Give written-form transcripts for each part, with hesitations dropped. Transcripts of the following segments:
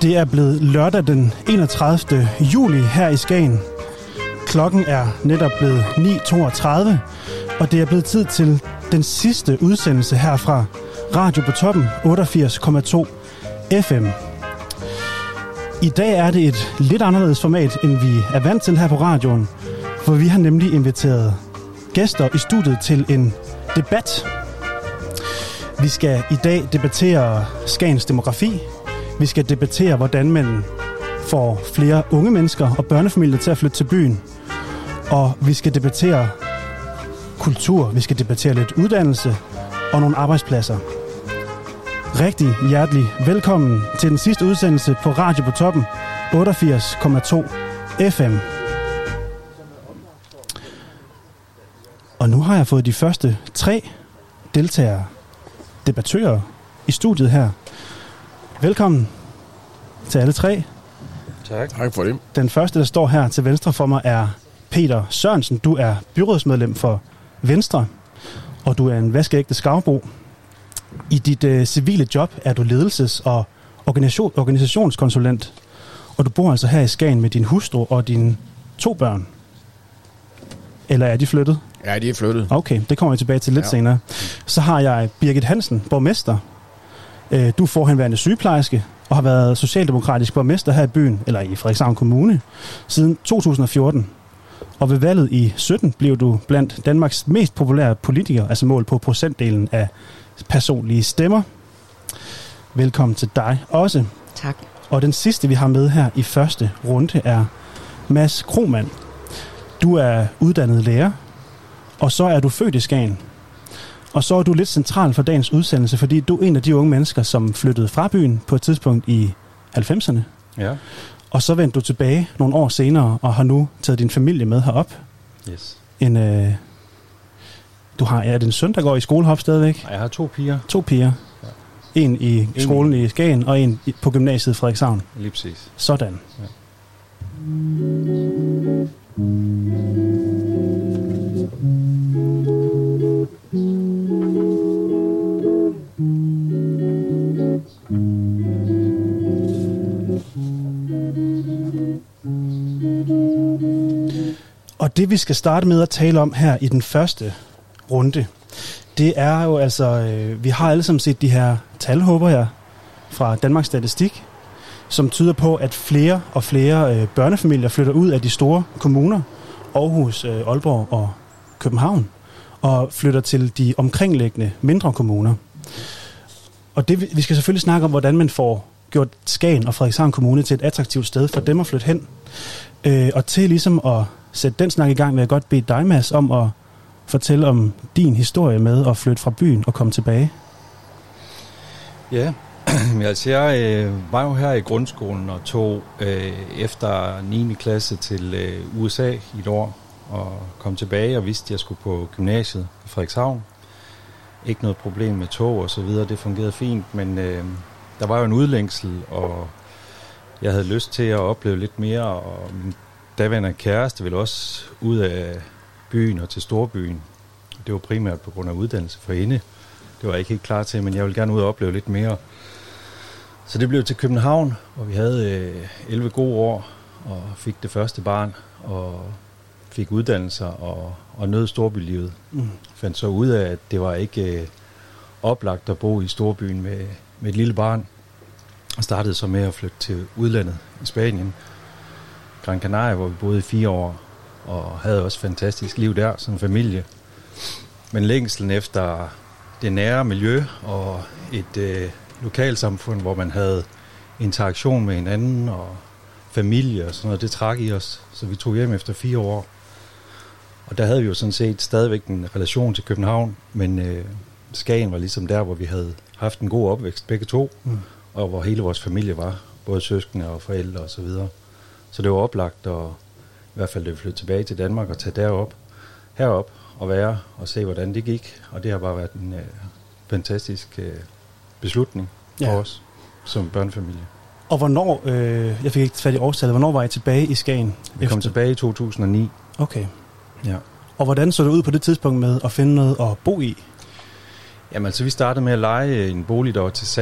Det er blevet lørdag den 31. juli her i Skagen. Klokken er netop blevet 9.32, og det er blevet tid til den sidste udsendelse herfra Radio på Toppen 88,2 FM. I dag er det et lidt anderledes format, end vi er vant til her på radioen, for vi har nemlig inviteret gæster i studiet til en debat. Vi skal i dag debattere Skagens demografi. Vi skal debattere, hvordan man får flere unge mennesker og børnefamilier til at flytte til byen. Og vi skal debattere kultur, vi skal debattere lidt uddannelse og nogle arbejdspladser. Rigtig hjertelig velkommen til den sidste udsendelse på Radio på Toppen 88,2 FM. Og nu har jeg fået de første 3 deltagere, debattører i studiet her. Velkommen til alle 3. Tak for det. Den første, der står her til venstre for mig, er Peter Sørensen. Du er byrådsmedlem for Venstre, og du er en vaskeægte skavbo. I dit civile job er du ledelses- og organisationskonsulent, og du bor altså her i Skagen med din hustru og dine 2 børn. Eller er de flyttet? Ja, de er flyttet. Okay, det kommer vi tilbage til lidt senere. Så har jeg Birgit Hansen, borgmester. Du er forhenværende sygeplejerske og har været socialdemokratisk borgmester her i byen, eller i Frederikshavn Kommune, siden 2014. Og ved valget i 17 blev du blandt Danmarks mest populære politikere, altså målt på procentdelen af personlige stemmer. Velkommen til dig også. Tak. Og den sidste, vi har med her i første runde, er Mads Krohmann. Du er uddannet lærer, og så er du født i Skagen. Og så er du lidt central for dagens udsendelse, fordi du er en af de unge mennesker, som flyttede fra byen på et tidspunkt i 90'erne. Ja. Og så vendte du tilbage nogle år senere, og har nu taget din familie med herop. Yes. Du har, er det en søn, der går i skolehop stadigvæk? Jeg har 2 piger. 2 piger. Ja. En i skolen i Skagen, og en på gymnasiet i Frederikshavn. Lige præcis. Sådan. Ja. Og det vi skal starte med at tale om her i den første runde, det er jo altså, vi har alle sammen set de her tal, håber jeg, fra Danmarks Statistik, som tyder på, at flere og flere børnefamilier flytter ud af de store kommuner, Aarhus, Aalborg og København, og flytter til de omkringliggende mindre kommuner. Og det, vi skal selvfølgelig snakke om, hvordan man får gjort Skagen og Frederikshavn Kommune til et attraktivt sted for dem at flytte hen. Og til ligesom at sætte den snak i gang, vil jeg godt bede dig, Mads, om at fortælle om din historie med at flytte fra byen og komme tilbage. Ja, altså jeg var jo her i grundskolen og tog efter 9. klasse til USA i et år og kom tilbage og vidste, at jeg skulle på gymnasiet i Frederikshavn. Ikke noget problem med tog og så videre, det fungerede fint, men der var jo en udlængsel, og jeg havde lyst til at opleve lidt mere, og min daværende kæreste ville også ud af byen og til storbyen. Det var primært på grund af uddannelse for hende. Det var jeg ikke helt klar til, men jeg ville gerne ud og opleve lidt mere. Så det blev til København, hvor vi havde 11 gode år og fik det første barn og fik uddannelser og nød storbylivet. Fandt så ud af, at det var ikke oplagt at bo i storbyen med et lille barn. Og startede så med at flytte til udlandet i Spanien. Gran Canaria, hvor vi boede i 4 år, og havde også fantastisk liv der som familie. Men længslen efter det nære miljø og et lokalsamfund, hvor man havde interaktion med hinanden og familie og sådan noget, det trak i os. Så vi tog hjem efter 4 år. Og der havde vi jo sådan set stadigvæk en relation til København, men Skagen var ligesom der, hvor vi havde haft en god opvækst begge to, og hvor hele vores familie var, både søskende og forældre og så videre. Så det var oplagt at i hvert fald flytte tilbage til Danmark og tage herop og være og se, hvordan det gik. Og det har bare været en fantastisk beslutning for os som børnefamilie. Og hvornår, jeg fik ikke fat i årstallet, hvornår var I tilbage i Skagen? Vi kom tilbage i 2009. Okay. Ja. Og hvordan så det ud på det tidspunkt med at finde noget at bo i? Jamen altså, vi startede med at leje en bolig, der var til salg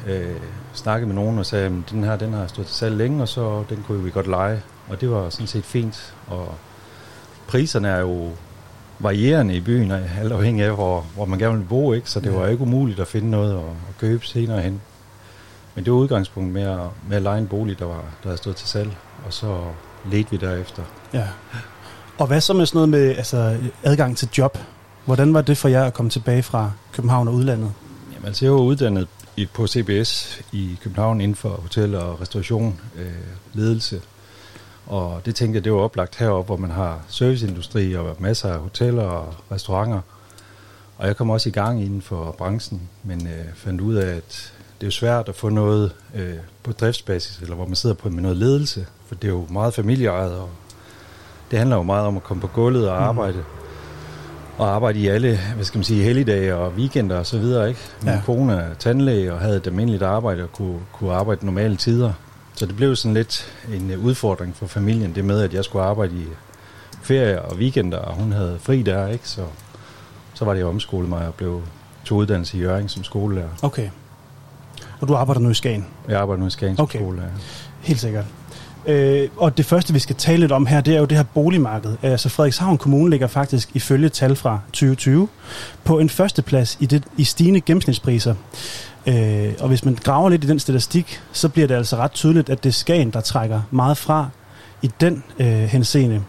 snakkede med nogen og sagde, at den har stået til salg længe, og så den kunne vi godt leje. Og det var sådan set fint. Og priserne er jo varierende i byen, alt afhængig af, hvor man gerne vil bo, ikke? Så det var ikke umuligt at finde noget at købe senere hen. Men det var udgangspunkt med at leje en bolig, der havde stået til salg, og så ledte vi derefter. Ja. Og hvad så med sådan noget med adgang til job? Hvordan var det for jer at komme tilbage fra København og udlandet? Jamen, altså jeg var uddannet på CBS i København inden for hotel og restauration, ledelse. Og det tænkte jeg, det var oplagt heroppe, hvor man har serviceindustri og masser af hoteller og restauranter. Og jeg kom også i gang inden for branchen, men fandt ud af, at det er jo svært at få noget på driftsbasis, eller hvor man sidder med noget ledelse, for det er jo meget familieejet, og det handler jo meget om at komme på gulvet og arbejde. Og arbejde i alle, helligdage og weekender og så videre, ikke? Min kone er tandlæge og havde et almindeligt arbejde og kunne arbejde normale tider. Så det blev sådan lidt en udfordring for familien, det med, at jeg skulle arbejde i ferie og weekender, og hun havde fri der, ikke? Så var det jo omskolet mig og tog uddannelse i Hjørring som skolelærer. Okay. Og du arbejder nu i Skagen? Jeg arbejder nu i Skagen som skolelærer. Helt sikkert. Og det første, vi skal tale lidt om her, det er jo det her boligmarked. Altså Frederikshavn Kommune ligger faktisk ifølge tal fra 2020 på en førsteplads i stigende gennemsnitspriser. Og hvis man graver lidt i den statistik, så bliver det altså ret tydeligt, at det er Skagen, der trækker meget fra i den henseende.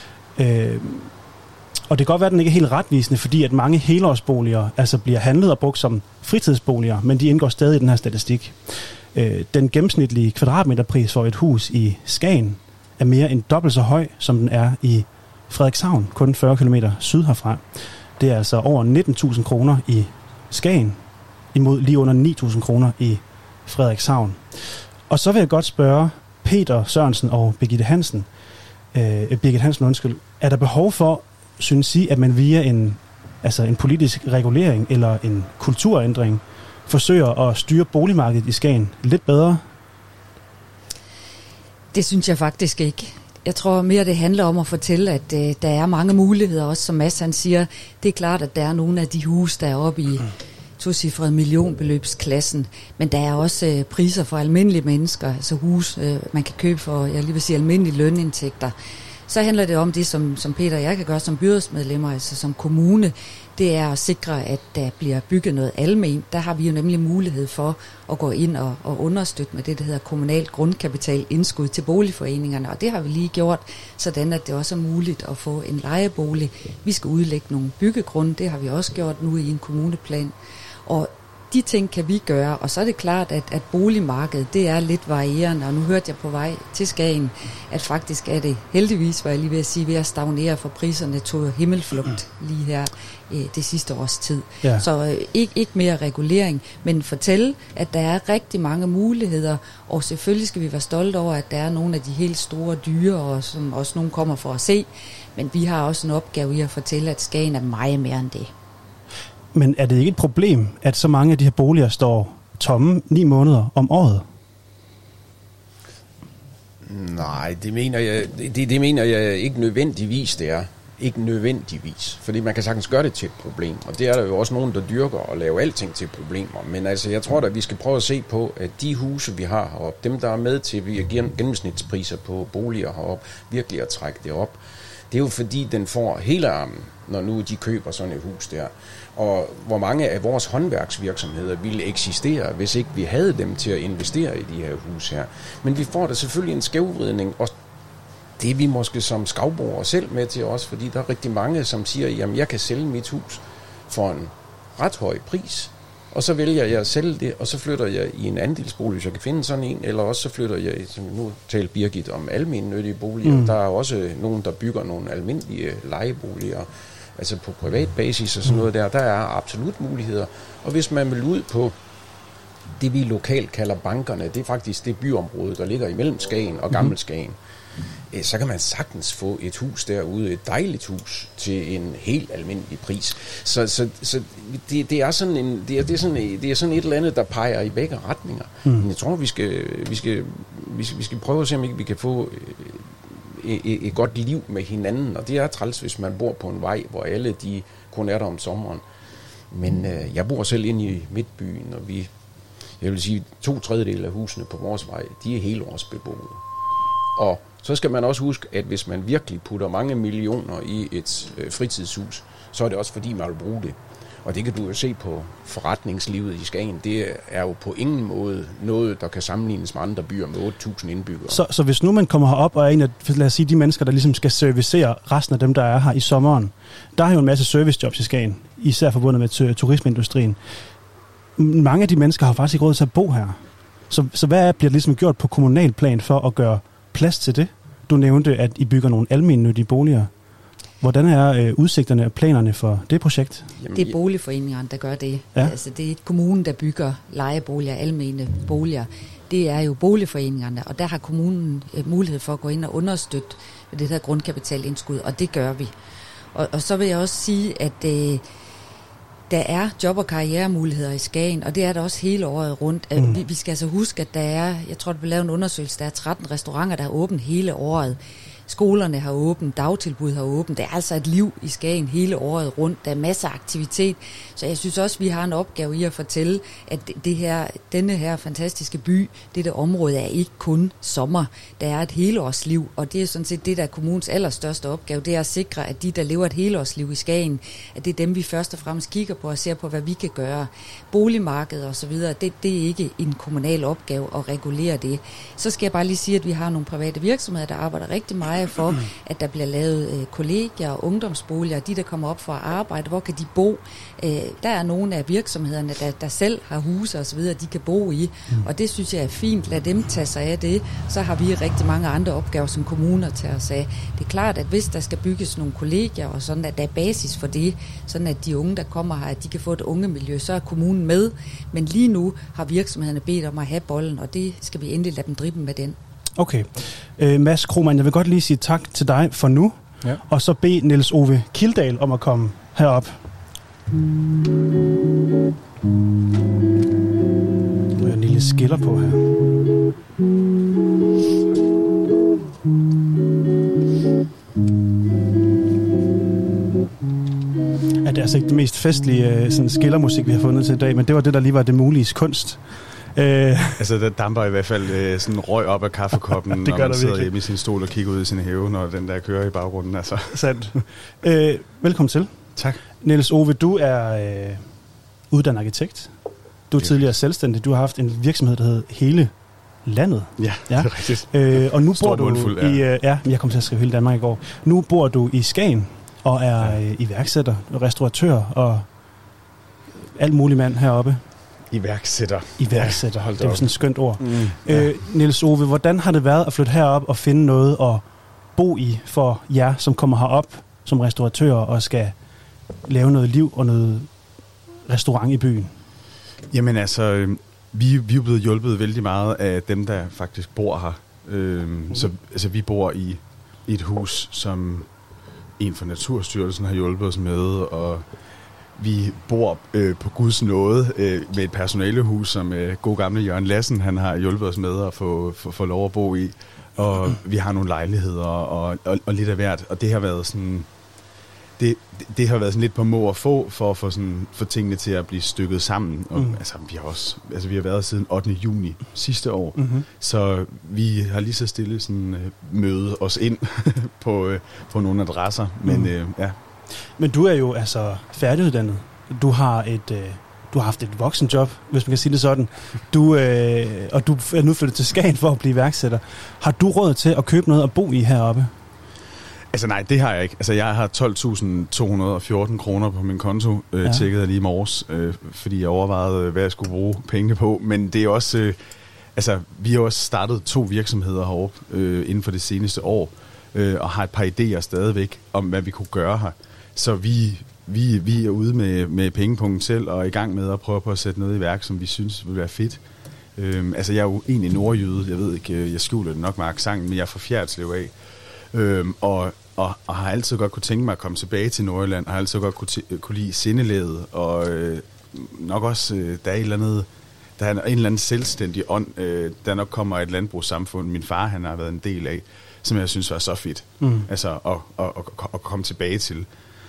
Og det kan godt være, at den ikke er helt retvisende, fordi at mange helårsboliger altså bliver handlet og brugt som fritidsboliger, men de indgår stadig i den her statistik. Den gennemsnitlige kvadratmeterpris for et hus i Skagen er mere end dobbelt så høj, som den er i Frederikshavn, kun 40 km syd herfra. Det er altså over 19.000 kroner i Skagen, imod lige under 9.000 kroner i Frederikshavn. Og så vil jeg godt spørge Peter Sørensen og Birgitte Hansen, er der behov for, synes I, at man via en politisk regulering eller en kulturændring forsøger at styre boligmarkedet i Skagen lidt bedre? Det synes jeg faktisk ikke. Jeg tror mere, det handler om at fortælle, at der er mange muligheder, også som Mads han siger. Det er klart, at der er nogle af de huse, der er oppe i tocifrede millionbeløbsklassen, men der er også priser for almindelige mennesker, altså hus, man kan købe for, jeg lige vil sige, almindelige lønindtægter. Så handler det om det, som Peter og jeg kan gøre som byrådsmedlemmer, altså som kommune, det er at sikre, at der bliver bygget noget alment. Der har vi jo nemlig mulighed for at gå ind og understøtte med det, der hedder kommunalt grundkapital indskud til boligforeningerne, og det har vi lige gjort, sådan at det også er muligt at få en lejebolig. Vi skal udlægge nogle byggegrunde, det har vi også gjort nu i en kommuneplan, og de ting kan vi gøre, og så er det klart, at boligmarkedet, det er lidt varierende, og nu hørte jeg på vej til Skagen, at faktisk er det heldigvis, var jeg lige ved at sige, ved at stagnere, for priserne tog himmelflugt lige her det sidste års tid. Ja. Så ikke mere regulering, men fortælle, at der er rigtig mange muligheder, og selvfølgelig skal vi være stolte over, at der er nogle af de helt store dyre, og som også nogen kommer for at se, men vi har også en opgave i at fortælle, at Skagen er meget mere end det. Men er det ikke et problem, at så mange af de her boliger står tomme 9 måneder om året? Nej, det mener jeg ikke nødvendigvis, det er. Ikke nødvendigvis. Fordi man kan sagtens gøre det til et problem. Og det er der jo også nogen, der dyrker og laver alting til problemer. Men altså, jeg tror da, at vi skal prøve at se på, at de huse, vi har heroppe, dem, der er med til, at vi giver gennemsnitspriser på boliger heroppe, virkelig at trække det op. Det er jo fordi, den får hele armen, når nu de køber sådan et hus der. Og hvor mange af vores håndværksvirksomheder ville eksistere, hvis ikke vi havde dem til at investere i de her hus her. Men vi får da selvfølgelig en skævvridning, og det er vi måske som skavboere selv med til os, fordi der er rigtig mange, som siger, jamen jeg kan sælge mit hus for en ret høj pris, og så vælger jeg at sælge det, og så flytter jeg i en andelsbolig, hvis jeg kan finde sådan en, eller også så flytter jeg, som nu talte Birgit om almennyttige boliger, der er også nogen, der bygger nogle almindelige lejeboliger, altså på privat basis og sådan noget der er absolut muligheder. Og hvis man vil ud på det, vi lokalt kalder bankerne, det er faktisk det byområde, der ligger imellem Skagen og Gammel Skagen, så kan man sagtens få et hus derude, et dejligt hus, til en helt almindelig pris. Så det er sådan et eller andet, der peger i begge retninger. Men jeg tror, vi skal prøve at se, om ikke vi kan få et godt liv med hinanden, og det er træls, hvis man bor på en vej, hvor alle de kun er der om sommeren. Men jeg bor selv inde i midtbyen, og Jeg vil sige, 2/3 af husene på vores vej, de er helårsbeboede. Og så skal man også huske, at hvis man virkelig putter mange millioner i et fritidshus, så er det også fordi, man vil bruge det. Og det kan du jo se på forretningslivet i Skagen. Det er jo på ingen måde noget, der kan sammenlignes med andre byer med 8.000 indbyggere. Så hvis nu man kommer herop og er en af, lad os sige, de mennesker, der ligesom skal servicere resten af dem, der er her i sommeren, der er jo en masse servicejobs i Skagen, især forbundet med turismeindustrien. Mange af de mennesker har faktisk ikke råd til at bo her. Så hvad bliver det ligesom gjort på kommunal plan for at gøre plads til det? Du nævnte, at I bygger nogle almennyttige boliger. Hvordan er udsigterne og planerne for det projekt? Det er boligforeningerne, der gør det. Ja. Altså, det er ikke kommunen, der bygger lejeboliger, almene boliger. Det er jo boligforeningerne, og der har kommunen mulighed for at gå ind og understøtte det her grundkapitalindskud, og det gør vi. Og så vil jeg også sige, at der er job- og karrieremuligheder i Skagen, og det er der også hele året rundt. Vi skal altså huske, at der er, jeg tror, der vil lave en undersøgelse, der er 13 restauranter, der er åbent hele året. Skolerne har åbent, dagtilbud har åbent. Det er altså et liv i Skagen hele året rundt. Der er masser af aktivitet. Så jeg synes også, vi har en opgave i at fortælle, at denne her fantastiske by, dette område, er ikke kun sommer. Der er et helårsliv, og det er sådan set det, der er kommunens allerstørste opgave. Det er at sikre, at de, der lever et helårsliv i Skagen, at det er dem, vi først og fremmest kigger på og ser på, hvad vi kan gøre. Boligmarkedet og så videre, det er ikke en kommunal opgave at regulere det. Så skal jeg bare lige sige, at vi har nogle private virksomheder, der arbejder rigtig meget for, at der bliver lavet kollegier og ungdomsboliger, de der kommer op for at arbejde, hvor kan de bo? Der er nogle af virksomhederne, der selv har huse og så videre, de kan bo i, og det synes jeg er fint. Lad dem tage sig af det. Så har vi rigtig mange andre opgaver som kommuner tager os af. Det er klart, at hvis der skal bygges nogle kollegier og sådan, at der er basis for det, sådan at de unge, der kommer her, at de kan få et ungemiljø, så er kommunen med. Men lige nu har virksomhederne bedt om at have bolden, og det skal vi endelig lade dem drible med den. Okay. Mads Krohmann, jeg vil godt lige sige tak til dig for nu, og så bede Niels Ove Kildahl om at komme herop. Nu er en lille skiller på her. Ja, det er altså ikke det mest festlige sådan skillermusik, vi har fundet til i dag, men det var det, der lige var det muliges kunst. Altså, der damper i hvert fald sådan røg op af kaffekoppen, når man sidder virkelig hjemme i sin stol og kigger ud i sin have, når den der kører i baggrunden. Altså. Sandt. Velkommen til. Tak. Niels Ove, du er uddannet arkitekt. Du er tidligere selvstændig. Du har haft en virksomhed, der hedder Hele Landet. Ja, det er rigtigt. Og nu bor du i... jeg kom til at skrive Hele Danmark i går. Nu bor du i Skagen og er iværksætter, restauratør og alt muligt mand heroppe. Iværksætter. Ja, det var sådan et skønt ord. Niels Ove, hvordan har det været at flytte herop og finde noget at bo i for jer, som kommer herop som restauratører og skal lave noget liv og noget restaurant i byen? Jamen altså, vi er jo blevet hjulpet vældig meget af dem, der faktisk bor her. Så altså, vi bor i et hus, som en fra Naturstyrelsen har hjulpet os med, og vi bor på Guds nåde med et personalehus, som god gamle Jørgen Lassen, han har hjulpet os med at få lov at bo i. Og vi har nogle lejligheder og lidt af hvert. Og det har været sådan... Det har været sådan lidt på må og få for at få tingene til at blive stykket sammen. Og, vi har været siden 8. juni sidste år. Så vi har lige så stille sådan, mødet os ind på nogle adresser. Men Men du er jo altså færdiguddannet. Du har haft et voksenjob, hvis man kan sige det sådan. Og du er nu flyttet til Skagen for at blive iværksætter. Har du råd til at købe noget at bo i heroppe? Altså nej, det har jeg ikke. Altså jeg har 12.214 kroner på min konto, tjekkede jeg lige i morges, fordi jeg overvejede, hvad jeg skulle bruge pengene på. Men det er også, vi har også startet 2 virksomheder heroppe inden for det seneste år, og har et par idéer stadigvæk om, hvad vi kunne gøre her. Så vi er ude med pengepunkten selv og er i gang med at prøve på at sætte noget i værk, som vi synes vil være fedt. Jeg er jo egentlig nordjyde, jeg ved ikke, jeg skjuler det nok med accenten, men jeg er fra Fjerritslev af. Og har altid godt kunne tænke mig at komme tilbage til Nordjylland, og har altid godt kunne lide sindeledet, og nok også, der er en eller anden selvstændig ånd, der nok kommer et landbrugssamfund, min far han har været en del af, som jeg synes var så fedt, at komme tilbage til.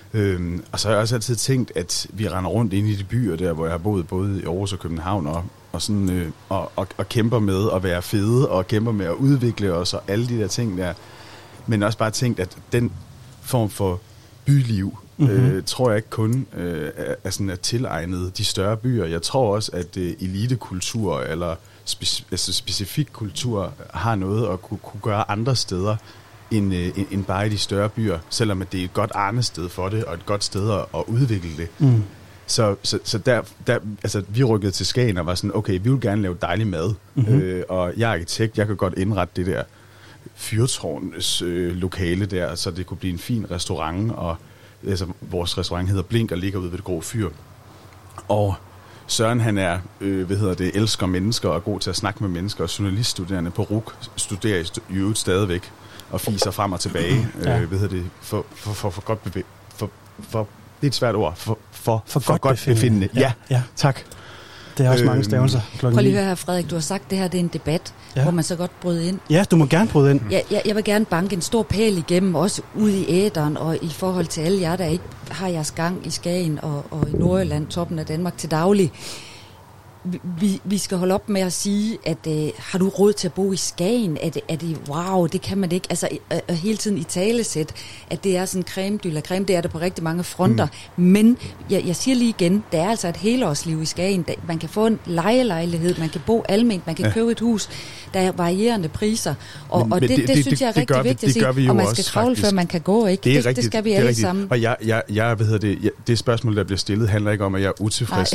Og så har jeg også altid tænkt, at vi render rundt ind i de byer der, hvor jeg har boet både i Aarhus og København, og sådan, og kæmper med at være fede, og kæmper med at udvikle os, og alle de der ting der. Men også bare tænkt, at den form for byliv, tror jeg ikke kun er sådan at tilegnet de større byer. Jeg tror også, at elitekultur eller specifik kultur har noget at kunne gøre andre steder end bare i de større byer, selvom at det er et godt arnested for det, og et godt sted at udvikle det. Så der altså, vi rykkede til Skagen og var sådan, okay, vi vil gerne lave dejlig mad, og jeg er arkitekt, jeg kan godt indrette det der fyrtårns lokale der, så det kunne blive en fin restaurant, og altså, vores restaurant hedder Blink og ligger ude ved det grå fyr. Og Søren, han er, elsker mennesker og er god til at snakke med mennesker, og journaliststuderende på RUC studerer i øvrigt stadigvæk og fiser frem og tilbage, for godt for det er et svært ord, for godt befindende. Ja, tak. Det er også mange stavelser. Prøv lige at høre her, Frederik, du har sagt, det her det er en debat, hvor man så godt bryder ind. Ja, du må gerne bryde ind. Jeg vil gerne banke en stor pæl igennem, også ude i æderen, og i forhold til alle jer, der ikke har jeres gang i Skagen og i Nordjylland, toppen af Danmark til daglig. Vi skal holde op med at sige, at har du råd til at bo i Skagen? Er det wow, det kan man ikke. Altså hele tiden i talesæt, at det er sådan creme de la creme, det er der på rigtig mange fronter. Men jeg siger lige igen, der er altså et helårsliv i Skagen. Man kan få en lejelejlighed, man kan bo alment, man kan købe et hus. Der er varierende priser, og det synes jeg er rigtig vigtigt at sige. Og man skal kravle, før man kan gå, ikke? Det skal vi alle sammen. Og jeg det spørgsmål, der bliver stillet, handler ikke om, at jeg er utilfreds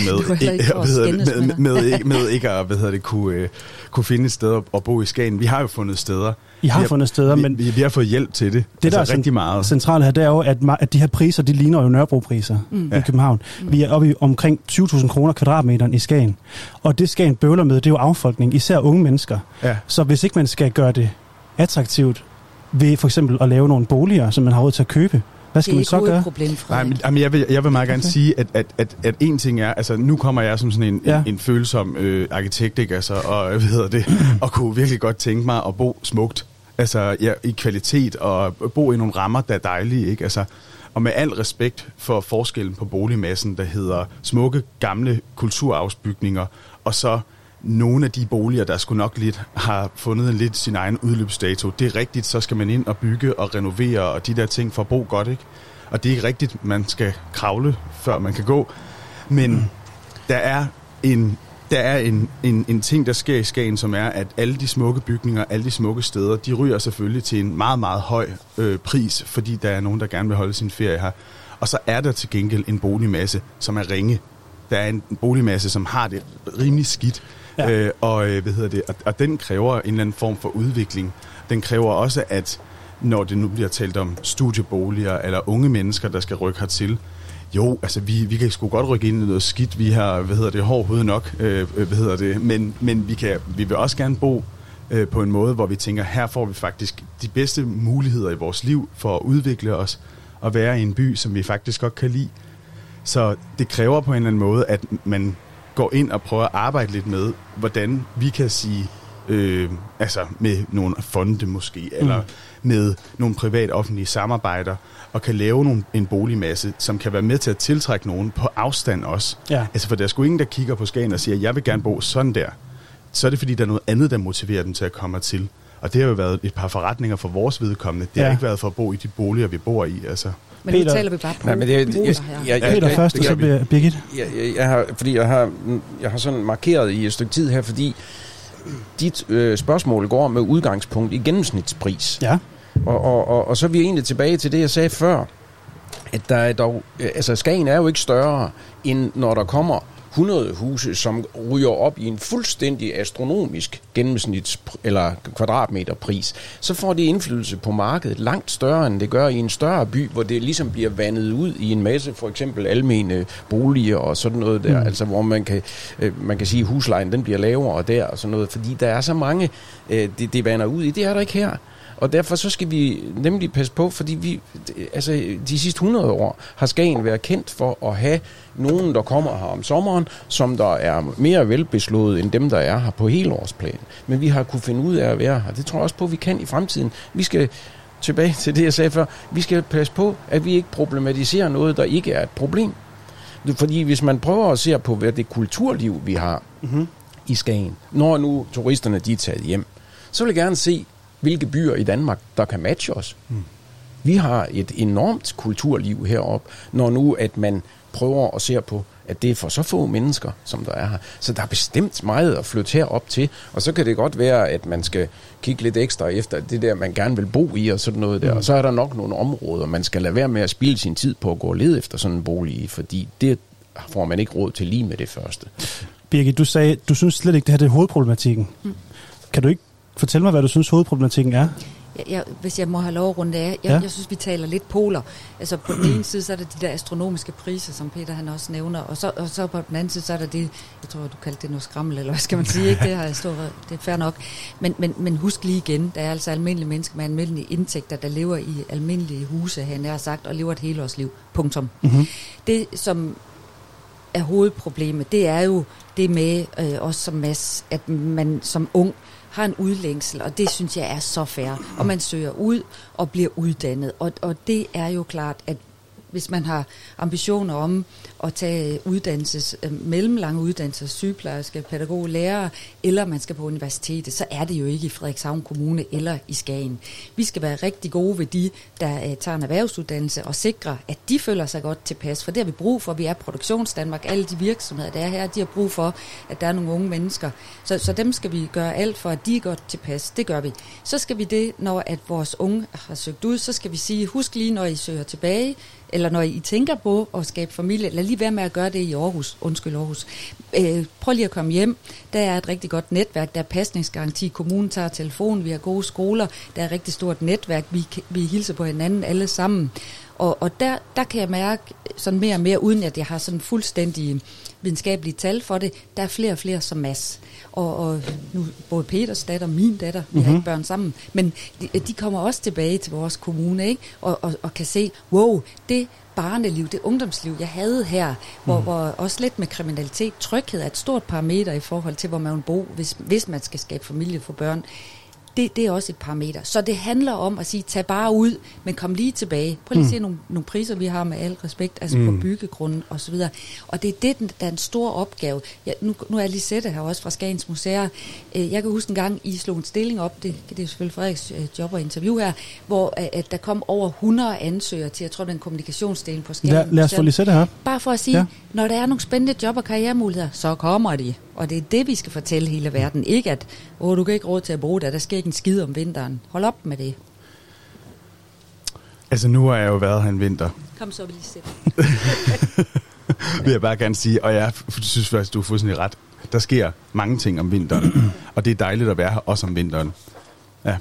med ikke at kunne finde et sted at bo i Skagen. Vi har jo fundet steder. Men vi har fået hjælp til det. Det altså der er rigtig meget. Centralt her, det er jo, at de her priser, de ligner jo Nørrebro-priser i København. Vi er oppe i omkring 20.000 kroner kvadratmeteren i Skagen. Og det Skagen bøvler med, det er jo affolkning, især unge mennesker. Ja. Så hvis ikke man skal gøre det attraktivt ved for eksempel at lave nogle boliger, som man har råd til at købe, hvad skal man så gøre? Nej, jeg vil meget gerne sige, at en ting er, altså nu kommer jeg som sådan en følsom arkitekt, ikke? Altså, og kunne virkelig godt tænke mig at bo smukt, altså i kvalitet, og bo i nogle rammer, der er dejlige, ikke? Altså, og med al respekt for forskellen på boligmassen, der hedder smukke, gamle kulturarvsbygninger, og så nogle af de boliger, der sgu nok lidt har fundet lidt sin egen udløbsdato. Det er rigtigt, så skal man ind og bygge og renovere og de der ting for at bo godt, ikke? Og det er ikke rigtigt, man skal kravle, før man kan gå. Men der er en ting, der sker i Skagen, som er, at alle de smukke bygninger, alle de smukke steder, de ryger selvfølgelig til en meget, meget høj pris, fordi der er nogen, der gerne vil holde sin ferie her. Og så er der til gengæld en boligmasse, som er ringe. Der er en boligmasse, som har det rimelig skidt. Ja. Og den kræver en eller anden form for udvikling. Den kræver også, at når det nu bliver talt om studieboliger eller unge mennesker, der skal rykke hertil, jo, altså vi kan sgu godt rykke ind i noget skidt. Vi har hård hoved nok, men vi vil også gerne bo på en måde, hvor vi tænker, her får vi faktisk de bedste muligheder i vores liv for at udvikle os og være i en by, som vi faktisk godt kan lide. Så det kræver på en eller anden måde, at man går ind og prøver at arbejde lidt med, hvordan vi kan sige, med nogle fonde måske, eller med nogle privat-offentlige samarbejder, og kan lave en boligmasse, som kan være med til at tiltrække nogen på afstand også. Ja. Altså, for der er sgu ingen, der kigger på Skagen og siger, jeg vil gerne bo sådan der. Så er det, fordi der er noget andet, der motiverer dem til at komme hertil. Og det har jo været et par forretninger for vores vedkommende. Det har ikke været for at bo i de boliger, vi bor i, altså. Men nu taler vi bare på Peter først, og så bliver Birgit. Jeg har sådan markeret i et stykke tid her, fordi dit spørgsmål går med udgangspunkt i gennemsnitspris. Ja. Og så er vi egentlig tilbage til det, jeg sagde før, at der er dog, altså Skagen er jo ikke større, end når der kommer 100 huse, som ryger op i en fuldstændig astronomisk eller kvadratmeterpris, så får det indflydelse på markedet langt større, end det gør i en større by, hvor det ligesom bliver vandet ud i en masse, for eksempel almene boliger og sådan noget der, altså hvor man kan sige, at huslejen den bliver lavere der og sådan noget, fordi der er så mange, det vander ud i. Det er der ikke her. Og derfor så skal vi nemlig passe på, fordi de sidste 100 år har Skagen været kendt for at have nogen, der kommer her om sommeren, som der er mere velbeslået end dem, der er her på helårsplan. Men vi har kunne finde ud af at være her. Det tror jeg også på, at vi kan i fremtiden. Vi skal tilbage til det, jeg sagde før. Vi skal passe på, at vi ikke problematiserer noget, der ikke er et problem. Fordi hvis man prøver at se på, hvad det kulturliv, vi har i Skagen, når nu turisterne de er taget hjem, så vil jeg gerne se, hvilke byer i Danmark, der kan matche os. Vi har et enormt kulturliv heroppe, når nu at man prøver at se på, at det er for så få mennesker, som der er her. Så der er bestemt meget at flytte herop til, og så kan det godt være, at man skal kigge lidt ekstra efter det der, man gerne vil bo i, og sådan noget der. Og så er der nok nogle områder, man skal lade være med at spilde sin tid på at gå og lede efter sådan en bolig i, fordi det får man ikke råd til lige med det første. Birgit, du sagde, du synes slet ikke, det her er hovedproblematikken. Kan du ikke fortælle mig, hvad du synes hovedproblematikken er? Hvis jeg må have lov at runde af. Jeg synes, vi taler lidt poler. Altså på den ene side, så er der de der astronomiske priser, som Peter han også nævner, og så på den anden side, så er der det, jeg tror, du kaldte det noget skrammel, eller hvad skal man sige, ikke? Det har jeg stået, det er fair nok. Men husk lige igen, der er altså almindelige mennesker med almindelige indtægter, der lever i almindelige huse, han har sagt, og lever et helårsliv. Punktum. Det, som er hovedproblemet, det er jo det med os som Mads, at man som ung har en udlængsel, og det synes jeg er så fair. Og man søger ud og bliver uddannet. Og det er jo klart, at hvis man har ambitioner om at tage mellemlange uddannelser, sygeplejerske, pædagog, lærer, eller man skal på universitetet, så er det jo ikke i Frederikshavn Kommune eller i Skagen. Vi skal være rigtig gode ved de, der tager en erhvervsuddannelse og sikre, at de føler sig godt tilpas, for det har vi brug for. Vi er Produktionsdanmark. Alle de virksomheder, der er her, de har brug for, at der er nogle unge mennesker. Så dem skal vi gøre alt for, at de er godt tilpas. Det gør vi. Så skal vi det, når at vores unge har søgt ud, så skal vi sige, husk lige, når I søger tilbage, eller når I tænker på at skabe familie, lad lige være med at gøre det i Aarhus. Undskyld Aarhus. Prøv lige at komme hjem. Der er et rigtig godt netværk. Der er pasningsgaranti. Kommunen tager telefonen. Vi har gode skoler. Der er et rigtig stort netværk. Vi hilser på hinanden alle sammen. Og der kan jeg mærke sådan mere og mere, uden at jeg har sådan fuldstændig videnskabelige tal for det, der er flere og flere som Mads. Og nu både Peters datter og min datter, vi har ikke børn sammen, men de kommer også tilbage til vores kommune, ikke? Og kan se, wow, det barneliv, det ungdomsliv, jeg havde her, hvor også lidt med kriminalitet, tryghed er et stort parameter i forhold til, hvor man vil bo, hvis man skal skabe familie for børn. Det er også et parameter. Så det handler om at sige, tag bare ud, men kom lige tilbage. Prøv lige at se nogle priser, vi har med al respekt, altså på byggegrunden og så videre. Og det er det, der er en stor opgave. Nu er Lisette her også fra Skagens Museer. Jeg kan huske en gang, I slog en stilling op, det er selvfølgelig Frederiks job og interview her, hvor at der kom over 100 ansøgere til, jeg tror, den kommunikationsdelen på Skagens. Lad os få Lisette her. Bare for at sige, når der er nogle spændende job- og karrieremuligheder, så kommer de. Og det er det, vi skal fortælle hele verden. Ikke at, du kan ikke råd til at bruge det, der sker ikke en skid om vinteren. Hold op med det. Altså, nu har jeg jo været her en vinter. Kom så, vi lige sætte. Vil jeg bare gerne sige, og jeg synes faktisk, du er fuldstændig ret. Der sker mange ting om vinteren, og det er dejligt at være her også om vinteren. Ja.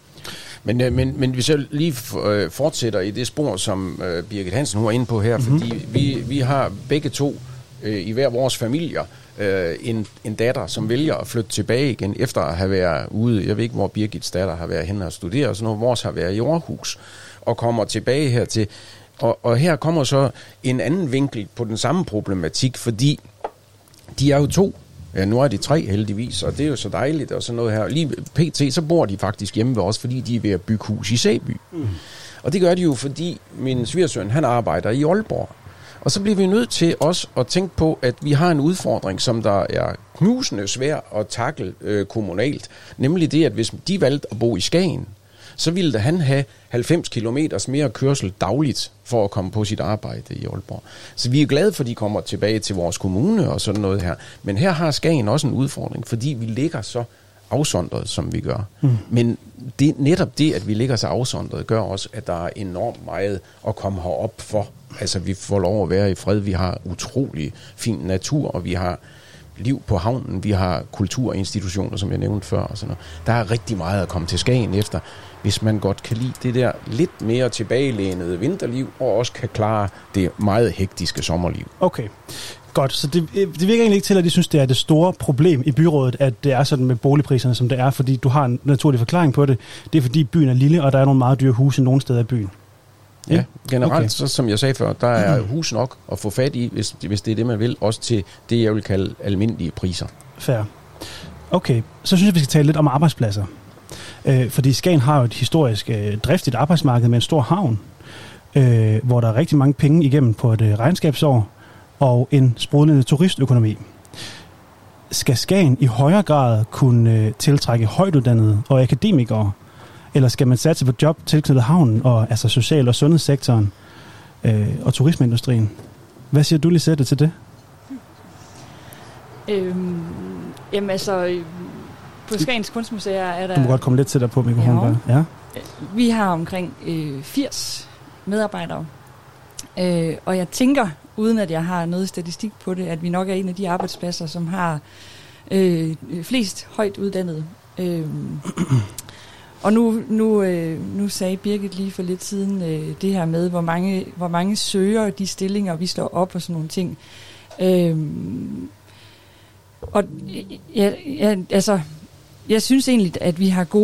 Men hvis jeg lige fortsætter i det spor, som Birgit Hansen var inde på her, fordi vi har begge to i hver vores familier en datter, som vælger at flytte tilbage igen, efter at have været ude. Jeg ved ikke, hvor Birgits datter har været henne og studere, og sådan noget. Vores har været i Aarhus, og kommer tilbage hertil. Og her kommer så en anden vinkel på den samme problematik, fordi de er jo 2. Ja, nu er de 3 heldigvis, og det er jo så dejligt og sådan noget her. Lige pt. Så bor de faktisk hjemme ved os, fordi de er ved at bygge hus i Sæby. Og det gør de jo, fordi min svigersøn, han arbejder i Aalborg. Og så bliver vi nødt til også at tænke på, at vi har en udfordring, som der er knusende svær at tackle kommunalt. Nemlig det, at hvis de valgte at bo i Skagen, så ville han have 90 kilometers mere kørsel dagligt for at komme på sit arbejde i Aalborg. Så vi er glade for, at de kommer tilbage til vores kommune og sådan noget her. Men her har Skagen også en udfordring, fordi vi ligger så afsondret, som vi gør. Men netop det, at vi ligger så afsondret, gør også, at der er enormt meget at komme herop for. Altså, vi får lov at være i fred. Vi har utrolig fin natur, og vi har liv på havnen. Vi har kulturinstitutioner, som jeg nævnte før. Og sådan noget. Der er rigtig meget at komme til Skagen efter, hvis man godt kan lide det der lidt mere tilbagelænede vinterliv, og også kan klare det meget hektiske sommerliv. Okay, godt. Så det virker egentlig ikke til, at de synes, det er det store problem i byrådet, at det er sådan med boligpriserne, som det er, fordi du har en naturlig forklaring på det. Det er fordi byen er lille, og der er nogle meget dyre huse nogle steder i byen. Ja, generelt, så som jeg sagde før, der er hus nok at få fat i, hvis det er det, man vil, også til det, jeg vil kalde almindelige priser. Fair. Okay, så synes jeg, vi skal tale lidt om arbejdspladser. Fordi Skagen har jo et historisk driftigt arbejdsmarked med en stor havn, hvor der er rigtig mange penge igennem på et regnskabsår, og en sprudlende turistøkonomi. Skal Skagen i højere grad kunne tiltrække højtuddannede og akademikere, eller skal man satse på job tilknyttet havnen, og altså social- og sundhedssektoren og turismeindustrien? Hvad siger du, Lisette, til det? Jamen altså, på Skagens Kunstmuseer er der... Du må godt komme lidt tættere på mikrofonen. Ja. Vi har omkring 80 medarbejdere, og jeg tænker, uden at jeg har noget statistik på det, at vi nok er en af de arbejdspladser, som har flest højt uddannede. Og nu sagde Birgit lige for lidt siden det her med, hvor mange søger de stillinger, vi slår op og sådan nogle ting. Og jeg synes egentlig, at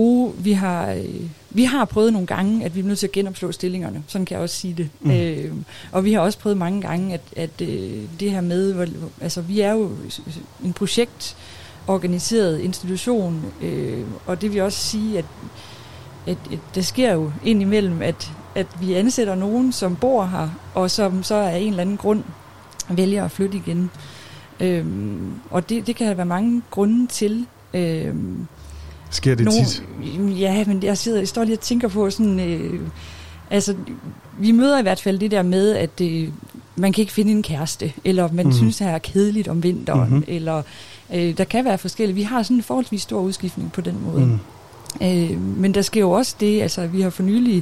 vi har prøvet nogle gange, at vi er nødt til at genopslå stillingerne. Sådan kan jeg også sige det. Og vi har også prøvet mange gange, at det her med, vi er jo en projektorganiseret institution, og det vil også sige, at der sker jo indimellem, at vi ansætter nogen, som bor her, og som så af en eller anden grund vælger at flytte igen. Og det kan være mange grunde til. Sker det tit? Ja, men jeg står lige og tænker på sådan... vi møder i hvert fald det der med, at man kan ikke finde en kæreste, eller man synes, det er kedeligt om vinteren, eller der kan være forskellige. Vi har sådan en forholdsvis stor udskiftning på den måde. Men der sker jo også det, altså vi har for nylig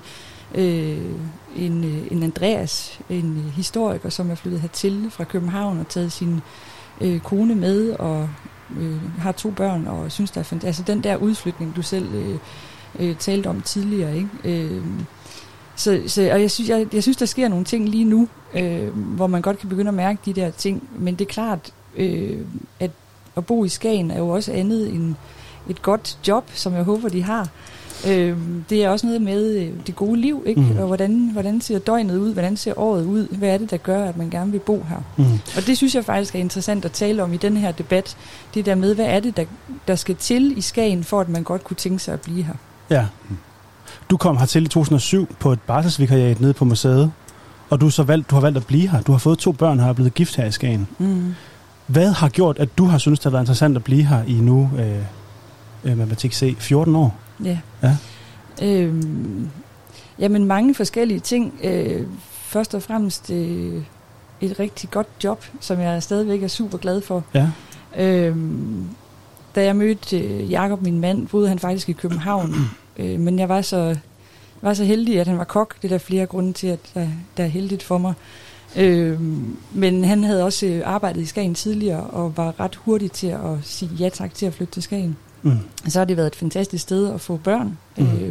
en Andreas, en historiker, som er flyttet hertil fra København og taget sin kone med, og har 2 børn, og synes, der er fantastisk. Altså den der udflytning, du selv talte om tidligere, ikke? Og jeg synes, der sker nogle ting lige nu, hvor man godt kan begynde at mærke de der ting, men det er klart, at bo i Skagen er jo også andet end et godt job, som jeg håber, de har. Det er også noget med det gode liv, ikke? Og hvordan ser døgnet ud, hvordan ser året ud, hvad er det, der gør, at man gerne vil bo her. Og det synes jeg faktisk er interessant at tale om i den her debat, det der med, hvad er det, der skal til i Skagen, for at man godt kunne tænke sig at blive her. Ja. Du kom hertil i 2007 på et barselsvikariat nede på museet, og du har valgt at blive her. Du har fået 2 børn her og er blevet gift her i Skagen. Hvad har gjort, at du har syntes, det har været interessant at blive her i nu, matematik C, 14 år? Ja. Jamen mange forskellige ting. Først og fremmest et rigtig godt job, som jeg stadigvæk er super glad for. Ja. Da jeg mødte Jakob, min mand, boede han faktisk i København. Men jeg var så heldig, at han var kok. Det er der flere grunde til, at der er heldigt for mig. Men han havde også arbejdet i Skagen tidligere, og var ret hurtig til at sige ja tak til at flytte til Skagen. Så har det været et fantastisk sted at få børn.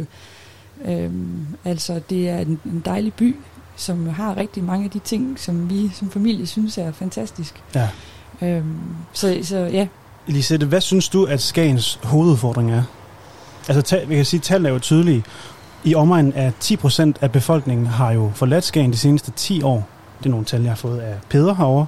Det er en dejlig by, som har rigtig mange af de ting, som vi som familie synes er fantastisk. Ja. Så ja. Lisette, hvad synes du, at Skagens hovedudfordring er? Altså, vi kan sige, at tallene er jo tydelige. I omegnen af 10% af befolkningen har jo forladt Skagen de seneste 10 år. Det er nogle tal, jeg har fået af Peder herovre.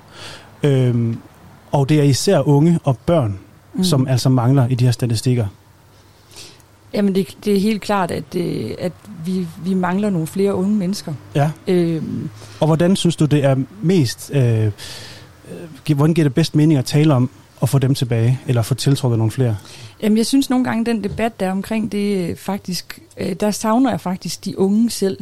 Og det er især unge og børn, som altså mangler i de her statistikker. Jamen, det er helt klart, at vi mangler nogle flere unge mennesker. Ja. Og hvordan synes du, det er mest... hvordan giver det bedst mening at tale om at få dem tilbage, eller få tiltrukket nogle flere? Jamen, jeg synes nogle gange, den debat, der er omkring det, faktisk... der savner jeg faktisk de unge selv.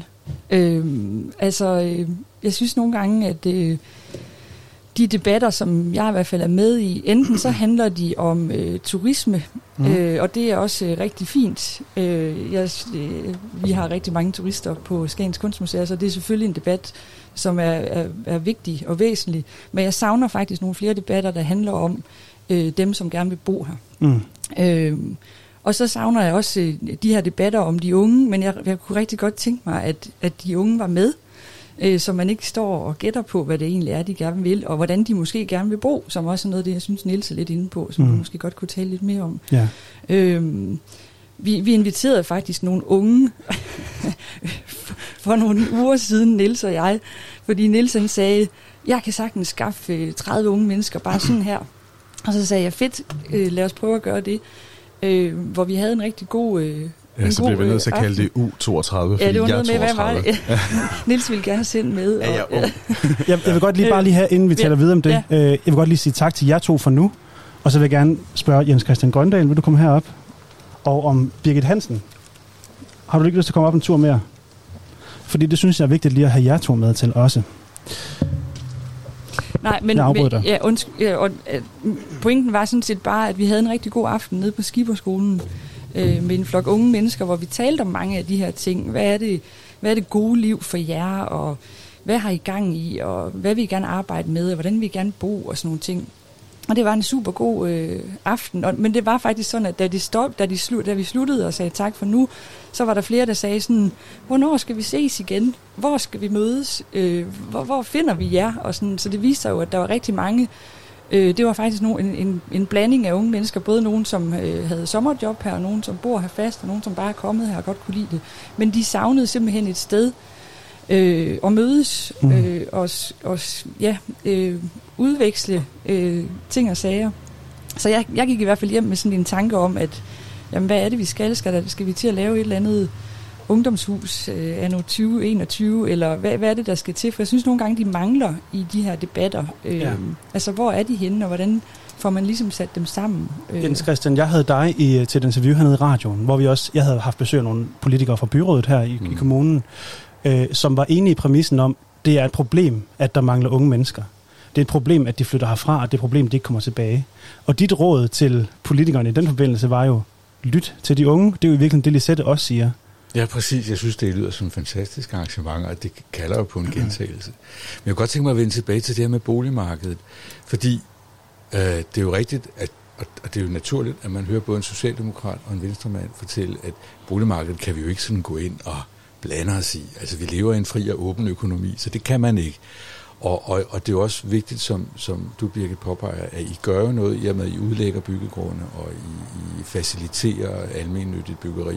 Jeg synes nogle gange, at... de debatter, som jeg i hvert fald er med i, enten så handler de om turisme, og det er også rigtig fint. Vi har rigtig mange turister på Skagens Kunstmuseer, så det er selvfølgelig en debat, som er vigtig og væsentlig. Men jeg savner faktisk nogle flere debatter, der handler om dem, som gerne vil bo her. Og så savner jeg også de her debatter om de unge, men jeg kunne rigtig godt tænke mig, at de unge var med, så man ikke står og gætter på, hvad det egentlig er, de gerne vil, og hvordan de måske gerne vil bo, som også er noget af det, jeg synes, Niels er lidt inde på, som vi måske godt kunne tale lidt mere om. Ja. Vi inviterede faktisk nogle unge for nogle uger siden, Niels og jeg, fordi Niels han sagde, jeg kan sagtens skaffe 30 unge mennesker bare sådan her. Og så sagde jeg, fedt, lad os prøve at gøre det. Hvor vi havde en rigtig god Ja, så bliver vi nødt til at kalde det U32, fordi ja, det var jeg noget er med, 32. Niels ville gerne sende med. Ja, jeg vil godt lige bare lige have, inden vi taler videre om det, jeg vil godt lige sige tak til jer to for nu, og så vil jeg gerne spørge Jens Christian Grøndal, vil du komme herop? Og om Birgit Hansen. Har du ikke lyst til at komme op en tur mere? Fordi det synes jeg er vigtigt lige at have jer to med til også. Nej, men pointen var sådan set bare, at vi havde en rigtig god aften nede på Skipperskolen med en flok unge mennesker, hvor vi talte om mange af de her ting. Hvad er det gode liv for jer, og hvad har I gang i, og hvad vil I gerne arbejde med, og hvordan vil I gerne bo, og sådan nogle ting. Og det var en super god aften, men det var faktisk sådan, at da vi sluttede og sagde tak for nu, så var der flere, der sagde sådan, hvornår skal vi ses igen? Hvor skal vi mødes? Hvor finder vi jer? Og sådan, så det viste sig jo, at der var rigtig mange. Det var faktisk en blanding af unge mennesker, både nogen, som havde sommerjob her, og nogen, som bor her fast, og nogen, som bare er kommet her og godt kunne lide det. Men de savnede simpelthen et sted at mødes og udveksle ting og sager. Så jeg gik i hvert fald hjem med sådan en tanke om, at jamen, hvad er det, vi skal? Skal vi til at lave et eller andet ungdomshus anno 2021, eller hvad er det, der skal til? For jeg synes nogle gange, de mangler i de her debatter. Altså, hvor er de henne, og hvordan får man ligesom sat dem sammen? Jens Christian, jeg havde dig til et interview hernede i radioen, hvor jeg havde haft besøg af nogle politikere fra byrådet her i kommunen, som var enige i præmissen om, det er et problem, at der mangler unge mennesker. Det er et problem, at de flytter herfra, og det er et problem, at de ikke kommer tilbage. Og dit råd til politikerne i den forbindelse var jo, lyt til de unge. Det er jo i virkeligheden det, Lisette også siger. Ja, præcis. Jeg synes, det lyder som en fantastisk arrangement, og det kalder jo på en gentagelse. Men jeg kunne godt tænke mig at vende tilbage til det her med boligmarkedet, fordi det er jo rigtigt, og det er jo naturligt, at man hører både en socialdemokrat og en venstremand fortælle, at boligmarkedet kan vi jo ikke sådan gå ind og blande os i. Altså, vi lever i en fri og åben økonomi, så det kan man ikke. Og det er jo også vigtigt, som du, Birgit, påpeger, at I gør jo noget i og med, at I udlægger byggegrunde, og I faciliterer almennyttigt byggeri.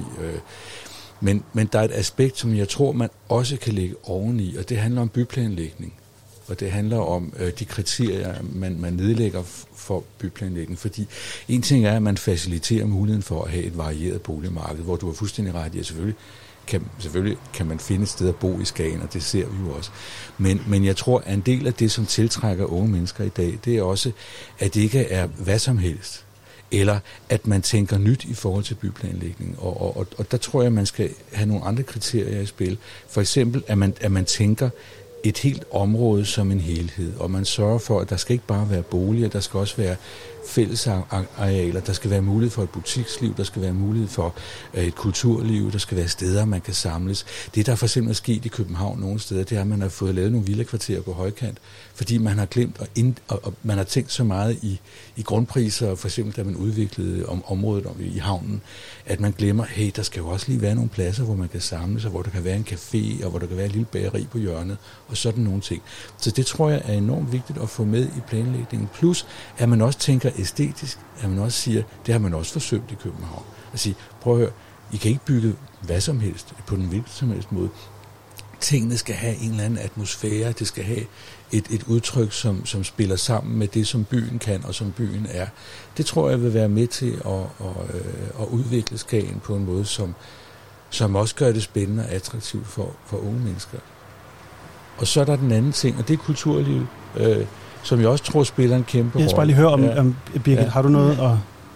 Men der er et aspekt, som jeg tror, man også kan lægge oveni, og det handler om byplanlægning. Og det handler om de kriterier, man nedlægger for byplanlægning. Fordi en ting er, at man faciliterer muligheden for at have et varieret boligmarked, hvor du har fuldstændig ret i, at selvfølgelig kan man finde et sted at bo i Skagen, og det ser vi jo også. Men jeg tror, at en del af det, som tiltrækker unge mennesker i dag, det er også, at det ikke er hvad som helst, eller at man tænker nyt i forhold til byplanlægning. Og der tror jeg, at man skal have nogle andre kriterier i spil. For eksempel, at man tænker et helt område som en helhed, og man sørger for, at der skal ikke bare være boliger, der skal også være fællesarealer, der skal være mulighed for et butiksliv, der skal være mulighed for et kulturliv, der skal være steder, man kan samles. Det, der for eksempel er sket i København nogle steder, det er, at man har fået lavet nogle villakvarterer på højkant, fordi man har glemt, og man har tænkt så meget i grundpriser, for eksempel da man udviklede området i havnen, at man glemmer, hey, der skal jo også lige være nogle pladser, hvor man kan samles, og hvor der kan være en café, og hvor der kan være et lille bageri på hjørnet, og sådan nogle ting. Så det tror jeg er enormt vigtigt at få med i planlægningen. Plus, at man også tænker æstetisk, at man også siger, det har man også forsømt i København. At sige, prøv at høre, I kan ikke bygge hvad som helst på den hvilken som helst måde. Tingene skal have en eller anden atmosfære, det skal have et udtryk, som spiller sammen med det, som byen kan og som byen er. Det tror jeg vil være med til at udvikle Skagen på en måde, som også gør det spændende og attraktivt for unge mennesker. Og så er der den anden ting, og det er kulturlivet, som jeg også tror spiller en kæmpe rolle. Jeg skal bare lige høre om Birgit, har du noget at...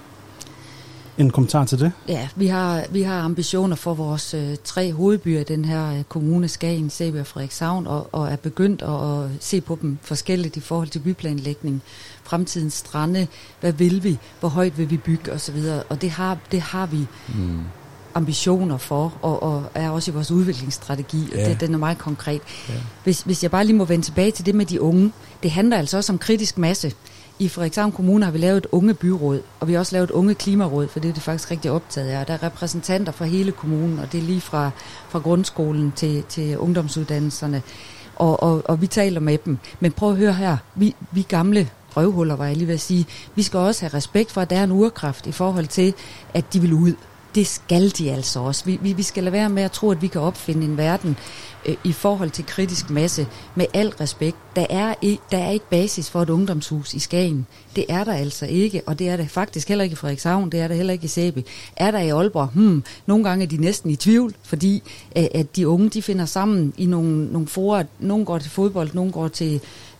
En kommentar til det? Ja, vi har ambitioner for vores 3 hovedbyer i den her kommune, Skagen, Sæby og Frederikshavn, og er begyndt at se på dem forskelligt i forhold til byplanlægning, fremtidens strande, hvad vil vi, hvor højt vil vi bygge osv. Og det har vi ambitioner for, og er også i vores udviklingsstrategi, og den er meget konkret. Ja. Hvis jeg bare lige må vende tilbage til det med de unge, det handler altså også om kritisk masse. I Frederikshavn Kommune har vi lavet et unge byråd, og vi har også lavet et unge klimaråd, for det er det faktisk rigtig optaget af. Der er repræsentanter fra hele kommunen, og det er lige fra grundskolen til ungdomsuddannelserne, og vi taler med dem. Men prøv at høre her, vi gamle røvhuller, var jeg lige ved at sige, vi skal også have respekt for, at der er en urkraft i forhold til, at de vil ud. det skal de altså også. Vi skal lade være med at tro, at vi kan opfinde en verden i forhold til kritisk masse, med al respekt. Der er ikke basis for et ungdomshus i Skagen. Det er der altså ikke, og det er der faktisk heller ikke i Frederikshavn, det er der heller ikke i Sæby. Er der i Aalborg? Nogle gange er de næsten i tvivl, fordi at de unge, de finder sammen i nogle forer. Nogle går til fodbold, nogle går til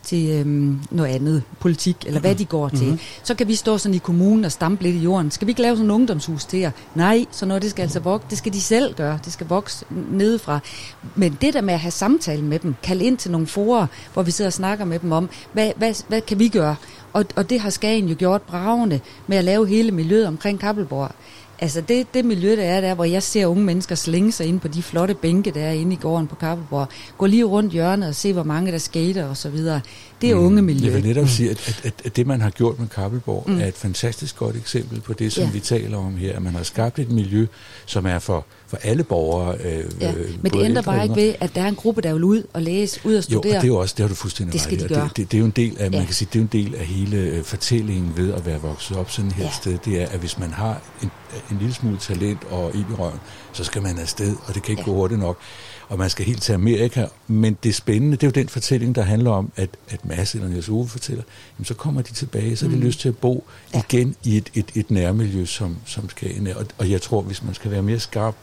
noget andet, politik, eller hvad de går til. Så kan vi stå sådan i kommunen og stampe lidt i jorden. Skal vi ikke lave sådan et ungdomshus til jer? Nej, så noget, det skal altså vokse. Det skal de selv gøre. Det skal vokse nedefra. Men det der med at have samtale med dem, kalde ind til nogle forer, hvor vi sidder og snakker med dem om, hvad kan vi gøre? Og det har Skagen jo gjort bravende med at lave hele miljøet omkring Kappelborg. Altså det miljø, der er der, hvor jeg ser unge mennesker slænge sig ind på de flotte bænke, der er inde i gården på Kappelborg. Gå lige rundt hjørnet og se, hvor mange der skater og så videre. Det er unge miljø. Jeg vil netop sige, at det, man har gjort med Kappelborg, er et fantastisk godt eksempel på det, som vi taler om her. At man har skabt et miljø, som er for alle borgere. Men det ændrer bare ikke ved, at der er en gruppe, der vil ud og læse, ud og studere. Jo, og det er jo også, det har du fuldstændig det skal ret de gøre. Det er jo en del af, man kan sige, det er en del af hele fortællingen ved at være vokset op sådan et sted. Det er, at hvis man har en lille smule talent og ild i røven, så skal man afsted, og det kan ikke gå hurtigt nok. Og man skal helt til Amerika, men det spændende, det er jo den fortælling, der handler om, at Mads eller Niels Ove fortæller, jamen så kommer de tilbage, så har de lyst til at bo igen i et nærmiljø, som Skagen er. Og jeg tror, hvis man skal være mere skarp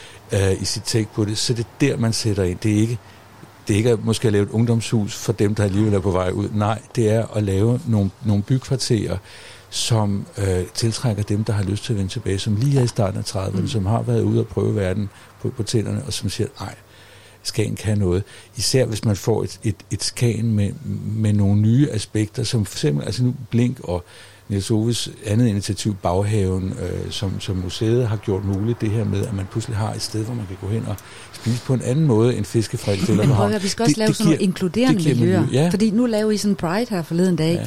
i sit take på det, så det er der, man sætter ind. Det er ikke måske at lave et ungdomshus for dem, der alligevel er på vej ud. Nej, det er at lave nogle bykvarterer, som tiltrækker dem, der har lyst til at vende tilbage, som lige er i starten af 30'erne, som har været ude og prøve verden på tænderne, og som siger, nej, Skagen kan noget. Især hvis man får et Skagen med nogle nye aspekter, som for eksempel, altså nu Blink og Niels Oves andet initiativ, Baghaven, som museet har gjort muligt, det her med, at man pludselig har et sted, hvor man kan gå hen og spise på en anden måde end fiskefrikadeller. Men vi skal også lave sådan nogle inkluderende miljøer, fordi nu laver I sådan en Pride her forleden dag,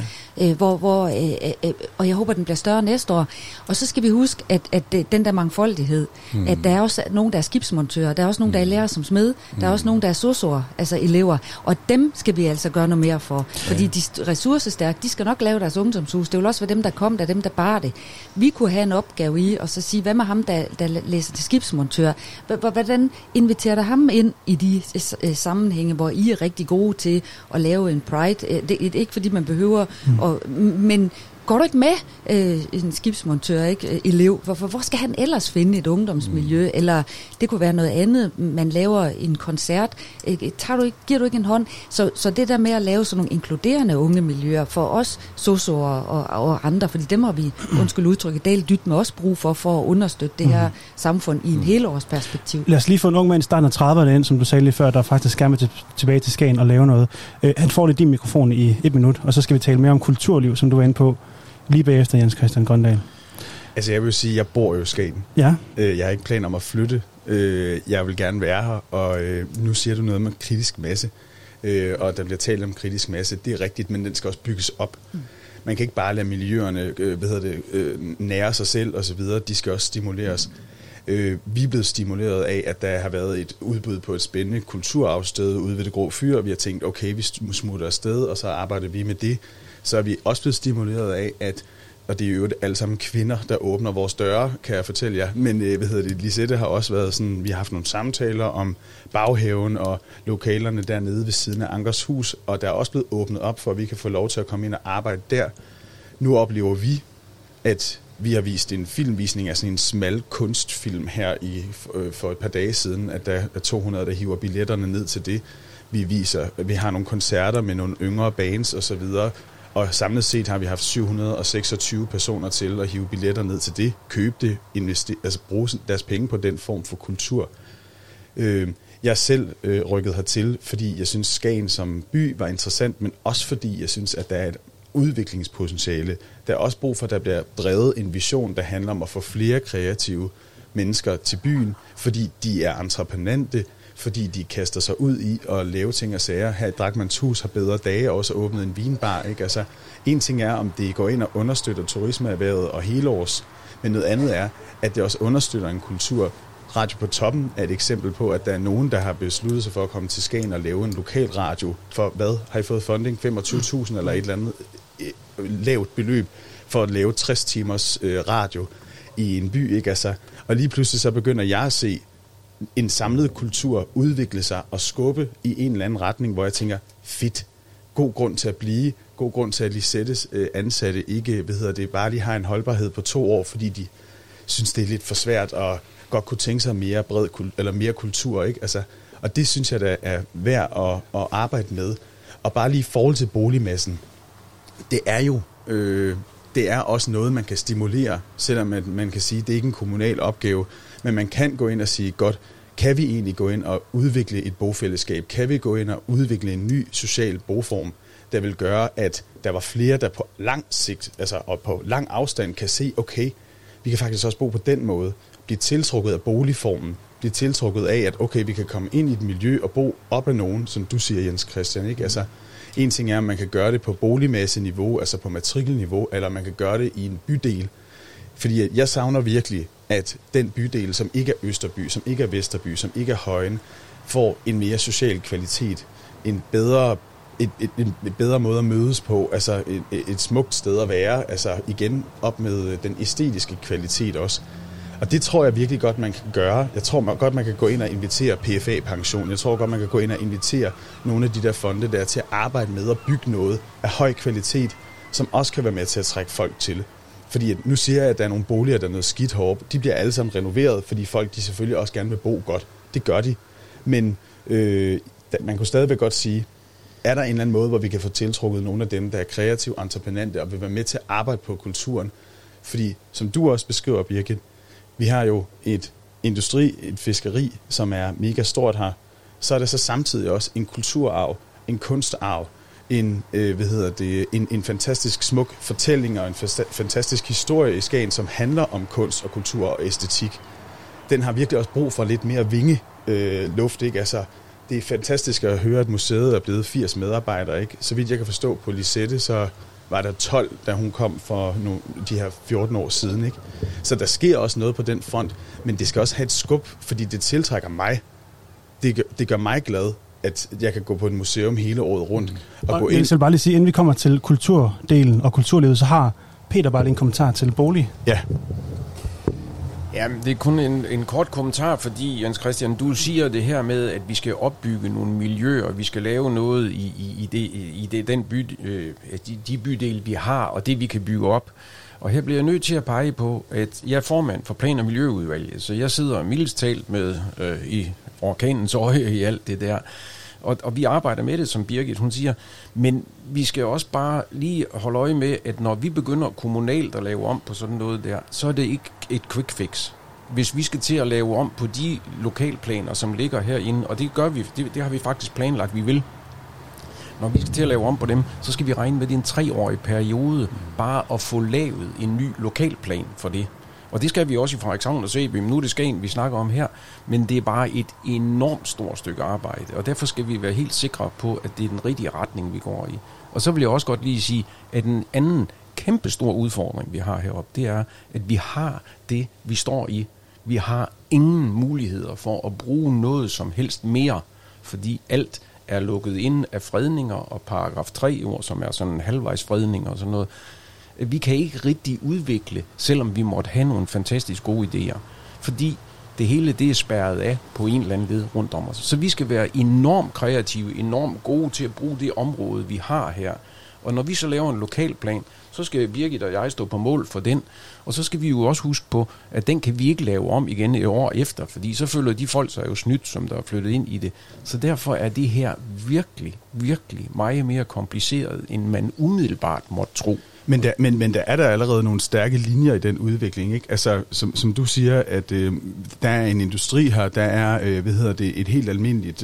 og jeg håber, den bliver større næste år. Og så skal vi huske, at den der mangfoldighed, at der er også nogen, der er skibsmontører, der er også nogen, der er lærer som smed, der er også nogen, der er sosuer, altså elever, og dem skal vi altså gøre noget mere for. Fordi de ressourcestærke, de skal nok lave deres ungdomshus. Det vil også være dem, der kom, der er dem, der bar det. Vi kunne have en opgave i, og så sige, hvad med ham, der læser til skibsmontør? Hvordan inviterer der ham ind i de sammenhænge, hvor I er rigtig gode til at lave en Pride? Det er ikke, fordi man behøver, men går du ikke med en skibsmontør, ikke, elev? Hvor skal han ellers finde et ungdomsmiljø? Eller det kunne være noget andet. Man laver en koncert. Giver du ikke en hånd? Så det der med at lave sådan nogle inkluderende unge miljøer for os, sosuer og andre, fordi dem har vi, undskyld udtrykket, dyt med os brug for at understøtte det her samfund i en helårsperspektiv. Lad os lige få en ung mand i starten af 30'erne ind, som du sagde lige før, der faktisk gerne vil tilbage til Skagen og lave noget. Han får lige din mikrofon i 1 minut, og så skal vi tale mere om kulturliv, som du var inde på. Lige bagefter Jens Christian Grøndal. Altså jeg vil sige, at jeg bor jo i Skagen. Ja. Jeg har ikke planer om at flytte. Jeg vil gerne være her, og nu siger du noget med kritisk masse. Og der bliver talt om kritisk masse. Det er rigtigt, men den skal også bygges op. Man kan ikke bare lade miljøerne nære sig selv osv. De skal også stimuleres. Vi er blevet stimuleret af, at der har været et udbud på et spændende kulturafsted ude ved Det Grå Fyr, og vi har tænkt, okay, vi smutter afsted, og så arbejder vi med det. Så er vi også blevet stimuleret af, at, og det er jo alle sammen kvinder, der åbner vores døre, kan jeg fortælle jer, men Lisette har også været sådan, vi har haft nogle samtaler om Baghaven og lokalerne dernede ved siden af Ankers Hus, og der er også blevet åbnet op for, at vi kan få lov til at komme ind og arbejde der. Nu oplever vi, at vi har vist en filmvisning af sådan en smal kunstfilm her for et par dage siden, at der er 200, der hiver billetterne ned til det. Vi har nogle koncerter med nogle yngre bands og så videre, og samlet set har vi haft 726 personer til at hive billetter ned til det, købe det, altså bruge deres penge på den form for kultur. Jeg er selv rykket hertil, fordi jeg synes, Skagen som by var interessant, men også fordi jeg synes, at der er et udviklingspotentiale. Der er også brug for, at der bliver drevet en vision, der handler om at få flere kreative mennesker til byen, fordi de er entreprenante, fordi de kaster sig ud i at lave ting og sager. Her i Drachmanns Hus har Bedre Dage også åbnet en vinbar. Ikke? Altså, en ting er, om det går ind og understøtter turismeerhvervet og helårs, men noget andet er, at det også understøtter en kultur. Radio på Toppen er et eksempel på, at der er nogen, der har besluttet sig for at komme til Skagen og lave en lokal radio. For hvad? Har I fået funding? 25.000 eller et eller andet lavt beløb for at lave 60 timers radio. i en by, ikke? Altså, og lige pludselig så begynder jeg at se en samlet kultur udvikle sig og skubbe i en eller anden retning, hvor jeg tænker, fedt, god grund til at blive, god grund til at Lisettes ansatte ikke, bare de har en holdbarhed på 2 år, fordi de synes, det er lidt for svært og godt kunne tænke sig mere kultur, ikke? Altså, og det synes jeg, der er værd at arbejde med. Og bare lige i forhold til boligmassen, det er jo det er også noget, man kan stimulere, selvom man kan sige, at det ikke er en kommunal opgave, men man kan gå ind og sige, godt, kan vi egentlig gå ind og udvikle et bofællesskab? Kan vi gå ind og udvikle en ny social boform, der vil gøre, at der var flere, der på lang sigt, altså og på lang afstand, kan se, okay, vi kan faktisk også bo på den måde, blive tiltrukket af boligformen, blive tiltrukket af, at okay, vi kan komme ind i et miljø og bo op ad nogen, som du siger, Jens Christian, ikke? Altså, en ting er, at man kan gøre det på boligmasseniveau, altså på matrikelniveau, eller man kan gøre det i en bydel. Fordi jeg savner virkelig, at den bydel, som ikke er Østerby, som ikke er Vesterby, som ikke er Højen, får en mere social kvalitet, en bedre måde at mødes på, altså et smukt sted at være, altså igen op med den æstetiske kvalitet også. Og det tror jeg virkelig godt, man kan gøre. Jeg tror godt, man kan gå ind og invitere PFA-pension. Jeg tror godt, man kan gå ind og invitere nogle af de der fonde der til at arbejde med at bygge noget af høj kvalitet, som også kan være med til at trække folk til. Fordi nu siger jeg, at der er nogle boliger, der er noget skidt heroppe. De bliver alle sammen renoveret, fordi folk de selvfølgelig også gerne vil bo godt. Det gør de. Men man kunne stadigvæk godt sige, er der en eller anden måde, hvor vi kan få tiltrukket nogle af dem, der er kreative, entreprenante og vil være med til at arbejde på kulturen. Fordi, som du også beskriver, Birgit, vi har jo et industri, et fiskeri, som er mega stort her. Så er der så samtidig også en kulturarv, en kunstarv, en fantastisk smuk fortælling og en fantastisk historie i Skagen, som handler om kunst og kultur og æstetik. Den har virkelig også brug for lidt mere vingeluft, ikke? Altså, det er fantastisk at høre, at museet er blevet 80 medarbejdere, ikke? Så vidt jeg kan forstå på Lisette, så var der 12, da hun kom for de her 14 år siden, ikke? Så der sker også noget på den front, men det skal også have et skub, fordi det tiltrækker mig. Det gør mig glad, at jeg kan gå på et museum hele året rundt. Og gå ind. Jeg vil bare lige sige, inden vi kommer til kulturdelen og kulturlivet, så har Peter bare en kommentar til bolig. Ja. Jamen, det er kun en kort kommentar, fordi, Jens Christian, du siger det her med, at vi skal opbygge nogle miljøer, vi skal lave noget de bydele, vi har, og det, vi kan bygge op. Og her bliver jeg nødt til at pege på, at jeg er formand for Plan- og Miljøudvalget, så jeg sidder mildest talt med i orkanens øje i alt det der. Og vi arbejder med det, som Birgit hun siger, men vi skal også bare lige holde øje med, at når vi begynder kommunalt at lave om på sådan noget der, så er det ikke et quick fix. Hvis vi skal til at lave om på de lokalplaner, som ligger herinde, og det gør vi, det har vi faktisk planlagt, vi vil. Når vi skal til at lave om på dem, så skal vi regne med, det er en 3-årig periode, bare at få lavet en ny lokalplan for det. Og det skal vi også i Frederikshavn og Sæby, men nu er det Skagen, vi snakker om her, men det er bare et enormt stort stykke arbejde, og derfor skal vi være helt sikre på, at det er den rigtige retning, vi går i. Og så vil jeg også godt lige sige, at en anden kæmpe stor udfordring, vi har heroppe, det er, at vi har det, vi står i. Vi har ingen muligheder for at bruge noget som helst mere, fordi alt er lukket ind af fredninger og paragraf 3-ord, som er sådan en halvvejs fredning og sådan noget. Vi kan ikke rigtig udvikle, selvom vi måtte have nogle fantastisk gode idéer. Fordi det hele det er spærret af på en eller anden led rundt om os. Så vi skal være enormt kreative, enormt gode til at bruge det område, vi har her. Og når vi så laver en lokalplan, så skal Birgit og jeg stå på mål for den. Og så skal vi jo også huske på, at den kan vi ikke lave om igen et år efter, fordi så føler de folk sig jo snydt, som der er flyttet ind i det. Så derfor er det her virkelig, virkelig meget mere kompliceret, end man umiddelbart måtte tro. Men der er der allerede nogle stærke linjer i den udvikling, ikke? Altså, som du siger, at der er en industri her, der er, et helt almindeligt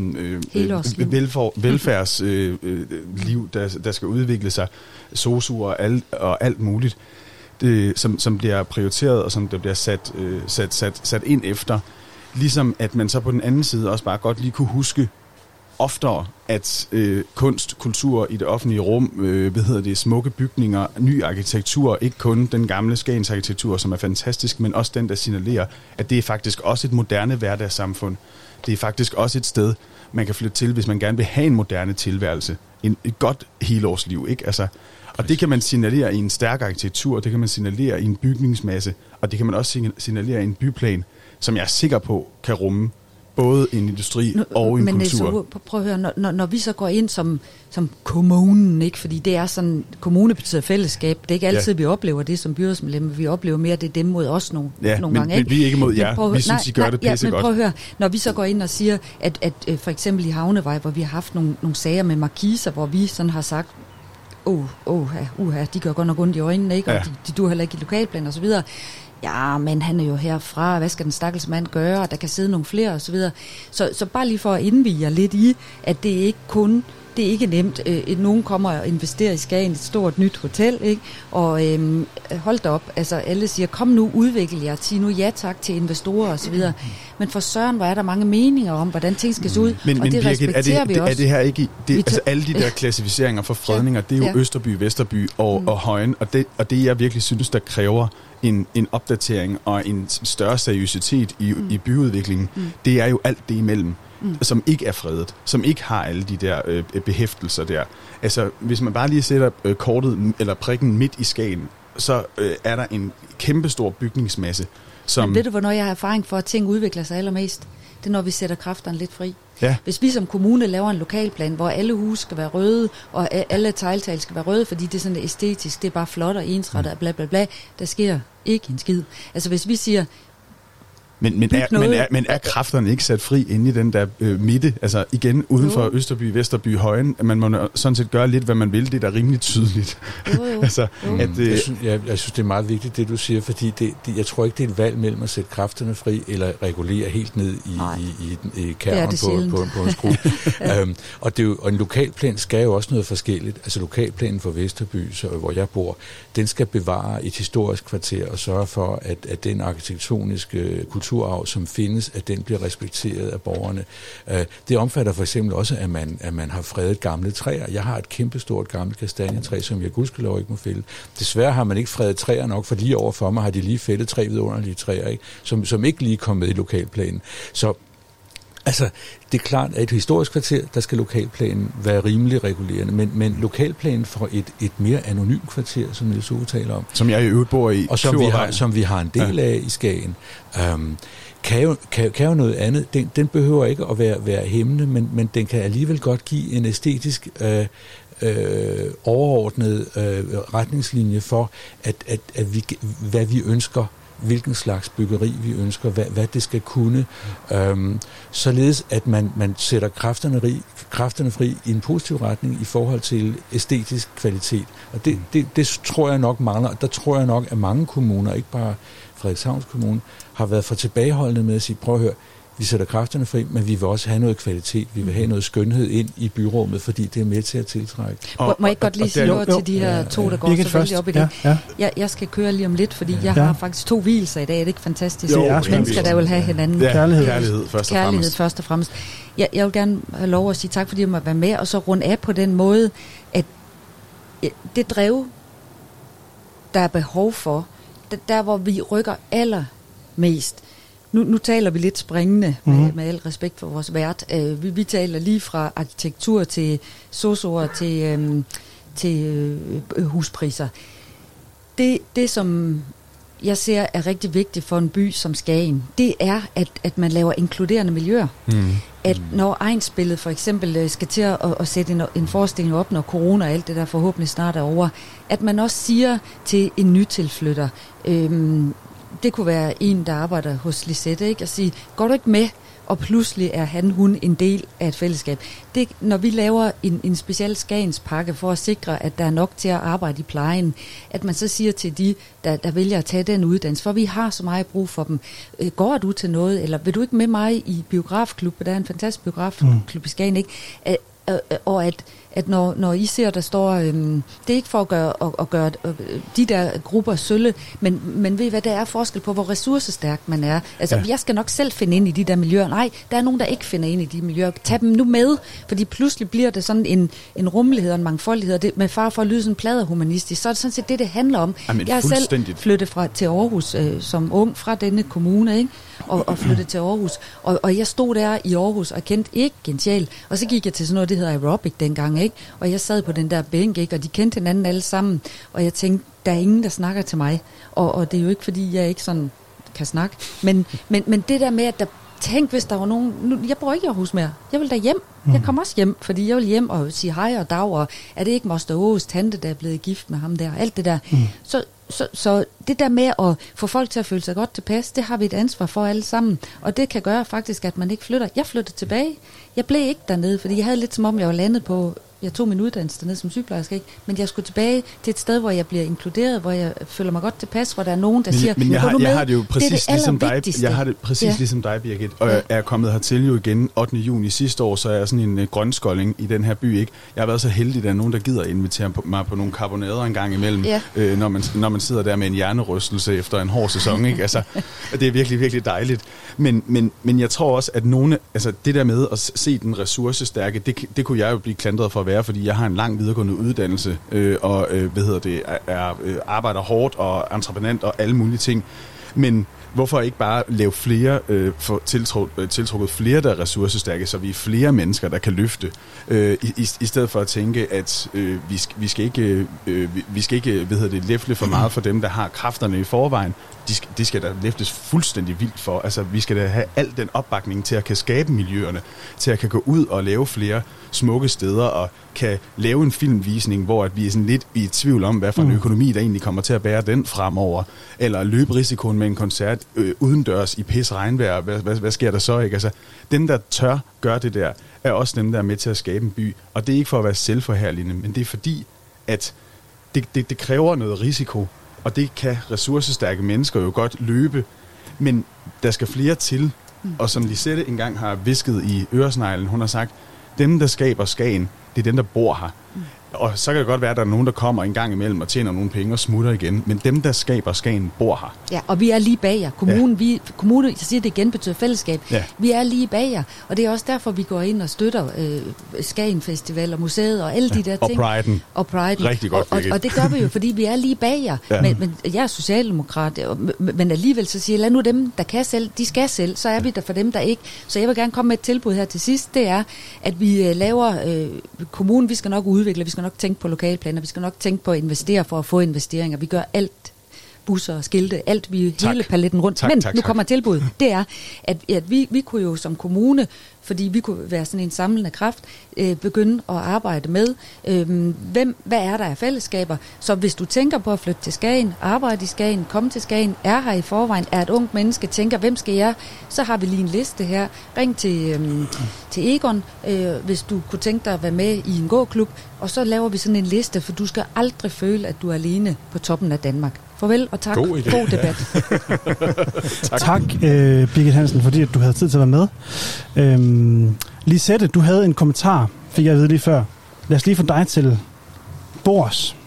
velfærdsliv, der skal udvikle sig, sosuer og alt muligt, som bliver prioriteret, og som der bliver sat ind efter. Ligesom at man så på den anden side også bare godt lige kunne huske oftere, at kunst, kultur i det offentlige rum, smukke bygninger, ny arkitektur, ikke kun den gamle Skagens arkitektur, som er fantastisk, men også den, der signalerer, at det er faktisk også et moderne hverdagssamfund. Det er faktisk også et sted, man kan flytte til, hvis man gerne vil have en moderne tilværelse. Et godt helårsliv, ikke? Altså, Og det kan man signalere i en stærk arkitektur, det kan man signalere i en bygningsmasse, og det kan man også signalere i en byplan, som jeg er sikker på kan rumme både en industri og en kultur. Men prøv at høre, når vi så går ind som kommunen, ikke? Fordi det er sådan, kommune betyder fællesskab. Det er ikke altid, vi oplever det som byrådsmedlemmer. Vi oplever mere, det er dem mod os nogle gange. Ikke? Men vi er ikke mod jer. Vi synes, I gør det pissegodt. Men prøv at høre, når vi så går ind og siger, at for eksempel i Havnevej, hvor vi har haft nogle sager med markiser, hvor vi sådan har sagt, de gør godt nok ondt i øjnene, ikke? Og de duer heller ikke i lokalplan og så videre. Ja, men han er jo herfra, hvad skal den stakkels mand gøre, der kan sidde nogle flere og så videre. Så bare lige for at indvige jer lidt i, at det er ikke nemt. Nogen kommer og investerer i Skagen, et stort nyt hotel, ikke? Og hold da op, altså alle siger, kom nu, udvikle jer, sig nu ja tak til investorer og så videre. Men for søren, hvor er der mange meninger om, hvordan ting skal se ud, men og det Birgit, respekterer vi også. Er det her ikke, altså alle de der klassificeringer for fredninger, det er jo Østerby, Vesterby og Højen, og det jeg virkelig synes, der kræver en opdatering og en større seriøsitet i byudviklingen, det er jo alt det imellem, som ikke er fredet, som ikke har alle de der behæftelser der. Altså, hvis man bare lige sætter kortet eller prikken midt i Skagen, så er der en kæmpestor bygningsmasse, som... Men ved du, hvornår jeg har erfaring for, at ting udvikler sig allermest? Det er, når vi sætter kræfterne lidt fri. Ja. Hvis vi som kommune laver en lokalplan, hvor alle huse skal være røde, og alle tegltag skal være røde, fordi det er sådan æstetisk, det er bare flot og ensrettet og bla bla bla, der sker ikke en skid. Altså hvis vi siger... Men er kræfterne ikke sat fri inde i den der midte, altså igen uden for Østerby, Vesterby, Højen, man må sådan set gøre lidt, hvad man vil, det er da rimelig tydeligt. Altså, jeg synes, det er meget vigtigt, det du siger, fordi jeg tror ikke, det er et valg mellem at sætte kræfterne fri, eller regulere helt ned i kernen på en skrue. Og en lokalplan skal jo også noget forskelligt. Altså lokalplanen for Vesterby, hvor jeg bor, den skal bevare et historisk kvarter og sørge for, at den arkitektoniske kulturarv, som findes, at den bliver respekteret af borgerne. Det omfatter for eksempel også, at man har fredet gamle træer. Jeg har et kæmpestort gammelt kastanjetræ, som jeg gudskelov ikke må fælde. Desværre har man ikke fredet træer nok, for lige overfor mig har de lige fældet 3 vidunderlige træer, ikke? Som ikke lige kom med i lokalplanen. Så altså, det er klart, at et historisk kvarter, der skal lokalplanen være rimelig regulerende, men lokalplanen for et mere anonymt kvarter, som Niels Ove taler om. Som jeg i øvrigt bor i. Og som vi har en del af i Skagen. Kan jo noget andet. Den behøver ikke at være hæmmende, men den kan alligevel godt give en æstetisk overordnet retningslinje for, hvad vi ønsker, hvilken slags byggeri vi ønsker, hvad det skal kunne, således at man sætter kræfterne fri i en positiv retning i forhold til æstetisk kvalitet. Og det tror jeg nok mangler, og der tror jeg nok, at mange kommuner, ikke bare Frederikshavns Kommune, har været for tilbageholdende med at sige, prøv at høre, vi sætter kræfterne fri, men vi vil også have noget kvalitet. Vi vil have noget skønhed ind i byrummet, fordi det er med til at tiltrække. Må jeg ikke godt lige sige noget til de her to, der går så vældig op i det? Ja. Jeg skal køre lige om lidt, fordi jeg har faktisk 2 vielser i dag. Er det ikke fantastisk? Mennesker, der vil have hinanden. Kærlighed først og fremmest. Jeg vil gerne have lov at sige tak, fordi jeg må være med, og så runde af på den måde, at det drev, der er behov for, der hvor vi rykker allermest. Nu taler vi lidt springende, med al respekt for vores vært. Vi taler lige fra arkitektur til sosuer til huspriser. Det, som jeg ser er rigtig vigtigt for en by som Skagen, det er, at man laver inkluderende miljøer. At når egenspillet for eksempel skal til at sætte en forestilling op, når corona og alt det der forhåbentlig snart er over, at man også siger til en nytilflytter, det kunne være en, der arbejder hos Lisette, ikke? At sige, går du ikke med? Og pludselig er hun en del af et fællesskab. Det, når vi laver en speciel Skagenspakke for at sikre, at der er nok til at arbejde i plejen, at man så siger til de, der vælger at tage den uddannelse, for vi har så meget brug for dem. Går du til noget, eller vil du ikke med mig i biografklub? Der er en fantastisk biografklub i Skagen, ikke? Og at når I ser, der står, det er ikke for at gøre de der grupper sølle, men ved I hvad, der er forskel på, hvor ressourcestærk man er. Altså, jeg skal nok selv finde ind i de der miljøer. Nej, der er nogen, der ikke finder ind i de miljøer. Tag dem nu med, fordi pludselig bliver det sådan en rummelighed og en mangfoldighed, og det, med far for at lyde sådan pladerhumanistisk, så er det sådan set det handler om. Jamen, jeg har selv flyttet til Aarhus som ung fra denne kommune, ikke? Og flyttet til Aarhus. Og jeg stod der i Aarhus og kendte ikke Gential, og så gik jeg til sådan noget, det hedder aerobic dengang, ikke? ikke? Og jeg sad på den der bænk, ikke? Og de kendte hinanden alle sammen, og jeg tænkte, der er ingen, der snakker til mig. Og det er jo ikke, fordi jeg ikke sådan kan snakke. Men det der med, at der tænk, hvis der var nogen... Nu, jeg bor ikke i Aarhus mere. Jeg vil da hjem. Jeg kommer også hjem, fordi jeg vil hjem og sige hej og dag, og er det ikke Moster Åges tante, der er blevet gift med ham der? Alt det der. Så det der med at få folk til at føle sig godt tilpas, det har vi et ansvar for alle sammen. Og det kan gøre faktisk, at man ikke flytter. Jeg flyttede tilbage. Jeg blev ikke dernede, fordi jeg havde lidt som om, jeg var landet på... Jeg tog min uddannelse dernede som sygeplejerske, ikke? Men jeg skulle tilbage til et sted, hvor jeg bliver inkluderet, hvor jeg føler mig godt tilpas, hvor der er nogen, der siger... Men jeg har det jo præcis ligesom dig. Jeg har det præcis ligesom dig, Birgit. Og jeg er kommet hertil jo igen 8. juni sidste år, så er jeg sådan en grønskolling i den her by, ikke? Jeg har været så heldig, at der er nogen, der gider invitere mig på nogle karbonader en gang imellem, når man sidder der med en hjernerystelse efter en hård sæson, ikke? Altså, det er virkelig, virkelig dejligt. Men jeg tror også, at nogle... Altså, det der med at se den ressourcestærke, det kunne jeg jo blive klandret for at være, fordi jeg har en lang videregående uddannelse og arbejder hårdt og entreprenant og alle mulige ting. Men hvorfor ikke bare lave flere, tiltrukket flere, der er ressourcestærke, så vi er flere mennesker, der kan løfte, i stedet for at tænke, at vi skal ikke læfle for meget for dem, der har kræfterne i forvejen. De skal da løftes fuldstændig vildt for. Altså, vi skal da have al den opbakning til at kan skabe miljøerne, til at kan gå ud og lave flere smukke steder, og kan lave en filmvisning, hvor at vi er sådan lidt i tvivl om, hvad for en økonomi, der egentlig kommer til at bære den fremover, eller løbe risikoen med en koncert udendørs i pis regnvejr. Hvad sker der så, ikke? Altså, dem, der tør gøre det der, er også dem, der er med til at skabe en by. Og det er ikke for at være selvforherligende, men det er fordi, at det kræver noget risiko, og det kan ressourcestærke mennesker jo godt løbe, men der skal flere til. Og som Lisette engang har visket i øresneglen, hun har sagt, dem, der skaber Skagen, det er dem, der bor her. Og så kan det godt være, at der er nogen, der kommer en gang imellem og tjener nogle penge og smutter igen. Men dem, der skaber Skagen, bor her. Ja, og vi er lige bag jer. Kommunen, jeg siger det igen, betyder fællesskab. Ja. Vi er lige bag jer. Og det er også derfor, vi går ind og støtter Skagen Festival og museet og alle de der ting. Og Priden. Rigtig godt. Og det gør vi jo, fordi vi er lige bag jer. Ja. Men jeg er socialdemokrat, men alligevel så siger jeg, lad nu dem, der kan selv, de skal selv. Så er vi der for dem, der ikke. Så jeg vil gerne komme med et tilbud her til sidst. Det er, at vi laver kommunen, vi skal nok udvikle, vi skal nok tænke på lokalplaner, vi skal nok tænke på at investere for at få investeringer. Vi gør alt, busser og skilte, alt, hele paletten rundt. Men nu kommer tilbud. Det er, at vi kunne jo som kommune, fordi vi kunne være sådan en samlende kraft, begynde at arbejde med, hvad er der af fællesskaber. Så hvis du tænker på at flytte til Skagen, arbejde i Skagen, komme til Skagen, er her i forvejen, er et ungt menneske, tænker, hvem skal jeg? Så har vi lige en liste her. Ring til Egon, hvis du kunne tænke dig at være med i en gåklub, og så laver vi sådan en liste, for du skal aldrig føle, at du er alene på toppen af Danmark. Farvel og tak. God debat. Tak, Birgit Hansen, fordi at du havde tid til at være med. Lisette, du havde en kommentar, fik jeg at vide lige før. Lad os lige få dig til bords.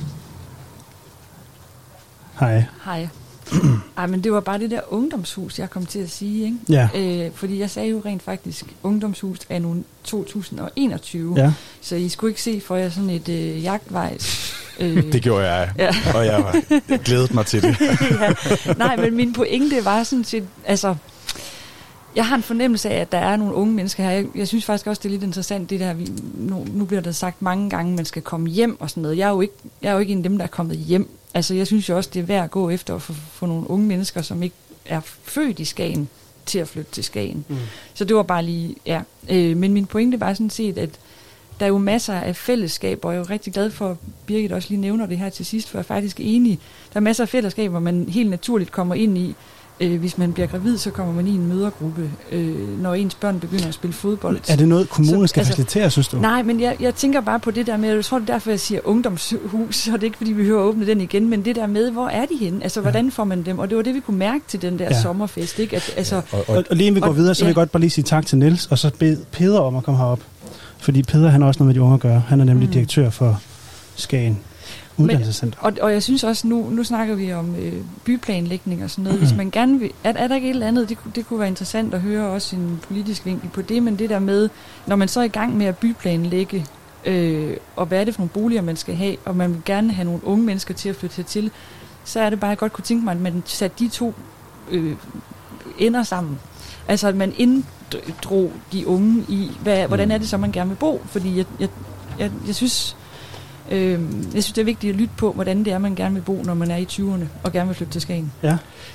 Hej. Hej. Ej, men det var bare det der ungdomshus, jeg kom til at sige, ikke? Ja. Fordi jeg sagde jo rent faktisk ungdomshus af nu 2021. Ja. Så I skulle ikke se for jer sådan et jagtvejs. Det gjorde jeg, og jeg glædede mig til det. Ja. Nej, men min pointe var sådan set, altså, jeg har en fornemmelse af, at der er nogle unge mennesker her. Jeg synes faktisk også, det er lidt interessant, det der, nu bliver der sagt mange gange, man skal komme hjem og sådan noget. Jeg er jo ikke en af dem, der er kommet hjem. Altså, jeg synes jo også, det er værd at gå efter at få nogle unge mennesker, som ikke er født i Skagen, til at flytte til Skagen. Så det var bare lige, ja. Men min pointe var sådan set, at der er jo masser af fællesskaber, og jeg er jo rigtig glad for, at Birgit også lige nævner det her til sidst, for jeg er faktisk enig. Der er masser af fællesskaber, man helt naturligt kommer ind i. Hvis man bliver gravid, så kommer man i en mødergruppe, når ens børn begynder at spille fodbold. Er det noget, kommunen skal facilitere, synes du? Nej, men jeg tænker bare på det der med, jeg tror, det er derfor, jeg siger ungdomshus, og det er ikke, fordi vi hører åbne den igen, men det der med, hvor er de henne? Altså, hvordan får man dem? Og det var det, vi kunne mærke til den der sommerfest, ikke? At, altså, og lige inden vi går videre, så vil jeg godt bare lige sige tak til Niels, og så bede Peder om at komme herop. Fordi Peder, han har også noget med de unge at gøre. Han er nemlig direktør for Skagen Uddannelsescenter. Og jeg synes også, nu snakker vi om byplanlægning og sådan noget. Hvis man gerne vil, er der ikke et eller andet, det kunne være interessant at høre også en politisk vinkel på det, men det der med, når man så er i gang med at byplanlægge, og hvad er det for nogle boliger, man skal have, og man vil gerne have nogle unge mennesker til at flytte til, så er det bare, jeg godt kunne tænke mig, at man satte de to ender sammen. Altså, at man inddrog de unge i, hvordan er det så, man gerne vil bo? Fordi jeg synes, det er vigtigt at lytte på, hvordan det er, man gerne vil bo, når man er i 20'erne, og gerne vil flytte til Skagen. Ja.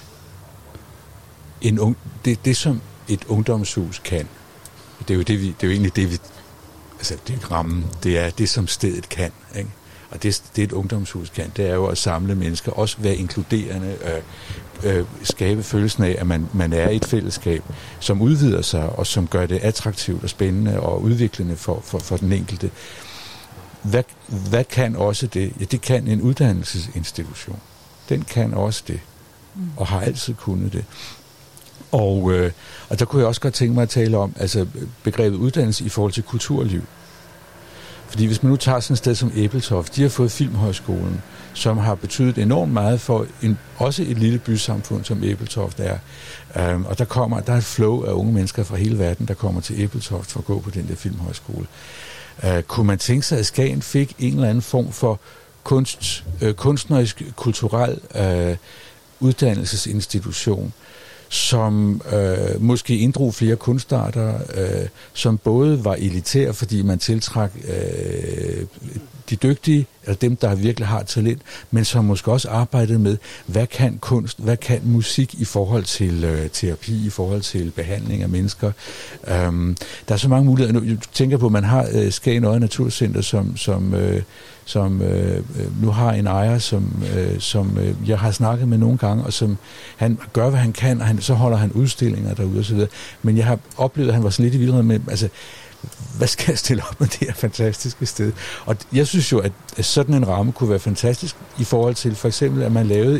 Det som et ungdomshus kan, det er jo egentlig det, altså det er rammen, det er det, som stedet kan, ikke? Og det et ungdomshus kan, det er jo at samle mennesker, også være inkluderende, skabe følelsen af, at man er i et fællesskab, som udvider sig, og som gør det attraktivt og spændende og udviklende for den enkelte. Hvad kan også det? Ja, det kan en uddannelsesinstitution. Den kan også det, og har altid kunnet det. Og der kunne jeg også godt tænke mig at tale om altså begrebet uddannelse i forhold til kulturliv. Fordi hvis man nu tager sådan et sted som Ebeltoft, de har fået Filmhøjskolen, som har betydet enormt meget for også et lille bysamfund, som Ebeltoft er. Og der er et flow af unge mennesker fra hele verden, der kommer til Ebeltoft for at gå på den der Filmhøjskole. Kunne man tænke sig, at Skagen fik en eller anden form for kunstnerisk, kulturel uddannelsesinstitution, som måske inddrog flere kunstarter, som både var elitær, fordi man tiltrak de dygtige, eller dem, der virkelig har talent, men som måske også arbejdede med, hvad kan kunst, hvad kan musik i forhold til terapi, i forhold til behandling af mennesker. Der er så mange muligheder. Jeg tænker på, at man har Skagen Odde Naturcenter, som nu har en ejer, som jeg har snakket med nogle gange, og som han gør, hvad han kan, og så holder han udstillinger derude og så videre. Men jeg har oplevet, at han var sådan lidt i vildhed med, altså, hvad skal jeg stille op med det her fantastiske sted? Og jeg synes jo, at sådan en ramme kunne være fantastisk i forhold til for eksempel, at man lavede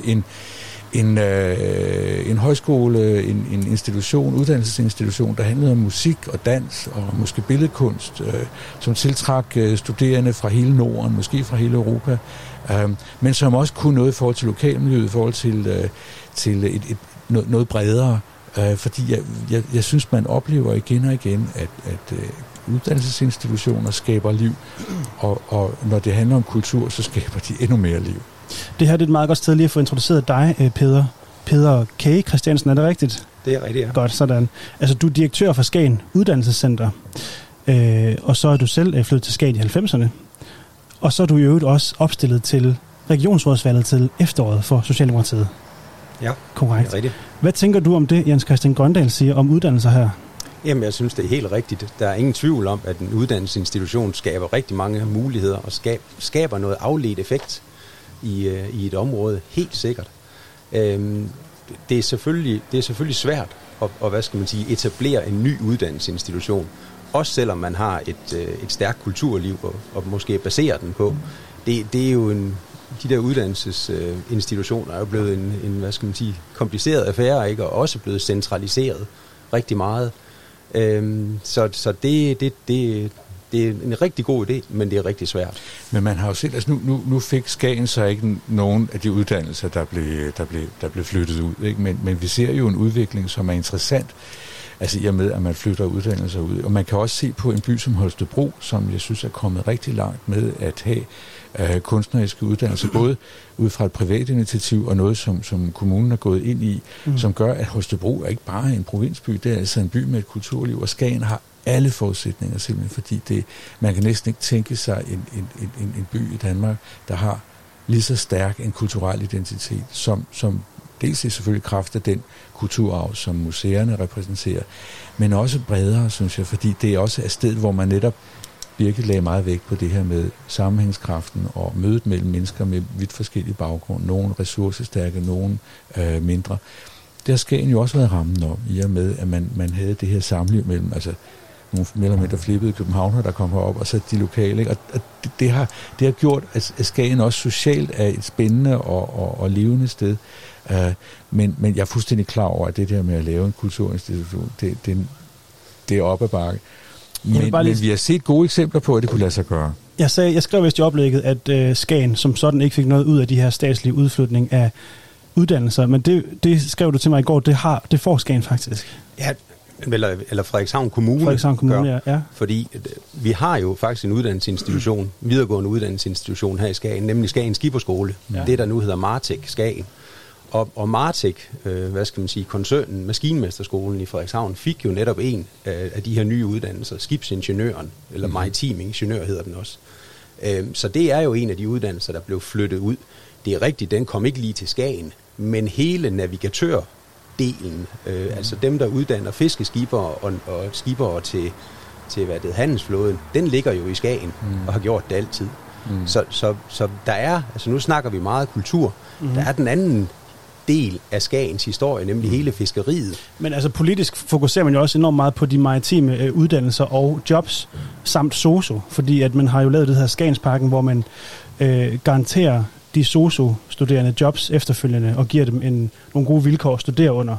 en højskole, en institution, uddannelsesinstitution, der handlede om musik og dans og måske billedkunst, som tiltrak studerende fra hele Norden, måske fra hele Europa, men som også kunne noget i forhold til lokalmiljøet, i forhold til noget bredere, fordi jeg synes, man oplever igen og igen, at uddannelsesinstitutioner skaber liv, og når det handler om kultur, så skaber de endnu mere liv. Det her det er et meget godt sted lige at få introduceret dig, Peder K. Christiansen, er det rigtigt? Det er rigtigt, ja. Godt, sådan. Altså, du er direktør for Skagen Uddannelsescenter, og så er du selv flyttet til Skagen i 90'erne, og så er du i øvrigt også opstillet til regionsrådsvalget til efteråret for Socialdemokratiet. Ja, korrekt. Det er rigtigt. Hvad tænker du om det, Jens Christian Grøndal siger om uddannelser her? Jamen, jeg synes, det er helt rigtigt. Der er ingen tvivl om, at en uddannelsesinstitution skaber rigtig mange muligheder og skaber noget afledt effekt i et område, helt sikkert. Det er selvfølgelig svært at etablere en ny uddannelsesinstitution, også selvom man har et stærkt kulturliv og måske baserer den på. Det er jo de der uddannelsesinstitutioner er jo blevet en kompliceret affære, ikke? Og også blevet centraliseret rigtig meget. Så det er en rigtig god idé, men det er rigtig svært. Men man har jo set, altså nu fik Skagen så ikke nogen af de uddannelser, der blev flyttet ud, ikke? Men vi ser jo en udvikling, som er interessant, altså i og med, at man flytter uddannelser ud. Og man kan også se på en by som Holstebro, som jeg synes er kommet rigtig langt med at have kunstneriske uddannelser, både ud fra et privat initiativ og noget, som kommunen er gået ind i, som gør, at Holstebro er ikke bare en provinsby, det er altså en by med et kulturliv, og Skagen har alle forudsætninger simpelthen, fordi man kan næsten ikke tænke sig en by i Danmark, der har lige så stærk en kulturel identitet, som dels er selvfølgelig kraft af den kulturarv, som museerne repræsenterer, men også bredere, synes jeg, fordi det er også et sted, hvor man netop virkelig lagde meget vægt på det her med sammenhængskraften og mødet mellem mennesker med vidt forskellige baggrund, nogle ressourcestærke, nogle mindre. Det har Skagen jo også været rammen om, i og med, at man havde det her samliv mellem, altså nogle mere eller mindre flippede københavnere, der kom herop, og så de lokale. Ikke? Og det har gjort, at Skagen også socialt er et spændende og levende sted. Men jeg er fuldstændig klar over, at det der med at lave en kulturinstitution, det er op ad bakke. Men vi har set gode eksempler på, at det kunne lade sig gøre. Jeg skrev vist i oplægget, at Skagen som sådan ikke fik noget ud af de her statslige udflytning af uddannelser, men det skrev du til mig i går, det får Skagen faktisk. Ja, eller Frederikshavn Kommune. Frederikshavn Kommune, ja. Fordi vi har jo faktisk en uddannelsesinstitution, videregående uddannelsesinstitution her i Skagen, nemlig Skagen Skipperskole. Ja. Det, der nu hedder Martek Skagen. Og Martek, koncernen, Maskinmesterskolen i Frederikshavn, fik jo netop en af de her nye uddannelser, skibsingeniøren, eller maritim ingeniør hedder den også. Så det er jo en af de uddannelser, der blev flyttet ud. Det er rigtigt, den kom ikke lige til Skagen, men hele navigatørdelen, altså dem, der uddanner fiskeskibere og skibere til handelsflåden, den ligger jo i Skagen og har gjort det altid. Så der er, altså nu snakker vi meget kultur, der er den anden del af Skagens historie, nemlig hele fiskeriet. Men altså politisk fokuserer man jo også enormt meget på de maritime uddannelser og jobs, samt SOSU, fordi at man har jo lavet det her Skagensparken, hvor man garanterer de SOSU-studerende jobs efterfølgende og giver dem nogle gode vilkår at studere under.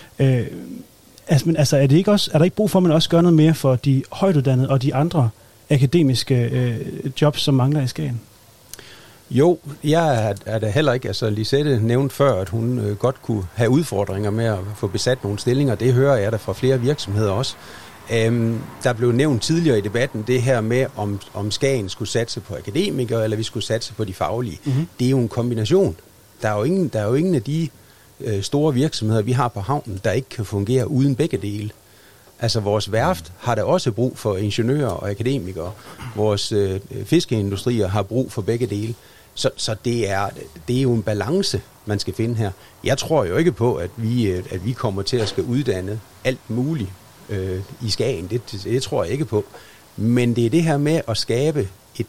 Altså er der ikke brug for, at man også gør noget mere for de højtuddannede og de andre akademiske jobs, som mangler i Skagen? Jo, jeg er da heller ikke, altså Lisette nævnte før, at hun godt kunne have udfordringer med at få besat nogle stillinger. Det hører jeg da fra flere virksomheder også. Der blev nævnt tidligere i debatten det her med, om Skagen skulle satse på akademikere, eller vi skulle satse på de faglige. Det er jo en kombination. Der er jo ingen af de store virksomheder, vi har på havnen, der ikke kan fungere uden begge dele. Altså vores værft har da også brug for ingeniører og akademikere. Vores fiskeindustrier har brug for begge dele. Så det er jo en balance, man skal finde her. Jeg tror jo ikke på, at vi kommer til at skal uddanne alt muligt i Skagen. Det tror jeg ikke på. Men det er det her med at skabe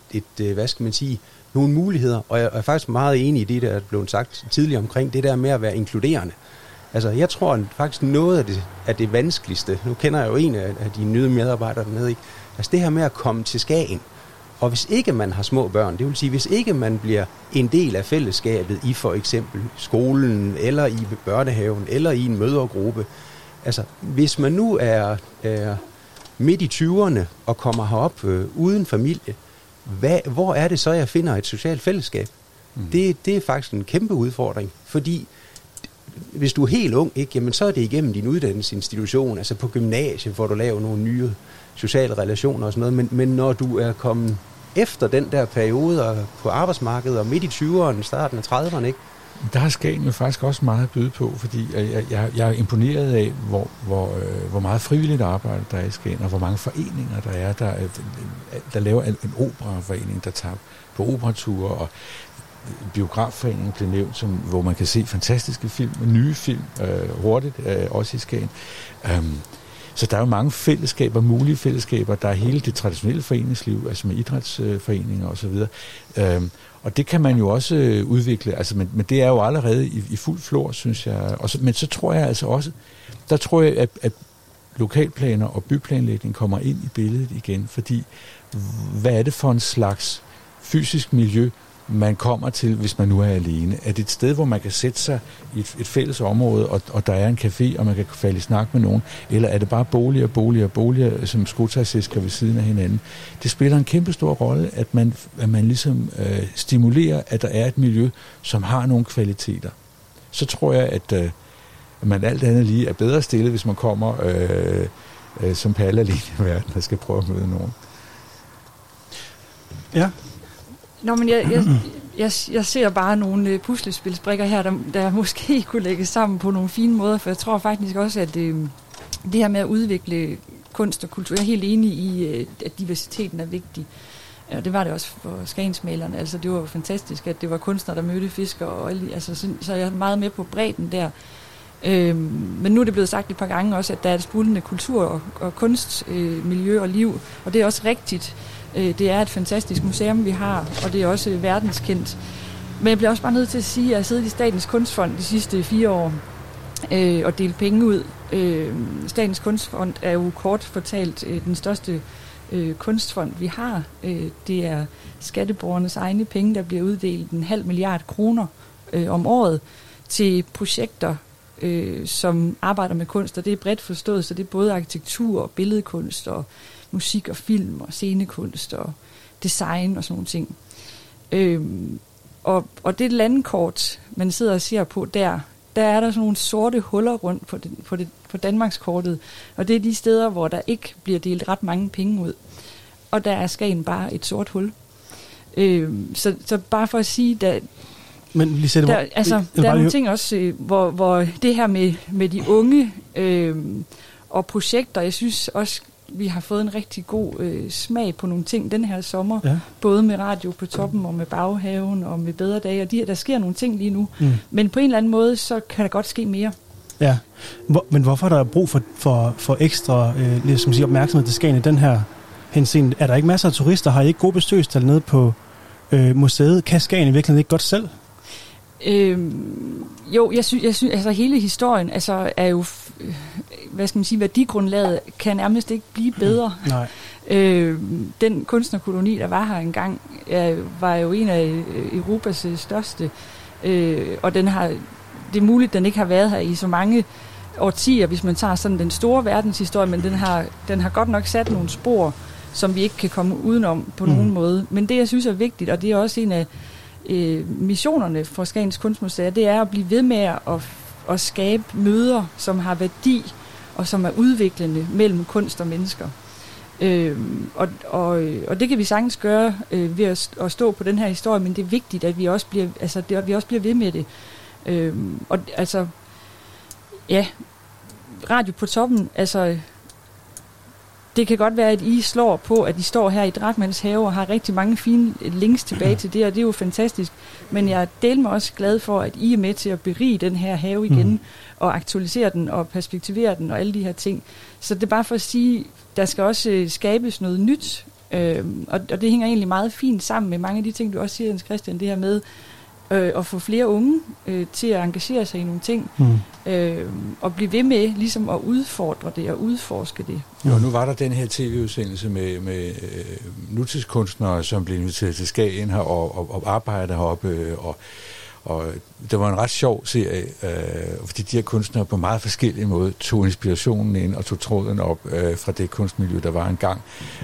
nogle muligheder. Og jeg er faktisk meget enig i det, der er blevet sagt tidligere omkring det der med at være inkluderende. Altså, jeg tror faktisk noget af det vanskeligste, nu kender jeg jo en af de nye medarbejdere dernede, ikke? Altså det her med at komme til Skagen, og hvis ikke man har små børn, det vil sige, hvis ikke man bliver en del af fællesskabet i for eksempel skolen, eller i børnehaven, eller i en mødregruppe, altså hvis man nu er midt i 20'erne og kommer herop uden familie, hvor er det så, jeg finder et socialt fællesskab? Det er faktisk en kæmpe udfordring, fordi hvis du er helt ung, ikke, jamen, så er det igennem din uddannelsesinstitution, altså på gymnasiet, hvor du laver nogle nye sociale relationer og sådan noget, men når du er kommet efter den der periode på arbejdsmarkedet og midt i 20'erne, starten af 30'erne, ikke? Der har Skagen jo faktisk også meget at byde på, fordi jeg er imponeret af, hvor meget frivilligt arbejde der er i Skagen, og hvor mange foreninger der er, der laver en operaforening, der tager på operature, og biografforeningen blev nævnt, hvor man kan se fantastiske film, nye film hurtigt, også i Skagen. Så der er jo mange fællesskaber, mulige fællesskaber. Der er hele det traditionelle foreningsliv, altså med idrætsforeninger osv. Og det kan man jo også udvikle, altså, men det er jo allerede i fuld flor, synes jeg. Men så tror jeg altså også, at lokalplaner og byplanlægning kommer ind i billedet igen, fordi hvad er det for en slags fysisk miljø, man kommer til, hvis man nu er alene? Er det et sted, hvor man kan sætte sig i et fælles område, og der er en café, og man kan falde i snak med nogen? Eller er det bare boliger, som skotøjsæsker ved siden af hinanden? Det spiller en kæmpe stor rolle, at man ligesom stimulerer, at der er et miljø, som har nogle kvaliteter. Så tror jeg, at man alt andet lige er bedre stillet, hvis man kommer som Palle alene i verden, der skal prøve at møde nogen. Ja. Nå, men jeg ser bare nogle puslespilsbrikker her, der måske kunne lægges sammen på nogle fine måder, for jeg tror faktisk også, at det her med at udvikle kunst og kultur, jeg er helt enig i, at diversiteten er vigtig. Og det var det også for Skagensmalerne. Altså, det var jo fantastisk, at det var kunstnere, der mødte fiskere, og altså, så jeg er meget med på bredden der. Men nu er det blevet sagt et par gange også, at der er et sprudlende kultur- og kunstmiljø og liv, og det er også rigtigt. Det er et fantastisk museum, vi har, og det er også verdenskendt. Men jeg bliver også bare nødt til at sige, at jeg har siddet i Statens Kunstfond de sidste 4 år og delt penge ud. Statens Kunstfond er jo kort fortalt den største kunstfond, vi har. Det er skatteborgernes egne penge, der bliver uddelt 0,5 milliard kroner om året til projekter, som arbejder med kunst, og det er bredt forstået, så det er både arkitektur og billedkunst og musik og film og scenekunst og design og sådan nogle ting. Og det landkort, man sidder og ser på der er der sådan nogle sorte huller rundt på Danmarkskortet, og det er de steder, hvor der ikke bliver delt ret mange penge ud. Og der er Skagen bare et sort hul. Så bare for at sige, Men Lisette, der er nogle ting også, hvor det her med de unge og projekter, jeg synes også, vi har fået en rigtig god smag på nogle ting den her sommer, både med Radio på Toppen og med Baghaven og med Bedre Dage, og der sker nogle ting lige nu. Men på en eller anden måde, så kan der godt ske mere. Ja, men hvorfor er der brug for ekstra ligesom sige, opmærksomhed til Skagen i den her henseende? Er der ikke masser af turister? Har I ikke gode besøgstal nede på museet? Kan Skagen i virkeligheden ikke godt selv? Jo, jeg synes, altså hele historien er jo, hvad skal man sige, værdigrundlaget kan nærmest ikke blive bedre. Nej. Den kunstnerkoloni, der var her engang, var jo en af Europas største, og det er muligt, den ikke har været her i så mange årtier, hvis man tager sådan den store verdenshistorie, men den har godt nok sat nogle spor, som vi ikke kan komme udenom på nogen måde. Men det, jeg synes er vigtigt, og det er også en af missionerne for Skagens Kunstmuseer, det er at blive ved med at skabe møder, som har værdi og som er udviklende mellem kunst og mennesker. Og det kan vi sagtens gøre ved at stå på den her historie, men det er vigtigt, at vi også bliver ved med det. Radio på Toppen, det kan godt være, at I slår på, at I står her i Drachmanns Have og har rigtig mange fine links tilbage til det, og det er jo fantastisk. Men jeg er mig også glad for, at I er med til at berige den her have igen, og aktualisere den og perspektivere den og alle de her ting. Så det er bare for at sige, der skal også skabes noget nyt, og det hænger egentlig meget fint sammen med mange af de ting, du også siger, Jens Christian, det her med at få flere unge til at engagere sig i nogle ting, og blive ved med ligesom at udfordre det og udforske det. Og nu var der den her tv-udsendelse med nutidskunstnere, som blev inviteret til Skagen her og arbejder heroppe, og det var en ret sjov serie, fordi de her kunstnere på meget forskellige måder tog inspirationen ind og tog tråden op fra det kunstmiljø, der var engang.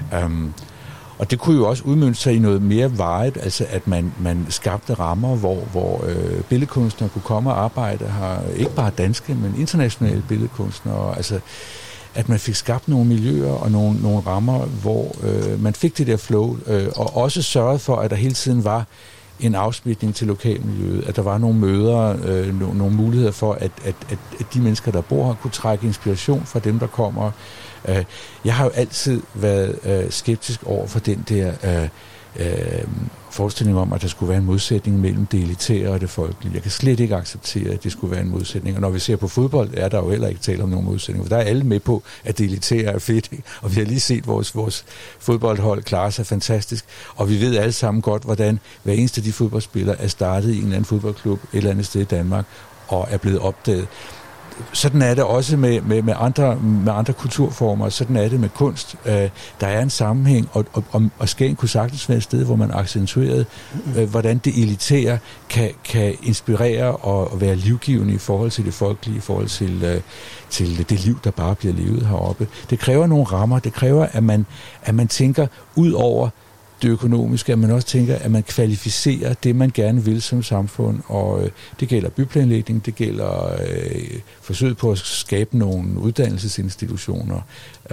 Og det kunne jo også udmønte sig i noget mere varigt, altså at man skabte rammer, hvor billedkunstnere kunne komme og arbejde her, ikke bare danske, men internationale billedkunstnere, altså at man fik skabt nogle miljøer og nogle rammer, hvor man fik det der flow, og også sørgede for, at der hele tiden var en afsmitning til lokalmiljøet, at der var nogle møder, nogle muligheder for, at de mennesker, der bor her, kunne trække inspiration fra dem, der kommer. Jeg har jo altid været skeptisk over for den der forestilling om, at der skulle være en modsætning mellem det elitære og det folkelige. Jeg kan slet ikke acceptere, at det skulle være en modsætning. Og når vi ser på fodbold, er der jo heller ikke tale om nogen modsætning. For der er alle med på, at det elitære er fedt. Ikke? Og vi har lige set vores fodboldhold klare sig fantastisk. Og vi ved alle sammen godt, hvordan hver eneste af de fodboldspillere er startet i en eller anden fodboldklub et eller andet sted i Danmark og er blevet opdaget. Sådan er det også med andre kulturformer, sådan er det med kunst. Der er en sammenhæng, og Skagen kunne sagtens være et sted, hvor man accentuerede, hvordan det elitære kan inspirere og være livgivende i forhold til det folkelige, i forhold til det liv, der bare bliver levet heroppe. Det kræver nogle rammer, det kræver, at man tænker ud over det økonomiske, at man også tænker, at man kvalificerer det, man gerne vil som samfund, og det gælder byplanlægning, det gælder forsøg på at skabe nogle uddannelsesinstitutioner,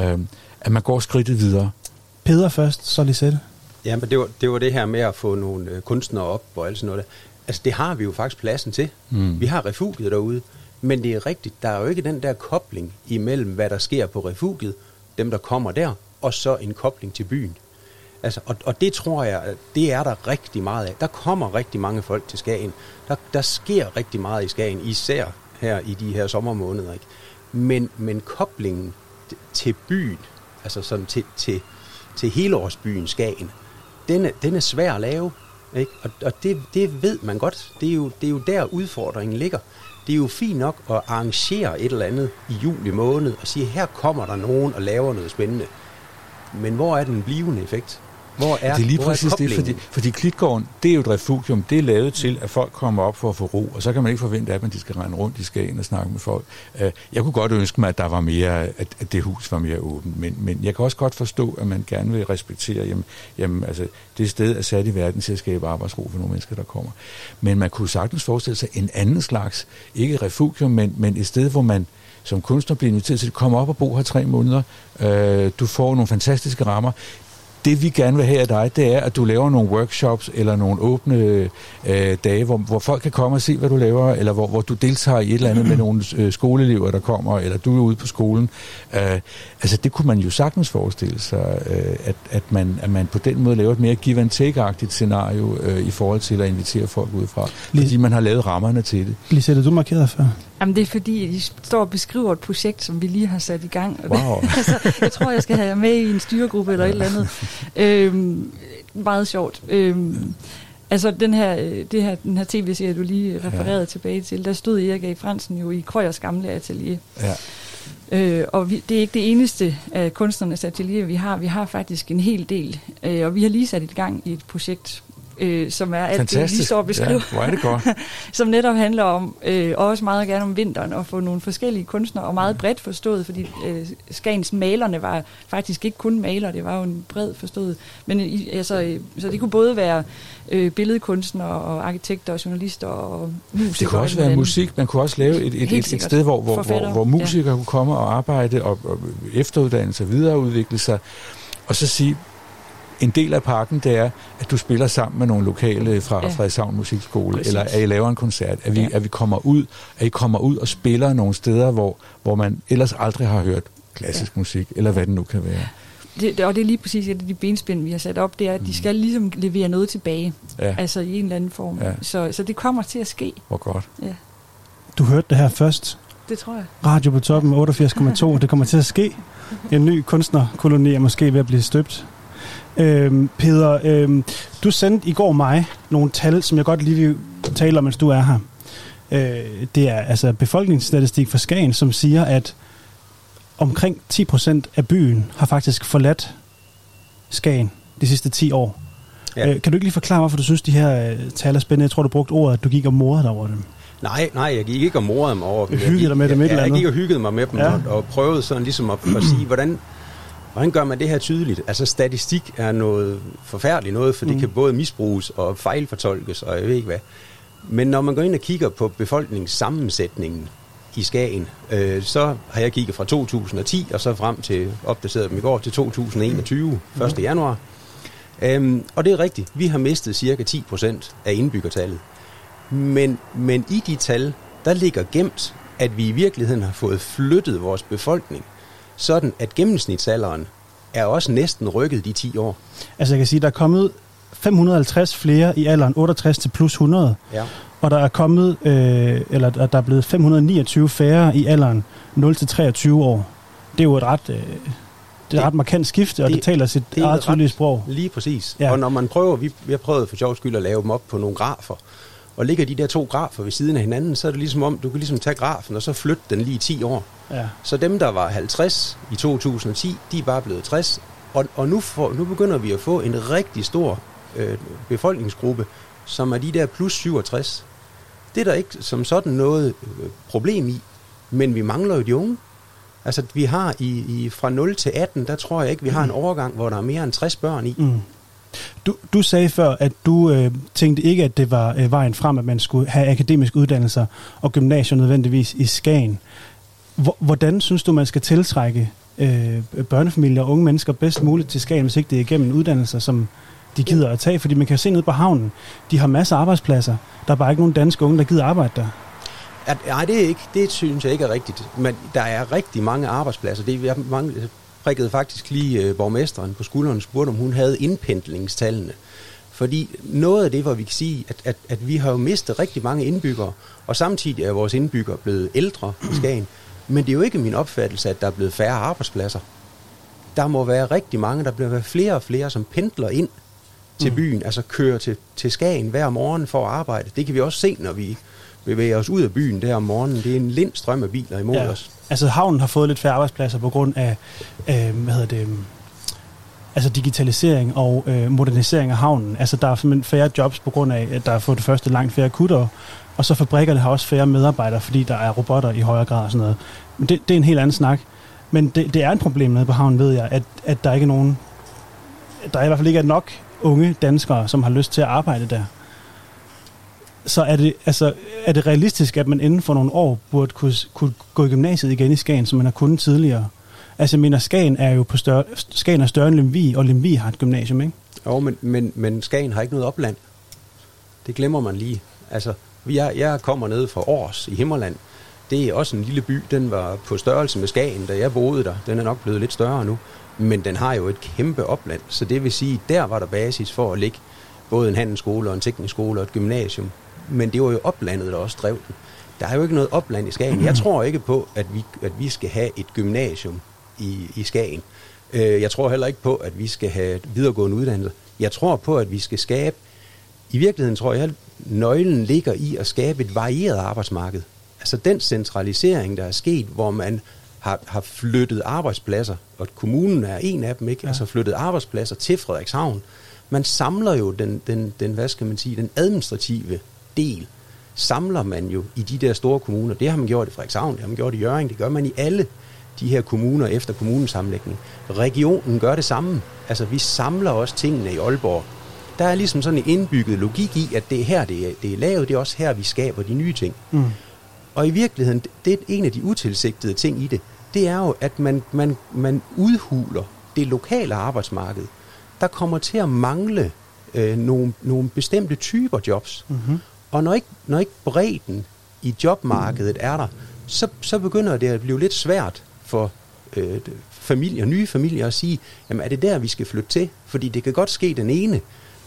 at man går skridtet videre. Peder først, så Lisette. Ja, men det var det her med at få nogle kunstnere op og alt sådan noget der. Altså, det har vi jo faktisk pladsen til. Vi har refugiet derude, men det er rigtigt, der er jo ikke den der kobling imellem, hvad der sker på refugiet, dem der kommer der, og så en kobling til byen. Altså, og det tror jeg, det er der rigtig meget af. Der kommer rigtig mange folk til Skagen. Der sker rigtig meget i Skagen, især her i de her sommermåneder. Ikke? Men koblingen til byen, altså sådan til helårsbyen Skagen, den er svær at lave. Ikke? Og det ved man godt. Det er jo der udfordringen ligger. Det er jo fint nok at arrangere et eller andet i juli måned og sige, her kommer der nogen og laver noget spændende. Men hvor er den blivende effekt? Det er lige præcis det, fordi Klitgården, det er jo et refugium, det er lavet til, at folk kommer op for at få ro, og så kan man ikke forvente af dem, at de skal rende rundt i Skagen og snakke med folk. Jeg kunne godt ønske mig, at der var mere, at det hus var mere åbent, men jeg kan også godt forstå, at man gerne vil respektere, jamen altså, det sted er sat i verden til at skabe arbejdsro for nogle mennesker, der kommer. Men man kunne sagtens forestille sig en anden slags, ikke refugium, men et sted, hvor man som kunstner bliver inviteret til at komme op og bo her 3 måneder. Du får nogle fantastiske rammer. det vi gerne vil have af dig, det er, at du laver nogle workshops eller nogle åbne dage, hvor folk kan komme og se, hvad du laver, eller hvor du deltager i et eller andet med nogle skoleelever, der kommer, eller du er ude på skolen. Altså det kunne man jo sagtens forestille sig, at man på den måde laver et mere give and take-agtigt scenario i forhold til at invitere folk udefra, fordi man har lavet rammerne til det. Lisette, du markerede før. Jamen det er fordi, I står og beskriver et projekt, som vi lige har sat i gang. Wow. Altså, jeg tror, jeg skal have jer med i en styregruppe eller et eller andet. Meget sjovt. Altså den her tv-serie, du lige refererede tilbage til, der stod Erik A. Fransen jo i Krøyers gamle atelier. Ja. Og det er ikke det eneste af kunstnernes atelier, vi har. Vi har faktisk en hel del. Og vi har lige sat i gang i et projekt, som er alt det, vi står og beskriver. Ja, hvor er det godt. Som netop handler om, også meget gerne om vinteren, at få nogle forskellige kunstnere, og meget bredt forstået, fordi Skagens malerne var faktisk ikke kun malere, det var jo en bred forstået. Men så det kunne både være billedkunstnere og arkitekter og journalister og musikere. Det kunne også være musik. Man kunne også lave et sted, hvor musikere kunne komme og arbejde og efteruddannelse og videreudvikle sig, og så sige, en del af pakken, det er, at du spiller sammen med nogle lokale fra Frederikshavn Musikskole, præcis. Eller at I laver en koncert, at vi kommer ud, og spiller nogle steder, hvor man ellers aldrig har hørt klassisk musik, eller hvad det nu kan være. Og det er lige præcis et af de benspænd, vi har sat op, det er, at de skal ligesom levere noget tilbage, altså i en eller anden form. Ja. Så det kommer til at ske. Hvor godt. Ja. Du hørte det her først. Det tror jeg. Radio på toppen, 88,2, det kommer til at ske. En ny kunstnerkoloni er måske ved at blive støbt. Peder, du sendte i går mig nogle tal, som jeg godt lige vil tale om, mens du er her. Det er altså befolkningsstatistik for Skagen, som siger, at omkring 10% af byen har faktisk forladt Skagen de sidste 10 år. Ja. Kan du ikke lige forklare, hvorfor du synes, de her tal er spændende? Jeg tror, du brugte ordet, at du gik og morede dig over dem. Nej, jeg gik ikke og morede mig over dem. Hyggede dig med dem et eller andet? Jeg gik og hyggede mig med dem, og prøvede sådan ligesom at sige, hvordan gør man det her tydeligt? Altså statistik er noget forfærdeligt noget, for det kan både misbruges og fejlfortolkes, og jeg ved ikke hvad. Men når man går ind og kigger på befolkningssammensætningen i Skagen, så har jeg kigget fra 2010 og så frem til, opdateret dem i går, til 2021, 1. januar. Og det er rigtigt, vi har mistet cirka 10% af indbyggertallet. Men i de tal, der ligger gemt, at vi i virkeligheden har fået flyttet vores befolkning, sådan at gennemsnitsalderen er også næsten rykket de 10 år. Altså jeg kan sige, der er kommet 550 flere i alderen 68 til plus 100, og der er kommet, der er blevet 529 færre i alderen 0 til 23 år. Det er jo et ret markant skifte, og det taler sit eget tydelige sprog. Lige præcis. Ja. Og når man prøver, vi har prøvet for sjov skyld at lave dem op på nogle grafer, og ligger de der 2 grafer ved siden af hinanden, så er det ligesom om, du kan ligesom tage grafen og så flytte den lige 10 år. Ja. Så dem, der var 50 i 2010, de er bare blevet 60. Og nu begynder vi at få en rigtig stor befolkningsgruppe, som er de der plus 67. Det er der ikke som sådan noget problem i, men vi mangler jo de unge. Altså vi har fra 0 til 18, der tror jeg ikke, vi har en overgang, hvor der er mere end 60 børn i. Mm. Du sagde før, at du tænkte ikke, at det var vejen frem, at man skulle have akademiske uddannelser og gymnasier nødvendigvis i Skagen. Hvordan synes du, man skal tiltrække børnefamilier og unge mennesker bedst muligt til Skagen, hvis ikke det er igennem uddannelser, som de gider at tage? Fordi man kan se ned på havnen, de har masser af arbejdspladser. Der er bare ikke nogen danske unge, der gider arbejde der. Nej, det synes jeg ikke er rigtigt. Men der er rigtig mange arbejdspladser. Jeg prikkede faktisk lige borgmesteren på skulderen og spurgte, om hun havde indpendlingstallene. Fordi noget af det, hvor vi kan sige, at vi har jo mistet rigtig mange indbyggere, og samtidig er vores indbyggere blevet ældre i Skagen. Men det er jo ikke min opfattelse, at der er blevet færre arbejdspladser. Der må være rigtig mange, der bliver flere og flere, som pendler ind til byen, altså kører til Skagen hver morgen for at arbejde. Det kan vi også se, når vi bevæger os ud af byen der om morgenen. Det er en lind strøm af biler imod os. Altså havnen har fået lidt færre arbejdspladser på grund af, altså digitalisering og modernisering af havnen. Altså der er simpelthen færre jobs på grund af, at der er for det første langt færre kuttere, og så fabrikkerne har også færre medarbejdere, fordi der er robotter i højere grad og sådan noget. Men det er en helt anden snak. Men det er et problem nede på havnen, ved jeg, at der ikke er nogen, der i hvert fald ikke er nok unge danskere, som har lyst til at arbejde der. Så er det realistisk, at man inden for nogle år burde kunne gå i gymnasiet igen i Skagen, som man har kunnet tidligere? Altså jeg mener, Skagen er jo Skagen er større end Lemvig, og Lemvig har et gymnasium, ikke? Jo, men Skagen har ikke noget opland. Det glemmer man lige. Altså, jeg kommer ned fra Aars i Himmerland. Det er også en lille by. Den var på størrelse med Skagen, da jeg boede der. Den er nok blevet lidt større nu. Men den har jo et kæmpe opland. Så det vil sige, der var der basis for at lægge både en handelsskole og en teknisk skole og et gymnasium. Men det var jo oplandet, der også drev den. Der er jo ikke noget opland i Skagen. Jeg tror ikke på, at vi skal have et gymnasium i Skagen. Jeg tror heller ikke på, at vi skal have videregående uddannelse. Jeg tror på, at vi skal skabe... I virkeligheden tror jeg, at nøglen ligger i at skabe et varieret arbejdsmarked. Altså den centralisering, der er sket, hvor man har flyttet arbejdspladser, og kommunen er en af dem, ikke? Ja. Altså flyttet arbejdspladser til Frederikshavn. Man samler jo den hvad skal man sige, den administrative del, samler man jo i de der store kommuner. Det har man gjort i Frederikshavn, det har man gjort i Hjørring, det gør man i alle de her kommuner efter kommunesammenlægning. Regionen gør det samme. Altså vi samler også tingene i Aalborg. Der er ligesom sådan en indbygget logik i, at det er her, det er lavet, det er også her, vi skaber de nye ting. Mm. Og i virkeligheden, det er en af de utilsigtede ting i det, det er jo, at man udhuler det lokale arbejdsmarked. Der kommer til at mangle nogle bestemte typer jobs. Mm-hmm. Og når ikke bredden i jobmarkedet er der, så begynder det at blive lidt svært for nye familier at sige, jamen er det der, vi skal flytte til? Fordi det kan godt ske, den ene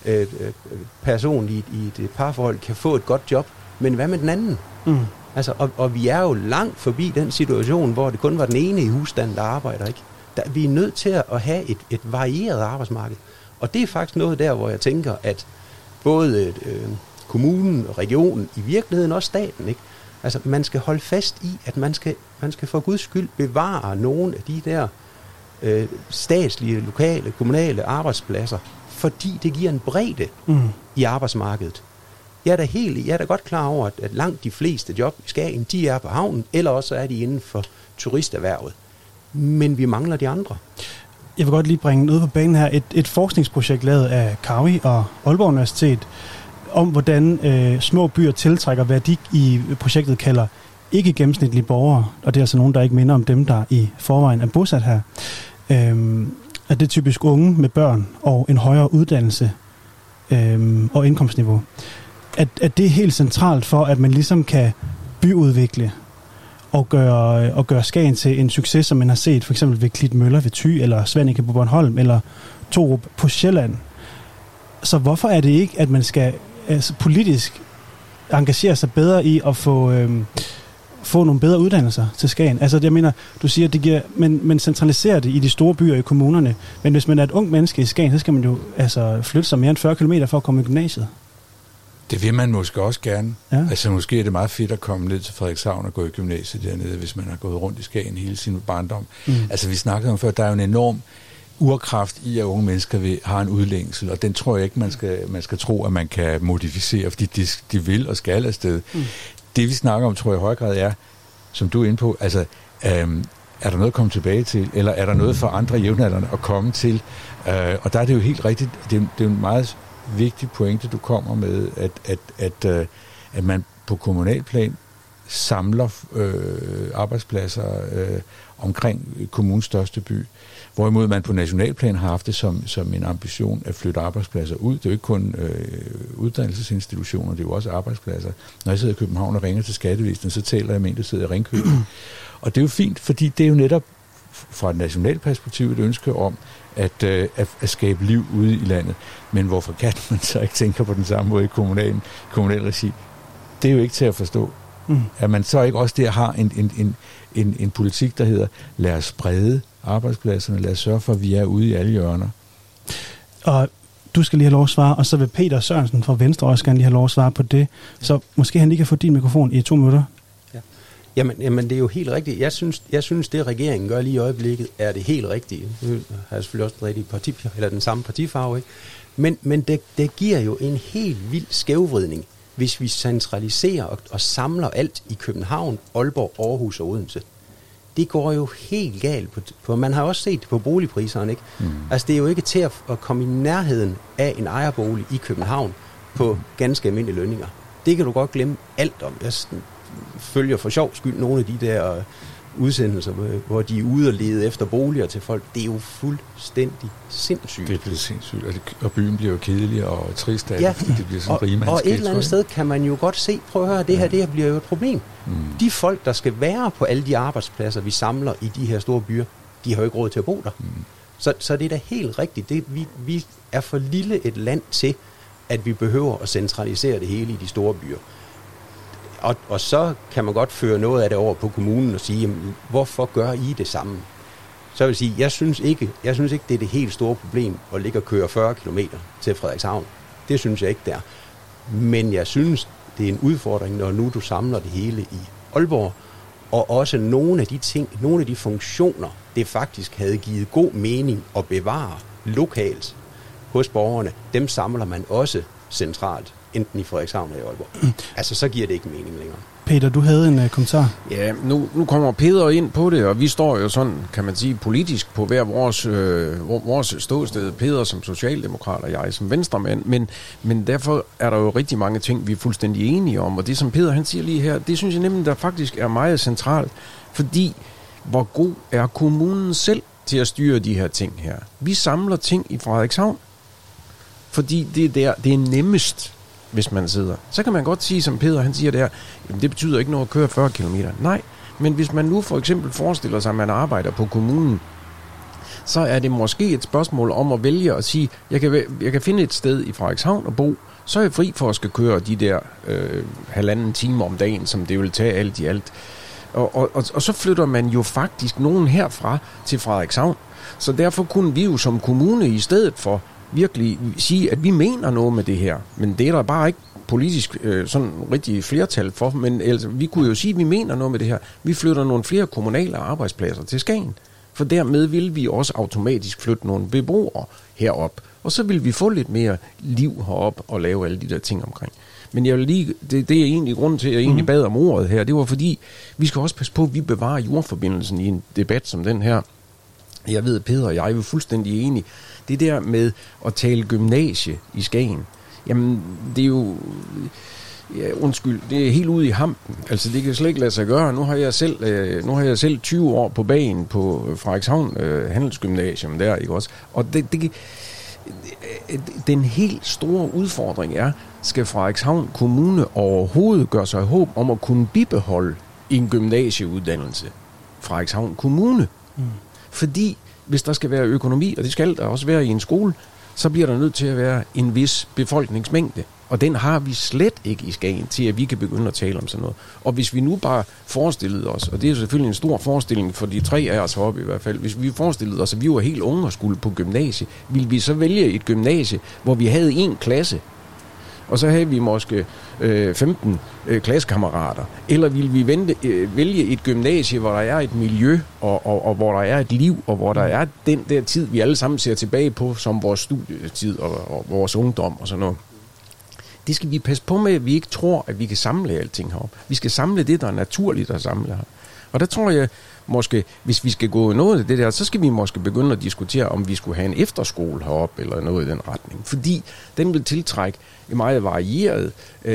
person i et parforhold kan få et godt job, men hvad med den anden? Mm. Altså, og vi er jo langt forbi den situation, hvor det kun var den ene i husstanden, der arbejder, ikke? Vi er nødt til at have et varieret arbejdsmarked. Og det er faktisk noget der, hvor jeg tænker, at både kommunen og regionen, i virkeligheden også staten, ikke? Altså, man skal holde fast i, at man skal for Guds skyld bevare nogle af de der statslige, lokale, kommunale arbejdspladser, fordi det giver en bredde i arbejdsmarkedet. Jeg er da godt klar over, at langt de fleste job i Skagen, de er på havnen, eller også er de inden for turisterhvervet. Men vi mangler de andre. Jeg vil godt lige bringe noget på banen her. Et forskningsprojekt lavet af CAUI og Aalborg Universitet om, hvordan små byer tiltrækker, hvad de i projektet kalder ikke gennemsnitlige borgere, og det er altså nogen, der ikke minder om dem, der i forvejen er bosat her. At det er typisk unge med børn og en højere uddannelse og indkomstniveau. At det er helt centralt for, at man ligesom kan byudvikle og gøre Skagen til en succes, som man har set for eksempel ved Klitmøller ved Thy, eller Svaneke på Bornholm, eller Torup på Sjælland. Så hvorfor er det ikke, at man skal politisk engagere sig bedre i at få nogle bedre uddannelser til Skagen? Altså jeg mener, du siger, at det giver, man centraliserer det i de store byer i kommunerne, men hvis man er et ung menneske i Skagen, så skal man jo flytte sig mere end 40 km for at komme i gymnasiet. Det vil man måske også gerne. Ja. Altså måske er det meget fedt at komme ned til Frederikshavn og gå i gymnasiet dernede, hvis man har gået rundt i Skagen hele sin barndom. Mm. Altså vi snakkede om før, der er jo en enorm urkraft i, at unge mennesker har en udlængsel, og den tror jeg ikke, man skal tro, at man kan modificere, fordi de vil og skal afsted. Mm. Det vi snakker om, tror jeg i høj grad er, som du er inde på, altså er der noget at komme tilbage til, eller er der noget for andre jævnaldrende at komme til? Og der er det jo helt rigtigt, det er jo en meget vigtig pointe, du kommer med, at man på kommunalplan samler arbejdspladser omkring kommunens største by. Hvorimod man på nationalplan har haft det som en ambition at flytte arbejdspladser ud. Det er jo ikke kun uddannelsesinstitutioner, det er jo også arbejdspladser. Når jeg sidder i København og ringer til skattevæsenet, så taler jeg med en, der sidder i Ringkøbing. Og det er jo fint, fordi det er jo netop fra et nationalt perspektiv et ønske om at skabe liv ude i landet. Men hvorfor kan man så ikke tænke på den samme måde i kommunal regi? Det er jo ikke til at forstå. At man så ikke også der har en politik, der hedder, lad os sprede arbejdspladserne, lad os sørge for, at vi er ude i alle hjørner. Og du skal lige have lov at svare, og så vil Peter Sørensen fra Venstre også gerne lige have lov at svare på det. Så måske han lige kan få din mikrofon i 2 minutter. Ja. Jamen det er jo helt rigtigt. Jeg synes det regeringen gør lige i øjeblikket, er det helt rigtige. Nu har jeg selvfølgelig også den samme partifarve, ikke? Men det giver jo en helt vild skævvridning, hvis vi centraliserer og samler alt i København, Aalborg, Aarhus og Odense. Det går jo helt galt på man har også set det på boligpriserne, ikke? Mm. Altså det er jo ikke til at komme i nærheden af en ejerbolig i København på ganske almindelige lønninger. Det kan du godt glemme alt om. Jeg følger for sjov skyld nogle af de der udsendelser, hvor de er ude og lede efter boliger til folk. Det er jo fuldstændig sindssygt. Det bliver sindssygt, og byen bliver jo kedelig og trist af, ja. fordi det bliver sådan en rigmandsghetto. Og et eller andet sted kan man jo godt se, prøv at høre, det her bliver jo et problem. De folk, der skal være på alle de arbejdspladser, vi samler i de her store byer, de har jo ikke råd til at bo der. Så det er da helt rigtigt. Vi er for lille et land til, at vi behøver at centralisere det hele i de store byer. Og så kan man godt føre noget af det over på kommunen og sige, jamen, hvorfor gør I det samme? Så vil jeg sige, jeg synes ikke, det er det helt store problem at ligge og køre 40 km til Frederikshavn. Det synes jeg ikke, det er. Men jeg synes, det er en udfordring, når nu du samler det hele i Aalborg, og også nogle af de funktioner, det faktisk havde givet god mening at bevare lokalt hos borgerne, dem samler man også centralt, enten i Frederikshavn eller i Aalborg. Altså, så giver det ikke mening længere. Peter, du havde en kommentar. Ja, nu kommer Peter ind på det, og vi står jo sådan, kan man sige, politisk på hver vores ståsted. Peter som socialdemokrat, og jeg som venstremand. Men derfor er der jo rigtig mange ting, vi er fuldstændig enige om. Og det, som Peter han siger lige her, det synes jeg nemlig, der faktisk er meget centralt. Fordi, hvor god er kommunen selv til at styre de her ting her? Vi samler ting i Frederikshavn, fordi det er nemmest, hvis man sidder. Så kan man godt sige, som Peter han siger der, jamen det betyder ikke noget at køre 40 km. Nej, men hvis man nu for eksempel forestiller sig, at man arbejder på kommunen, så er det måske et spørgsmål om at vælge at sige, jeg kan finde et sted i Frederikshavn og bo, så er jeg fri for at skal køre de der 1,5 time om dagen, som det vil tage alt i alt. Og så flytter man jo faktisk nogen herfra til Frederikshavn. Så derfor kunne vi jo som kommune i stedet for virkelig sige, at vi mener noget med det her. Men det er der bare ikke politisk sådan rigtig flertal for. Men altså, vi kunne jo sige, at vi mener noget med det her. Vi flytter nogle flere kommunale arbejdspladser til Skagen. For dermed vil vi også automatisk flytte nogle beboere herop. Og så vil vi få lidt mere liv herop og lave alle de der ting omkring. Men jeg vil lige, det er egentlig grunden til, at jeg egentlig bad om ordet her. Det var fordi, vi skal også passe på, at vi bevarer jordforbindelsen i en debat som den her. Jeg ved, Peter og jeg er jo fuldstændig enige. Det der med at tale gymnasie i Skagen, jamen det er jo, ja, undskyld, det er helt ude i hampen. Altså det kan slet ikke lade sig gøre. Nu har jeg selv 20 år på bagen på Frederikshavn Handelsgymnasium der, ikke også? Og den helt store udfordring er, skal Frederikshavn Kommune overhovedet gøre sig håb om at kunne bibeholde en gymnasieuddannelse? Frederikshavn Kommune. Fordi hvis der skal være økonomi, og det skal der også være i en skole, så bliver der nødt til at være en vis befolkningsmængde. Og den har vi slet ikke i Skagen til, at vi kan begynde at tale om sådan noget. Og hvis vi nu bare forestillede os, og det er selvfølgelig en stor forestilling for de 3 af os heroppe i hvert fald, hvis vi forestillede os, at vi var helt unge og skulle på gymnasie, ville vi så vælge et gymnasie, hvor vi havde 1 klasse, og så havde vi måske 15 klassekammerater. Eller ville vi vælge et gymnasie, hvor der er et miljø, og hvor der er et liv, og hvor der er den der tid, vi alle sammen ser tilbage på, som vores studietid og vores ungdom og sådan noget. Det skal vi passe på med, at vi ikke tror, at vi kan samle alting heroppe. Vi skal samle det, der er naturligt at samle her. Og der tror jeg måske, hvis vi skal gå noget af det der, så skal vi måske begynde at diskutere, om vi skulle have en efterskole heroppe, eller noget i den retning. Fordi den vil tiltrække en meget varieret,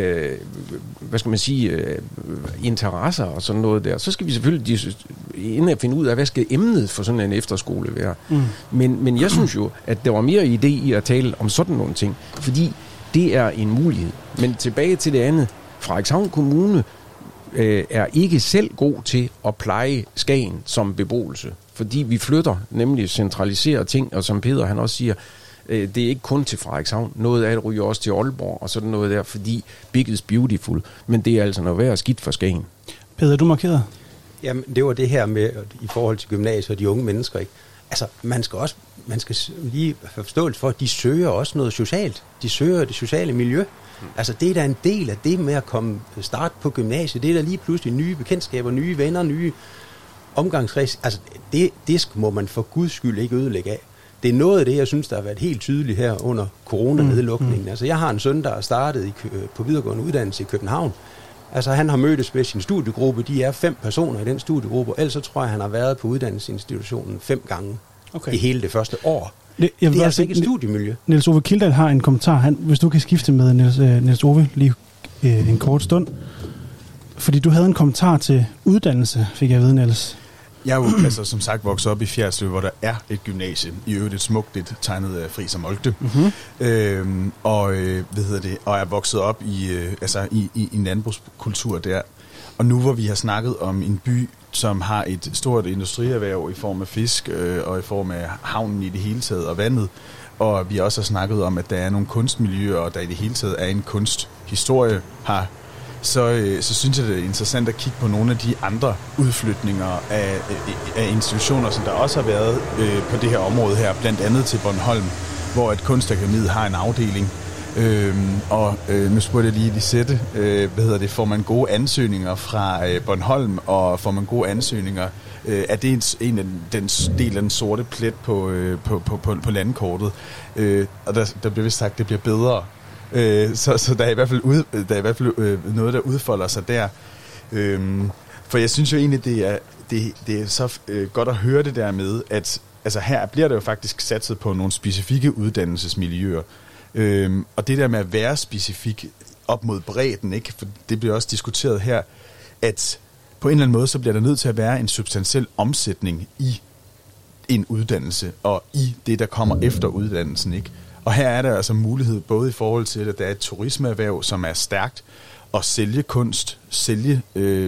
interesser og sådan noget der. Så skal vi selvfølgelig ind og finde ud af, hvad skal emnet for sådan en efterskole være. Men jeg synes jo, at der var mere idé i at tale om sådan nogle ting, fordi det er en mulighed. Men tilbage til det andet. Frederikshavn Kommune er ikke selv god til at pleje Skagen som beboelse. Fordi vi flytter, nemlig centraliserer ting, og som Peter han også siger, det er ikke kun til Frederikshavn. Noget af det ryger også til Aalborg og sådan noget der, fordi big is beautiful. Men det er altså noget værd skidt for Skagen. Peter, du markerede? Jamen, det var det her med, i forhold til gymnasiet og de unge mennesker, ikke? Altså, man skal lige have forståelse for, at de søger også noget socialt. De søger det sociale miljø. Altså, det er da en del af det med at starte på gymnasiet. Det er da lige pludselig nye bekendtskaber, nye venner, nye omgangskreds. Altså, det må man for guds skyld ikke ødelægge af. Det er noget af det, jeg synes, der har været helt tydeligt her under coronanedlukningen. Altså, jeg har en søn, der er startet på videregående uddannelse i København. Altså, han har mødtes med sin studiegruppe. De er 5 personer i den studiegruppe. Ellers så tror jeg, han har været på uddannelsesinstitutionen 5 gange i hele det første år. Det er altså ikke et studiemiljø. Niels Ove Kildahl har en kommentar. Hvis du kan skifte med Niels Ove lige en kort stund. Fordi du havde en kommentar til uddannelse, fik jeg at vide, Niels. Jeg er jo altså, som sagt vokset op i Fjerritslev, hvor der er et gymnasie. I øvrigt et smukt, lidt tegnet af Friis og Moltke. Mm-hmm. Og er vokset op i en landbrugskultur der. Og nu hvor vi har snakket om en by, som har et stort industrierhverv i form af fisk og i form af havnen i det hele taget og vandet, og vi også har snakket om, at der er nogle kunstmiljøer, og der i det hele taget er en kunsthistorie her, så synes jeg, det er interessant at kigge på nogle af de andre udflytninger af institutioner, som der også har været på det her område her, blandt andet til Bornholm, hvor et kunstakademiet har en afdeling. Nu spurgte jeg lige Lisette, får man gode ansøgninger fra Bornholm, og får man gode ansøgninger? Er det en af den del af den sorte plet på landkortet? Og der bliver vist sagt, at det bliver bedre. Så der er i hvert fald noget, der udfolder sig der. For jeg synes jo egentlig, det er så godt at høre det der med, at altså her bliver der jo faktisk satset på nogle specifikke uddannelsesmiljøer. Og det der med at være specifik op mod bredden, ikke? For det bliver også diskuteret her, at på en eller anden måde, så bliver der nødt til at være en substantiel omsætning i en uddannelse, og i det, der kommer efter uddannelsen, ikke? Og her er der altså mulighed både i forhold til, at der er et turismeerhverv, som er stærkt, og sælge kunst, sælge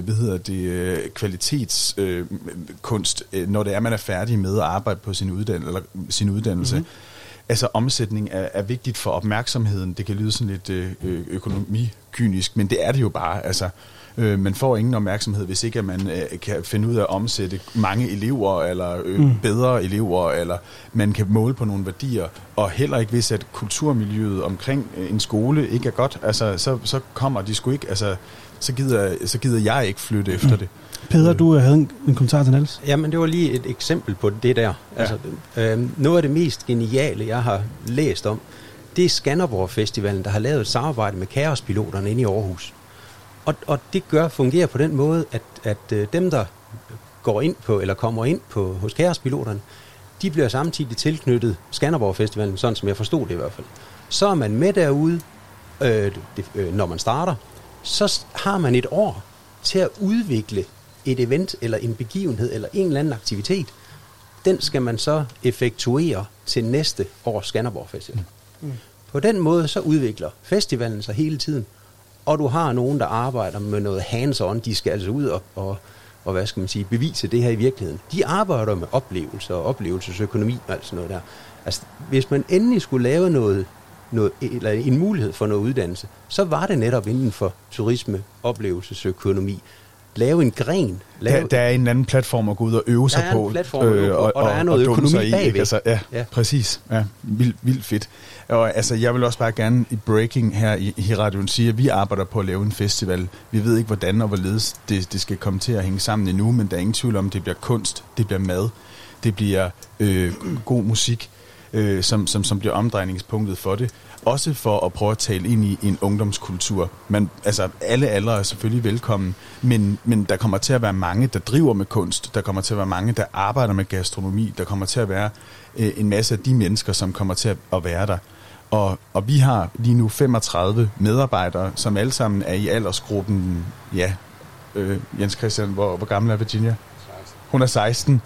kvalitetskunst, når det er, man er færdig med at arbejde på sin uddannelse. Mm-hmm. Altså omsætning er vigtigt for opmærksomheden. Det kan lyde sådan lidt økonomikynisk, men det er det jo bare. Altså, man får ingen opmærksomhed, hvis ikke at man kan finde ud af at omsætte mange elever, eller bedre elever, eller man kan måle på nogle værdier, og heller ikke hvis at kulturmiljøet omkring en skole ikke er godt, altså så kommer de sgu ikke, altså så gider jeg ikke flytte efter det. Peder, du havde en kommentar til Niels? Jamen, det var lige et eksempel på det der. Ja. Altså, noget af det mest geniale, jeg har læst om, det er Skanderborg Festivalen, der har lavet et samarbejde med Kaospiloterne inde i Aarhus. Og det fungerer på den måde, at dem, der går ind på, eller kommer ind på hos Kaospiloterne, de bliver samtidig tilknyttet Skanderborg Festivalen, sådan som jeg forstod det i hvert fald. Så er man med derude, når man starter, så har man et år til at udvikle et event, eller en begivenhed, eller en eller anden aktivitet. Den skal man så effektuere til næste års Skanderborg Festival. På den måde så udvikler festivalen sig hele tiden, og du har nogen, der arbejder med noget hands-on, de skal altså ud og hvad skal man sige, bevise det her i virkeligheden. De arbejder med oplevelser og oplevelsesøkonomi og alt sådan noget der. Altså, hvis man endelig skulle lave noget, eller en mulighed for noget uddannelse, så var det netop inden for turisme, oplevelsesøkonomi. Lave en gren. Der er en anden platform at gå ud og øve sig på. Og der er noget økonomi bagved. Altså, ja, præcis. Ja, vildt fedt. Og altså, jeg vil også bare gerne i breaking her i radioen sige, at vi arbejder på at lave en festival. Vi ved ikke, hvordan og hvorledes det skal komme til at hænge sammen endnu, men der er ingen tvivl om, det bliver kunst, det bliver mad, det bliver god musik, som bliver omdrejningspunktet for det. Også for at prøve at tale ind i en ungdomskultur. Altså, alle aldre er selvfølgelig velkommen, men der kommer til at være mange, der driver med kunst. Der kommer til at være mange, der arbejder med gastronomi. Der kommer til at være en masse af de mennesker, som kommer til at være der. Og vi har lige nu 35 medarbejdere, som alle sammen er i aldersgruppen, Jens Christian, hvor gammel er Virginia? 16. Hun er 16.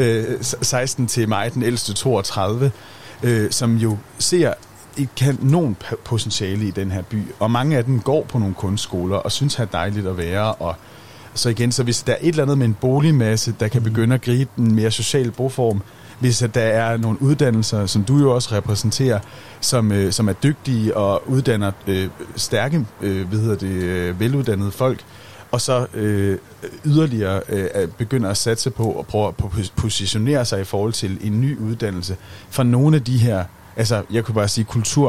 16 til mig, den ældste 32, som jo ser et kanon potentiale i den her by, og mange af dem går på nogle kunstskoler og synes, det er dejligt at være, og så igen, så hvis der er et eller andet med en boligmasse, der kan begynde at gribe en mere social boform, hvis at der er nogle uddannelser, som du jo også repræsenterer, som er dygtige og uddanner stærke, veluddannede folk, og så yderligere begynder at satse på at prøve at positionere sig i forhold til en ny uddannelse for nogle af de her. Altså, jeg kunne bare sige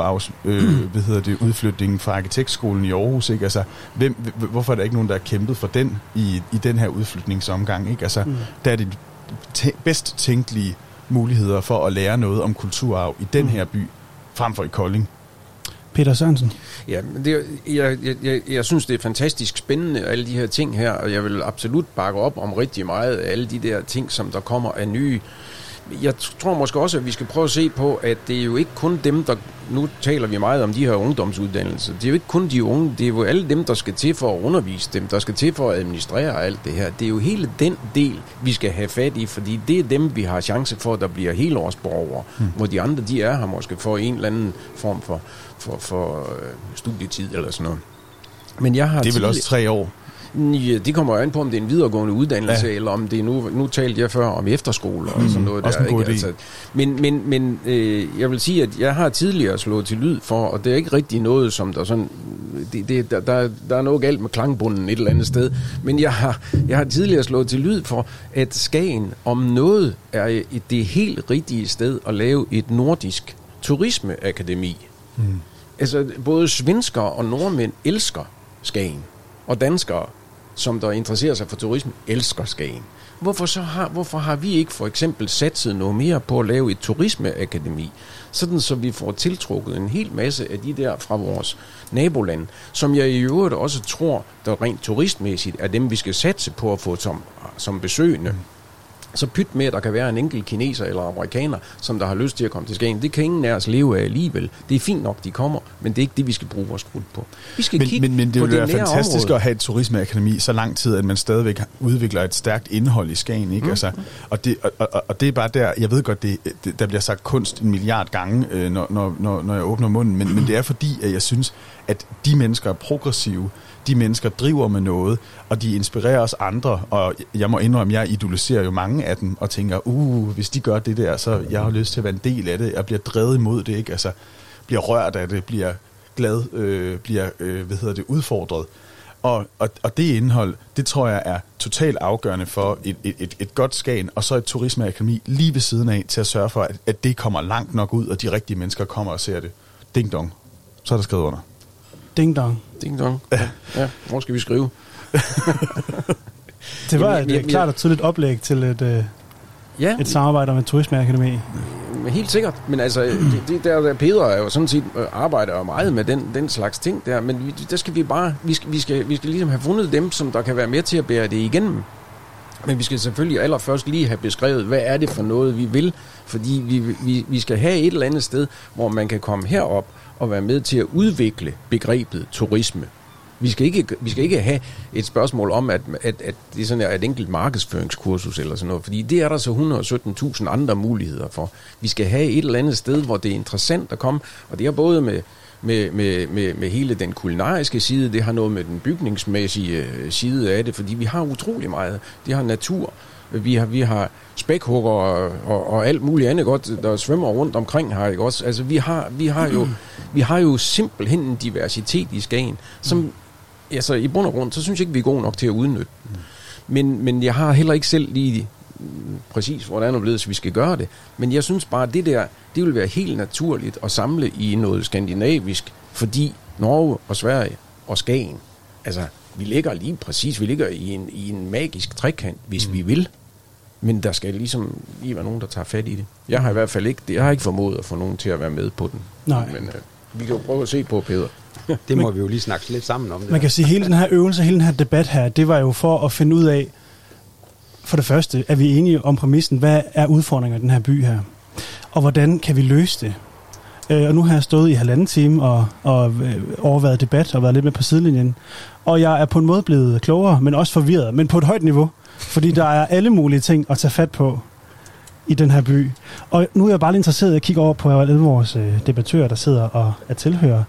udflytningen fra arkitektskolen i Aarhus, ikke? Altså, hvorfor er der ikke nogen, der har kæmpet for den i den her udflytningsomgang, ikke? Altså, der er det bedst tænkelige muligheder for at lære noget om kulturarv i den her by, frem for i Kolding. Peter Sørensen? Ja, jeg synes, det er fantastisk spændende, alle de her ting her, og jeg vil absolut bakke op om rigtig meget af alle de der ting, som der kommer af nye jeg tror måske også, at vi skal prøve at se på, at det er jo ikke kun dem, der... Nu taler vi meget om de her ungdomsuddannelser. Det er jo ikke kun de unge, det er jo alle dem, der skal til for at undervise dem, der skal til for at administrere alt det her. Det er jo hele den del, vi skal have fat i, fordi det er dem, vi har chance for, der bliver helårsborgere, hvor de andre, de er her måske for en eller anden form for studietid eller sådan noget. Men jeg har det er vel også 3 år? Ja, det kommer jo an på, om det er en videregående uddannelse, eller om det er nu talte jeg før om efterskole og sådan noget også der. En god ikke? Altså, men jeg vil sige, at jeg har tidligere slået til lyd for, og det er ikke rigtig noget, som der sådan... Der er noget galt med klangbunden et eller andet sted, men jeg har tidligere slået til lyd for, at Skagen om noget er det helt rigtige sted at lave et nordisk turismeakademi. Altså, både svenskere og nordmænd elsker Skagen, og danskere, som der interesserer sig for turisme, elsker Skagen. Hvorfor har vi ikke for eksempel satset noget mere på at lave et turismeakademi, sådan så vi får tiltrukket en hel masse af de der fra vores nabolande, som jeg i øvrigt også tror, der rent turistmæssigt er dem, vi skal satse på at få som besøgende. Så pyt med, at der kan være en enkelt kineser eller amerikaner, som der har lyst til at komme til Skagen. Det kan ingen af os leve af alligevel. Det er fint nok, de kommer, men det er ikke det, vi skal bruge vores krudt på. Vi skal kigge men det på vil være fantastisk område. at have et turismeakademi så lang tid, at man stadigvæk udvikler et stærkt indhold i Skagen. Ikke? Altså, og det er bare der, jeg ved godt, der bliver sagt kunst 1 milliard gange, når jeg åbner munden, men det er fordi, at jeg synes, at de mennesker er progressive, de mennesker driver med noget, og de inspirerer os andre, og jeg må indrømme, jeg idoliserer jo mange af dem, og tænker, hvis de gør det der, så jeg har lyst til at være en del af det, jeg bliver drevet imod det, ikke? Altså, bliver rørt af det, bliver glad, bliver, udfordret. Og det indhold, det tror jeg er totalt afgørende for et godt Skagen, og så et turismeakademi lige ved siden af, til at sørge for, at det kommer langt nok ud, og de rigtige mennesker kommer og ser det. Ding dong. Så er der skrevet under. Ding dong. Ding dong. Ja, hvor skal vi skrive? Det var et klart og tydeligt oplæg til et samarbejde med et turismeakademi. Helt sikkert, men altså, der Peder er jo sådan set arbejder meget med den slags ting der, men der skal vi skal ligesom have fundet dem, som der kan være med til at bære det igennem. Men vi skal selvfølgelig allerførst lige have beskrevet, hvad er det for noget, vi vil, fordi vi skal have et eller andet sted, hvor man kan komme herop og være med til at udvikle begrebet turisme. Vi skal ikke have et spørgsmål om, at det er sådan et enkelt markedsføringskursus eller sådan noget, fordi det er der så 117.000 andre muligheder for. Vi skal have et eller andet sted, hvor det er interessant at komme, og det er både med hele den kulinariske side, det har noget med den bygningsmæssige side af det, fordi vi har utrolig meget. Det har natur, vi har spækhugger og alt muligt andet godt, der svømmer rundt omkring her, ikke også? Altså vi har jo simpelthen en diversitet i Skagen, som altså i bund og grund, så synes jeg ikke, vi er gode nok til at udnytte. Men jeg har heller ikke selv lige præcis, hvordan og hvorledes vi skal gøre det. Men jeg synes bare, at det vil være helt naturligt at samle i noget skandinavisk, fordi Norge og Sverige og Skagen, altså vi ligger i en magisk trekant, hvis vi vil. Men der skal ligesom lige være nogen, der tager fat i det. Jeg har i hvert fald ikke formået at få nogen til at være med på den. Nej. Men vi kan jo prøve at se på, Peder. Det må vi jo lige snakke lidt sammen om. Man kan sige, at hele den her øvelse, hele den her debat her, det var jo for at finde ud af, for det første, er vi enige om præmissen, hvad er udfordringen i den her by her? Og hvordan kan vi løse det? Og nu har jeg stået i 1,5 time og overvejet debat og været lidt med på sidelinjen. Og jeg er på en måde blevet klogere, men også forvirret, men på et højt niveau. Fordi der er alle mulige ting at tage fat på i den her by. Og nu er jeg bare lidt interesseret i at kigge over på alle vores debattører, der sidder og er tilhører.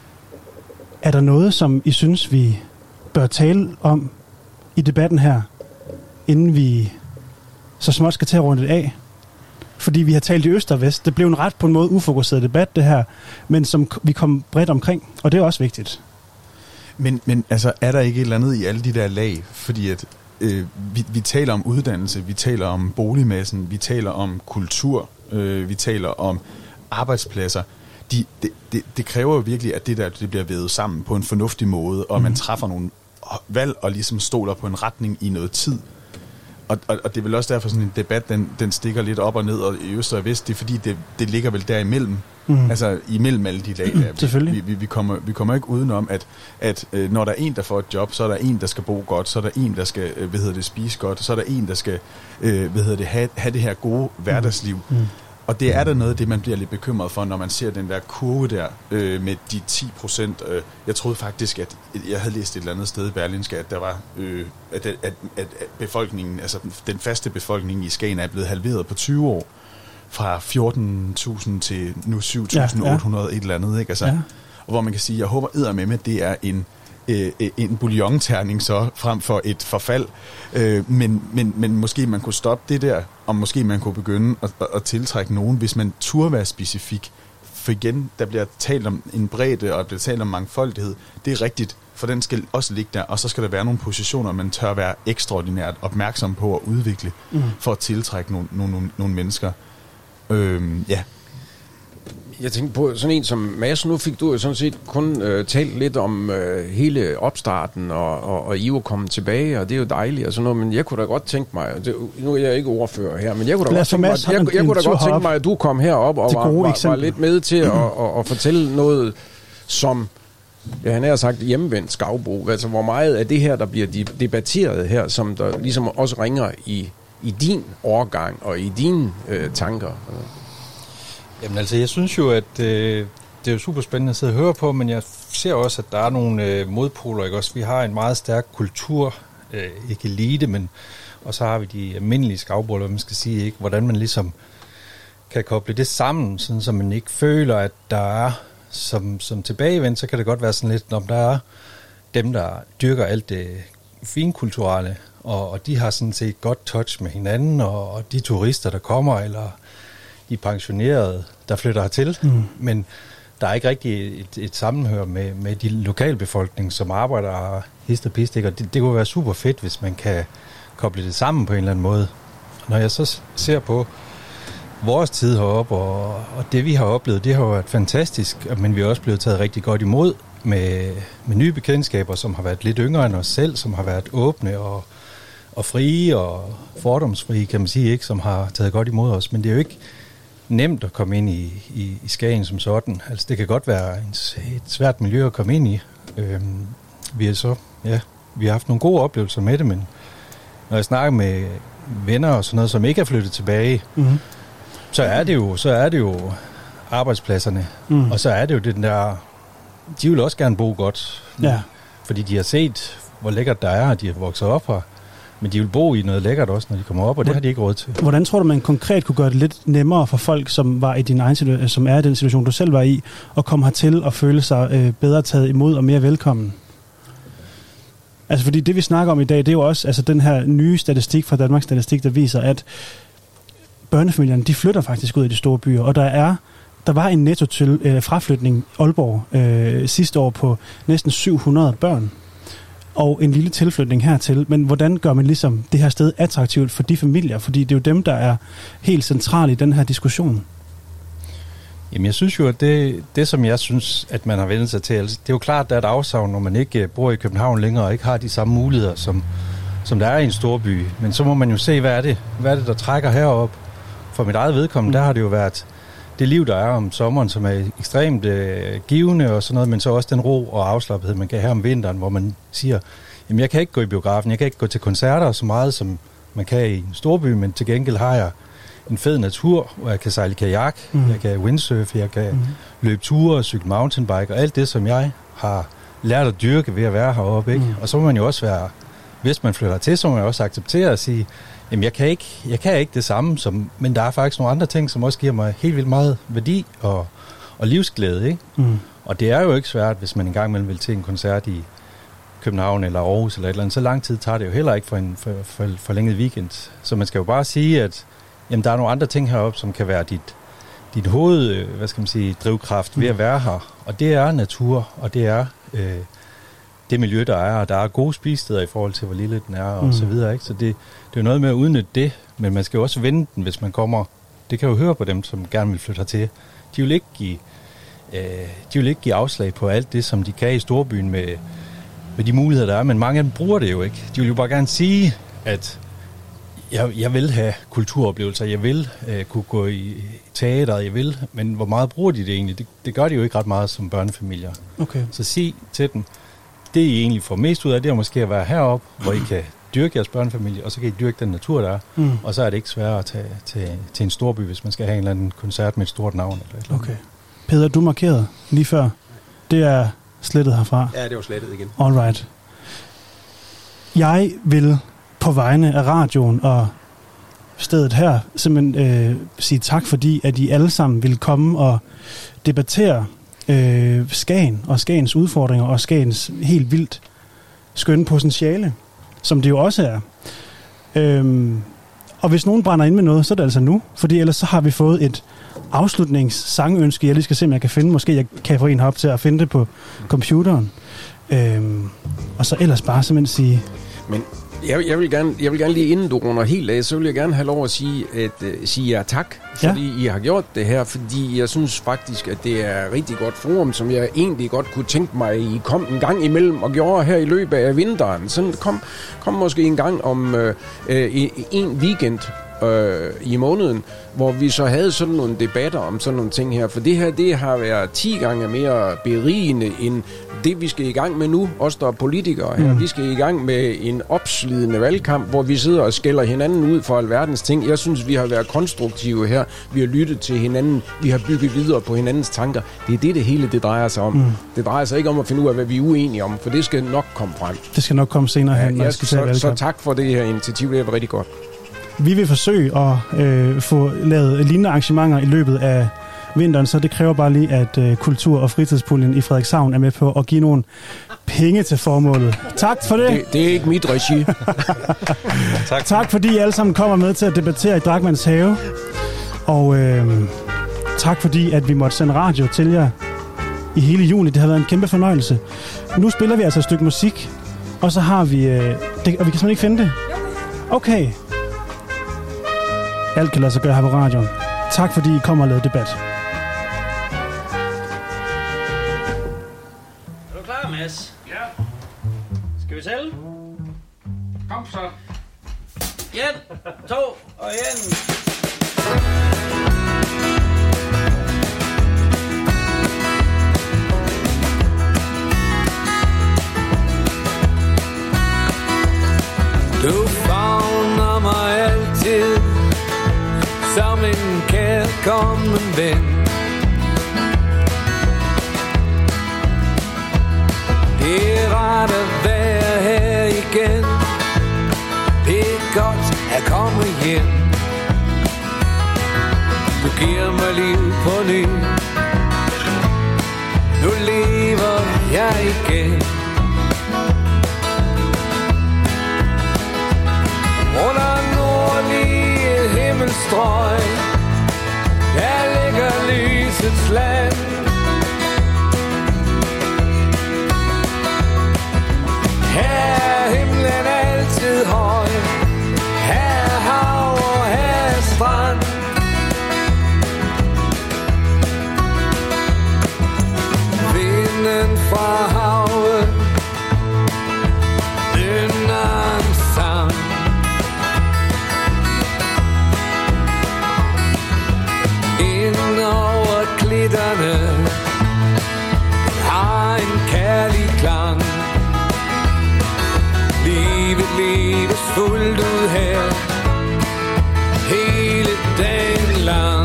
Er der noget, som I synes, vi bør tale om i debatten her, inden vi så småt skal til at runde det af? Fordi vi har talt i øst og vest. Det blev en ret på en måde ufokuseret debat, det her, men som vi kom bredt omkring, og det er også vigtigt. Men altså, er der ikke et eller andet i alle de der lag? Fordi at vi taler om uddannelse, vi taler om boligmassen, vi taler om kultur, vi taler om arbejdspladser. Det kræver jo virkelig, at det bliver vævet sammen på en fornuftig måde, og man træffer nogle valg og ligesom stoler på en retning i noget tid. Og det er vel også derfor, sådan en debat, den stikker lidt op og ned og i øst og vest. Det er fordi, det ligger vel derimellem. Altså imellem alle de lag der. Selvfølgelig. Vi kommer ikke udenom, at når der er en, der får et job, så er der en, der skal bo godt, så er der en, der skal spise godt, så er der en, der skal have det her gode hverdagsliv. Og det er der noget af det, man bliver lidt bekymret for, når man ser den der kurve der med de 10%. Jeg troede faktisk, at jeg havde læst et eller andet sted i Berlingske, at der var at befolkningen, altså den faste befolkning i Skagen er blevet halveret på 20 år. Fra 14.000 til nu 7.800 et eller andet, ikke? Altså, og hvor man kan sige, jeg håber eddermame, at det er en bouillonterning så frem for et forfald. Men måske man kunne stoppe det der, og måske man kunne begynde at tiltrække nogen, hvis man turde være specifik. For igen, der bliver talt om en bredde, og der bliver talt om mangfoldighed. Det er rigtigt, for den skal også ligge der, og så skal der være nogle positioner, man tør være ekstraordinært opmærksom på at udvikle, for at tiltrække nogle mennesker. Jeg tænkte på sådan en som Mads. Nu fik du jo sådan set kun talt lidt om hele opstarten, og I var kommet tilbage, og det er jo dejligt og sådan noget, men jeg kunne da godt tænke mig, nu er jeg ikke ordfører her, men jeg kunne da godt tænke mig, at du kom herop og var lidt med til at fortælle noget, som han har sagt hjemvendt skavbrug. Altså hvor meget af det her, der bliver debatteret her, som der ligesom også ringer i din årgang og i dine tanker? Jamen altså, jeg synes jo, at det er jo super spændende at sidde og høre på, men jeg ser også, at der er nogle modpoler, ikke også? Vi har en meget stærk kultur, ikke elite, men og så har vi de almindelige skavbrug, man skal sige, ikke? Hvordan man ligesom kan koble det sammen, sådan så man ikke føler, at der er, som tilbagevendt, så kan det godt være sådan lidt, når der er dem, der dyrker alt det finkulturelle, og de har sådan set godt touch med hinanden, og de turister, der kommer, eller de pensionerede, der flytter hertil, men der er ikke rigtig et sammenhør med de lokalbefolkning, som arbejder hist og pist, og det kunne være super fedt, hvis man kan koble det sammen på en eller anden måde. Når jeg så ser på vores tid heroppe, og det vi har oplevet, det har været fantastisk, men vi er også blevet taget rigtig godt imod med nye bekendtskaber, som har været lidt yngre end os selv, som har været åbne og frie og fordomsfrie, kan man sige, ikke, som har taget godt imod os. Men det er jo ikke nemt at komme ind i Skagen som sådan. Altså det kan godt være et svært miljø at komme ind i. Vi har haft nogle gode oplevelser med det, men når jeg snakker med venner og sådan noget, som ikke er flyttet tilbage, så er det jo arbejdspladserne, og så er det jo den der, de vil også gerne bo godt, fordi de har set, hvor lækkert der er, og de har vokset op her. Men de vil bo i noget lækkert også, når de kommer op, og det har de ikke råd til. Hvordan tror du, man konkret kunne gøre det lidt nemmere for folk, som var i din egen som er i den situation, du selv var i, at komme hertil og føle sig bedre taget imod og mere velkommen? Altså fordi det, vi snakker om i dag, det er jo også altså den her nye statistik fra Danmarks Statistik, der viser, at børnefamilierne, de flytter faktisk ud i de store byer, og der var en netto til fraflytning Aalborg sidste år på næsten 700 børn. Og en lille tilflytning hertil. Men hvordan gør man ligesom det her sted attraktivt for de familier? Fordi det er jo dem, der er helt centrale i den her diskussion. Jamen jeg synes jo, at det som jeg synes, at man har vendt sig til, altså, det er jo klart, at der er et afsavn, når man ikke bor i København længere og ikke har de samme muligheder, som der er i en storby. Men så må man jo se, hvad er det der trækker herop. For mit eget vedkommende, der har det jo været det liv, der er om sommeren, som er ekstremt givende og sådan noget, men så også den ro og afslappethed, man kan have om vinteren, hvor man siger, jamen jeg kan ikke gå i biografen, jeg kan ikke gå til koncerter så meget, som man kan i en storby, men til gengæld har jeg en fed natur, hvor jeg kan sejle kajak, jeg kan windsurfe, jeg kan løbe ture og cykle mountainbike, og alt det, som jeg har lært at dyrke ved at være heroppe, ikke? Og så må man jo også være, hvis man flytter til, så må man også acceptere at sige, jamen jeg kan ikke det samme, men der er faktisk nogle andre ting, som også giver mig helt vildt meget værdi og livsglæde, ikke? Og det er jo ikke svært, hvis man engang imellem vil til en koncert i København eller Aarhus eller et eller andet. Så lang tid tager det jo heller ikke for en forlænget weekend. Så man skal jo bare sige, at jamen, der er nogle andre ting heroppe, som kan være dit hoved, drivkraft ved at være her. Og det er natur, og det er det miljø, der er, og der er gode spisesteder i forhold til, hvor lille den er, og så videre, ikke? Så det er jo noget med at udnytte det, men man skal jo også vende den, hvis man kommer. Det kan jo høre på dem, som gerne vil flytte hertil. De vil ikke give afslag på alt det, som de kan i storbyen med de muligheder, der er, men mange af dem bruger det jo ikke. De vil jo bare gerne sige, at Jeg vil have kulturoplevelser, jeg vil kunne gå i teateret, jeg vil, men hvor meget bruger de det egentlig? Det gør de jo ikke ret meget som børnefamilier. Okay. Så sig til dem, det I egentlig får mest ud af, det er måske at være heroppe, hvor I kan dyrke jeres børnefamilie, og så kan I dyrke den natur, der er. Og så er det ikke sværere at tage til en storby, hvis man skal have en eller anden koncert med et stort navn. Eller et eller andet. Okay. Peder, du markerede lige før. Det er slettet herfra. Ja, det var slettet igen. All right. Jeg vil på vegne af radioen og stedet her simpelthen sige tak, fordi at I alle sammen vil komme og debattere Skagen og Skagens udfordringer og Skagens helt vildt skønne potentiale, som det jo også er. Og hvis nogen brænder ind med noget, så er det altså nu, fordi ellers så har vi fået et afslutningssangønske. Jeg lige skal se, om jeg kan finde. Måske jeg kan få en herop til at finde det på computeren. Og så ellers bare simpelthen sige... Men jeg vil gerne lige inden du runder helt af, så vil jeg gerne have lov at sige jer tak, fordi I har gjort det her, fordi jeg synes faktisk, at det er et rigtig godt forum, som jeg egentlig godt kunne tænke mig, I kom en gang imellem og gjorde her i løbet af vinteren. Så kom måske en gang om en weekend i måneden, hvor vi så havde sådan nogle debatter om sådan nogle ting her. For det her, det har været 10 gange mere berigende end det, vi skal i gang med nu. Os, der er politikere her. Vi skal i gang med en opslidende valgkamp, hvor vi sidder og skælder hinanden ud for alverdens ting. Jeg synes, vi har været konstruktive her. Vi har lyttet til hinanden. Vi har bygget videre på hinandens tanker. Det er det hele, det drejer sig om. Det drejer sig ikke om at finde ud af, hvad vi er uenige om, for det skal nok komme frem. Det skal nok komme senere hen. Så tak for det her initiativ. Det er rigtig godt. Vi vil forsøge at få lavet lignende arrangementer i løbet af vinteren, så det kræver bare lige, at Kultur- og Fritidspuljen i Frederikshavn er med på at give nogle penge til formålet. Tak for det. Det er ikke mit regi. Tak fordi I alle sammen kommer med til at debattere i Drachmanns Have. Og tak fordi, at vi måtte sende radio til jer i hele juni. Det har været en kæmpe fornøjelse. Nu spiller vi altså et stykke musik, og så har vi... og vi kan simpelthen ikke finde det. Okay. Alt kan lade sig gøre her på radioen. Tak fordi I kommer og lavede debat. Er du klar, Mads? Ja. Skal vi tælle? Kom så. 1, 2 og 1. Du favner mig altid som en kærkommen ven. Det er rart at være her igen. Det er godt at komme hjem. Du giver mig liv på ny. Nu lever jeg igen. Under nordlige himmelstrøg, der ligger lysets land. Her er himlen altid høj, her er hav og her er strand. Vinden fra havet nynner en sang. Ind over klitterne har en kærlig klang. Livet leves fuldt ud her hele dagen lang.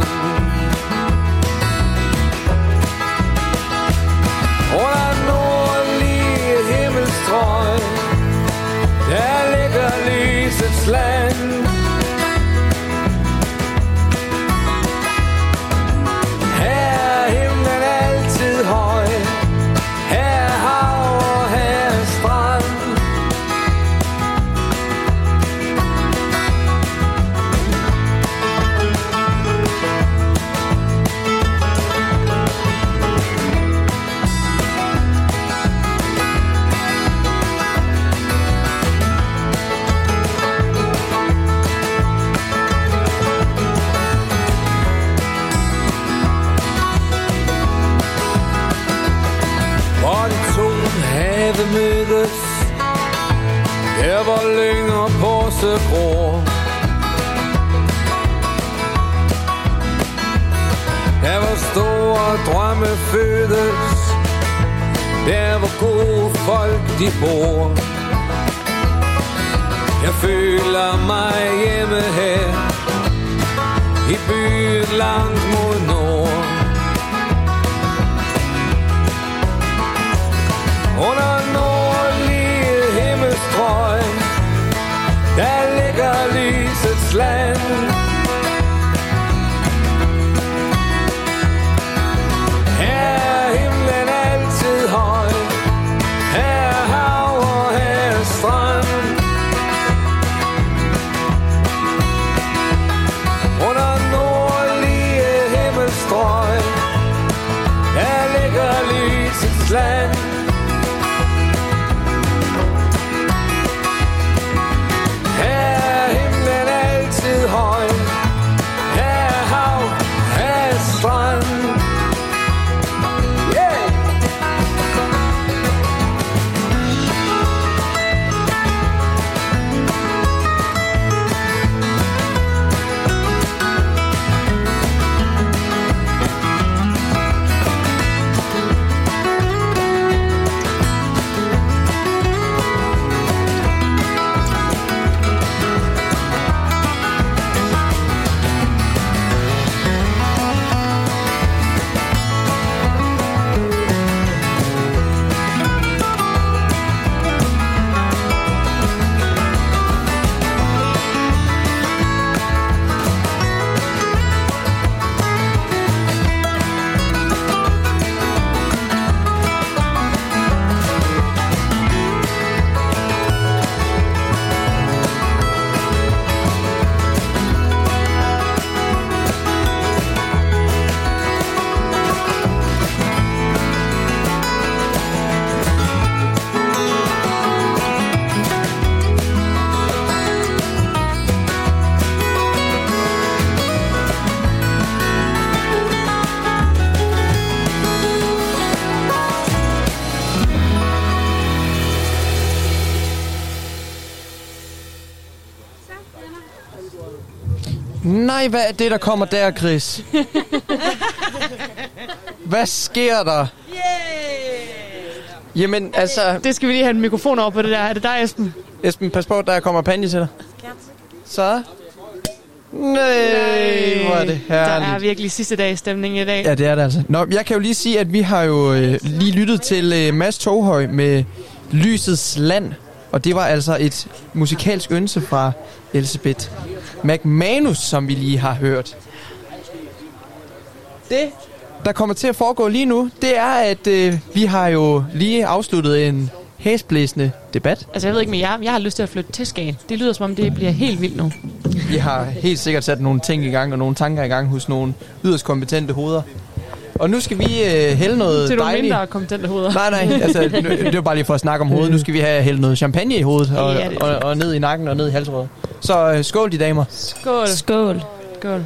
Under nordlige himmelstrøg, der ligger lysets land. Her er himlen altid høj, her er hav og her er strand. Have mødes, der hvor lyng og porse gror. drømme fødes, der hvor gode folk de bor. Jeg føler mig hjemme her, i byen langt mod nord. Under nordlige himmelstrøg, der ligger lysets land. Her er himlen altid høj, her er hav og her er strand. Under nordlige himmelstrøg, der ligger lysets land. Høj, her er hav, her er strand. Yeah! Nej, hvad er det, der kommer der, Chris? Hvad sker der? Jamen, altså... Det skal vi lige have en mikrofon over på det der. Er det dig, Esben? Esben, pas på, der kommer panje til dig. Så. Nej, hvor er det herligt. Der er virkelig sidste dags stemning i dag. Ja, det er det altså. Nå, jeg kan jo lige sige, at vi har jo lige lyttet til Mads Toghøj med Lysets Land. Og det var altså et musikalsk ønske fra Elsebeth McManus, som vi lige har hørt. Det, der kommer til at foregå lige nu, det er, at vi har jo lige afsluttet en hæsblæsende debat. Altså, jeg ved ikke med jer, jeg har lyst til at flytte til Skagen. Det lyder som om, det bliver helt vildt nu. Vi har helt sikkert sat nogle ting i gang og nogle tanker i gang hos nogle yderst kompetente hoveder. Og nu skal vi hælde noget dejligt. Til nogle mindre kompetente hoveder. Nej, altså, det var bare lige for at snakke om hovedet. Nu skal vi have hælde noget champagne i hovedet, og ned i nakken og ned i halsrøret. Så skål, de damer. Skål. Skål. Skål.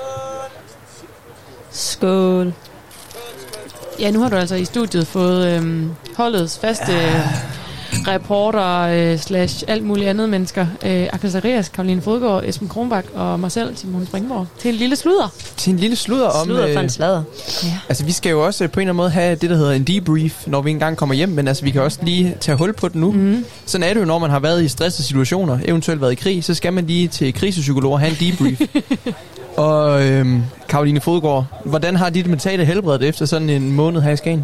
Skål. Ja, nu har du altså i studiet fået holdets faste reporter slash alt muligt andet mennesker. Axel Zacharias, Karoline Fodgaard, Esben Kronbak og mig selv, Simon Springborg. Til en lille sludder. Til en lille sludder om... Sludder for en sladder. Ja. Altså, vi skal jo også på en eller anden måde have det, der hedder en debrief, når vi engang kommer hjem. Men altså, vi kan også lige tage hul på det nu. Mm. Sådan er det jo, når man har været i stressede situationer, eventuelt været i krig, så skal man lige til krisepsykologer og have en debrief. Og Karoline Fodgaard, hvordan har dit mentale helbred efter sådan en måned her i Skagen?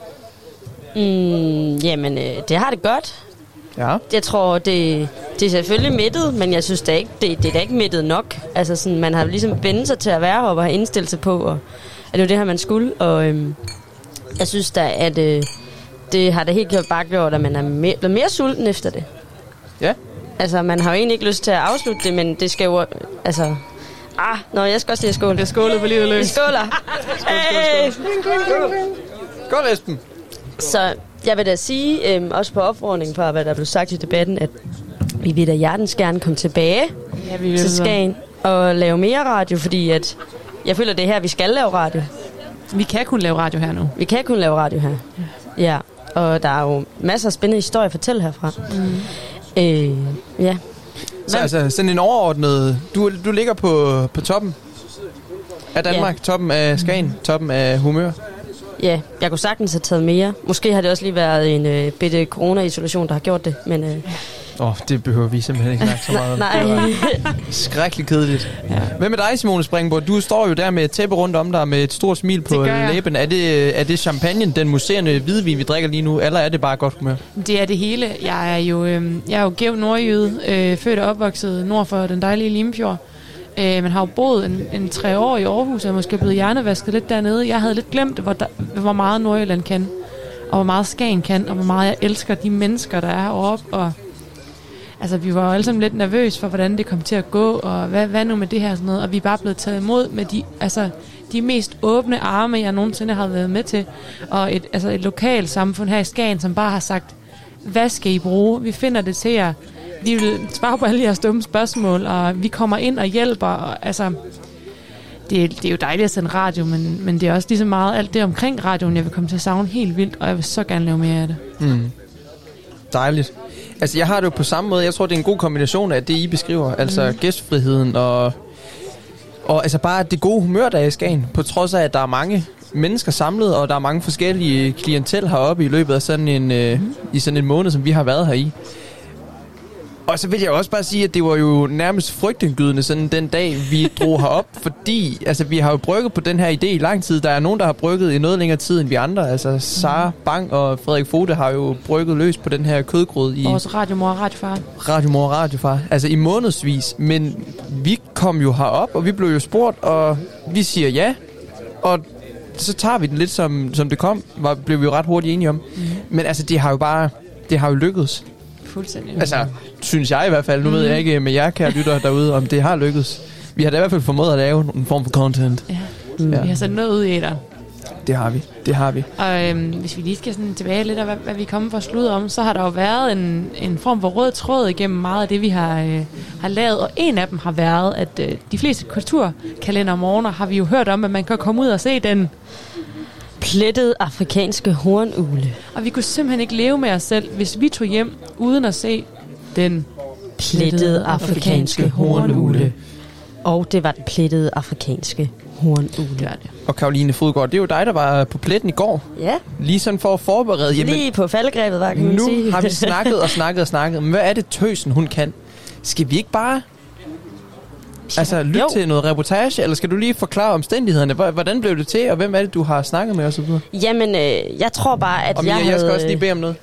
Jamen, det har det godt. Ja. Jeg tror, det er selvfølgelig mættet, men jeg synes det er da ikke mættet nok. Altså sådan, man har ligesom vendt sig til at være her og har indstillet sig på, og at det er det her, man skulle. Og jeg synes da, at det har da helt klart bare gjort, at man er blevet mere sulten efter det. Ja. Altså, man har jo egentlig ikke lyst til at afslutte det, men det skal jo... Altså... jeg skal også lige skåle. Det er skålet på livet løs. Vi skåler. Skål, Esben. Så jeg vil da sige, også på opfordring fra, hvad der blev sagt i debatten, at vi vil da hjertens gerne komme tilbage til Skagen og lave mere radio, fordi at jeg føler, det er her, vi skal lave radio. Vi kan kun lave radio her nu. Vi kan kun lave radio her. Ja, og der er jo masser af spændende historier at fortælle herfra. Så altså sådan en overordnet... Du ligger på toppen? af Danmark, toppen af Skagen, toppen af humør. Ja, jeg kunne sagtens have taget mere. Måske har det også lige været en bitte corona-isolation, der har gjort det, men... det behøver vi simpelthen ikke snakke så meget om. Nej. Det var skrækkeligt kedeligt. Ja. Hvad med dig, Simone Springborg? Du står jo der med et tæppe rundt om dig med et stort smil på læben. Er det champagne, den museerne hvidvin, vi drikker lige nu, eller er det bare godt humør? Det er det hele. Jeg er jo gæv nordjyde, født og opvokset nord for den dejlige Limfjord. Man har jo boet en 3 år i Aarhus, og måske blevet hjernevasket lidt dernede. Jeg havde lidt glemt, hvor meget Nordjylland kan, og hvor meget Skagen kan, og hvor meget jeg elsker de mennesker, der er heroppe. Og altså, vi var jo alle sammen lidt nervøse for, hvordan det kom til at gå, og hvad nu med det her og sådan noget. Og vi er bare blevet taget imod med de mest åbne arme, jeg nogensinde har været med til. Og et lokalt samfund her i Skagen, som bare har sagt, hvad skal I bruge? Vi finder det til jer. Vi vil svare på alle jeres dumme spørgsmål, og vi kommer ind og hjælper. Og, altså, det er jo dejligt at sende radio, men det er også lige så meget alt det omkring radioen, jeg vil komme til at savne helt vildt, og jeg vil så gerne lave mere af det. Dejligt. Altså, jeg har det jo på samme måde. Jeg tror, det er en god kombination af det, I beskriver. Altså, gæstfriheden og altså bare det gode humør, der er i Skagen. På trods af, at der er mange mennesker samlet, og der er mange forskellige klientel heroppe i løbet af sådan en måned, som vi har været her i. Og så vil jeg også bare sige, at det var jo nærmest frygtindgydende sådan den dag, vi drog herop, fordi altså, vi har jo brygget på den her idé i lang tid. Der er nogen, der har brygget i noget længere tid end vi andre. Altså Sara Bang og Frederik Fode har jo brygget løs på den her kødgrød i... Vores radiomor og radiofar. Radiomor og radiofar. Altså i månedsvis. Men vi kom jo herop, og vi blev jo spurgt, og vi siger ja. Og så tager vi den lidt som det kom. Blev vi jo ret hurtigt enige om. Men altså, det har jo lykkedes. Fuldstændig. Altså, synes jeg i hvert fald. Nu ved jeg ikke med jer, kære lytter derude, om det har lykkedes. Vi har da i hvert fald formået at lave en form for content. Ja. Vi har sat noget ud i der. Det har vi. Og hvis vi lige skal sådan tilbage lidt af, hvad vi kommer for at slutte om, så har der jo været en form for rød tråd igennem meget af det, vi har lavet. Og en af dem har været, at de fleste kulturkalender om morgener har vi jo hørt om, at man kan komme ud og se den plettede afrikanske hornugle. Og vi kunne simpelthen ikke leve med os selv, hvis vi tog hjem uden at se den plettede afrikanske hornugle. Og det var den plettede afrikanske hornugle. Og Caroline Fodgaard, det er jo dig, der var på pletten i går. Ja. Lige sådan for at forberede. Jamen, lige på faldgrebet, kan man sige. Nu har vi snakket. Men hvad er det tøsen, hun kan? Skal vi ikke bare lytte til noget reportage, eller skal du lige forklare omstændighederne? Hvordan blev det til, og hvem er det, du har snakket med osv.? Jamen, jeg tror bare, at jeg skal også lige bede om noget.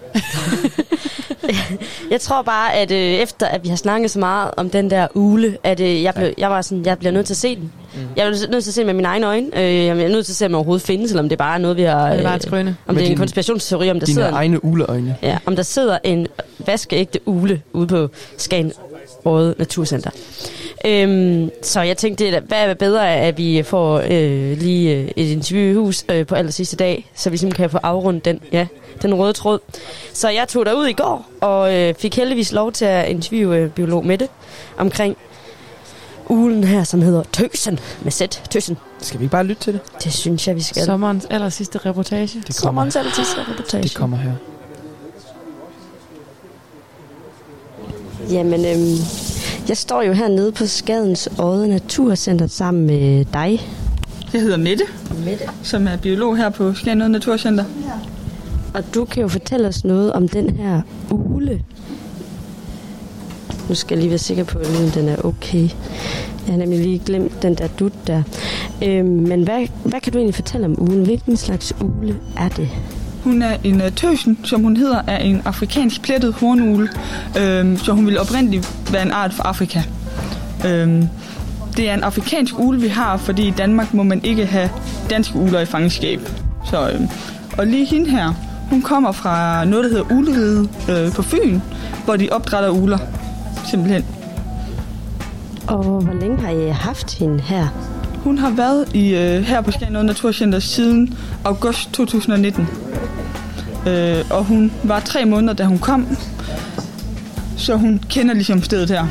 Jeg tror bare, at efter at vi har snakket så meget om den der ugle, at jeg bliver nødt til at se den. Jeg er nødt til at se den med mine egne øjne. Jeg er nødt til at se, om den overhovedet findes, eller om det bare er noget, vi har... det er bare et skrøne. Om det er en konspirationsteori, om der sidder... Dine egne ugleøjne. Ja, om der sidder en vaskeægte ugle ude på Skagen Røde Naturcenter. Så jeg tænkte, hvad er bedre, at vi får lige et interview i hus på aller sidste dag, så vi simpelthen kan få afrundet den røde tråd. Så jeg tog derud i går, og fik heldigvis lov til at interviewe biolog Mette omkring uglen her, som hedder Tøsen, med sæt, Tøsen. Skal vi ikke bare lytte til det? Det synes jeg, vi skal. Sommerens aller sidste reportage. Sommerens aller sidste reportage. Det kommer her. Jamen, jeg står jo hernede på Skadens Odde Naturcenter sammen med dig. Jeg hedder Mette, som er biolog her på Skadens Odde Naturcenter. Ja. Og du kan jo fortælle os noget om den her ugle. Nu skal jeg lige være sikker på, at den er okay. Jeg har nemlig lige glemt den der dut der. Men hvad kan du egentlig fortælle om uglen? Hvilken slags ugle er det? Hun er en tøsen, som hun hedder, er en afrikansk plettet hornugle. Så hun vil oprindeligt være en art fra Afrika. Det er en afrikansk ugle, vi har, fordi i Danmark må man ikke have danske ugler i fangenskab. Og lige hende her, hun kommer fra noget, der hedder Ugleride på Fyn, hvor de opdrætter ugler. Simpelthen. Og hvor længe har I haft hende her? Hun har været her på Skadens Odde Naturcenter siden august 2019. Og hun var 3 måneder, da hun kom. Så hun kender ligesom stedet her.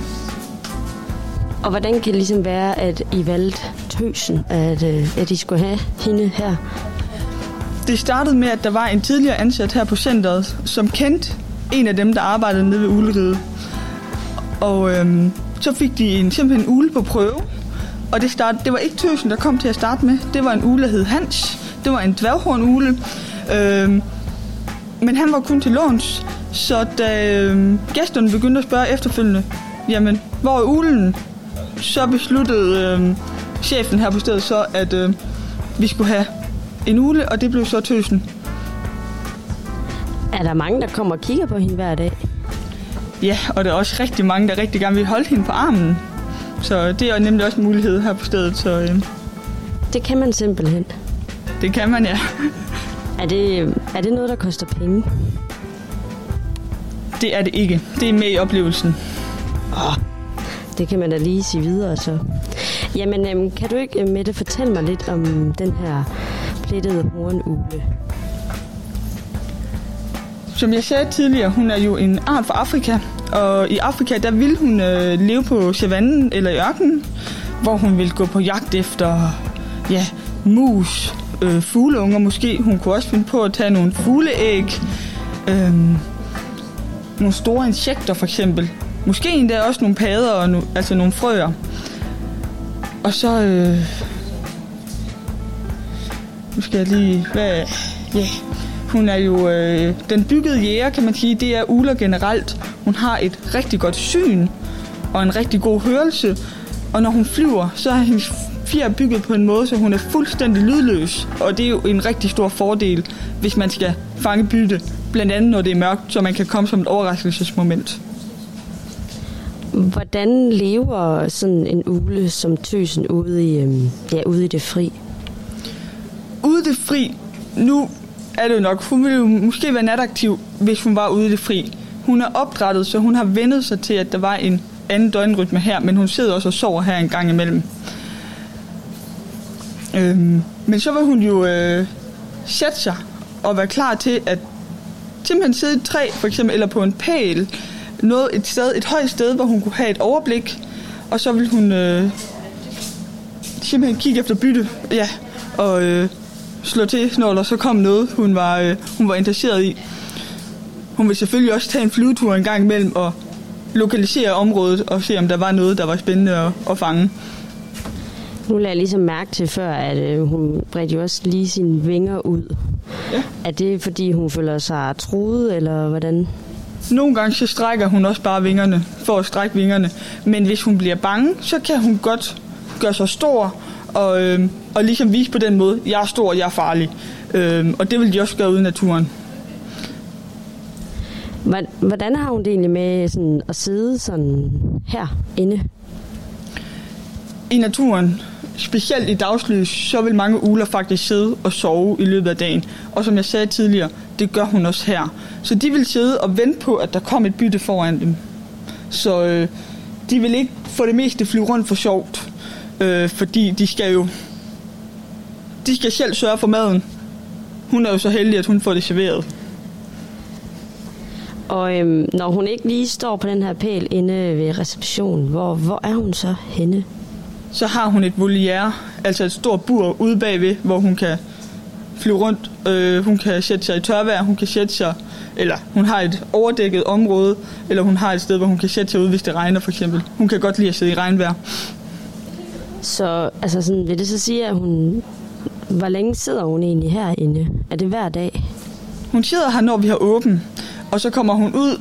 Og hvordan kan det ligesom være, at I valgte Tøsen, at I skulle have hende her? Det startede med, at der var en tidligere ansat her på centret, som kendte en af dem, der arbejdede nede ved Ugleride. Og så fik de simpelthen en ugle på prøve, Og det var ikke tøsen, der kom til at starte med. Det var en ugle, der hed Hans. Det var en dværghornugle. Men han var kun til låns. Så da gæsterne begyndte at spørge efterfølgende, jamen, hvor er uglen? Så besluttede chefen her på stedet så, at vi skulle have en ugle, og det blev så tøsen. Er der mange, der kommer og kigger på hende hver dag? Ja, og der er også rigtig mange, der rigtig gerne vil holde hende på armen. Så det er nemlig også en mulighed her på stedet. Så, det kan man simpelthen? Det kan man, ja. Er det noget, der koster penge? Det er det ikke. Det er med i oplevelsen. Det kan man da lige sige videre, så. Jamen, kan du ikke, Mette, fortælle mig lidt om den her plettede hornugle? Som jeg sagde tidligere, hun er jo en art fra Afrika. Og i Afrika, der vil hun leve på savannen eller i ørkenen, hvor hun vil gå på jagt efter mus, fugleunger måske. Hun kunne også finde på at tage nogle fugleæg, nogle store insekter for eksempel. Måske endda også nogle padder og altså nogle frøer. Og så nu skal jeg lige hun er jo den byggede jæger, kan man sige. Det er ugler generelt. Hun har et rigtig godt syn og en rigtig god hørelse. Og når hun flyver, så er hendes fjer bygget på en måde, så hun er fuldstændig lydløs. Og det er jo en rigtig stor fordel, hvis man skal fange bytte. Blandt andet, når det er mørkt, så man kan komme som et overraskelsesmoment. Hvordan lever sådan en ugle som tøsen ude i det fri? Ude i det fri? Nu er det jo nok. Hun ville jo måske være nataktiv, hvis hun var ude i det fri. Hun er opdrættet, så hun har vendet sig til, at der var en anden døgnrytme her, men hun sidder også og sover her en gang imellem. Men så vil hun jo sætte sig og være klar til at simpelthen sidde i et træ, for eksempel, eller på en pæl, et højt sted, hvor hun kunne have et overblik, og så vil hun simpelthen kigge efter bytte, og slå til, når der så kom noget, hun var interesseret i. Hun vil selvfølgelig også tage en flyvetur en gang imellem og lokalisere området og se, om der var noget, der var spændende at fange. Nu lader jeg ligesom mærke til før, at hun bredte jo også lige sine vinger ud. Ja. Er det, fordi hun føler sig truet, eller hvordan? Nogle gange så strækker hun også bare vingerne, for at strække vingerne. Men hvis hun bliver bange, så kan hun godt gøre sig stor, og ligesom vise på den måde, jeg er stor, jeg er farlig. Og det vil de også gøre ude i naturen. Hvordan har hun det egentlig med sådan at sidde sådan herinde? I naturen, specielt i dagslys, så vil mange ugler faktisk sidde og sove i løbet af dagen. Og som jeg sagde tidligere, det gør hun også her. Så de vil sidde og vente på, at der kommer et bytte foran dem. Så de vil ikke for det meste flyve rundt for sjovt. Fordi de skal selv sørge for maden. Hun er jo så heldig, at hun får det serveret. Og når hun ikke lige står på den her pæl inde ved receptionen, hvor er hun så henne? Så har hun et voliere, altså et stort bur ude bagved, hvor hun kan flyve rundt. Hun kan sætte sig i tørvejr, hun kan sætte sig, eller hun har et overdækket område, eller hun har et sted, hvor hun kan sætte sig ud, hvis det regner for eksempel. Hun kan godt lide at sidde i regnvejr. Så altså sådan, vil det så sige, at hvor længe sidder hun egentlig herinde? Er det hver dag? Hun sidder her, når vi har åbent, og så kommer hun ud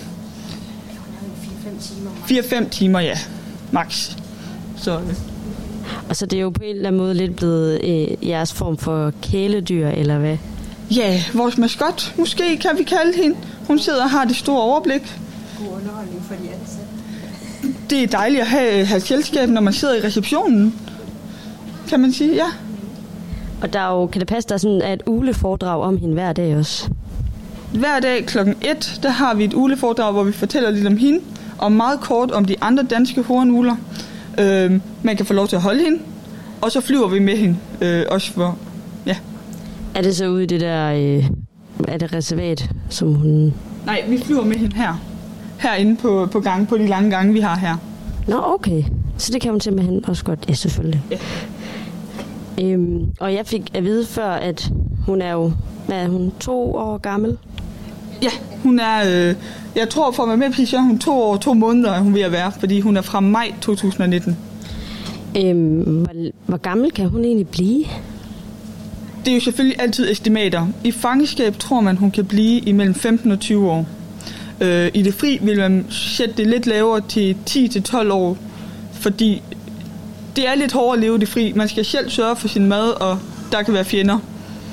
4-5 timer, ja, max. Så, og så det er jo på en eller anden måde lidt blevet jeres form for kæledyr, eller hvad? Ja, vores maskot, måske kan vi kalde hende. Hun sidder og har det store overblik. God underholdning for de ansatte. Det er dejligt at have selskab, når man sidder i receptionen, kan man sige, ja. Og der er jo, kan det passe, der er sådan et uleforedrag om hende hver dag også? Hver dag kl. 1, der har vi et uleforedrag, hvor vi fortæller lidt om hende, og meget kort om de andre danske hornugler. Man kan få lov til at holde hende, og så flyver vi med hende også for, ja. Er det så ude i det der, er det reservat, som hun... Nej, vi flyver med hende herinde på gangen, på de lange gange, vi har her. Nå, okay. Så det kan hun simpelthen også godt, ja, selvfølgelig. Ja. Og jeg fik at vide før, at hun er jo, hvad er hun, 2 år gammel? Ja, hun er, jeg tror for at være med, så er hun 2 år og 2 måneder, hun vil være, fordi hun er fra maj 2019. Hvor gammel kan hun egentlig blive? Det er jo selvfølgelig altid estimater. I fangenskab tror man, hun kan blive imellem 15 og 20 år. I det fri vil man sætte det lidt lavere til 10-12 år, fordi det er lidt hårdere at leve det fri. Man skal selv sørge for sin mad, og der kan være fjender.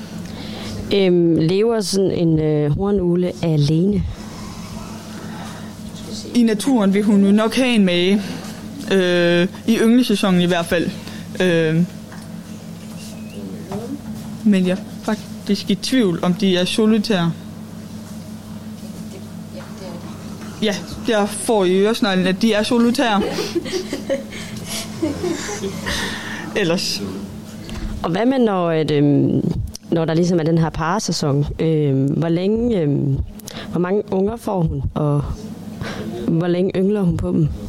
Lever sådan en hornugle alene? I naturen vil hun jo nok have en mage. I ynglesæsonen i hvert fald. Men jeg er faktisk i tvivl, om de er solitære. Ja, jeg får i øresneglen, at de er solitære. Ellers. Og hvad med, når der ligesom er den her parsæson? Hvor mange unger får hun, og hvor længe yngler hun på dem?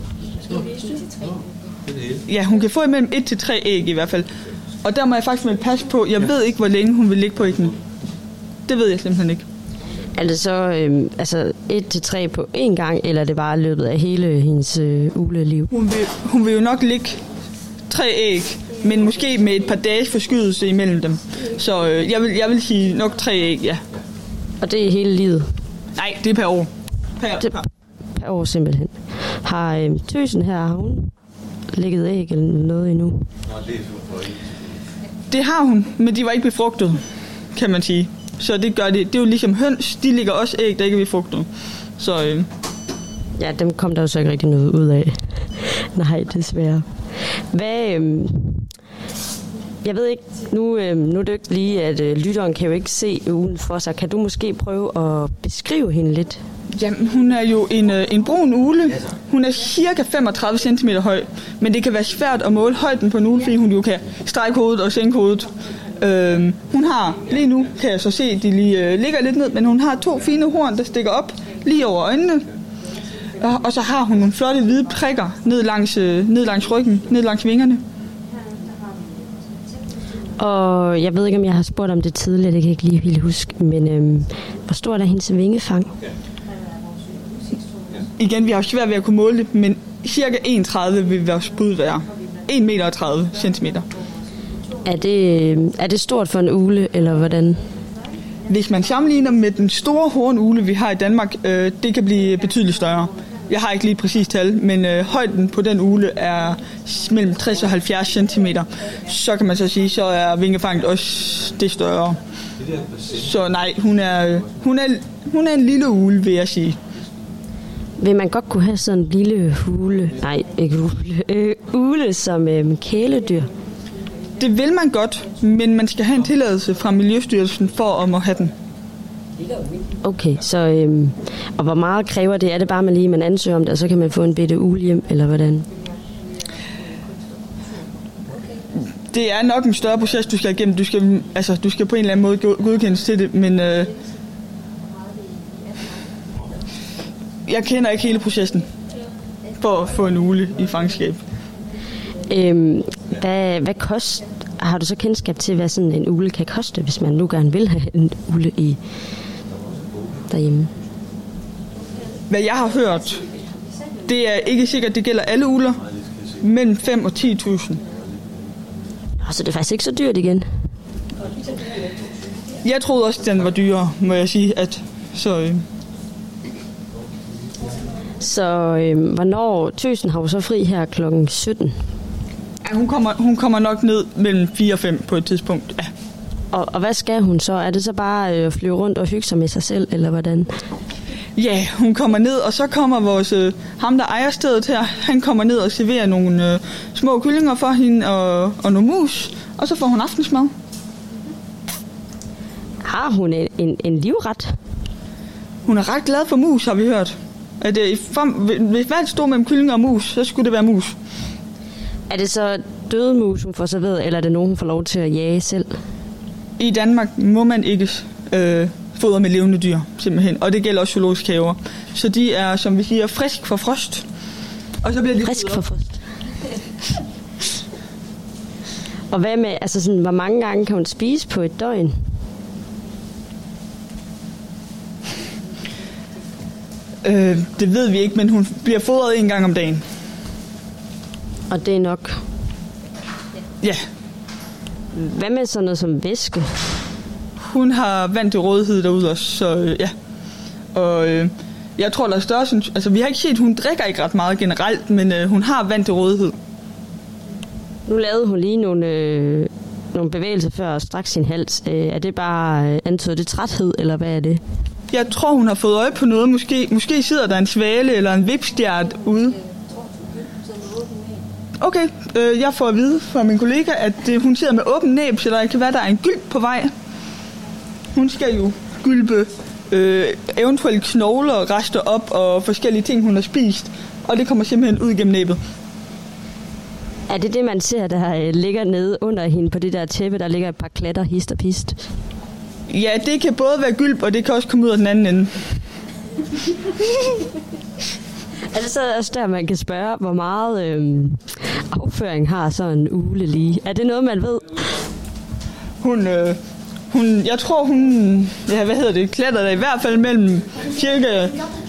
Ja, hun kan få imellem 1-3 æg i hvert fald. Og der må jeg faktisk passe på. Jeg ved ikke, hvor længe hun vil ligge på æggene. Det ved jeg simpelthen ikke. Er det så 1-3 på én gang, eller er det bare løbet af hele hendes ugleliv? Hun vil jo nok ligge 3 æg, men måske med et par dages forskydelse imellem dem. Så jeg vil sige nok 3 æg, ja. Og det er hele livet? Nej, det er per år. Per år simpelthen. Har tøsen her, har hun lægget æg eller noget endnu? Det har hun, men de var ikke befrugtet, kan man sige. Så det gør det. Det er jo ligesom høns, de lægger også æg, der ikke er befrugtet. Så ja, dem kom der jo så ikke rigtig noget ud af. Nej, desværre. Jeg ved ikke, nu er det ikke lige, at lytteren kan jo ikke se uglen for sig. Kan du måske prøve at beskrive hende lidt? Jamen, hun er jo en brun ugle. Hun er cirka 35 cm høj, men det kan være svært at måle højden på en ugle, fordi hun jo kan strække hovedet og sænke hovedet. Hun har, lige nu kan jeg så se, de lige ligger lidt ned, men hun har 2 fine horn, der stikker op lige over øjnene. Og så har hun nogle flotte hvide prikker ned langs ryggen, ned langs vingerne. Og jeg ved ikke, om jeg har spurgt om det tidligere, det kan jeg ikke lige helt huske, men hvor stort er hendes vingefang? Igen, vi har svært ved at kunne måle det, men cirka 1,30 vil vores bud være. 1,30 meter. Er det stort for en ugle, eller hvordan? Hvis man sammenligner med den store hornugle, vi har i Danmark, det kan blive betydeligt større. Jeg har ikke lige et præcist tal, men højden på den ugle er mellem 60 og 70 cm. Så kan man så sige, så er vingefanget også det større. Så nej, hun er en lille ugle, vil jeg sige. Vil man godt kunne have sådan en lille ugle som kæledyr? Det vil man godt, men man skal have en tilladelse fra Miljøstyrelsen for at må have den. Okay, så og hvor meget kræver det? Er det bare, man ansøger om det, og så kan man få en bitte ugle hjem, eller hvordan? Det er nok en større proces, du skal igennem. Du skal på en eller anden måde godkendes til det, men jeg kender ikke hele processen for at få en ugle i fangenskab. Hvad koster? Har du så kendskab til, hvad sådan en ugle kan koste, hvis man nu gerne vil have en ugle derhjemme? Hvad jeg har hørt, det er ikke sikkert, det gælder alle ugler, mellem 5 og 10.000. Så det er faktisk ikke så dyrt igen? Jeg troede også, den var dyrere, må jeg sige. Så hvornår tøsen har jo så fri her klokken 17? Ja, hun kommer nok ned mellem 4 og 5 på et tidspunkt, ja. Og hvad skal hun så? Er det så bare at flyve rundt og hygge sig med sig selv, eller hvordan? Ja, hun kommer ned, og så kommer ham, der ejer stedet her, han kommer ned og serverer nogle små kyllinger for hende og nogle mus, og så får hun aftensmad. Har hun en livret? Hun er ret glad for mus, har vi hørt. Hvis valget stod mellem kyllinger og mus, så skulle det være mus. Er det så døde mus, hun får serveret, eller er det nogen, hun får lov til at jage selv? I Danmark må man ikke fodre med levende dyr, simpelthen. Og det gælder også zoologiske haver. Så de er, som vi siger, frisk for frost. Og så bliver de frisk for frost. Og hvad med, hvor mange gange kan hun spise på et døgn? Det ved vi ikke, men hun bliver fodret 1 gang om dagen. Og det er nok? Ja. Hvad med sådan noget som væske? Hun har vand til rådighed derude også, så ja. Og jeg tror, der er større... Altså, vi har ikke set, hun drikker ikke ret meget generelt, men hun har vand til rådighed. Nu lavede hun lige nogle bevægelser før og strak sin hals. Er det bare antydet træthed, eller hvad er det? Jeg tror, hun har fået øje på noget. Måske sidder der en svale eller en vipstjert ude. Okay, jeg får at vide fra min kollega, at hun sidder med åben næb, så der kan være, der er en gylp på vej. Hun skal jo gylpe eventuelle knogler, rester op og forskellige ting, hun har spist. Og det kommer simpelthen ud gennem næbet. Er det det, man ser, der ligger nede under hende på det der tæppe, der ligger et par klatter, hist og pist? Ja, det kan både være gylp, og det kan også komme ud af den anden ende. Er det så også der, man kan spørge, hvor meget afføring har sådan en ugle lige? Er det noget, man ved? Jeg tror, klatter der i hvert fald mellem cirka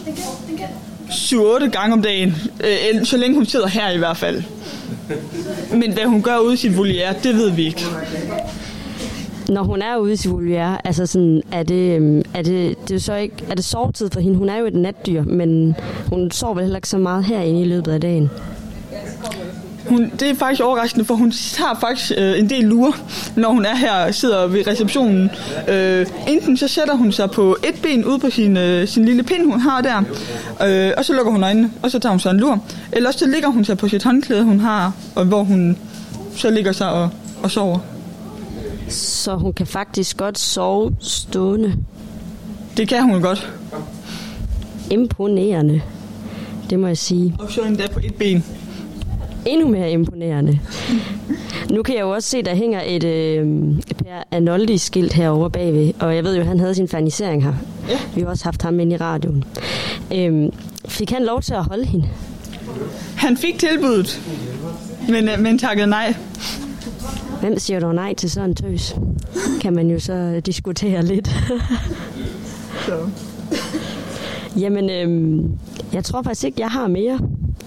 7-8 gange om dagen. Så længe hun sidder her i hvert fald. Men hvad hun gør ude i sit voliere, det ved vi ikke. Når hun er ude i sit voliere, altså sådan, er det så ikke, er det sovetid for hende? Hun er jo et natdyr, men hun sover vel heller ikke så meget herinde i løbet af dagen. Det er faktisk overraskende, for hun tager faktisk en del lurer, når hun er her og sidder ved receptionen. Enten så sætter hun sig på et ben ude på sin lille pind, hun har der, og så lukker hun øjnene, og så tager hun så en lur. Eller så ligger hun sig på sit håndklæde, hun har, og hvor hun så ligger sig og sover. Så hun kan faktisk godt sove stående? Det kan hun godt. Imponerende, det må jeg sige. Og så endda på et ben. Endnu mere imponerende. Nu kan jeg jo også se, der hænger et Per Arnoldi-skilt herovre bagved, og jeg ved jo, han havde sin fernisering her. Ja. Vi har også haft ham inde i radioen. Fik han lov til at holde hende? Han fik tilbuddet, men takkede nej. Hvem siger dog nej til sådan en tøs? Kan man jo så diskutere lidt. Så. Jamen, jeg tror faktisk ikke, jeg har mere.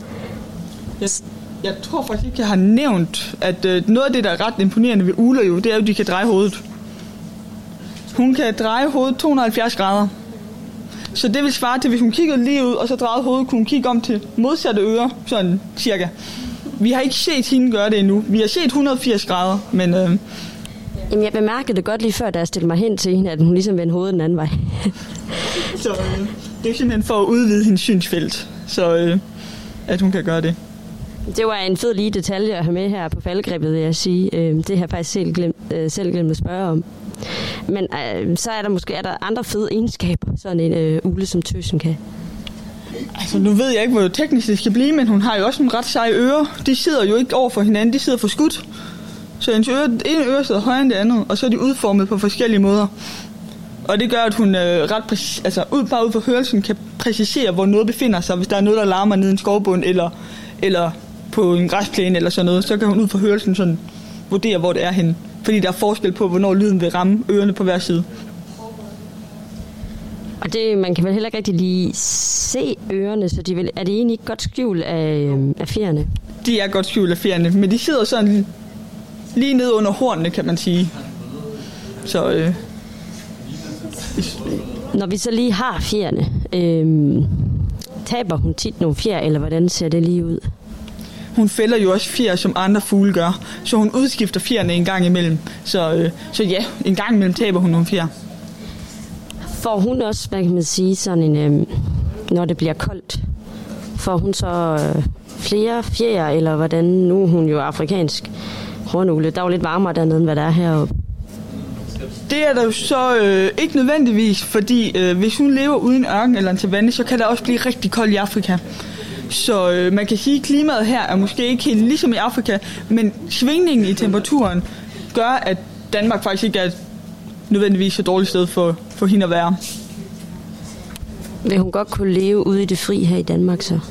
Jeg tror faktisk ikke, jeg har nævnt, at noget af det, der er ret imponerende ved ugler jo, det er jo, at de kan dreje hovedet. Hun kan dreje hovedet 270 grader. Så det vil svare til, hvis hun kiggede lige ud, og så drejede hovedet, kunne hun kigge om til modsatte øre, sådan cirka. Vi har ikke set hende gøre det endnu. Vi har set 180 grader, men... Jamen, jeg bemærkede det godt lige før, da jeg stillede mig hen til hende, at hun ligesom vendte hovedet den anden vej. Så det er simpelthen for at udvide hendes synsfelt, så at hun kan gøre det. Det var en fed lige detalje at have med her på faldgrebet, vil jeg sige. Det har jeg faktisk selv glemt at spørge om. Men så er der andre fede egenskaber, sådan en ugle som tøsen kan. Altså, nu ved jeg ikke, hvor teknisk det skal blive, men hun har jo også nogle ret seje ører. De sidder jo ikke over for hinanden, de sidder for skudt. Så en øre sidder højere end det andet, og så er de udformet på forskellige måder. Og det gør, at hun bare ud fra hørelsen kan præcisere, hvor noget befinder sig. Hvis der er noget, der larmer nede i en skovbund, eller på en græsplæne eller sådan noget, så kan hun ud fra hørelsen sådan vurdere, hvor det er henne. Fordi der er forskel på, hvornår lyden vil ramme ørerne på hver side. Og man kan vel heller ikke rigtig lige se ørerne, så er det egentlig ikke godt skjult af fjerene? De er godt skjult af fjerene, men de sidder sådan lige nede under hornene, kan man sige. Så... Når vi så lige har fjerne, taber hun tit nogle fjer, eller hvordan ser det lige ud? Hun fælder jo også fjer, som andre fugle gør, så hun udskifter fjerne en gang imellem. Så ja, en gang imellem taber hun nogle fjer. Får hun også, hvad kan man sige, sådan en, når det bliver koldt, får hun så flere fjer, eller hvordan? Nu er hun jo afrikansk hornugle. Der er jo lidt varmere dernede, end hvad der er heroppe. Det er der jo så ikke nødvendigvis, fordi hvis hun lever uden ørken eller en savanne, så kan der også blive rigtig koldt i Afrika. Så man kan sige, at klimaet her er måske ikke helt ligesom i Afrika, men svingningen i temperaturen gør, at Danmark faktisk ikke er nødvendigvis så dårligt sted for hende at være. Vil hun godt kunne leve ude i det fri her i Danmark så?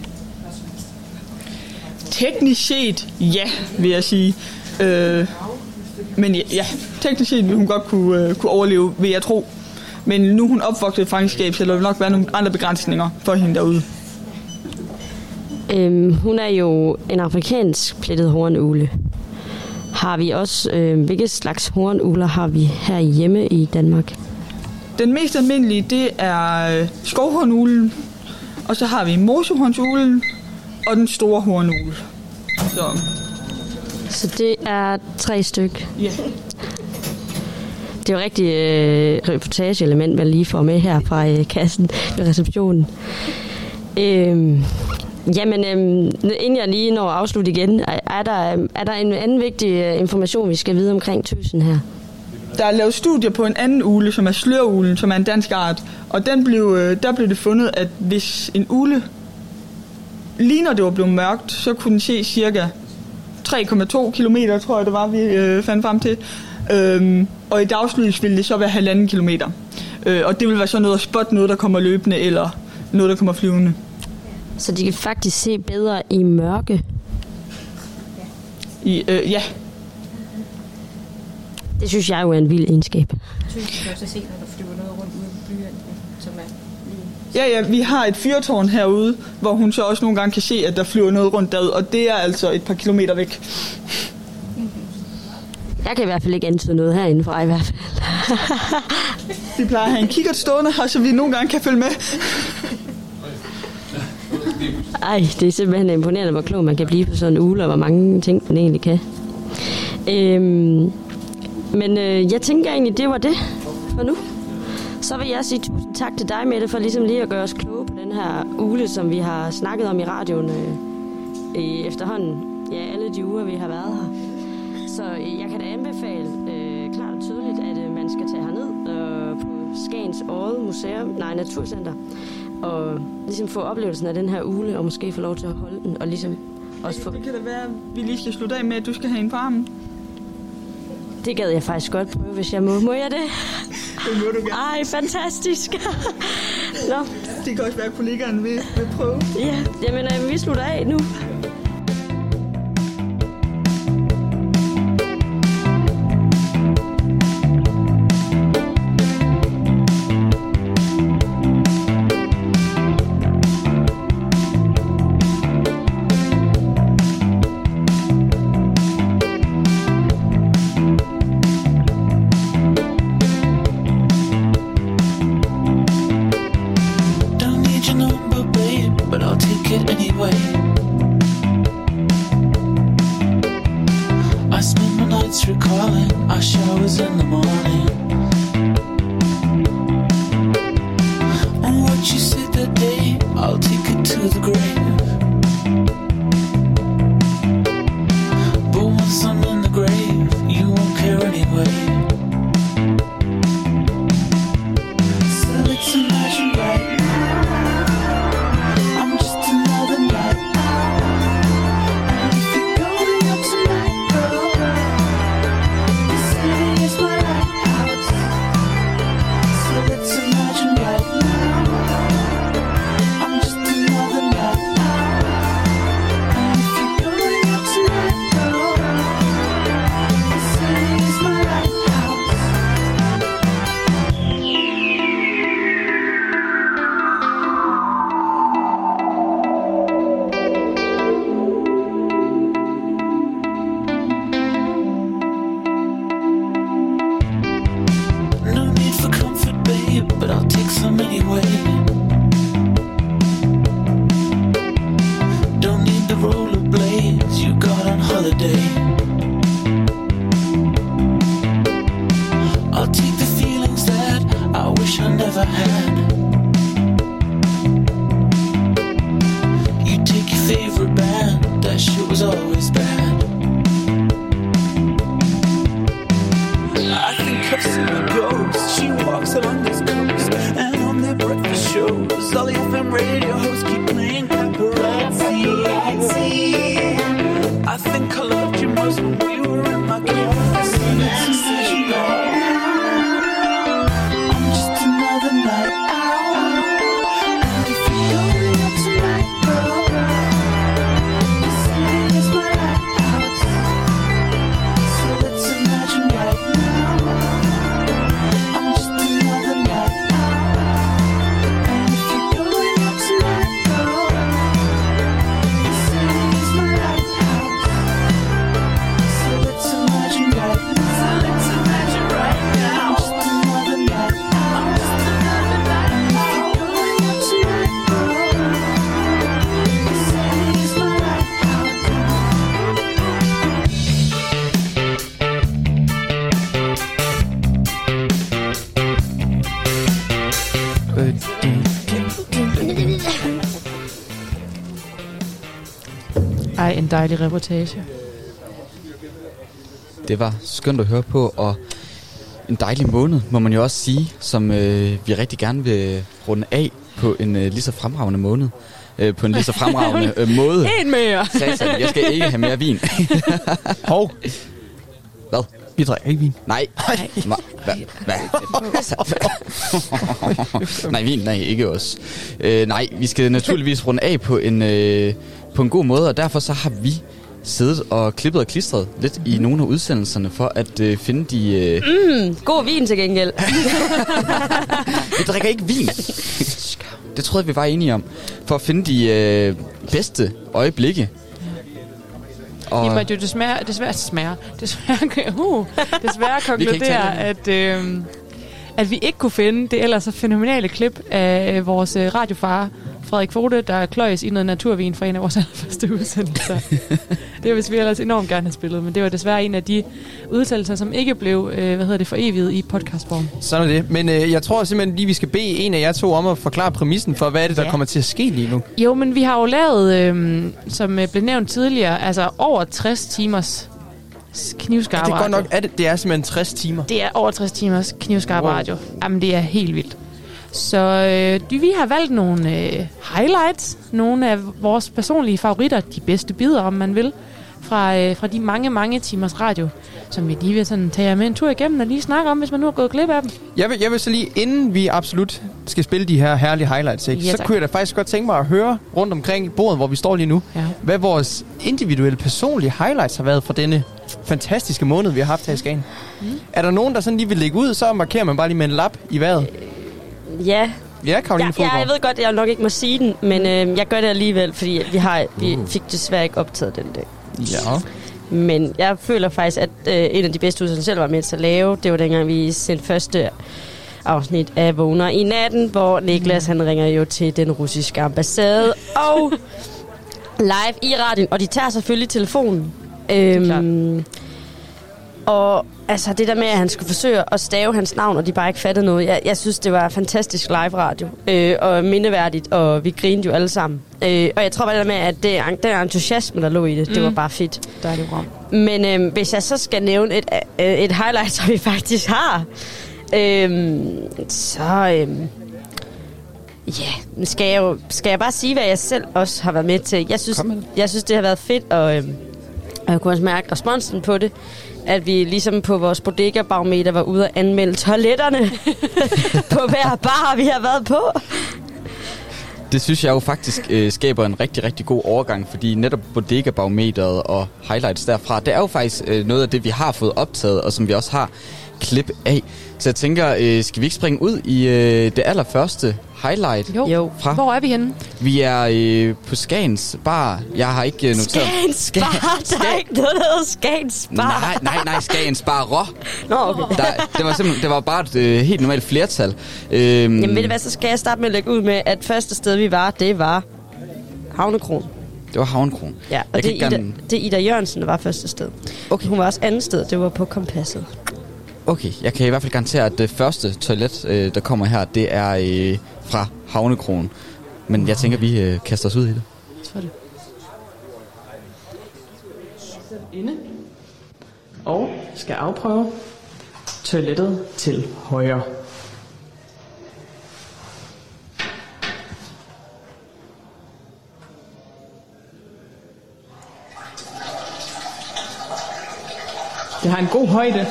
Teknisk set, ja, vil jeg sige. Men ja, teknisk set vil hun godt kunne overleve, vil jeg tro. Men nu er hun opvokset i fangenskab, så der vil nok være nogle andre begrænsninger for hende derude. Hun er jo en afrikansk plettet hornugle. har vi også, hvilke slags hornugler har vi her hjemme i Danmark? Den mest almindelige, det er skovhornuglen, og så har vi mosehornsuglen og den store hornugle. Så det er 3 styk? Ja. Det er jo rigtig reportageelement, man lige får med her fra kassen ved receptionen. Inden jeg lige når at afslutte igen, er der en anden vigtig information, vi skal vide omkring tøsen her? Der er lavet studier på en anden ugle, som er sløruglen, som er en dansk art. Og der blev det fundet, at hvis en ugle, lige når det var blevet mørkt, så kunne den se cirka 3,2 kilometer, tror jeg det var, vi fandt frem til. Og i dagslys ville det så være 1,5 kilometer. Og det vil være så noget at spotte noget, der kommer løbende, eller noget, der kommer flyvende. Så de kan faktisk se bedre i mørke? Ja. Det synes jeg jo er en vild egenskab. Du kan også se, når der flyver noget rundt ude på blyanten, som er lige... Ja, vi har et fyrtårn herude, hvor hun så også nogle gange kan se, at der flyver noget rundt derude, og det er altså et par kilometer væk. Jeg kan i hvert fald ikke antyde noget herindefra i hvert fald. Vi plejer at have en kikkert stående her, så vi nogle gange kan følge med. Ej, det er simpelthen imponerende, hvor klog man kan blive på sådan en ugle, og hvor mange ting man egentlig kan. Men jeg tænker egentlig, det var det for nu. Så vil jeg sige tusind tak til dig, Mette, for ligesom lige at gøre os kloge på den her ugle, som vi har snakket om i radioen efterhånden. Ja, alle de uger, vi har været her. Så jeg kan da anbefale klart og tydeligt, at man skal tage herned på Skagens Naturcenter og ligesom få oplevelsen af den her ugle, og måske få lov til at holde den, og ligesom også få... Det kan da være, at vi lige skal slutte af med, at du skal have en på armen. Det gad jeg faktisk godt prøve, hvis jeg må. Må jeg det? Det må du gerne. Ej, fantastisk. Nå. Det kan også være, at kollegaerne vil prøve. Ja, jamen vi slutter af nu. en dejlig reportage. Det var skønt at høre på, og en dejlig måned, må man jo også sige, som vi rigtig gerne vil runde af på en lige så fremragende måned. På en lige så fremragende måde. En mere! Satan, jeg skal ikke have mere vin. Hov. Hvad? Vi drikker ikke vin. Nej. Hvad? Nej, vin, nej, ikke os. Nej, vi skal naturligvis runde af på en god måde, og derfor så har vi siddet og klippet og klistret lidt i nogle af udsendelserne for at finde de... God vin til gengæld. Vi drikker ikke vin. Det troede jeg, vi var enige om. For at finde de bedste øjeblikke. Og I måtte jo desværre konkludere, at vi ikke kunne finde det ellers så fænomenale klip af vores radiofar, Frederik Fogde, der kløjes i noget naturvin fra en af vores allerførste udsendelser. Det var vi ellers enormt gerne have spillet, men det var desværre en af de udsendelser, som ikke blev foreviget i podcastform. Sådan er det. Men jeg tror simpelthen lige, vi skal bede en af jer to om at forklare præmissen for, hvad er det, der kommer til at ske lige nu? Jo, men vi har jo lavet, som blev nævnt tidligere, altså over 60 timers knivskarp radio. Det er godt nok, det er simpelthen 60 timer. Det er over 60 timers knivskarp radio. Jamen, det er helt vildt. Så vi har valgt nogle highlights, nogle af vores personlige favoritter, de bedste bidder, om man vil, fra de mange timers radio, som vi lige vil sådan tage jer med en tur igennem og lige snakke om, hvis man nu har gået glip af dem. Jeg vil så lige, inden vi absolut skal spille de her herlige highlights, ikke, så kunne jeg da faktisk godt tænke mig at høre rundt omkring bordet, hvor vi står lige nu, hvad vores individuelle personlige highlights har været fra denne fantastiske måned, vi har haft her i Skagen. Er der nogen, der sådan lige vil lægge ud, så markerer man bare lige med en lap i vejret? Ja. Ja, Karoline Fodgaard. Jeg ved godt, at jeg nok ikke må sige den, men jeg gør det alligevel, fordi vi fik desværre ikke optaget den dag. Ja. Men jeg føler faktisk, at en af de bedste udsendelser, selv var med til at lave, det var dengang, vi sendte første afsnit af Vågner i natten, hvor Niklas han ringer jo til den russiske ambassade og live i radioen, og de tager selvfølgelig telefonen. Og altså det der med, at han skulle forsøge at stave hans navn, og de bare ikke fattede noget. Jeg synes, det var fantastisk live radio, og mindeværdigt, og vi grinede jo alle sammen. Og jeg tror bare det der med, at den entusiasme, der lå i det, det var bare fedt. Dejligt bra. Men hvis jeg så skal nævne et highlight, som vi faktisk har, skal jeg bare sige, hvad jeg selv også har været med til. Jeg synes det har været fedt, og jeg kunne også mærke responsen på det, at vi ligesom på vores bodega-barometer var ude at anmelde toiletterne på hver bar, vi har været på. Det synes jeg jo faktisk skaber en rigtig, rigtig god overgang, fordi netop bodega-barometeret og highlights derfra, det er jo faktisk noget af det, vi har fået optaget, og som vi også har klip af. Så jeg tænker, skal vi ikke springe ud i det allerførste highlight? Jo. Fra? Hvor er vi henne? Vi er på Skagens Bar. Jeg har ikke noteret... Skagens Bar? Der er ikke noget, der hedder Skagens Bar. Nej, Skagens Bar. Nå, okay. Det var bare et helt normalt flertal. Jamen ved du hvad, så skal jeg starte med at lægge ud med, at første sted vi var, det var Havnekron. Det var Havnekron. Ja, og det er Ida Jørgensen, der var første sted. Okay. Hun var også andet sted, det var på Kompasset. Okay, jeg kan i hvert fald garantere, at det første toilet, der kommer her, det er fra Havnekron. Men jeg tænker, vi kaster os ud i det. Så er det. Inde. Og skal afprøve toilettet til højre. Det har en god højde.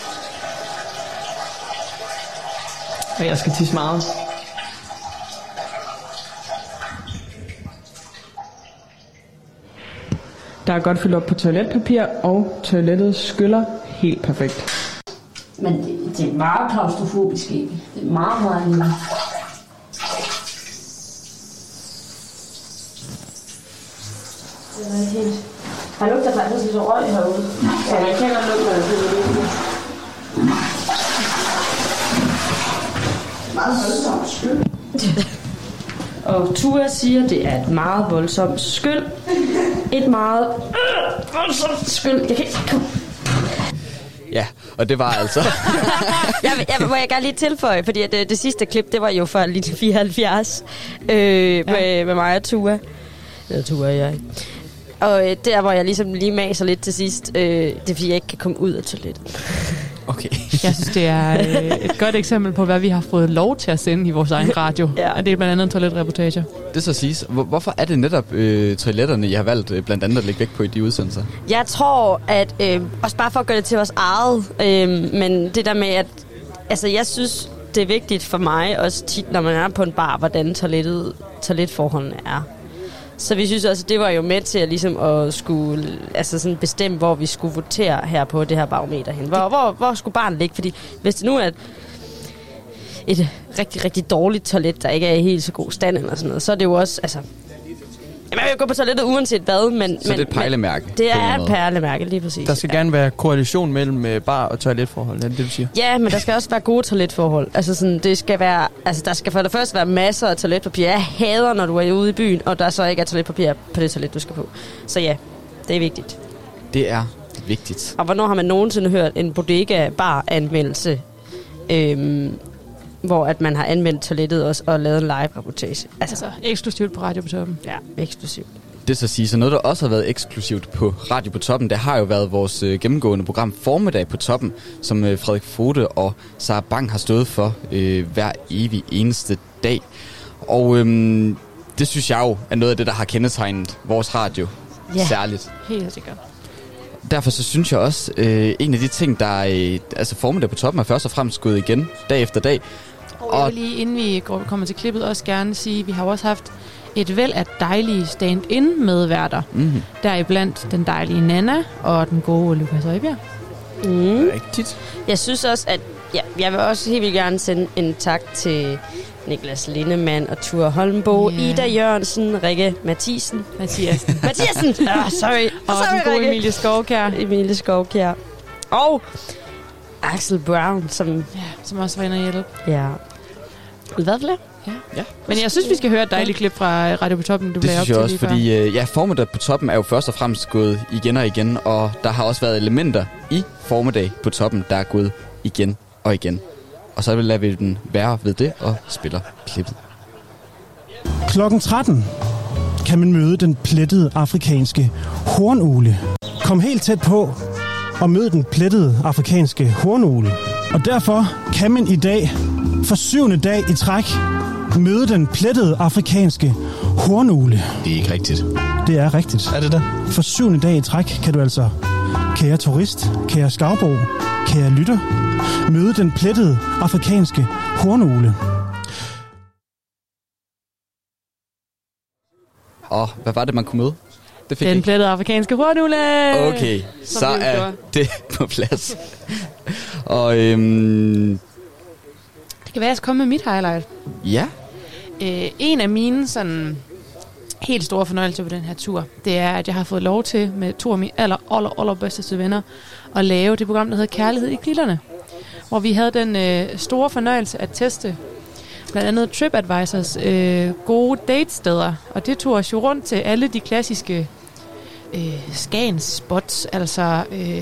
Og jeg skal tisse meget. Der er godt fyldt op på toiletpapir, og toilettet skyller helt perfekt. Men det er meget klaustrofobisk, ikke? Det er meget lille. Det er ikke helt... Han lugter faktisk lidt røg herude. Ja, jeg kan godt lugte det. Meget voldsomt skyld. Og Tua siger, det er et meget voldsomt skyld. Et meget voldsomt skyld. Jeg kan ikke... Ja, og det var altså... Må jeg gerne lige tilføje, fordi det sidste klip, det var jo fra lige 74 med mig og Tua. Eller Tua, ja. Og der, hvor jeg ligesom lige maser lidt til sidst, det er, fordi jeg ikke kan komme ud af toilettet. Okay. Jeg synes, det er et godt eksempel på, hvad vi har fået lov til at sende i vores egen radio. Ja. Og det er blandt andet toiletreportager. Det så siges. Hvorfor er det netop toiletterne, I har valgt blandt andet at lægge vægt på i de udsendelser? Jeg tror, at også bare for at gøre det til vores eget, men det der med, at altså, jeg synes, det er vigtigt for mig også tit, når man er på en bar, hvordan toiletforholdene er. Så vi synes også, det var jo med til at, ligesom at skulle, altså sådan bestemme, hvor vi skulle votere her på det her barometer hen. Hvor skulle barnet ligge? Fordi hvis det nu er et rigtig, rigtig dårligt toilet, der ikke er i helt så god stand eller sådan noget, så er det jo også, altså... Man vil jo gå på toilettet uanset hvad, men... Så det er et pejlemærke? Det er et pejlemærke, lige præcis. Der skal gerne være korrelation mellem bar- og toiletforhold, er det du siger? Ja, men der skal også være gode toiletforhold. Altså sådan, det skal være... Altså, der skal for det første være masser af toiletpapir. Jeg hader, når du er ude i byen, og der så ikke er toiletpapir på det toilet, du skal på. Så ja, det er vigtigt. Det er vigtigt. Og hvornår har man nogensinde hørt en bodega-bar-anmeldelse, hvor at man har anmeldt toilettet også og lavet en live-reportage? Altså eksklusivt på Radio på Toppen. Ja, eksklusivt. Det så sige, så noget, der også har været eksklusivt på Radio på Toppen, det har jo været vores gennemgående program Formiddag på Toppen, som Frederik Fode og Sara Bang har stået for hver evig eneste dag. Og det synes jeg jo er noget af det, der har kendetegnet vores radio særligt. Helt sikkert. Derfor så synes jeg også, en af de ting, der altså Formiddag på Toppen er først og fremmest gået igen dag efter dag. Og jeg vil lige, inden vi kommer til klippet, også gerne sige, at vi har også haft et væld af dejlige stand-in medværter. Mm-hmm. Deriblandt den dejlige Nana og den gode Lukas Højbjerg. Rigtigt. Jeg synes også, at jeg vil også helt vildt gerne sende en tak til Niklas Lindemann og Ture Holmbo, Ida Jørgensen, Rikke Mathiasen. Sorry. Og den gode Emilie Skovkjær. Og Axel Brown, som også var inde og hjælpe. Ja. Hvad flere? Ja. Men jeg synes, vi skal høre et dejligt klip fra Radio på Toppen, du det synes jeg også, fordi Formiddag på Toppen er jo først og fremmest gået igen og igen, og der har også været elementer i Formiddag på Toppen, der er gået igen og igen. Og så lader vi den være ved det og spiller klippet. Klokken 13 kan man møde den plettede afrikanske hornugle. Kom helt tæt på og møde den plettede afrikanske hornugle. Og derfor kan man i dag for 7. dag i træk møde den plettede afrikanske hornugle. Det er ikke rigtigt. Det er rigtigt. Er det det? For 7. dag i træk kan du altså, kære turist, kære skavbo, kære lytter, møde den plettede afrikanske hornugle. Og hvad var det, man kunne møde? Det fik den plettede afrikanske hornugle! Okay, så er det på plads. Og det kan være, at jeg skal komme med mit highlight. Ja. En af mine sådan helt store fornøjelser på den her tur, det er, at jeg har fået lov til med to af mine allerbedste venner at lave det program, der hedder Kærlighed i Klitterne. Hvor vi havde den store fornøjelse at teste blandt andet TripAdvisors gode datesteder. Og det tog os jo rundt til alle de klassiske Skagens spots, altså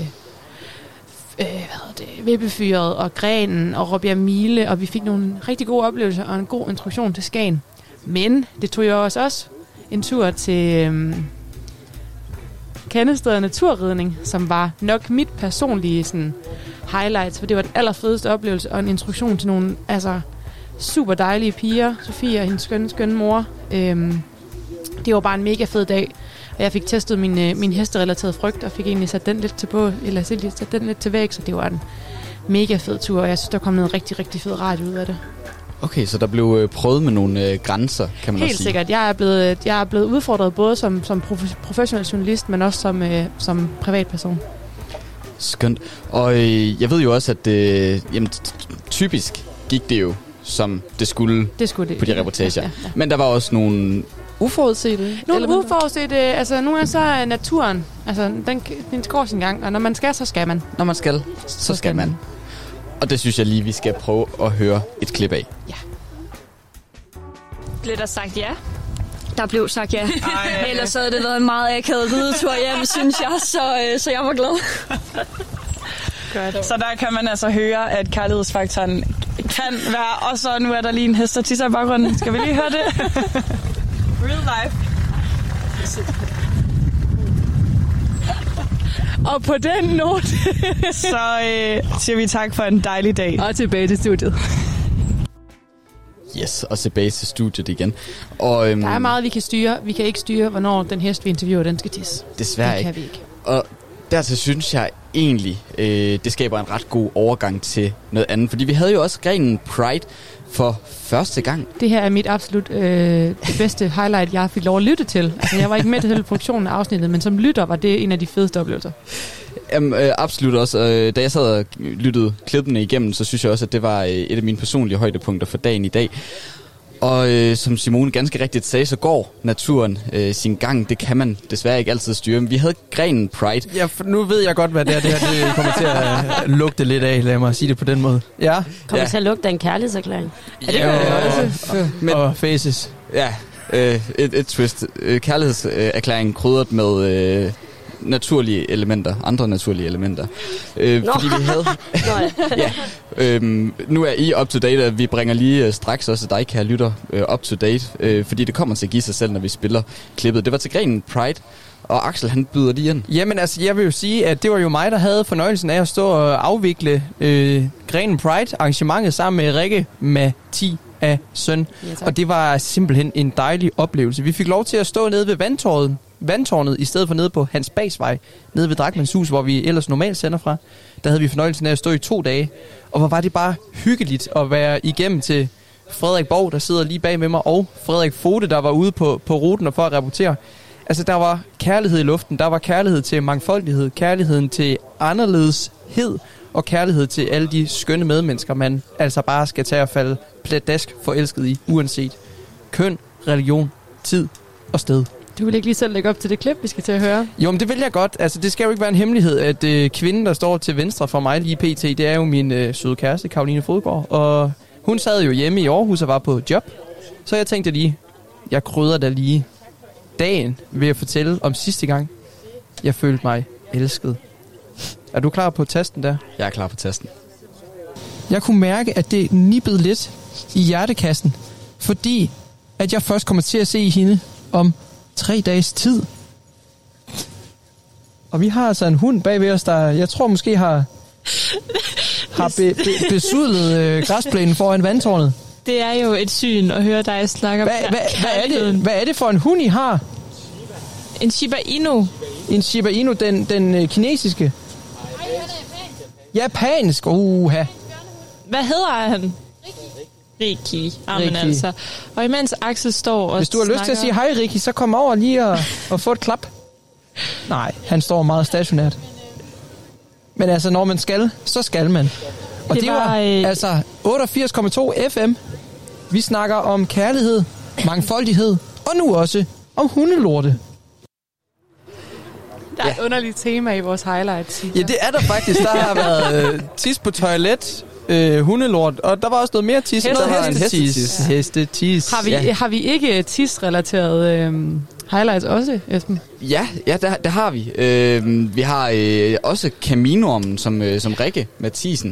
Vippefyret og Grenen og Råbjerg Mile, og vi fik nogle rigtig gode oplevelser og en god introduktion til Skagen. Men det tog jo også en tur til Kandested Naturridning, som var nok mit personlige sådan, highlights, for det var den allerfedeste oplevelse og en introduktion til nogle super dejlige piger, Sofie og hendes skønne mor. Det var bare en mega fed dag, og jeg fik testet min hesterelaterede frygt, og fik egentlig sat den lidt til væk, så det var en mega fed tur, og jeg synes, der kom noget rigtig, rigtig fed radio ud af det. Okay, så der blev prøvet med nogle grænser, kan man også sige. Helt sikkert. Jeg er blevet udfordret både som professionel journalist, men også som privatperson. Skønt. Og jeg ved jo også, at typisk gik det jo, som det skulle på de reportager. Ja. Men der var også nogle uforudsete? Altså nogle gange så er naturen, altså den går sin gang, og når man skal, så skal man. Når man skal, så skal man. Og det synes jeg lige, vi skal prøve at høre et klip af. Ja. Blev der sagt ja? Der blev sagt ja. Ellers havde det været en meget akavet ridetur hjem, synes jeg, så jeg var glad. Så der kan man altså høre, at kærlighedsfaktoren kan være, og så nu er der lige en hest og tisser i baggrunden. Skal vi lige høre det? Real life. Og på den note, så siger vi tak for en dejlig dag. Og tilbage til studiet. Yes, og tilbage til studiet igen. Og, der er meget, vi kan styre. Vi kan ikke styre, hvornår den hest, vi interviewer, den skal tisse. Desværre det kan ikke. Vi ikke. Og dertil synes jeg egentlig, det skaber en ret god overgang til noget andet. Fordi vi havde jo også grenen Pride for første gang. Det her er mit absolut det bedste highlight, jeg fik lov at lytte til. Altså, jeg var ikke med til hele produktionen af afsnittet, men som lytter var det en af de fedeste oplevelser. Jamen, absolut også. Da jeg sad og lyttede klippene igennem, så synes jeg også, at det var et af mine personlige højdepunkter for dagen i dag. Og som Simone ganske rigtigt sagde, så går naturen sin gang. Det kan man desværre ikke altid styre. Men vi havde grenen Pride. Ja, for nu ved jeg godt, hvad det her det kommer til at lugte lidt af. Lad mig sige det på den måde. Ja. Kommer til at lugte af en kærlighedserklæring. Ja, det gør det også. Og faces. Ja, et twist. Kærlighedserklæringen krydret med naturlige elementer, andre naturlige elementer. Fordi vi havde... nu er I up to date, og vi bringer lige straks også dig, kære lytter, up to date, fordi det kommer til at give sig selv, når vi spiller klippet. Det var til grenen Pride, og Axel, han byder lige ind. Jamen altså, jeg vil jo sige, at det var jo mig, der havde fornøjelsen af at stå og afvikle grenen Pride arrangementet sammen med Rikke Mathiasen. Og det var simpelthen en dejlig oplevelse. Vi fik lov til at stå nede ved vandtårnet, i stedet for nede på Hans Bagsvej, nede ved Drachmanns Hus, hvor vi ellers normalt sender fra. Der havde vi fornøjelsen af at stå i 2 dage, og hvor var det bare hyggeligt at være igennem til Frederik Borg, der sidder lige bag med mig, og Frederik Fode, der var ude på ruten og for at rapportere. Altså, der var kærlighed i luften, der var kærlighed til mangfoldighed, kærligheden til anderledeshed, og kærlighed til alle de skønne medmennesker, man altså bare skal tage og falde pladask forelsket i, uanset køn, religion, tid og sted. Du vil ikke lige selv lægge op til det klip, vi skal til at høre? Jo, men det vil jeg godt. Altså, det skal jo ikke være en hemmelighed, at kvinden, der står til venstre for mig lige pt., det er jo min søde kæreste, Karoline Fodgaard. Og hun sad jo hjemme i Aarhus og var på job. Så jeg tænkte lige, jeg krydder da lige dagen ved at fortælle om sidste gang, jeg følte mig elsket. Er du klar på tasten der? Jeg er klar på tasten. Jeg kunne mærke, at det nippede lidt i hjertekassen, fordi at jeg først kommer til at se hende om 3 dages tid. Og vi har altså en hund bag ved os, der jeg tror måske har besudlet græsplænen foran vandtårnet. Det er jo et syn at høre dig snakke om hvad er det for en hund, I har? En Shiba Inu. En Shiba Inu, den kinesiske? Japansk. Uha. Hvad hedder han? Ricky. Amen altså. Og imens Axel står og hvis du har lyst til at sige hej, Ricky, så kom over lige og få et klap. Nej, han står meget stationært. Men altså, når man skal, så skal man. Og det var altså 88,2 FM. Vi snakker om kærlighed, mangfoldighed, og nu også om hundelorte. Der er et underligt tema i vores highlights. Ja, det er der faktisk. Der har været tis på toilet, hundelort, og der var også noget mere tis. Hestetis. Har vi ikke tis-relateret highlights også, Esben? Ja, det har vi. Vi har også Camino'en, som Rikke Mathiasen,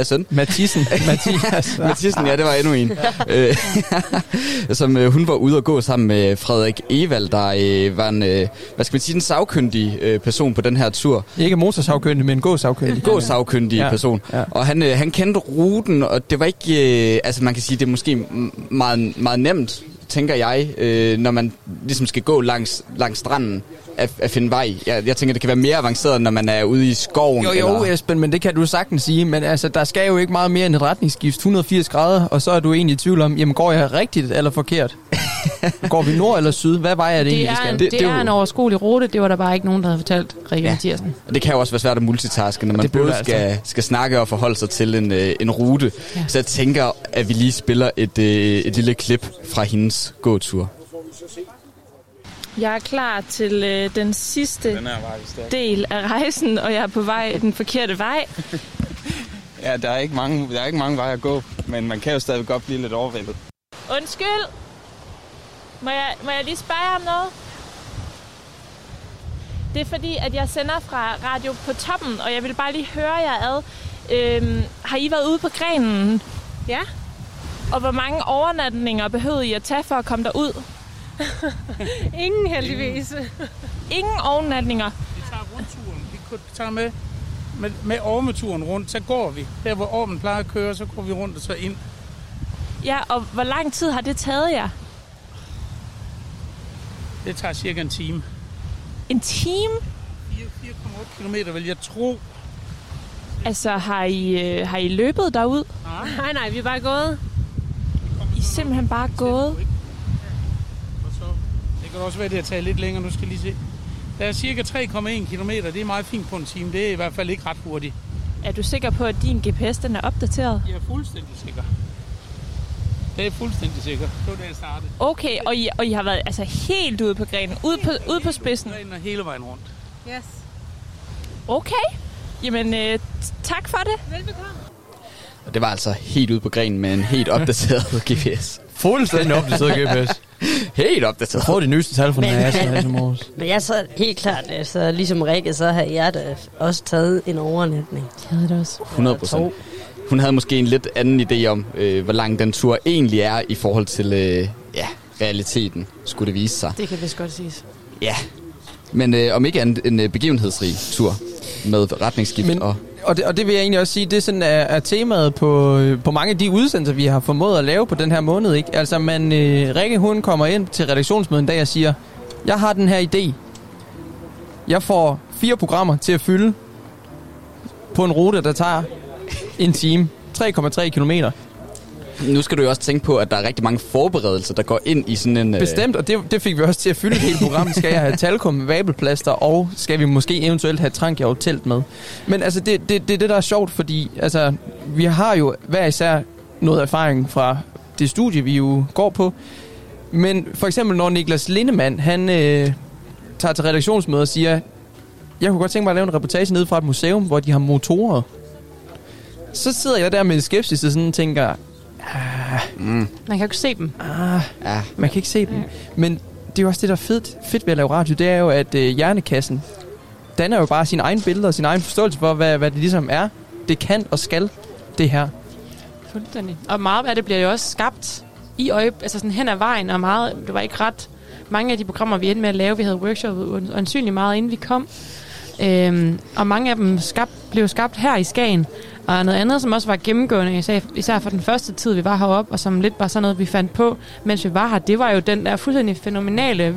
ja, det var endnu en. Som hun var ude at gå sammen med Frederik Evald, der var en, hvad skal man sige, en sagkyndig person på den her tur. Ikke motorsagkyndig, men gåsagkyndig. Gåsagkyndig person. Ja. Og han kendte ruten, og det var ikke, altså man kan sige, det er måske meget, meget nemt, tænker jeg, når man ligesom skal gå langs stranden at finde vej. Jeg tænker, det kan være mere avanceret, når man er ude i skoven. Jo, Esben, men det kan du sagtens sige. Men altså, der skal jo ikke meget mere end et retningsskift, 180 grader, og så er du egentlig i tvivl om, jamen går jeg rigtigt eller forkert? Går vi nord eller syd? Hvad vej er det egentlig, vi skal? Det er en overskuelig rute, det var der bare ikke nogen, der havde fortalt Rikke Mathiasen. Og det kan jo også være svært at multitaske, når man både skal snakke og forholde sig til en rute. Ja. Så jeg tænker, at vi lige spiller et lille klip fra hendes gåtur. Jeg er klar til den sidste del af rejsen, og jeg er på vej den forkerte vej. Ja, der er ikke mange veje at gå, men man kan jo stadig godt blive lidt overvældet. Undskyld. Må jeg lige spørge jer om noget? Det er fordi, at jeg sender fra Radio på Toppen, og jeg vil bare lige høre jer ad. Har I været ude på grenen? Ja. Og hvor mange overnatninger behøvede I at tage for at komme derud? Ingen heldigvis. Ingen overnatninger? Vi tager rundturen. Vi tager med ormeturen rundt, så går vi. Der hvor ormen plejer at køre, så går vi rundt og så ind. Ja, og hvor lang tid har det taget jer? Det tager cirka en time. En time? 4,8 kilometer, vil jeg tro. Altså, har I løbet derud? Nej, vi er bare gået. I er simpelthen bare gået? Det kan også være, det har taget lidt længere. Nu skal jeg lige se. Der er cirka 3,1 kilometer. Det er meget fint på en time. Det er i hvert fald ikke ret hurtigt. Er du sikker på, at din GPS den er opdateret? Jeg er fuldstændig sikker. Det er fuldstændig sikker. Det var da jeg startede. Okay, og I har været altså helt ude på grenen. Ude på spidsen. Grenen er hele vejen rundt. Yes. Okay. Jamen, tak for det. Velbekomme. Og det var altså helt ude på grenen med en helt opdateret GPS. Fuldstændig opdateret GPS. Helt opdateret. Får de nyeste tal fra NASA. Men jeg så helt klart, altså, ligesom Rikke, så har jeg da også taget en overnatning. Jeg havde det også. 100%. Hun havde måske en lidt anden idé om, hvor lang den tur egentlig er i forhold til realiteten, skulle det vise sig. Det kan vist godt siges. Ja, men om ikke andet en begivenhedsrig tur med retningsskift. Og det vil jeg egentlig også sige, det sådan er temaet på mange af de udsendelser, vi har formået at lave på den her måned. Ikke? Altså, Rikke, hun kommer ind til redaktionsmødet en dag og siger, jeg har den her idé. Jeg får 4 programmer til at fylde på en rute, der tager en time. 3,3 kilometer. Nu skal du jo også tænke på, at der er rigtig mange forberedelser, der går ind i sådan en... Bestemt, og det fik vi også til at fylde hele programmet. Skal jeg have talkum, vabelplaster, og skal vi måske eventuelt have Trangia og telt med? Men altså, det der er sjovt, fordi altså, vi har jo hver især noget erfaring fra det studie, vi jo går på. Men for eksempel, når Niklas Lindemann, han tager til redaktionsmøde og siger, jeg kunne godt tænke mig at lave en reportage nede fra et museum, hvor de har motorer. Så sidder jeg der med skepsis og sådan tænker... Man kan jo ikke se dem. Man kan ikke se dem. Men det er jo også det, der er fedt ved at lave radio, det er jo, at hjernekassen danner jo bare sine egne billeder og sin egen forståelse for, hvad det ligesom er. Det kan og skal, det her. Fuldstændig. Og meget af det bliver jo også skabt i altså sådan hen ad vejen, og meget, det var ikke ret mange af de programmer, vi endte med at lave. Vi havde workshoppet ansynligt meget, inden vi kom. Og mange af dem blev skabt her i Skagen. Og noget andet, som også var gennemgående, især for den første tid, vi var heroppe, og som lidt var sådan noget, vi fandt på, mens vi var her, det var jo den der fuldstændig fænomenale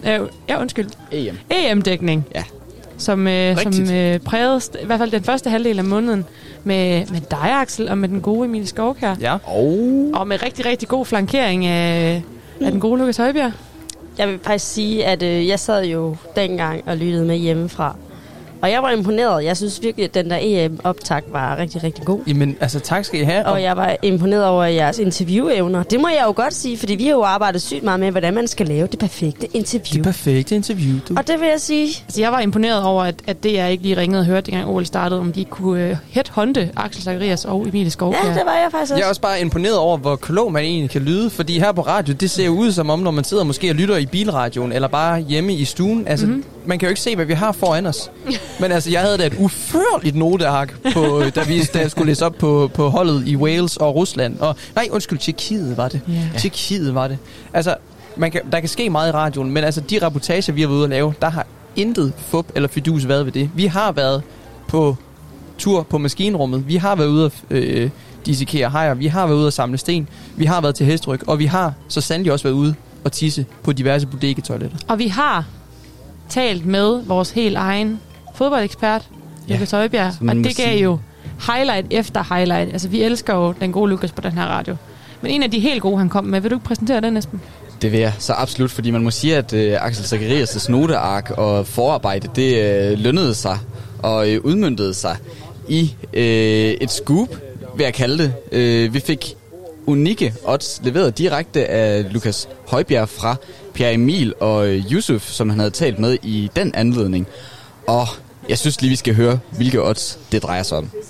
EM-dækning. Ja. Som prægede i hvert fald den første halvdel af måneden med dig, Axel, og med den gode Emilie Skovkær. Ja. Og med rigtig, rigtig god flankering af den gode Lukas Højbjerg. Jeg vil faktisk sige, at jeg sad jo dengang og lyttede med hjemmefra. Og jeg var imponeret. Jeg synes virkelig, at den der EM-optag var rigtig, rigtig god. Jamen, altså tak skal I have. Og jeg var imponeret over jeres interviewevner. Det må jeg jo godt sige, fordi vi har jo arbejdet sygt meget med, hvordan man skal lave det perfekte interview. Det perfekte interview, du. Og det vil jeg sige. Altså, jeg var imponeret over, at det jeg ikke lige ringede og hørte, dengang OL startede, om de kunne headhunte Axel Zacharias og Emilie Skovkær. Ja, det var jeg faktisk også. Jeg er også bare imponeret over, hvor klog man egentlig kan lyde, fordi her på radio, det ser ud som om, når man sidder måske og lytter i bilradioen, eller bare hjemme i stuen. Altså, man kan jo ikke se, hvad vi har foran os. Men altså, jeg havde da et uførligt noteark, da jeg skulle læse op på holdet i Wales og Rusland. Og, nej, undskyld, Tjekkiet var det. Yeah. Tjekkiet var det. Altså, der kan ske meget i radioen, men altså, de reportager, vi har været ude at lave, der har intet fup eller fidus været ved det. Vi har været på tur på maskinrummet. Vi har været ude at dissekere hajer. Vi har været ude at samle sten. Vi har været til hestryk. Og vi har så sandelig også været ude og tisse på diverse bodega-toiletter. Og vi har talt med vores helt egen fodboldekspert, Lukas Højbjerg, og det gav jo highlight efter highlight. Altså, vi elsker jo den gode Lukas på den her radio. Men en af de helt gode, han kom med, vil du ikke præsentere den, Esben? Det vil jeg så absolut, fordi man må sige, at Axel Zacharias' noteark og forarbejde, det lønnede sig og udmøntede sig i et scoop, vil jeg kalde det. Vi fik unikke odds leveret direkte af Lukas Højbjerg fra Pierre Emil og Yusuf, som han havde talt med i den anledning. Og jeg synes lige, vi skal høre, hvilke odds det drejer sig om.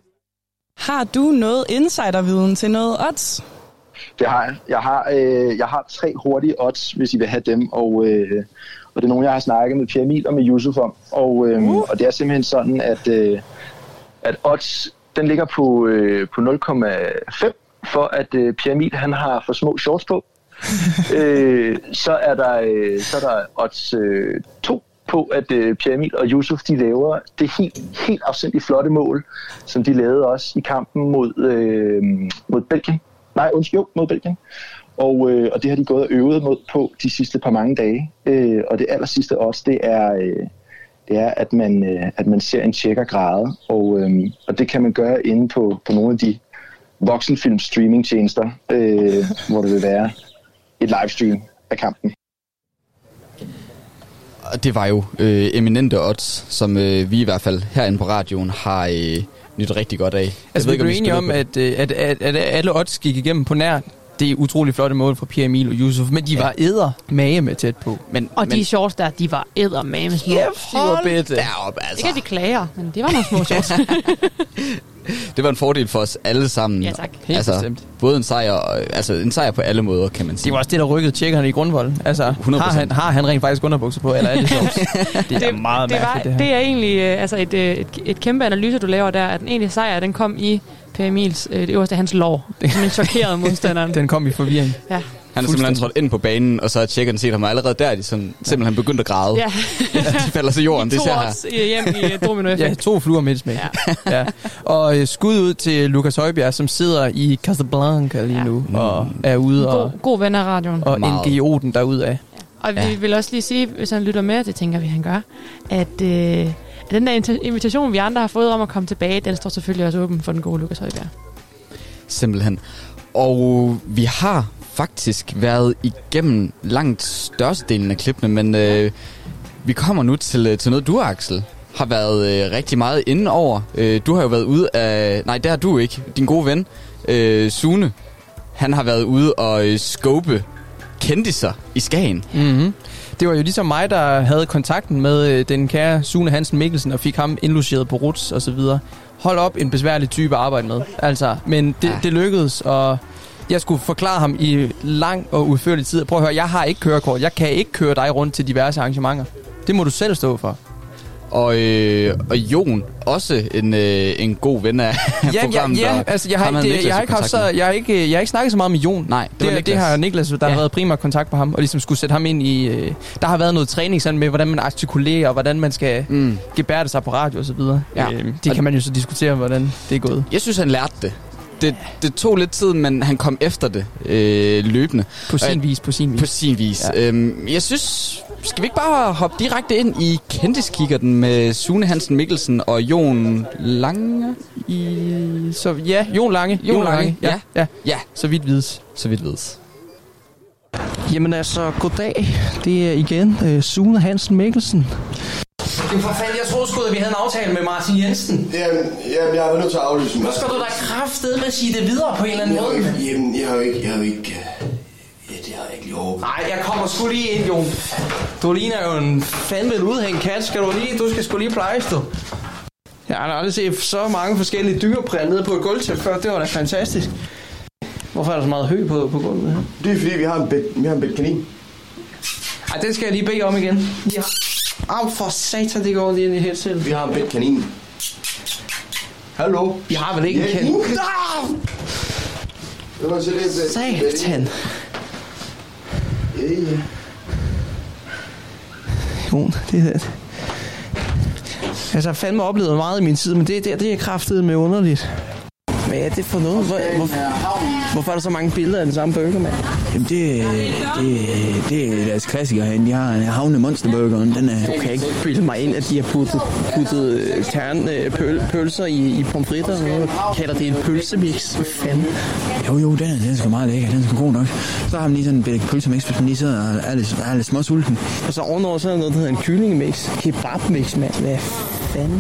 Har du noget insiderviden til noget odds? Det har jeg. Jeg har 3 hurtige odds, hvis I vil have dem, og det er nogle, jeg har snakket med Pierre Emil og med Yusuf om. Og det er simpelthen sådan, at odds, den ligger på 0,5, for at Pierre Emil, han har for små shorts på. Så er der odds 2 på, at Pierre Emil og Yusuf, de laver det helt afsindigt flotte mål, som de lavede også i kampen mod Belgien. Mod Belgien. Og det har de gået og øvet mod på de sidste par mange dage. Og det allersidste også, det er at man ser en tjekker græde. Og det kan man gøre inde på nogle af de voksenfilm streamingtjenester, hvor det vil være et livestream af kampen. Det var jo eminente odds, som vi i hvert fald herinde på radioen har nyt rigtig godt af. Altså, vi blev enige om, at alle odds gik igennem på nær det utrolig flotte mål fra Pierre Emil og Yusuf, men de var eddermame med tæt på. Og de shorts der, de var eddermame små. De var bedre deroppe, altså. Ikke at de klager, men det var nogle små shorts. Det var en fordel for os alle sammen. Ja, tak. Helt bestemt. Både en sejr på alle måder, kan man sige. Det var også det, der rykkede tjekkerne i grundvold. Altså, 100%. Har han rent faktisk underbukser på, eller er det sjovt? Det er meget mærkeligt, det her. Det er egentlig et kæmpe analyse, du laver der, at den egentlige sejr, den kom i Per Emils, det øverste hans lår. Den chokerede modstanderen. Den kom i forvirring. Ja. Han er simpelthen trådt ind på banen, og så har tjekkerne set ham allerede der, de simpelthen begyndt at græde. Ja. De falder til jorden, det ser her. 2 odds hjem i dominoeffekt. Ja, 2 fluer med smæk. Ja. Og skud ud til Lukas Højbjerg, som sidder i Casablanca lige nu, og er ude og... God ven af radioen. Og NGO'en derudad. Ja. Og vi vil også lige sige, hvis han lytter med, det tænker vi, han gør, at den der invitation, vi andre har fået om at komme tilbage, den står selvfølgelig også åben for den gode Lukas Højbjerg. Simpelthen. Og vi har faktisk været igennem langt størstedelen af klippene, men vi kommer nu til noget, du, Axel, har været rigtig meget inde over. Du har jo været ude af... Nej, det har du ikke. Din gode ven, Sune, han har været ude og scope kendiser i Skagen. Mm-hmm. Det var jo ligesom mig, der havde kontakten med den kære Sune Hansen Mikkelsen og fik ham indlogeret på Ruts og så videre. Hold op, en besværlig type at arbejde med. Altså, men det lykkedes, og jeg skulle forklare ham i lang og udførlig tid. Prøv at høre, jeg har ikke kørekort. Jeg kan ikke køre dig rundt til diverse arrangementer. Det må du selv stå for. Og Jon, også en god ven af programmet. Ja, altså jeg har ikke snakket så meget med Jon. Nej, det har Niklas, der har været primær kontakt på ham, og ligesom skulle sætte ham ind i... der har været noget træning sådan med, hvordan man artikulerer, og hvordan man skal gebærde sig på radio og så videre. Ja. Det kan man jo så diskutere, hvordan det er gået. Jeg synes, han lærte det. Det tog lidt tid, men han kom efter det løbende. På sin vis. Ja. Jeg synes... Skal vi ikke bare hoppe direkte ind i kendiskikkerten med Sune Hansen Mikkelsen og Jon Lange? Jon Lange. Ja. Så vidt vides. Jamen altså, goddag. Det er igen Sune Hansen Mikkelsen. Jamen for fanden, jeg troede sgu, at vi havde en aftale med Martin Jensen. Jamen, jeg var nødt til at aflyse mig. Nu skal du da kraftedeme at sige det videre på en eller anden måde. Jamen, jeg har jo ikke... det har jeg ikke lige håbet. Nej, jeg kommer sgu lige ind, Jon. Du ligner jo en fandme udhængt kat. Du skal sgu lige plejes, du. Jeg har aldrig set så mange forskellige dyrepræger nede på et gulvtæppe før. Det var da fantastisk. Hvorfor er der så meget hø på gulvet her? Det er fordi, vi har en bedt kanin. Ej, den skal jeg lige bede om igen. Ja. Au, for satan, det går lige ind i headset. Vi har en bedt kanin. Hallo? Vi har vel ikke en kanin? Satan. Ja. Jo, det er... Altså, jeg har fandme oplevet meget i min tid, men det er kraftedet med underligt. Hvad er det for noget? Hvorfor er der så mange billeder af den samme burger, mand? Jamen, det er deres klassiker herinde. De har havne monsterburgeren. Den er... Du kan ikke bilde mig ind, at de har puttet pølser i pomfritter og noget. Kalder det en pølsemix? Hvad fanden? Jo, den er sgu meget lækker. Den er sgu god nok. Så har man lige sådan en pølsemix, hvis man lige sidder og er lidt småsulten. Og så ovenover så er der noget, der hedder en kyllingemix. Kebabmix, mand. Hvad fanden?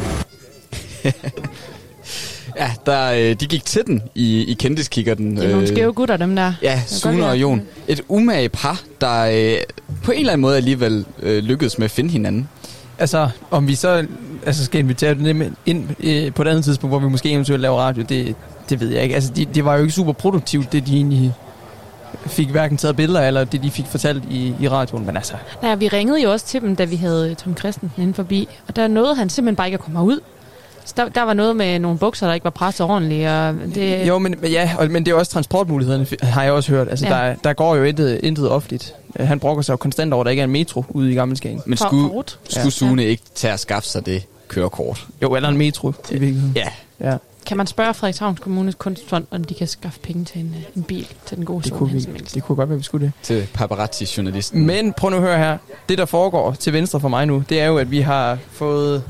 Ja, de gik til den i kendiskikkerten. Det er nogle skæve gutter, dem der. Ja, Sune og Jon. Et umage par, der på en eller anden måde alligevel lykkedes med at finde hinanden. Altså, om vi så skal invitere dem ind på et andet tidspunkt, hvor vi måske eventuelt laver radio, det ved jeg ikke. Altså, det var jo ikke super produktivt, det de egentlig fik hverken taget billeder, eller det de fik fortalt i radioen, men altså... Nej, vi ringede jo også til dem, da vi havde Tom Christensen inde forbi, og der nåede han simpelthen bare ikke at komme ud. Der var noget med nogle bukser, der ikke var presset ordentligt. Og det... Jo, men det er også transportmulighederne, har jeg også hørt. Altså, ja. Der går jo intet offentligt Han brokker sig jo konstant over, at der ikke er en metro ude i Gammel Skagen. Men skulle Sune ikke tage at skaffe sig det kørekort? Jo, eller en metro i virkeligheden. Ja. Kan man spørge Frederikshavns Kommunes Kunstfond, om de kan skaffe penge til en bil til den gode Sune Hansen Mikkelsen? Det kunne godt være, vi skulle det. Til paparazzi-journalisten. Men prøv nu at høre her. Det, der foregår til venstre for mig nu, det er jo, at vi har fået...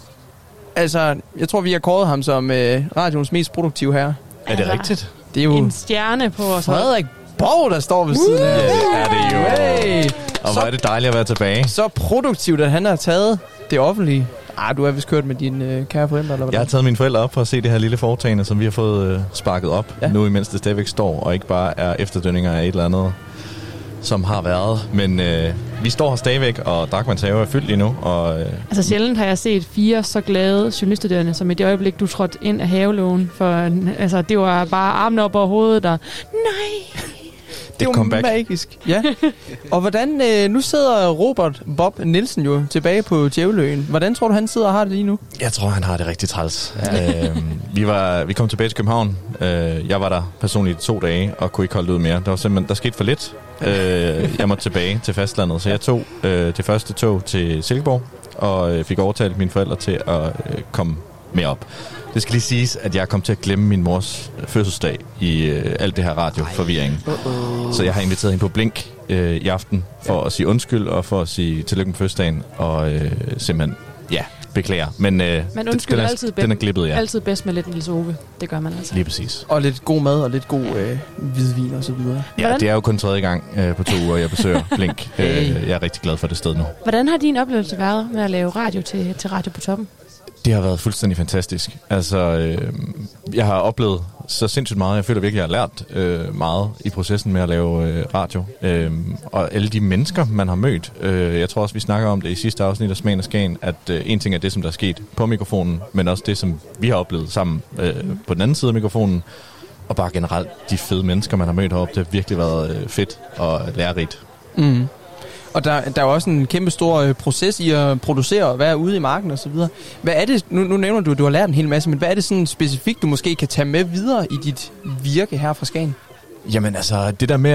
Altså, jeg tror, vi har kåret ham som radioens mest produktive herre. Er det rigtigt? Det er jo en stjerne på os. Frederik Borg, der står ved siden af. Ja, det er det jo. Hey. Og hvor er det dejligt at være tilbage. Så produktivt, at han har taget det offentlige. Du har vist kørt med dine kære forældre, eller hvad? Jeg har taget mine forældre op for at se det her lille foretagende, som vi har fået sparket op. Ja. Nu imens det stadigvæk står, og ikke bare er efterdønninger af et eller andet, som har været. Men vi står her stadigvæk, og Drachmanns have er fyldt lige nu. Og, Altså sjældent har jeg set 4 så glade journaliststuderende, som i det øjeblik, du trådte ind af haveloven. For altså, det var bare armen op over hovedet, der... Nej! Det er jo magisk. Ja. Og hvordan... nu sidder Robert Bob Nielsen jo tilbage på Djævleøen. Hvordan tror du, han sidder og har det lige nu? Jeg tror, han har det rigtig træls. Ja. Vi kom tilbage til København. Jeg var der personligt 2 dage og kunne ikke holde ud mere. Der skete for lidt. Jeg måtte tilbage til fastlandet, så jeg tog det første tog til Silkeborg og fik overtalt mine forældre til at komme med op. Det skal lige siges, at jeg kom til at glemme min mors fødselsdag i alt det her radioforvirring. Så jeg har inviteret hende på Blink i aften for at sige undskyld og for at sige tillykke med fødselsdagen og simpelthen, beklager. Men undskyld, den er glippet, ja. Altid bedst med lidt Niels Ove. Det gør man altså. Lige præcis. Og lidt god mad og lidt god hvidvin og så videre. Ja, det er jo kun 3. gang på 2 uger, jeg besøger Blink. Jeg er rigtig glad for det sted nu. Hvordan har din oplevelse været med at lave radio til Radio på Toppen? Det har været fuldstændig fantastisk. Altså, jeg har oplevet så sindssygt meget. Jeg føler virkelig, at jeg har lært meget i processen med at lave radio. Og alle de mennesker, man har mødt. Jeg tror også, vi snakker om det i sidste afsnit af Smagen og Skagen, at en ting er det, som der er sket på mikrofonen, men også det, som vi har oplevet sammen på den anden side af mikrofonen. Og bare generelt de fede mennesker, man har mødt heroppe. Det har virkelig været fedt og lærerigt. Mm. Og der er jo også en kæmpe stor proces i at producere og være ude i marken og så videre. Hvad er det, nu nævner du, at du har lært en hel masse, men hvad er det sådan specifikt, du måske kan tage med videre i dit virke her fra Skagen? Jamen altså, det der med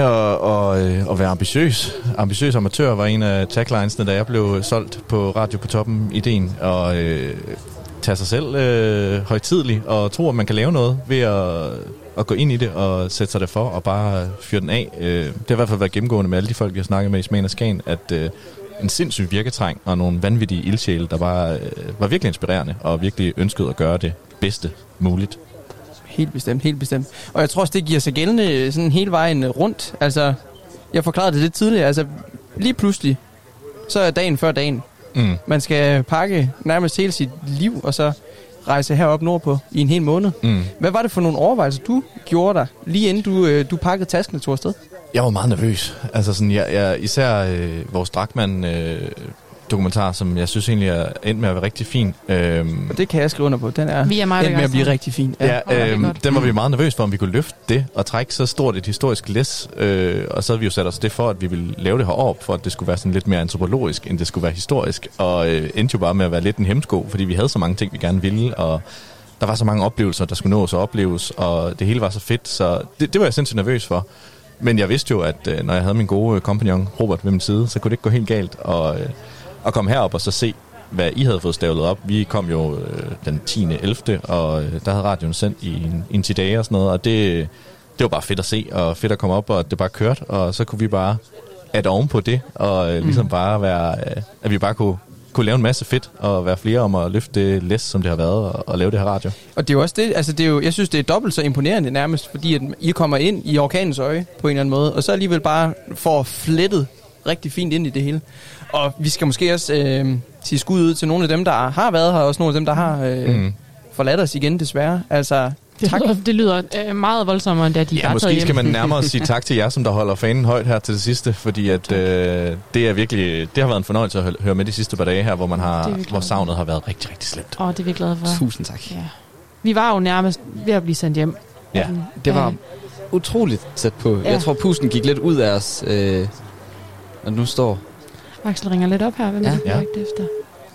at være ambitiøs amatør var en af taglinesene, da jeg blev solgt på Radio på Toppen, ideen, og tage sig selv højtidligt og tro, at man kan lave noget ved at gå ind i det og sætte sig det for og bare fyre den af. Det har i hvert fald været gennemgående med alle de folk, vi har snakket med i Smagen og Skagen, at en sindssyg virketræng og nogle vanvittige ildsjæle, der bare var virkelig inspirerende og virkelig ønskede at gøre det bedste muligt. Helt bestemt. Og jeg tror også, det giver sig gældende sådan hele vejen rundt. Altså, jeg forklarede det lidt tidligere. Altså, lige pludselig, så er dagen før dagen. Mm. Man skal pakke nærmest hele sit liv, og så rejse herop nordpå i en hel måned. Mm. Hvad var det for nogle overvejelser, du gjorde dig, lige inden du pakkede tasken og tog afsted? Jeg var meget nervøs. Altså sådan, jeg især vores Drachmann dokumentar, som jeg synes egentlig er endt med at være rigtig fin. Og det kan jeg skrive under på. Den er endt med at blive rigtig fin. Ja, den var vi meget nervøs for, om vi kunne løfte det og trække så stort et historisk læs. Og så havde vi jo sat os det for, at vi ville lave det heroppe, for at det skulle være sådan lidt mere antropologisk, end det skulle være historisk. Og endte jo bare med at være lidt en hemsko, fordi vi havde så mange ting, vi gerne ville, og der var så mange oplevelser, der skulle nås og opleves, og det hele var så fedt, så det var jeg sindssygt nervøs for. Men jeg vidste jo, at når jeg havde min gode kompagnon Robert ved min side, så kunne det ikke gå helt galt, og komme herop og så se, hvad I havde fået stavlet op. Vi kom jo den 10.11., og der havde radioen sendt i en 10 dage og sådan noget, og det var bare fedt at se, og fedt at komme op, og det bare kørte, og så kunne vi bare adde oven på det, og ligesom bare være, at vi bare kunne lave en masse fedt, og være flere om at løfte det læs, som det har været, og lave det her radio. Og det er jo også det, altså det er jo, jeg synes, det er dobbelt så imponerende nærmest, fordi at I kommer ind i orkanens øje på en eller anden måde, og så alligevel bare får flettet rigtig fint ind i det hele. Og vi skal måske også sige skud ud til nogle af dem, der har været her, og også nogle af dem, der har forladt os igen, desværre. Altså, tak. Det lyder meget voldsommere, end da de bare måske skal man nærmere sige tak til jer, som der holder fanen højt her til det sidste, fordi at det er virkelig, det har været en fornøjelse at høre med de sidste par dage her, hvor savnet har været rigtig, rigtig slemt. Det er vi glade for. Tusind tak. Ja. Vi var jo nærmest ved at blive sendt hjem. Ja, det var utroligt tæt på. Ja. Jeg tror, pusten gik lidt ud af os, og nu står... Axel ringer lidt op her. Hvem er det efter?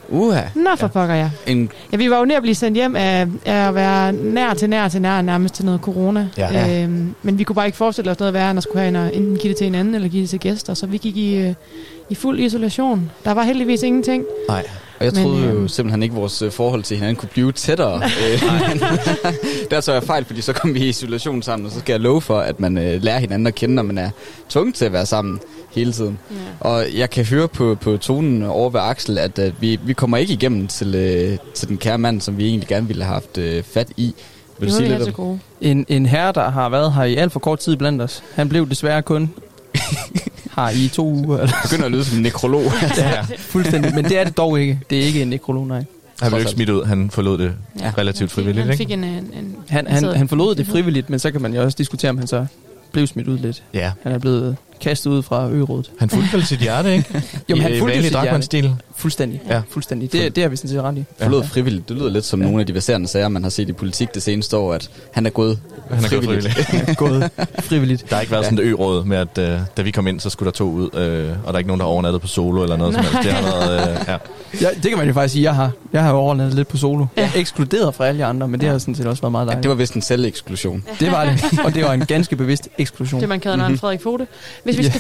Nå for pokker, ja. Ja, vi var jo nær at blive sendt hjem af at være nær til nærmest til noget corona. Ja. Men vi kunne bare ikke forestille os noget værre, end at skulle have enten give det til en anden, eller give det til gæster. Så vi gik i fuld isolation. Der var heldigvis ingenting. Nej. Og jeg troede jo simpelthen ikke, vores forhold til hinanden kunne blive tættere. Der så jeg fejl, fordi så kom vi i isolation sammen, og så skal jeg love for, at man lærer hinanden at kende, når man er tvunget til at være sammen hele tiden. Ja. Og jeg kan høre på tonen over ved Axel, at vi kommer ikke igennem til den kære mand, som vi egentlig gerne ville have haft fat i. Vil du sige lidt om? En herre, der har været her i alt for kort tid blandt os. Han blev desværre kun her i 2 uger. Det begynder at lyde som en nekrolog. Ja, fuldstændig. Men det er det dog ikke. Det er ikke en nekrolog, nej. Han blev ikke smidt ud. Han forlod det relativt frivilligt, han fik ikke? Han forlod det frivilligt, men så kan man jo også diskutere, om han så blev smidt ud lidt. Ja. Han er blevet kastet ud fra ørådet. Han fulgte vel sit hjerte, ikke? Jo, han fulgte sit hjerte. Fuldstændig. Ja. Fuldstændig. Det er vi sådan set ret i. Forlod frivilligt. Det lyder lidt som nogle af de verserende sager, man har set i politik det seneste år, at han er gået frivilligt. Der har ikke været sådan et ø-råd med, at da vi kom ind, så skulle der 2 ud, og der er ikke nogen, der har overnattet på solo eller noget som helst. Det har været, Ja, det kan man jo faktisk sige, jeg har overnattet lidt på solo. Ja. Ekskluderet fra alle de andre, men det har sådan set også været meget dejligt. Ja, det var vist en selveksklusion. Det var det, og det var en ganske bevidst eksklusion. Det man kalder en Frederik Fogde. Hvis vi skal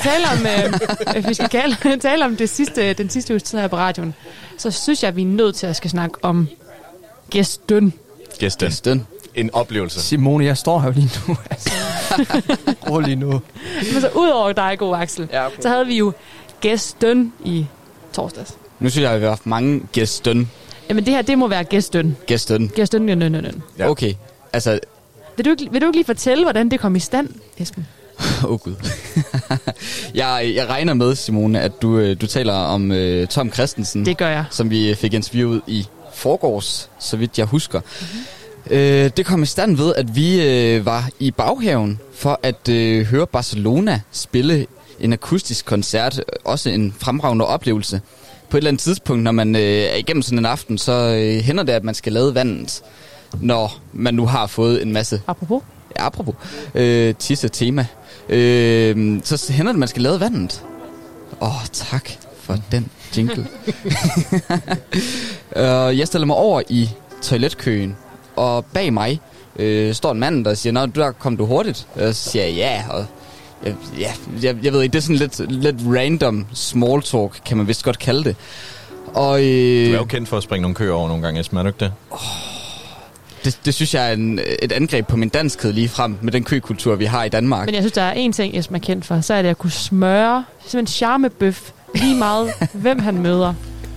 tale om den sidste uges tid her på radioen, så synes jeg, at vi er nødt til at skal snakke om gæsten. En oplevelse. Simone, jeg står her lige nu. Rolig nu. Men så udover dig, god Axel, så havde vi jo gæsten i torsdags. Nu synes jeg, at vi har haft mange gæsten. Jamen det her, det må være gæsten. Gæsten. Ja. Okay, altså... Vil du ikke lige fortælle, hvordan det kom i stand, Esben? Gud. jeg regner med, Simone, at du taler om Tom Christensen. Det gør jeg. Som vi fik interviewet i forgårs, så vidt jeg husker. Mm-hmm. Det kom i stand ved, at vi var i baghaven for at høre Barcelona spille en akustisk koncert. Også en fremragende oplevelse. På et eller andet tidspunkt, når man er igennem sådan en aften, så hænder det, at man skal lade vandet, når man nu har fået en masse... Apropos. Tisse-tema. Så hænder det, at man skal lade vandet. Tak for den jingle. Jeg stiller mig over i toiletkøen, og bag mig står en mand, der siger, nå, der kom du hurtigt. Og så siger jeg, ja, og jeg ved ikke, det er sådan lidt random small talk, kan man vist godt kalde det. Og, du er jo kendt for at springe nogle køer over nogle gange, Esben, er du ikke det? Det synes jeg er et angreb på min danskhed lige frem med den køkultur, vi har i Danmark. Men jeg synes, der er en ting, Esben er kendt for, så er det at kunne smøre simpelthen charmebøf lige meget, hvem han møder.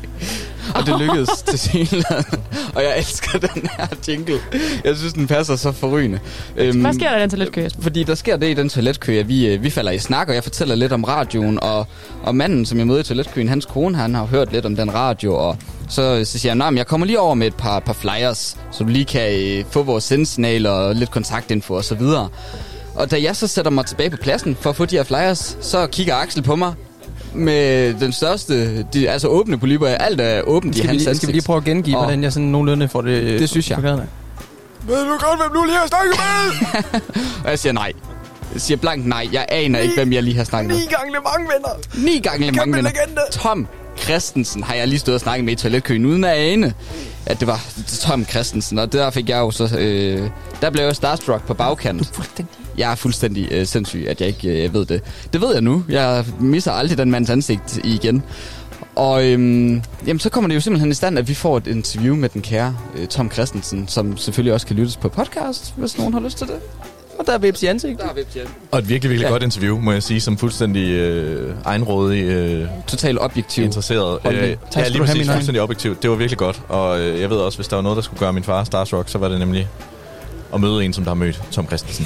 Og det lykkedes til synligheden. Og jeg elsker den her jingle. Jeg synes, den passer så forrygende. Hvad sker der i den toiletkø? Fordi der sker det i den toiletkø, at vi falder i snak, og jeg fortæller lidt om radioen. Og manden, som jeg møder i toiletkøen, hans kone, han har hørt lidt om den radio. Og så siger han, jeg kommer lige over med et par flyers, så du lige kan få vores sendesignal og lidt kontaktinfo og så videre. Og da jeg så sætter mig tilbage på pladsen for at få de her flyers, så kigger Axel på mig med den største, altså åbne polyper. Alt er åbent i hans ansigt. Skal vi lige prøve at gengive, hvordan jeg sådan nogenlunde får det? Det synes jeg. Ved du godt, hvem du lige har snakket med? Og jeg siger nej. Jeg siger blankt nej. Jeg aner ikke, hvem jeg lige har snakket med. 9 gange mange venner. 9 gange mange venner. Tom Christensen har jeg lige stået og snakket med i toiletkøen, uden at ane, at det var Tom Christensen. Og der fik jeg jo så... der blev jeg starstruck på bagkanten. Jeg er fuldstændig sindssyg, at jeg ikke ved det. Det ved jeg nu. Jeg misser aldrig den mands ansigt igen. Og jamen, så kommer det jo simpelthen i stand, at vi får et interview med den kære Tom Christensen, som selvfølgelig også kan lyttes på podcast, hvis nogen har lyst til det. Og der er vips i ansigt. Og et virkelig, virkelig godt interview, må jeg sige, som fuldstændig egenrådig. Total objektiv. Interesseret. Ja, lige præcis, fuldstændig objektiv. Det var virkelig godt. Og jeg ved også, hvis der var noget, der skulle gøre min far starstruck, så var det nemlig at møde en, som der har mødt Tom Christensen.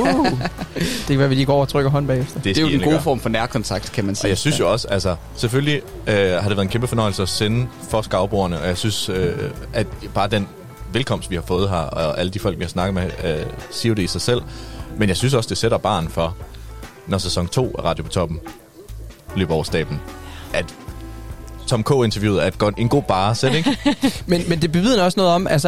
Det kan være, vi lige går over og trykker hånd bagefter. Det er jo en god form for nærkontakt, kan man sige. Og jeg synes jo også, altså selvfølgelig har det været en kæmpe fornøjelse at sende for skavbordene, og jeg synes, at bare den velkomst, vi har fået her, og alle de folk, vi har snakket med, siger jo det i sig selv. Men jeg synes også, det sætter barn for, når sæson 2 af Radio på Toppen løber over stablen, at Tom K-interviewet er en god bare selv, ikke? men det bevidner også noget om, altså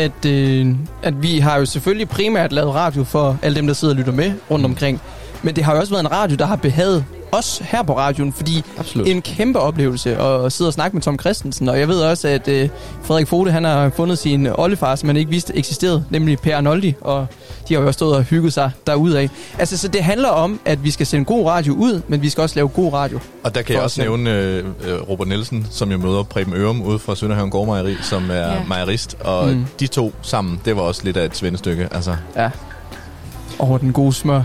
at vi har jo selvfølgelig primært lavet radio for alle dem, der sidder og lytter med rundt omkring. Men det har jo også været en radio, der har behaget os her på radioen, fordi en kæmpe oplevelse at sidde og snakke med Tom Christensen, og jeg ved også, at Frederik Fogde, han har fundet sin oldefar, som han ikke vidste eksisterede, nemlig Per Arnoldi, og de har jo stået og hygget sig derudad. Altså, så det handler om, at vi skal sende god radio ud, men vi skal også lave god radio. Og der kan jeg også nævne Robert Nielsen, som jo møder Preben Ørum ude fra Sønderhavn Gårdmejeri, som er mejerist, og de to sammen, det var også lidt af et svendestykke. Altså. Ja. Over den gode smør.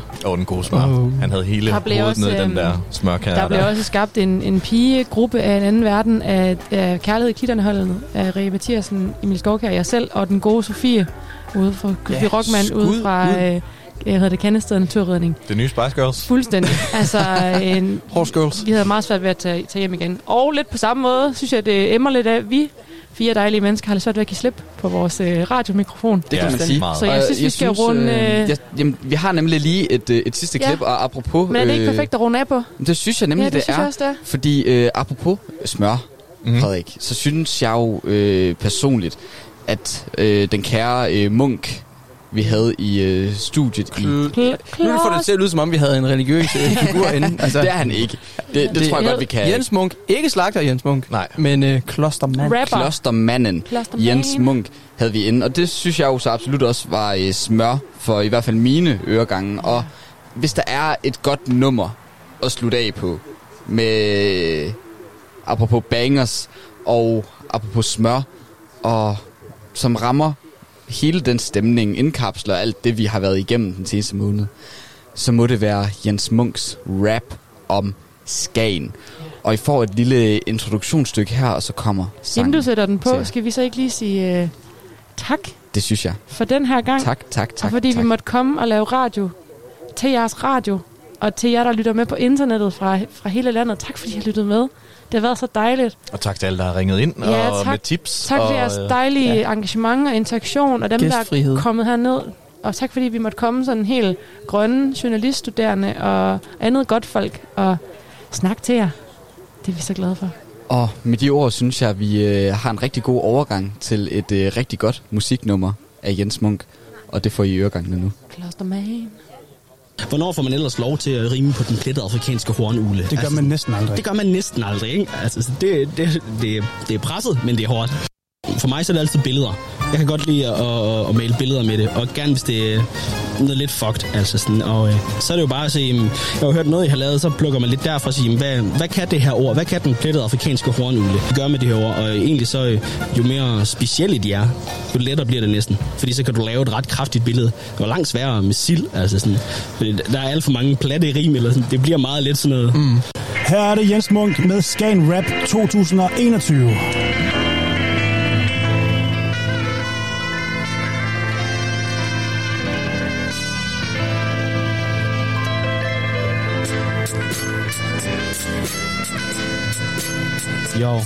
Han havde hele hovedet ned i den der smørkærne. Der blev også skabt en pigegruppe af en anden verden af Kærlighed i Klitterne-holdet af Rie Mathiasen, Emil Skovkær og jeg selv, og den gode Sofie ude fra Café Rockman, ude fra Kandested Naturredning. Det nye Spice Girls. Fuldstændig. Altså, Horse Girls. Vi havde meget svært ved at tage hjem igen. Og lidt på samme måde, synes jeg, det emmer lidt af, vi 4 dejlige mennesker har lidt svært ved at give slip på vores radiomikrofon. Det kan man sige. Så jeg synes, vi skal runde... Jamen, vi har nemlig lige et sidste klip, og apropos... Men er det ikke perfekt at runde af på? Det synes jeg nemlig, det er. Fordi apropos smør, Frederik, så synes jeg jo personligt, at den kære Munk, vi havde i studiet i... Nu får det til at lyde, som om vi havde en religiøs figur inde. Altså, det er han ikke. Det tror jeg godt, vi kan. Jens Munk. Ikke slagter Jens Munk. Nej. Men klostermand. Klostermanden. Jens Munk havde vi inde. Og det synes jeg jo så absolut også var smør for i hvert fald mine øregange. Og hvis der er et godt nummer at slutte af på, med apropos bangers og apropos smør, og som rammer hele den stemning, indkapsler alt det, vi har været igennem den seneste måned, så må det være Jens Munks rap om Skagen. Og I får et lille introduktionsstykke her, og så kommer sangen. Inden du sætter den på, skal vi så ikke lige sige tak? Det synes jeg. For den her gang. Tak. Og fordi vi måtte komme og lave radio til jeres radio, og til jer, der lytter med på internettet fra hele landet. Tak fordi I har lyttet med. Det har været så dejligt. Og tak til alle, der har ringet ind og med tips. Tak for jeres dejlige engagement og interaktion, og dem, der er kommet herned. Og tak fordi vi måtte komme sådan helt grønne journaliststuderende og andet godt folk og snakke til jer. Det er vi så glade for. Og med de ord synes jeg, at vi har en rigtig god overgang til et rigtig godt musiknummer af Jens Munk. Og det får I øregangene nu. Klosterman. Hvornår får man ellers lov til at rime på den plettede afrikanske hornugle? Det gør man næsten aldrig. Det gør man næsten aldrig, ikke? Altså, det er presset, men det er hårdt. For mig så er det altid billeder. Jeg kan godt lide at male billeder med det, og gerne hvis det er noget lidt fucked, altså sådan. Og så er det jo bare at sige, jeg har hørt noget, I har lavet, så plukker man lidt derfra og siger, hvad kan det her ord? Hvad kan den plettede afrikanske hornugle gøre med det her ord? Og egentlig så, jo mere specielle de er, jo lettere bliver det næsten. Fordi så kan du lave et ret kraftigt billede. Det var langt sværere med sild, altså sådan. Fordi der er alt for mange platte rim, eller sådan. Det bliver meget let sådan noget. Her er det Jens Munk med Skagen Rap 2021. Jo.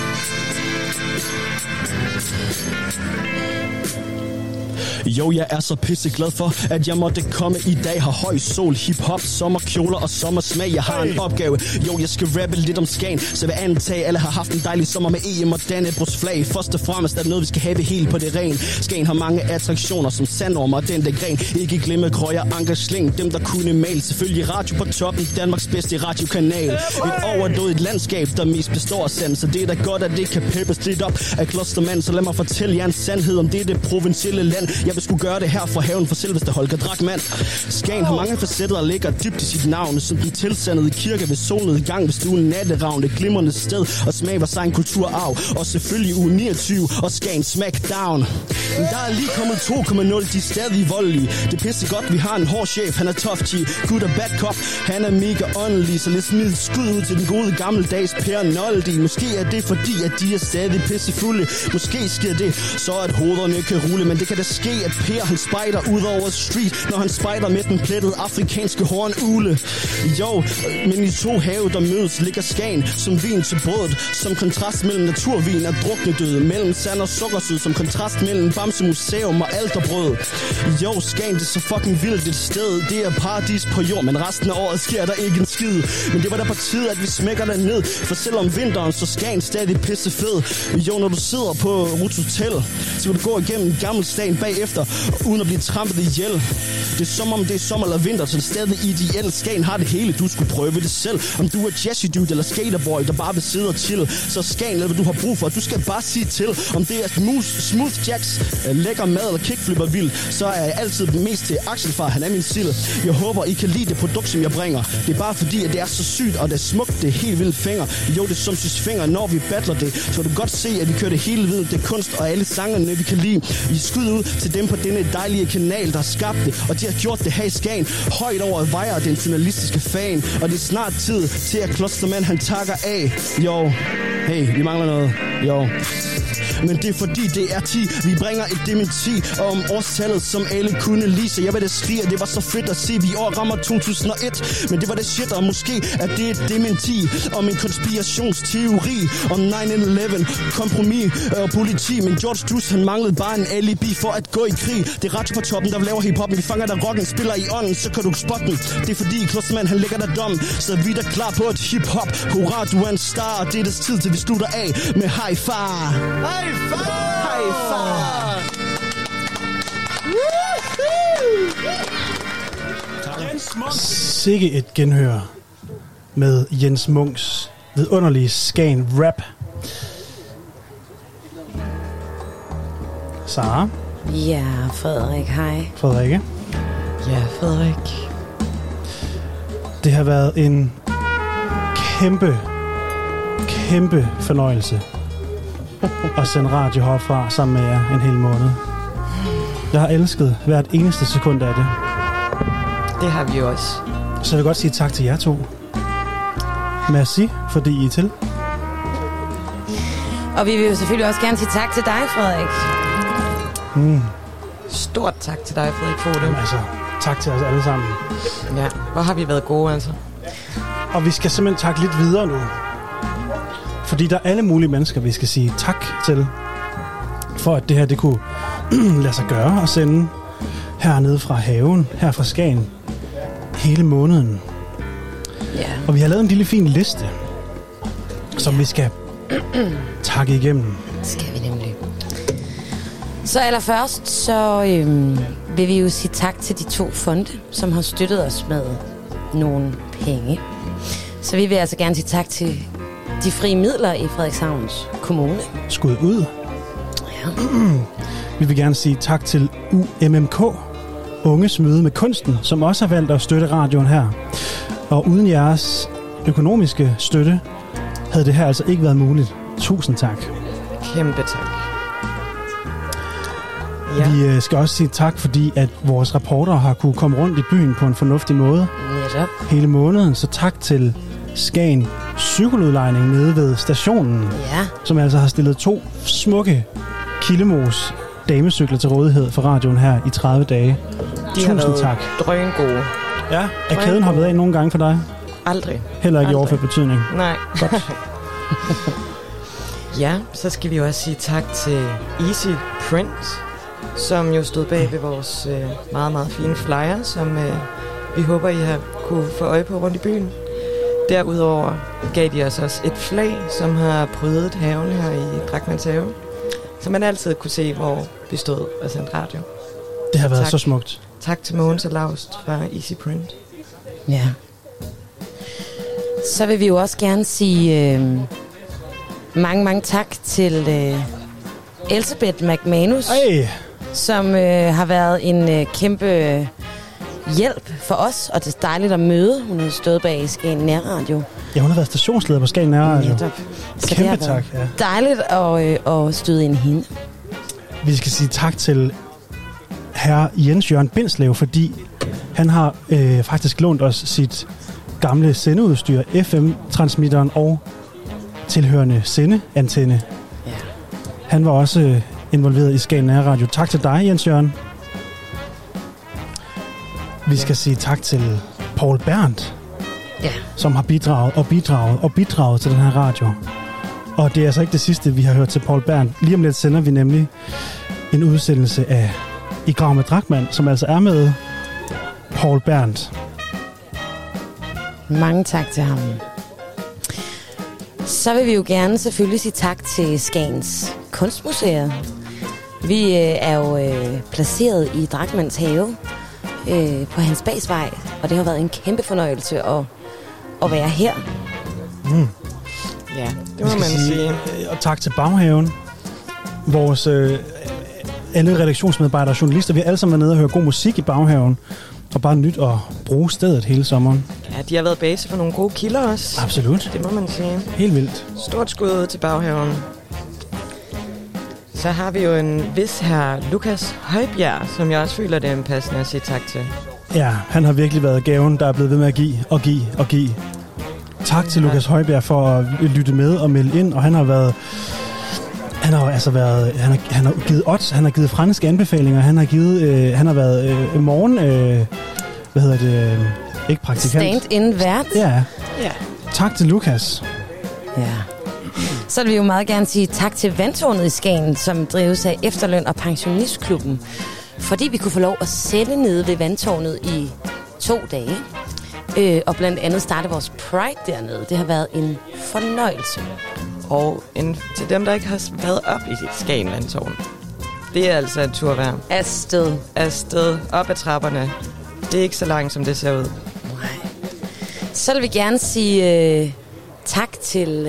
Jo, jeg er så pisseglad for, at jeg måtte komme i dag. Har høj sol, hip-hop, sommerkjoler og sommersmag. Jeg har en opgave, jo, jeg skal rappe lidt om Skagen. Så jeg vil antage, alle har haft en dejlig sommer med EM og Dannebrogs flag. Først og fremmest er det noget, vi skal have helt på det ren. Skagen har mange attraktioner som sandorm og den der gren. Ikke glemme Krøyer, Anker, Sling, dem der kunne male. Selvfølgelig radio på toppen, Danmarks bedste radiokanal. Et overdådigt landskab, der mest består af sand. Så det er da godt, at det kan peppes lidt op af klostermand. Så lad mig fortælle jer en sandhed om det provincielle land. Jeg vil skulle gøre det her for haven for selveste Holger Drachmann. Skagen har mange facetter og ligger dybt i sit navn. Som den tilsandede kirke ved solnedgang. Hvis du er en natteravn, et glimrende sted og smag vores egen kulturarv. Og selvfølgelig uge 29 og Skagen Smackdown. Men der er lige kommet 2,0, de er stadig voldelige. Det pisser godt, vi har en hård chef, han er tough G. Good og bad cop, han er mega åndelig. Så lad smide skud ud til den gode gammeldags Per Noldi. Måske er det fordi, at de er stadig pissefulde. Måske sker det, så at hovederne kan rulle. Men det kan da ske, at Per han spejder ud over street, når han spejder med den plettede afrikanske hornugle. Jo, men i to have, der mødes, ligger Skagen som vin til brødet. Som kontrast mellem naturvin og druknedød. Mellem sand og sukkersød, som kontrast mellem Bamse Museum og alterbrød. Jo, Skagen, det er så fucking vildt et sted. Det er paradis på jord, men resten af året sker der ikke en skid. Men det var da på tide, at vi smækker der ned. For selvom vinteren, så Skagen stadig pissefed. Jo, når du sidder på Ruth Hotel, så kan du gå igennem Gammelstaden bag efter, uden at blive trampet ihjel. Det er som om det er sommer eller vinter, så det er stadig ideelt. Skagen har det hele, du skulle prøve det selv. Om du er jazzy dude eller skaterboy, der bare vil sidde og chill, så Skagen er hvad du har brug for. Du skal bare sige til. Om det er smooth jacks, lækker mad eller kickflipper vild, så er jeg altid mest til Axelfar, han er min sild. Jeg håber, I kan lide det produkt, som jeg bringer. Det er bare fordi, at det er så sygt, og det er smukt, det er helt vildt fænger. Jo, det er som synes fænger, når vi battler det. Så du godt se, at vi kører det hele videre. Det er kunst, og alle sangerne, vi kan lide. I skud ud til dem på denne dejlige kanal, der har skabt det, og de har gjort det her i Skagen. Højt over vejer den journalistiske fan, og det er snart tid til, at Klostermand han takker af. Jo, hey, vi mangler noget. Jo. Men det er fordi det er 10. Vi bringer et dementi om årstallet, som alle kunne lide. Så jeg vil da skrige, at det var så fedt at se, vi i år rammer 2001. Men det var det shit, og måske at det er et dementi om en konspirationsteori om 9/11, kompromis og politi. Men George Bush, han manglede bare en alibi for at gå i krig. Det er ret på toppen, der laver hiphoppen. Vi fanger der rocken, spiller i ånden, så kan du spotte den. Det er fordi Klostermand, han lægger der dom. Så vi er der klar på et hiphop. Hurra, du er en star. Det er det tid til, vi slutter af med high far. High far! Sikke et genhør med Jens Munks vidunderlige Skagen rap. Sara? Ja, Frederik, hej. Frederikke? Ja, Frederik. Det har været en kæmpe fornøjelse at sende radio herfra sammen med jer en hel måned. Jeg har elsket hvert eneste sekund af det. Det har vi jo også. Så jeg vil godt sige tak til jer to. Merci, fordi I er til. Og vi vil jo selvfølgelig også gerne sige tak til dig, Frederik. Stort tak til dig, Frederik Fogde. Jamen altså, tak til os alle sammen. Ja, hvor har vi været gode, altså. Og vi skal simpelthen takke lidt videre nu. Fordi der er alle mulige mennesker, vi skal sige tak til, for at det her, det kunne lade sig gøre og sende hernede fra haven, her fra Skagen, hele måneden. Ja. Og vi har lavet en lille fin liste, som vi skal takke igennem. Skal vi nemlig. Så allerførst, så vil vi jo sige tak til de 2 fonde, som har støttet os med nogle penge. Så vi vil altså gerne sige tak til de frie midler i Frederikshavns Kommune. Skud ud. Ja. Vi vil gerne sige tak til UMMK, Unges Møde med Kunsten, som også har valgt at støtte radioen her. Og uden jeres økonomiske støtte, havde det her altså ikke været muligt. Tusind tak. Kæmpe tak. Ja. Vi skal også sige tak, fordi at vores reporter har kunne komme rundt i byen på en fornuftig måde. Netop. Hele måneden. Så tak til Skagen Cykeludlejning nede ved stationen, ja, som altså har stillet 2 smukke Kildemos damecykler til rådighed for radioen her i 30 dage. Tusind tak. Drøngode. Ja, er kæden hoppet af nogle gange for dig? Aldrig. Heller ikke Aldrig. i overført betydning? Nej. Godt. Ja, så skal vi jo også sige tak til Easy Print, som jo stod bag ved vores meget, meget fine flyer, som vi håber, I har kunne få øje på rundt i byen. Derudover gav de os også et flag, som har prydet haven her i Drachmanns have, så man altid kunne se, hvor vi stod og sendte radio. Det har været så smukt. Tak til Mogens og Laust fra Easy Print. Ja. Så vil vi jo også gerne sige mange tak til Elsebeth McManus, som har været en kæmpe hjælp for os, og det er dejligt at møde. Hun har stået bag Skagen Nærradio. Ja, hun har været stationsleder på Skagen Nærradio. Kæmpe tak. Ja. Dejligt at støde ind i hende. Vi skal sige tak til herre Jens Jørgen Bindslev, fordi han har faktisk lånt os sit gamle sendeudstyr, FM-transmitteren og tilhørende sendeantenne. Ja. Han var også involveret i Skagen Nærradio. Tak til dig, Jens Jørgen. Vi skal sige tak til Paul Berndt, som har bidraget til den her radio. Og det er altså ikke det sidste, vi har hørt til Paul Berndt. Lige om lidt sender vi nemlig en udsendelse af I Grav med Drachmann, som altså er med Paul Berndt. Mange tak til ham. Så vil vi jo gerne selvfølgelig sige tak til Skagens Kunstmuseer, Vi er jo placeret i Drachmanns have på Hans Bagsvej, og det har været en kæmpe fornøjelse at være her. Mm. Ja, det må man sige. Og tak til Baghaven. Vores alle redaktionsmedarbejdere og journalister, vi har alle sammen været nede og høre god musik i Baghaven. Og bare nyt at bruge stedet hele sommeren. Ja, de har været base for nogle gode kilder også. Absolut. Det må man sige. Helt vildt. Stort skud til Baghaven. Så har vi jo en vis her Lukas Højbjerg, som jeg også føler, det er en passende at sige tak til. Ja, han har virkelig været gaven, der er blevet ved med at give. Tak til Lukas Højbjerg for at lytte med og melde ind, og han har givet odds, han har givet franske anbefalinger, han har været morgen, ikke praktikant. Stand-in vært. Ja. Ja. Tak til Lukas. Ja. Så vil vi jo meget gerne sige tak til Vandtårnet i Skagen, som drives af Efterløn og Pensionistklubben, fordi vi kunne få lov at sende nede ved Vandtårnet i 2 dage. Og blandt andet starte vores Pride dernede. Det har været en fornøjelse. Og til dem, der ikke har været op i Skagen Vandtårn, det er altså en tur værd. Afsted. Op ad trapperne. Det er ikke så langt, som det ser ud. Nej. Så vil vi gerne sige tak til...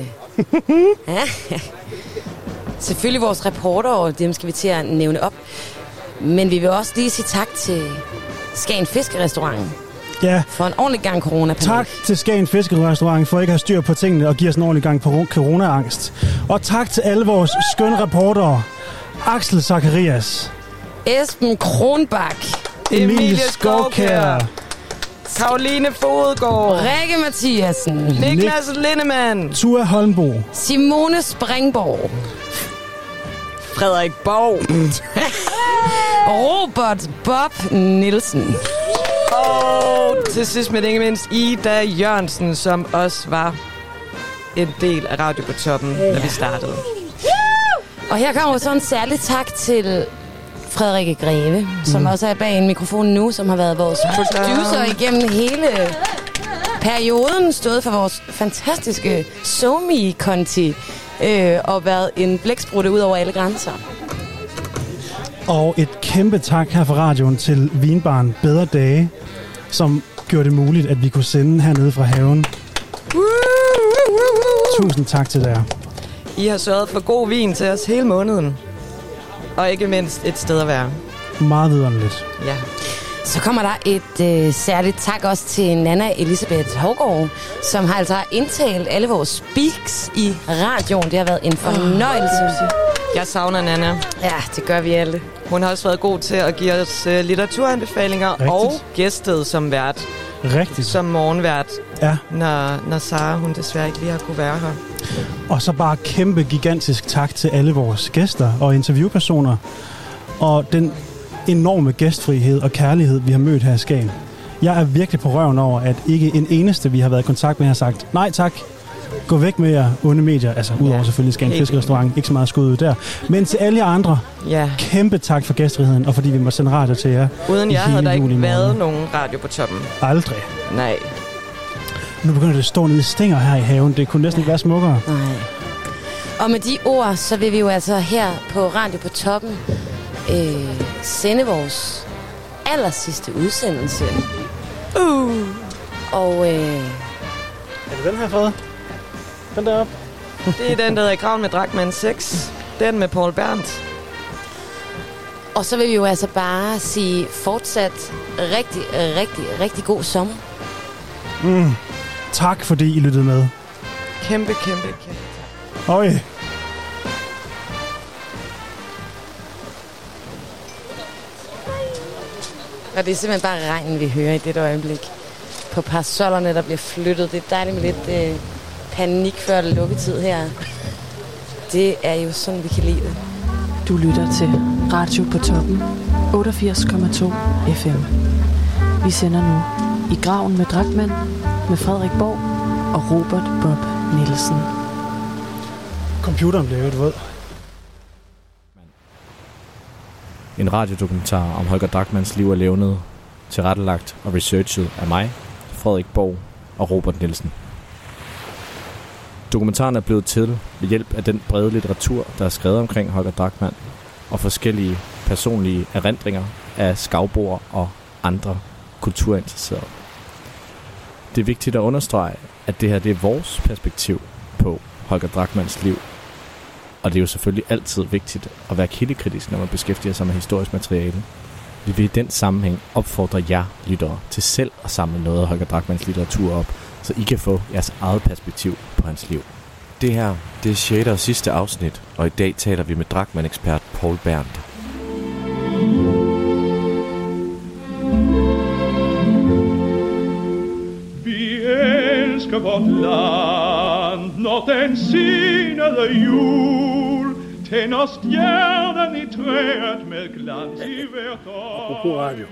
selvfølgelig vores reporter, og dem skal vi til at nævne op. Men vi vil også lige sige tak til Skagen Fiskerestaurant. Ja. For en ordentlig gang corona-panik. Tak til Skagen Fiskerestaurant for ikke at have styr på tingene og give os en ordentlig gang på corona-angst. Og tak til alle vores skønne reportere. Axel Zacharias. Esben Kronbak. Emilie Skovkær. Karoline Fodgaard. Rikke Mathiasen. Niklas Lindemann. Tua Holmbo. Simone Springborg. Frederik Borg. Robert Bob Nielsen. Og til sidst, men ikke mindst, Ida Jørgensen, som også var en del af Radio på Toppen, da vi startede. Og her kommer så en særlig tak til Frederikke Greve, som også er bag en mikrofon nu, som har været vores producer igennem hele perioden, stået for vores fantastiske SoMe-konti og været en blæksprutte ud over alle grænser. Og et kæmpe tak her fra radioen til Vinbaren Bedre Dage, som gjorde det muligt, at vi kunne sende hernede fra haven. Tusind tak til jer. I har sørget for god vin til os hele måneden. Og ikke mindst et sted at være. Meget vidunderligt. Ja. Så kommer der et særligt tak også til Nana Elisabeth Hovgaard, som har altså indtalt alle vores speaks i radioen. Det har været en fornøjelse. Jeg savner Nana. Ja, det gør vi alle. Hun har også været god til at give os litteraturanbefalinger. Rigtigt. Og gæstet som vært. Rigtigt. Som morgenvært. Ja. Når Sara, hun desværre ikke lige har kunne være her. Og så bare kæmpe gigantisk tak til alle vores gæster og interviewpersoner. Og den enorme gæstfrihed og kærlighed, vi har mødt her i Skagen. Jeg er virkelig på røven over, at ikke en eneste, vi har været i kontakt med, har sagt, nej tak, gå væk med jer onde medier. Altså udover selvfølgelig Skagen Fiskerestaurant, ikke så meget skud ud der. Men til alle jer andre, kæmpe tak for gæstfriheden, og fordi vi må sende radio til jer. Uden jer havde der ikke været nogen radio på Toppen. Aldrig. Nej. Nu begynder det at stå nede i stænger her i haven. Det kunne næsten ikke være smukkere. Nej. Og med de ord, så vil vi jo altså her på Radio på Toppen sende vores allersidste udsendelse. Og er det den her, Frede? Den deroppe? Det er den, der hedder Graven med Drachmanns 6. Den med Paul Berndt. Og så vil vi jo altså bare sige fortsat rigtig god sommer. Tak fordi I lyttede med. Kæmpe tak. Oj. Og det er simpelthen bare regnen, vi hører i dette øjeblik. På parasollerne, der bliver flyttet. Det er dejligt med lidt panik før lukketid her. Det er jo sådan, vi kan lide det. Du lytter til Radio på Toppen, 88,2 FM. Vi sender nu I Graven med Drachmann med Frederik Borg og Robert Bob Nielsen. Computeren blev jo våd. En radiodokumentar om Holger Drachmanns liv og levned, tilrettelagt og researchet af mig, Frederik Borg og Robert Nielsen. Dokumentaren er blevet til ved hjælp af den brede litteratur, der er skrevet omkring Holger Drachmann, og forskellige personlige erindringer af skavboer og andre kulturinteresserede. Det er vigtigt at understrege, at det her det er vores perspektiv på Holger Drachmanns liv. Og det er jo selvfølgelig altid vigtigt at være kildekritisk, når man beskæftiger sig med historisk materiale. Vi vil i den sammenhæng opfordre jer lyttere til selv at samle noget af Holger Drachmanns litteratur op, så I kan få jeres eget perspektiv på hans liv. Det her, det er 6. og sidste afsnit, og i dag taler vi med Drachmann-ekspert Poul Berndt. Vi elsker vort land, når den sinede jul tænder stjernen i træet med glans i hvert år. Apropos radio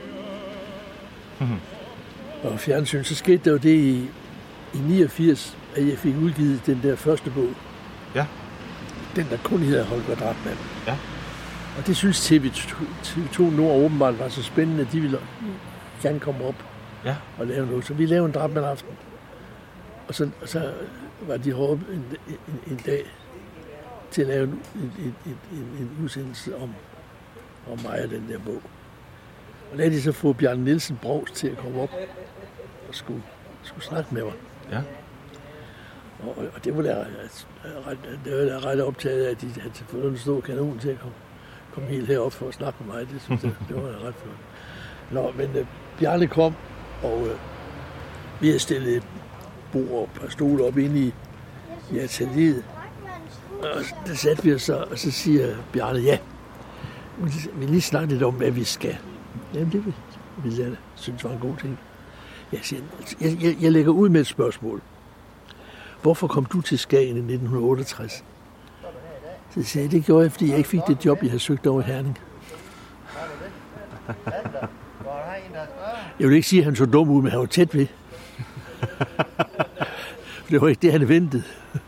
og fjernsyn, så skete der jo det i 89, at jeg fik udgivet den der første bog. Ja. Den, der kun hedder Holger Drachmann. Ja. Og det synes TV2 Nord åbenbart var så spændende, at de ville gerne komme op og lave noget. Så vi lavede en Drachmann-aften. Og så var de heroppe en dag til at lave en udsendelse om mig og den der bog. Og lad de så få Bjarne Nielsen Brovst til at komme op og skulle snakke med mig. Ja. Og det var der ret optaget af, at de havde fået en stor kanon til at komme helt herop for at snakke med mig. Det synes jeg, det var ret flot. Nå, men Bjarne kom, og vi havde stillet et bord og et par stole op inde i atelieret. Og der satte vi os så, og så siger Bjarne, ja, vi lige snakke lidt om, hvad vi skal. Jamen, det vil jeg synes var en god ting. Jeg siger, jeg lægger ud med et spørgsmål. Hvorfor kom du til Skagen i 1968? Så sagde jeg, det gjorde jeg, fordi jeg ikke fik det job, jeg havde søgt over i Herning. Jeg vil ikke sige, at han så dum ud, men han var tæt ved. For det var ikke det, han ventede.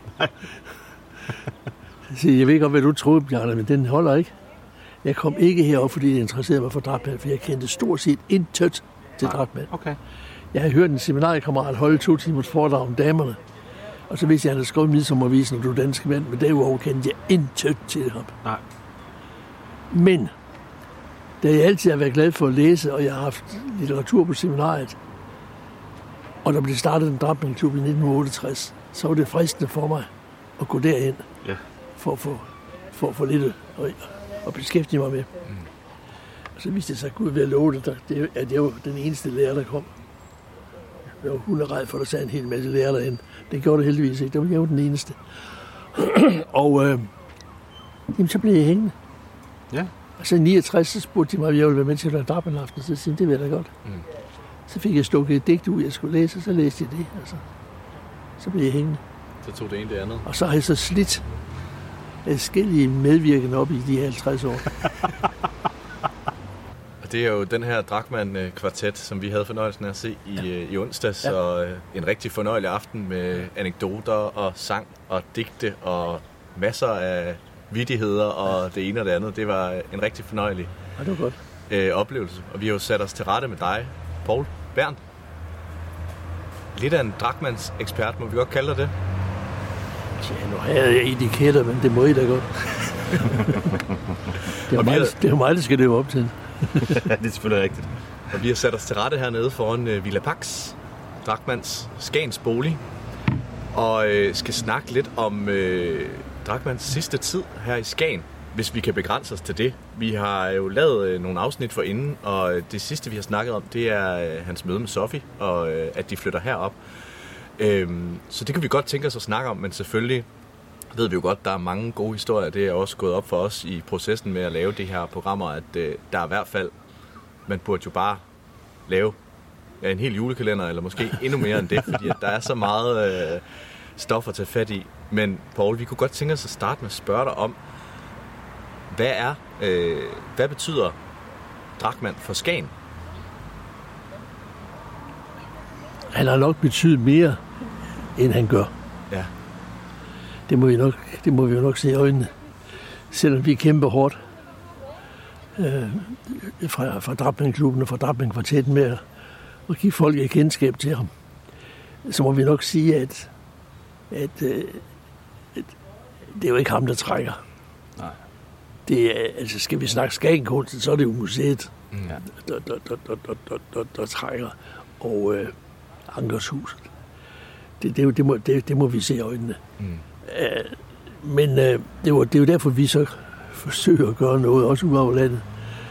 Så jeg ved ikke, hvad du troede, Bjarne, men den holder ikke. Jeg kom ikke herop, fordi det interesserede mig for Drachmann, for jeg kendte stort set intet til Drachmann. Okay. Jeg havde hørt en seminariekammerat holde 2 timers foredrag om damerne, og så vidste jeg, at han havde skrevet Midsommervisen, og du danske mand, men derudover kendte jeg intet til ham. Nej. Men, da jeg altid har været glad for at læse, og jeg har haft litteratur på seminariet, og der blev startet en Drachmann-klub i 1968, så var det fristende for mig at gå derind, for at få lidt at beskæftige mig med. Mm. Og så viste jeg sig, at Gud ved at love det, at jeg var den eneste lærer, der kom. Jeg var hunderedd for, at der sad en hel masse lærer derinde. Det gjorde det heldigvis ikke. Der var jeg jo den eneste. Og jamen, så blev jeg hængende. Ja. Og så i 69, så spurgte de mig, om jeg ville være med til at lave Drachmann-aften. Så sagde det vil jeg da godt. Mm. Så fik jeg stukket et digt ud, jeg skulle læse, og så læste jeg det. Altså. Så blev jeg hængende. Så tog det ene det andet. Og så har jeg så slidt forskellige medvirkende op i de 50 år. Og det er jo den her Drachmann-kvartet, som vi havde fornøjelsen af at se i onsdags. Ja. Og en rigtig fornøjelig aften med anekdoter og sang og digte og masser af vittigheder og det ene og det andet. Det var en rigtig fornøjelig oplevelse. Og vi har jo sat os til rette med dig, Poul Berndt. Lidt af en Drachmanns ekspert, må vi godt kalde dig det. Ja, nu havde jeg etiketter, men det må I da godt. Det er jo mig, der skal leve op til. Det er selvfølgelig rigtigt. Og vi har sat os til rette hernede foran Villa Pax, Drachmanns Skagens bolig, og skal snakke lidt om Drachmanns sidste tid her i Skagen, hvis vi kan begrænse os til det. Vi har jo lavet nogle afsnit forinden, og det sidste, vi har snakket om, det er hans møde med Sofie, og at de flytter herop. Så det kan vi godt tænke os at snakke om, men selvfølgelig ved vi jo godt, der er mange gode historier. Det er også gået op for os i processen med at lave de her programmer, at der er i hvert fald, man burde jo bare lave en hel julekalender, eller måske endnu mere end det, fordi at der er så meget stof at tage fat i. Men Poul, vi kunne godt tænke os at starte med at spørge dig om, hvad betyder Drachmann for Skagen? Han har nok betydet mere, end han gør. Ja. Det må vi jo nok se i øjnene. Selvom vi kæmper hårdt fra Drachmann-klubben og fra Drachmann-kvartetten med at give folk et kendskab til ham, så må vi nok sige, at det er jo ikke ham, der trækker. Nej. det er, altså skal vi snakke Skagenkunsten, så er det jo museet, der trækker, og Ankershuset. Det må vi se i øjnene. Men det er jo derfor, vi så forsøger at gøre noget, også ude over landet,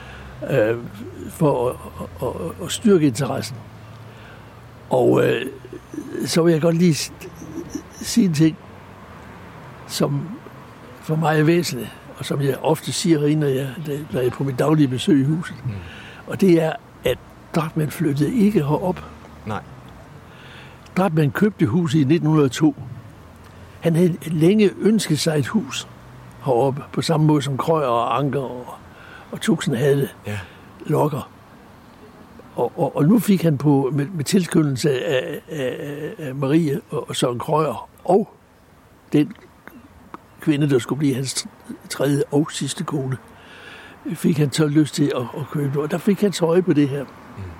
for at styrke interessen. Og så vil jeg godt lige sige en ting, som for mig er væsentligt, og som jeg ofte siger herinde, når jeg er på mit daglige besøg i huset. Og det er, at Drachmann flyttede ikke herop. Nej. Drachmann købte huset i 1902. Han havde længe ønsket sig et hus heroppe, på samme måde som Krøyer og Anker og Tuxen havde Lokker. Og nu fik han med tilskyndelse af Marie og Søren Krøyer og den kvinde, der skulle blive hans tredje og sidste kone, fik han så lyst til at købe. Og der fik han så øje på det her.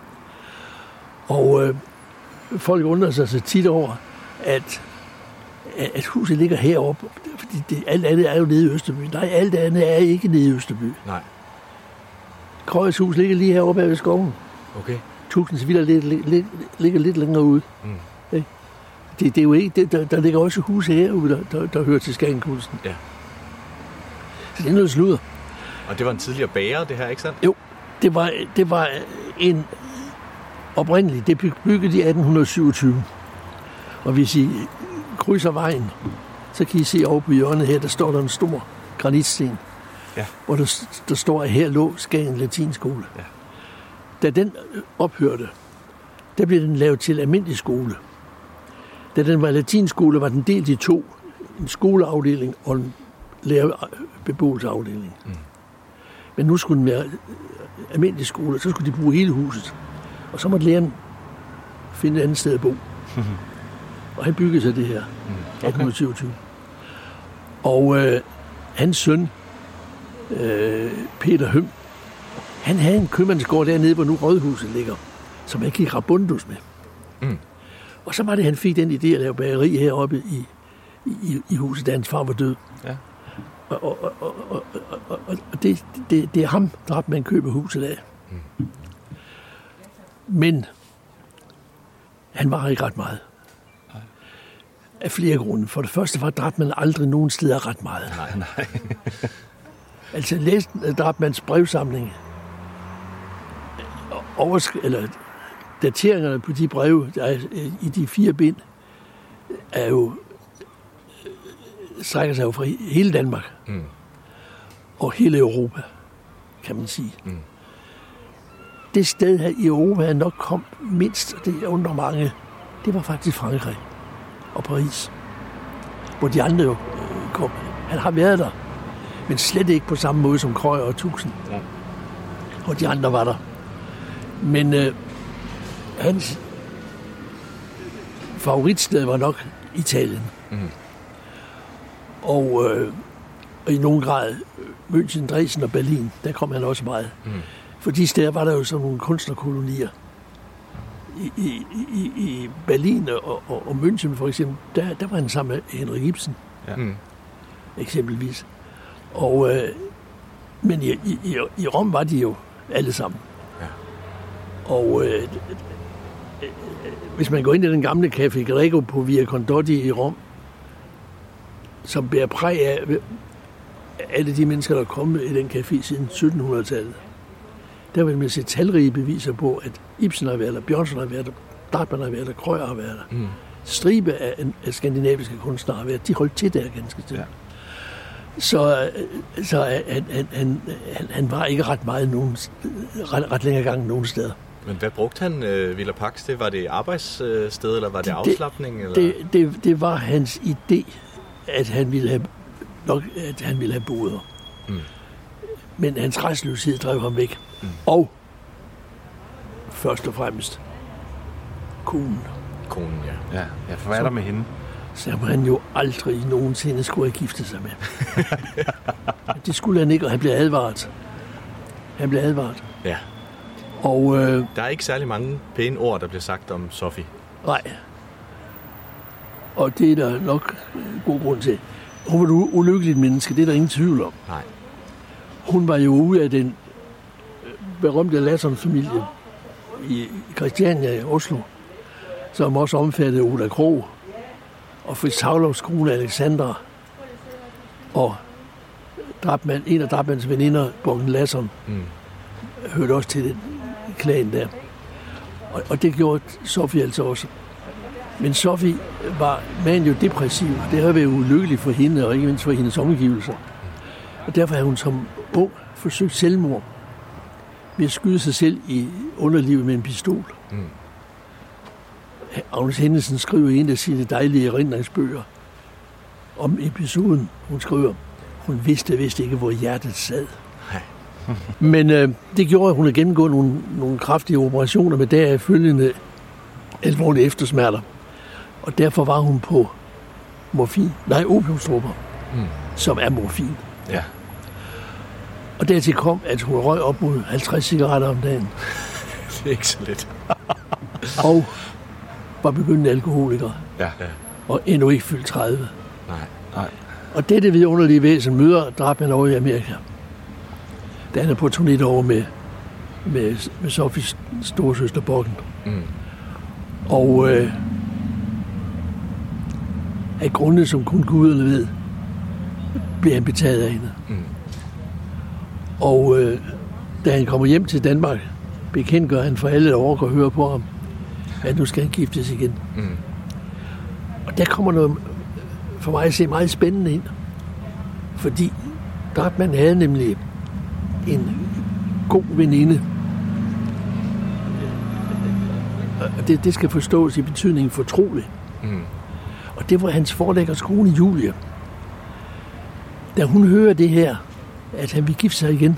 Og folk undrer sig så tit over, at huset ligger heroppe, fordi alt andet er jo nede i Østerby. Nej, alt andet er ikke nede i Østerby. Nej. Krøyers hus ligger lige heroppe ved skoven. Okay. Tusind Villa ligger lidt længere ude. Det er jo ikke, der ligger også huse herude, der hører til Skagenkunsten. Ja. Så det er noget sludder. Og det var en tidligere bager, det her, ikke sandt? Jo, det var en oprindeligt, det blev bygget i 1827. Og hvis I krydser vejen, så kan I se over på hjørnet her, der står der en stor granitsten, hvor der står, at her lå Skagen Latinskole. Ja. Da den ophørte, der blev den lavet til almindelig skole. Da den var latinskole, var den delt i to. En skoleafdeling og en lærerbeboelsesafdeling. Men nu skulle den være almindelig skole, så skulle de bruge hele huset. Og så måtte læreren finde et andet sted at bo. Og han byggede sig det her, 1827. Og hans søn, Peter Høm, han havde en købmandsgård dernede, hvor nu Rådhuset ligger, som han gik rabundus med. Og så var det, han fik den idé at lave bageri heroppe i huset, da hans far var død. Ja. Og det er ham, der man køber huset af. Men han var ikke ret meget. Af flere grunde. For det første var Drachmann aldrig nogen steder ret meget. Nej. Altså læste Drachmanns brevsamling, eller dateringerne på de breve, der er i de 4 bind, er jo strækker sig jo fra hele Danmark og hele Europa, kan man sige. Det sted her i Europa, han nok kom mindst, og det undrer mange, det var faktisk Frankrig og Paris, hvor de andre jo kom. Han har været der, men slet ikke på samme måde som Krøyer og Tuxen. Ja. Og de andre var der. Men hans favoritsted var nok Italien. Og i nogen grad München, Dresden og Berlin, der kom han også meget. For de steder var der jo sådan nogle kunstnerkolonier. I Berlin og München for eksempel, der var han sammen med Henrik Ibsen. Ja. Eksempelvis. Og, men i Rom var de jo alle sammen. Ja. Og hvis man går ind i den gamle Café Greco på Via Condotti i Rom, som bærer præg af alle de mennesker, der er kommet i den café siden 1700-tallet, der vil man se talrige beviser på, at Ibsen har været der, Bjørnson har været der, Drachmann har været der, Krøyer har været der. Stribe af skandinaviske kunstnere har været, de holdt til der ganske til. Ja. Så han var ikke ret meget ret længere gang nogen steder. Men hvad brugte han Villa Pax? Var det arbejdssted, eller var det afslapning? Eller? Det var hans idé, at han ville have boder. Men hans restløshed drev ham væk. Og først og fremmest konen. Konen, ja. Ja, for hvad er der med hende? Som han jo aldrig nogensinde skulle have giftet sig med. Det skulle han ikke, og han blev advaret. Ja. Og, der er ikke særlig mange pæne ord, der bliver sagt om Sophie. Nej. Og det er der nok god grund til. Hun var et ulykkeligt menneske, det er der ingen tvivl om. Nej. Hun var jo ude af den berømte Lasson-familie i Christiania i Oslo, som også omfattede Oda Krog og Fritz Havlovs kone Alexandra og en af Drabmans veninder, Borgen Lasson, hørte også til den klan der. Og det gjorde Sofie altså også. Men Sofie var jo depressiv, og det har været ulykkeligt for hende, og ikke mindst for hendes omgivelser. Og derfor har hun som ung forsøgt selvmord ved at skyde sig selv i underlivet med en pistol. Agnes Henningsen skriver i en af sine dejlige erindringsbøger om episoden. Hun skriver, hun vidste ikke, hvor hjertet sad. Men det gjorde, at hun havde gennemgået nogle kraftige operationer med deraf følgende alvorlige eftersmerter. Og derfor var hun på opiumstropper, som er morfin. Ja. Og dertil kom, at hun røg op mod 50 cigaretter om dagen. Det er ikke så let. Og var begyndende alkoholiker. Ja. Og endnu ikke fyldt 30. Nej. Og dette vidunderlige væsen møder Drabman over i Amerika. Da han er på turné derovre med Sofies storesøster Borgen. Og af grunde, som kun guderne ved, bliver han betaget af hende. Og da han kommer hjem til Danmark, bekendtgør han for alle, der overgår og hører på ham, at nu skal han giftes igen. Og der kommer noget for mig at se meget spændende ind. Fordi Drabman havde nemlig en god veninde. Og det skal forstås i betydningen fortrolig. Og det var hans forlæggers kone Julie. Da hun hører det her, at han vil gifte sig igen,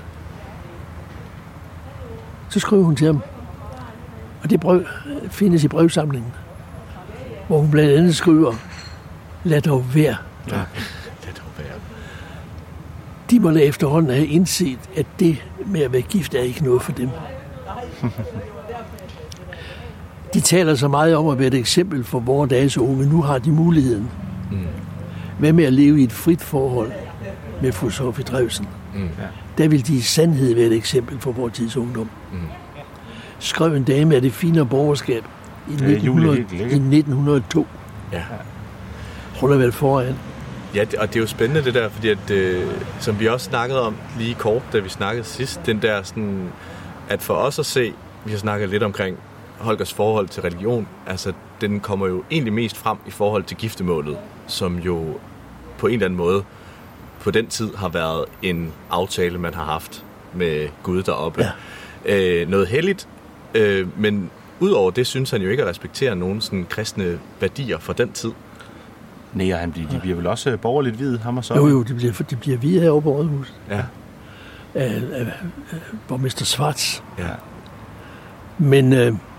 så skriver hun til ham. Og det brev findes i brevsamlingen, hvor hun blandt andet skriver, lad dog være. Ja, lad dog være. De må da efterhånden have indset, at det med at være gift er ikke noget for dem. De taler så meget om at være et eksempel for vores dages unge. Nu har de muligheden. Hvad med at leve i et frit forhold med fru Sofie Drewsen? Der vil de i sandhed være et eksempel for vores tids ungdom. Skrev en dame af det fine borgerskab i 1902. Ja. Hun er vel foran. Ja, og det er jo spændende det der, fordi at, som vi også snakkede om lige kort, da vi snakkede sidst, den der sådan, at for os at se, vi har snakket lidt omkring Holgers forhold til religion, altså den kommer jo egentlig mest frem i forhold til giftermålet, som jo på en eller anden måde på den tid har været en aftale, man har haft med Gud deroppe. Ja. Noget helligt, men udover det synes han jo ikke at respektere nogen sådan kristne værdier fra den tid. Nej, og de bliver vel også borgerligt hvide, ham og så? Jo, de bliver hvide herovre på Rådhuset. Ja. Af borgmester Schwarz. Ja. Men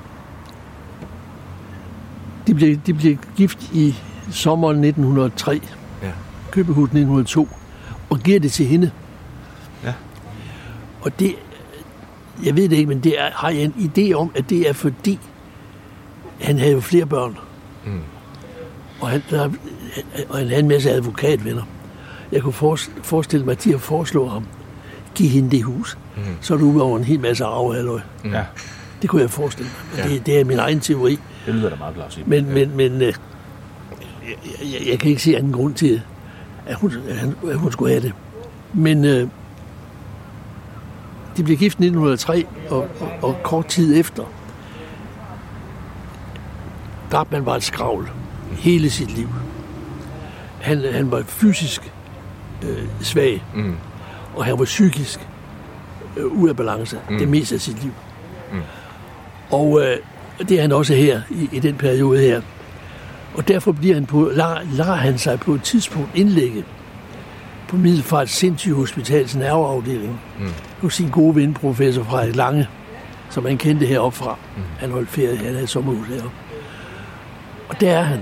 de blev gift i sommeren 1903. Ja. Købehus 1902. Og giver det til hende. Ja. Og det, jeg ved det ikke, men har jeg en idé om, at det er fordi, han havde jo flere børn. Og han havde en masse advokatvenner. Jeg kunne forestille mig, at de har foreslået ham, giv hende det hus. Så er du ude over en hel masse arvehalløj. Ja. Det kunne jeg forestille mig. Ja. Det er min egen teori. Det lyder da meget plausibelt. Men jeg kan ikke se anden grund til, at hun skulle have det. Men de blev gift i 1903, og kort tid efter, Drabman var et skravl hele sit liv. Han var fysisk svag, og han var psykisk ude af balance det meste af sit liv. Og det er han også her, i den periode her. Og derfor lader han sig på et tidspunkt indlægge på Middelfart Sindssygehospitals nerveafdeling hos sin gode ven, professor Frederik Lange, som han kendte heroppe fra. Han holdt ferie, han havde sommerhus heroppe. Og der er han.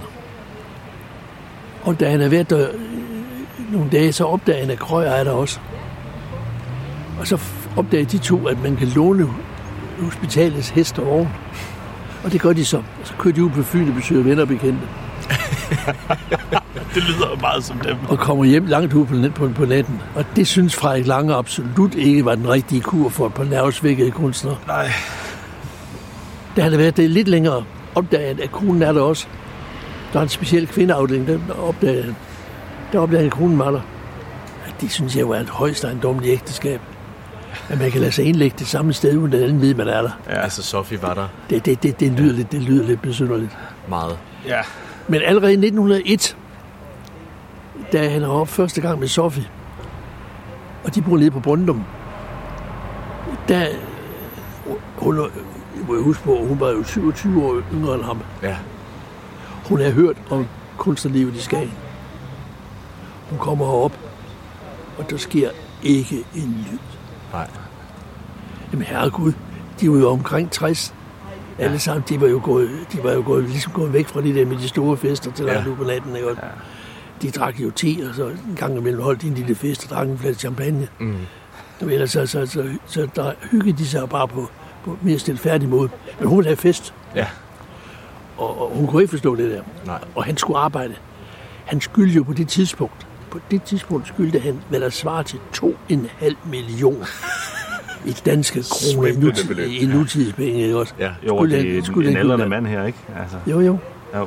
Og da han er været der nogle dage, så opdager han, at Krøyer er der også. Og så opdager de to, at man kan låne hospitalets hest og vogn. Og det gør de så. Og så kører de ud på Fyn og besøger venner og bekendte. Det lyder meget som dem. Og kommer hjem langt ud på natten. Og det synes Frederik Lange absolut ikke var den rigtige kur for et par nervesvækkede kunstnere. Nej. Der havde været det lidt længere opdaget, at konen er der også. Der er en speciel kvindeafdeling, der opdagede konen var der. Det synes jeg var et højst ejendommeligt ægteskab. At man kan lade sig indlægge det samme sted, uden at anden ved, man er der. Ja, altså Sofie var der. Det lyder lidt besynderligt. Meget. Ja. Men allerede i 1901, da han var op første gang med Sofie, og de bor nede på Brøndum, der hun var jo 27 år yngre end ham. Ja. Hun har hørt om kunstnerlivet i Skagen. Hun kommer herop, og der sker ikke en lyd. Nej. Jamen herregud, de var jo omkring 60. Alle sammen, de var jo gået væk fra de der med de store fester til langt ud på natten. Ikke? Ja. De drak jo te, og så en gang imellem holdt de en lille fest og drak en flaske champagne. Mm. Så der hyggede de sig bare på mere stilfærdig måde. Men hun ville have fest. Ja. Og hun kunne ikke forstå det der. Nej. Og han skulle arbejde. Han skyldte jo på det tidspunkt. På det tidspunkt skyldte han, hvad der svarer til 2,5 millioner i danske kroner i nutidspenge, ikke også? Ja, jo, det er en aldrende mand her, ikke? Altså. Jo.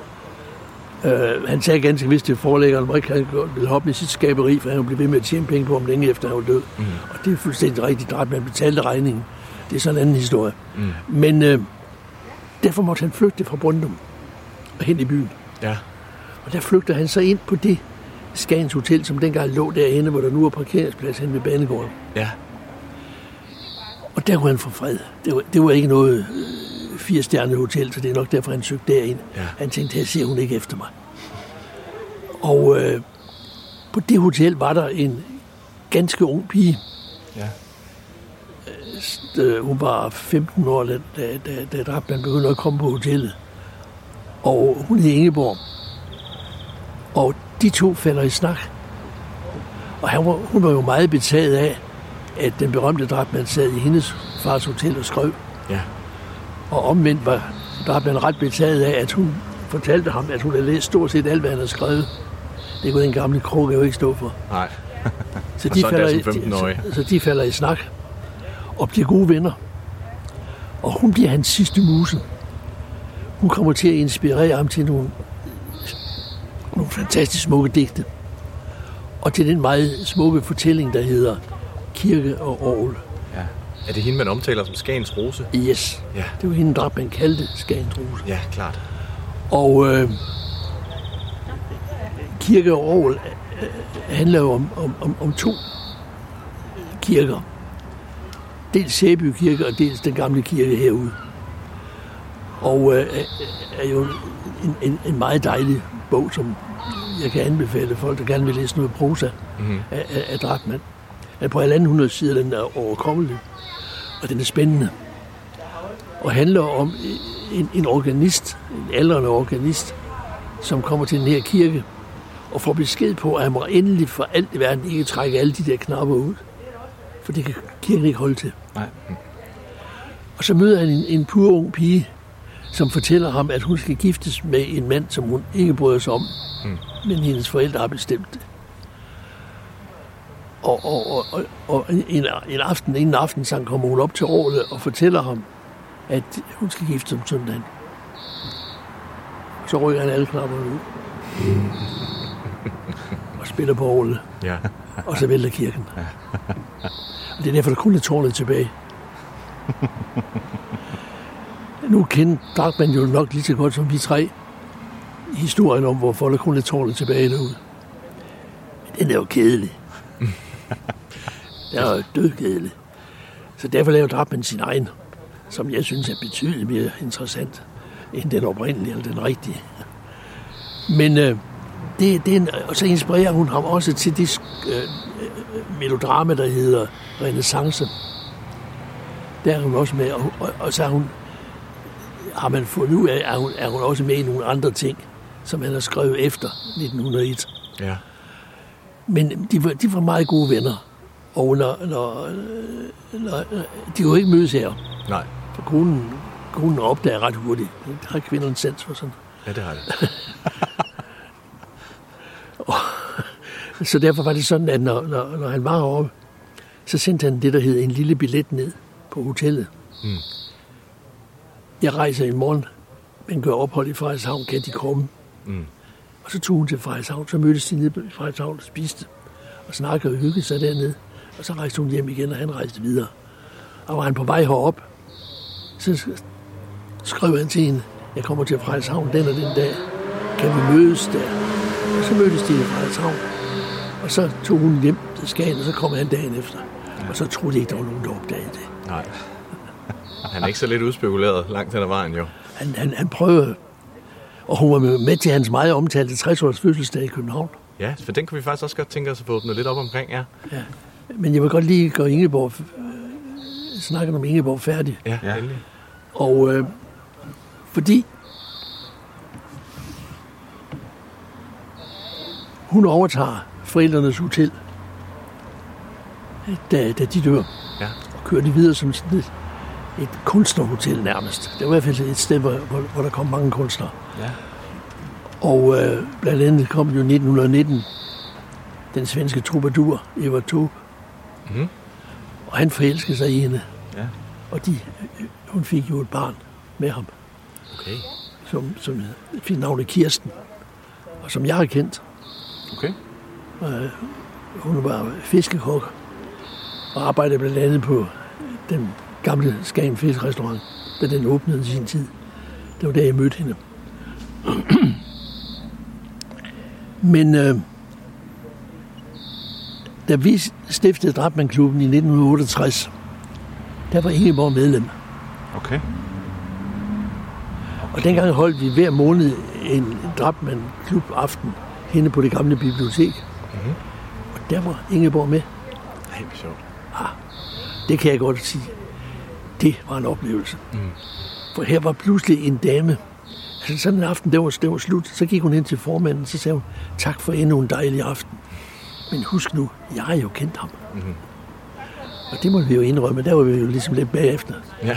Han sagde ganske vist til forlæggeren, at han ville hoppe i sit skaberi, for han blev ved med at tjene penge på ham længe efter han var død. Mm. Og det er fuldstændig rigtigt, at man betalte regningen. Det er sådan en anden historie. Mm. Men derfor måtte han flygte fra Brøndum og hen i byen. Ja. Og der flygter han så ind på det Skagens Hotel, som dengang lå derhenne, hvor der nu er parkeringsplads hen ved banegården. Ja. Og der kunne han få fred. Det var ikke noget 4-stjernet hotel, så det er nok derfor, han søgte derind. Ja. Han tænkte, her ser hun ikke efter mig. Og på det hotel var der en ganske ung pige. Ja. Hun var 15 år, da Drachmann begyndte at komme på hotellet. Og hun hed Ingeborg. Og de to falder i snak. Og hun var jo meget betaget af, at den berømte Drachmann sad i hendes fars hotel og skrev. Ja. Og omvendt var Drachmann ret betaget af, at hun fortalte ham, at hun havde læst stort set alt, hvad han havde skrevet. Det kunne den gamle Krog jo ikke stå for. Nej. Så de falder i snak og bliver gode venner. Og hun bliver hans sidste muse. Hun kommer til at inspirere ham til nogle fantastisk smukke digte. Og til den meget smukke fortælling, der hedder Kirke og Orgel. Ja. Er det hende, man omtaler som Skagens Rose? Yes. Ja. Det var hende, Drachmann kaldte Skagens Rose. Ja, klart. Og Kirke og Orgel handler jo om to kirker. Dels Sæby Kirke og dels den gamle kirke herude. Og er jo en meget dejlig bog, som jeg kan anbefale folk, der gerne vil læse noget prosa af Drachmann. På 1.500 sider, den er overkommelig, og den er spændende. Og handler om en organist, en aldrende organist, som kommer til den her kirke, og får besked på, at han må endelig for alt i verden ikke trække alle de der knapper ud. For det kan kirken ikke holde til. Nej. Og så møder han en pur ung pige, som fortæller ham, at hun skal giftes med en mand, som hun ikke bryder sig om. Men hendes forældre har bestemt det. Og en aften, inden aftensang, kommer hun op til orglet og fortæller ham, at hun skal giftes om søndagen. Så rykker han alle knapperne ud. Og spiller på orglet. Ja. Og så vælter kirken. Og det er derfor, der kun er tårnet tilbage. Nu kender Drachmann jo nok lige så godt som vi tre historien om, hvorfor der kun er tårnet tilbage derude. Men den er jo kedelig. Den er jo dødkedelig. Så derfor laver Drachmann sin egen, som jeg synes er betydeligt mere interessant end den oprindelige eller den rigtige. Men og så inspirerer hun ham også til det melodrama, der hedder Renaissance. Der er hun også med, og så har man fundet ud af, at hun også med i nogle andre ting, som han har skrevet efter 1901. Ja. Men de var meget gode venner, og når de jo ikke mødes her. Nej. For konen opdager ret hurtigt. Det har kvinderne sans for sådan. Ja, det har det. Så derfor var det sådan, at når han var oppe, så sendte han det, der hed en lille billet ned på hotellet. Mm. Jeg rejser i morgen, men gør ophold i Frederikshavn, kan de komme. Mm. Og så tog hun til Frederikshavn, så mødtes de nede på Frederikshavn og spiste, og snakkede og hyggede sig dernede. Og så rejste hun hjem igen, og han rejste videre. Og var han på vej herop, så skrev han til hende, jeg kommer til Frederikshavn den og den dag, kan vi mødes der? Og så mødtes de i Frederikshavn, og så tog hun hjem til Skagen, og så kom han dagen efter. Og så troede de ikke, der var nogen, der opdagede det. Nej. Han er ikke så lidt udspekuleret langt hen ad vejen, jo. Han prøvede, og hun var med til hans meget omtalte 60-års fødselsdag i København. Ja, for den kunne vi faktisk også godt tænke os at få åbnet lidt op omkring, ja. Men jeg vil godt lige gøre Ingeborg, snakke om Ingeborg færdig. Ja, endelig. Og fordi hun overtager forældrenes hotel, da de dør, og kører de videre som sådan et kunstnerhotel nærmest. Det var i hvert fald et sted, hvor der kom mange kunstnere. Ja. Og blandt andet kom jo 1919 den svenske troubadour, Evert Taube. Mm-hmm. Og han forelskede sig i hende. Ja. Og hun fik jo et barn med ham. Okay. Som fik navnet Kirsten. Og som jeg har kendt. Okay. Hun var fiskekok. Og arbejdede blandt andet på den gamle Skagen Fiskerestaurant, da den åbnede i sin tid. Det var der, jeg mødte hende. Men da vi stiftede Drachmann-klubben i 1968, der var Ingeborg medlem. Okay. Og dengang holdt vi hver måned en Drachmann-klub-aften henne på det gamle bibliotek. Mm-hmm. Og der var Ingeborg med. Nej, hvor sjovt. Det kan jeg godt sige. Det var en oplevelse. Mm. For her var pludselig en dame. Altså sådan en aften, det var slut. Så gik hun ind til formanden, så sagde hun, tak for endnu en dejlig aften. Men husk nu, jeg har jo kendt ham. Mm-hmm. Og det måtte vi jo indrømme, der var vi jo ligesom lidt bagefter. Ja.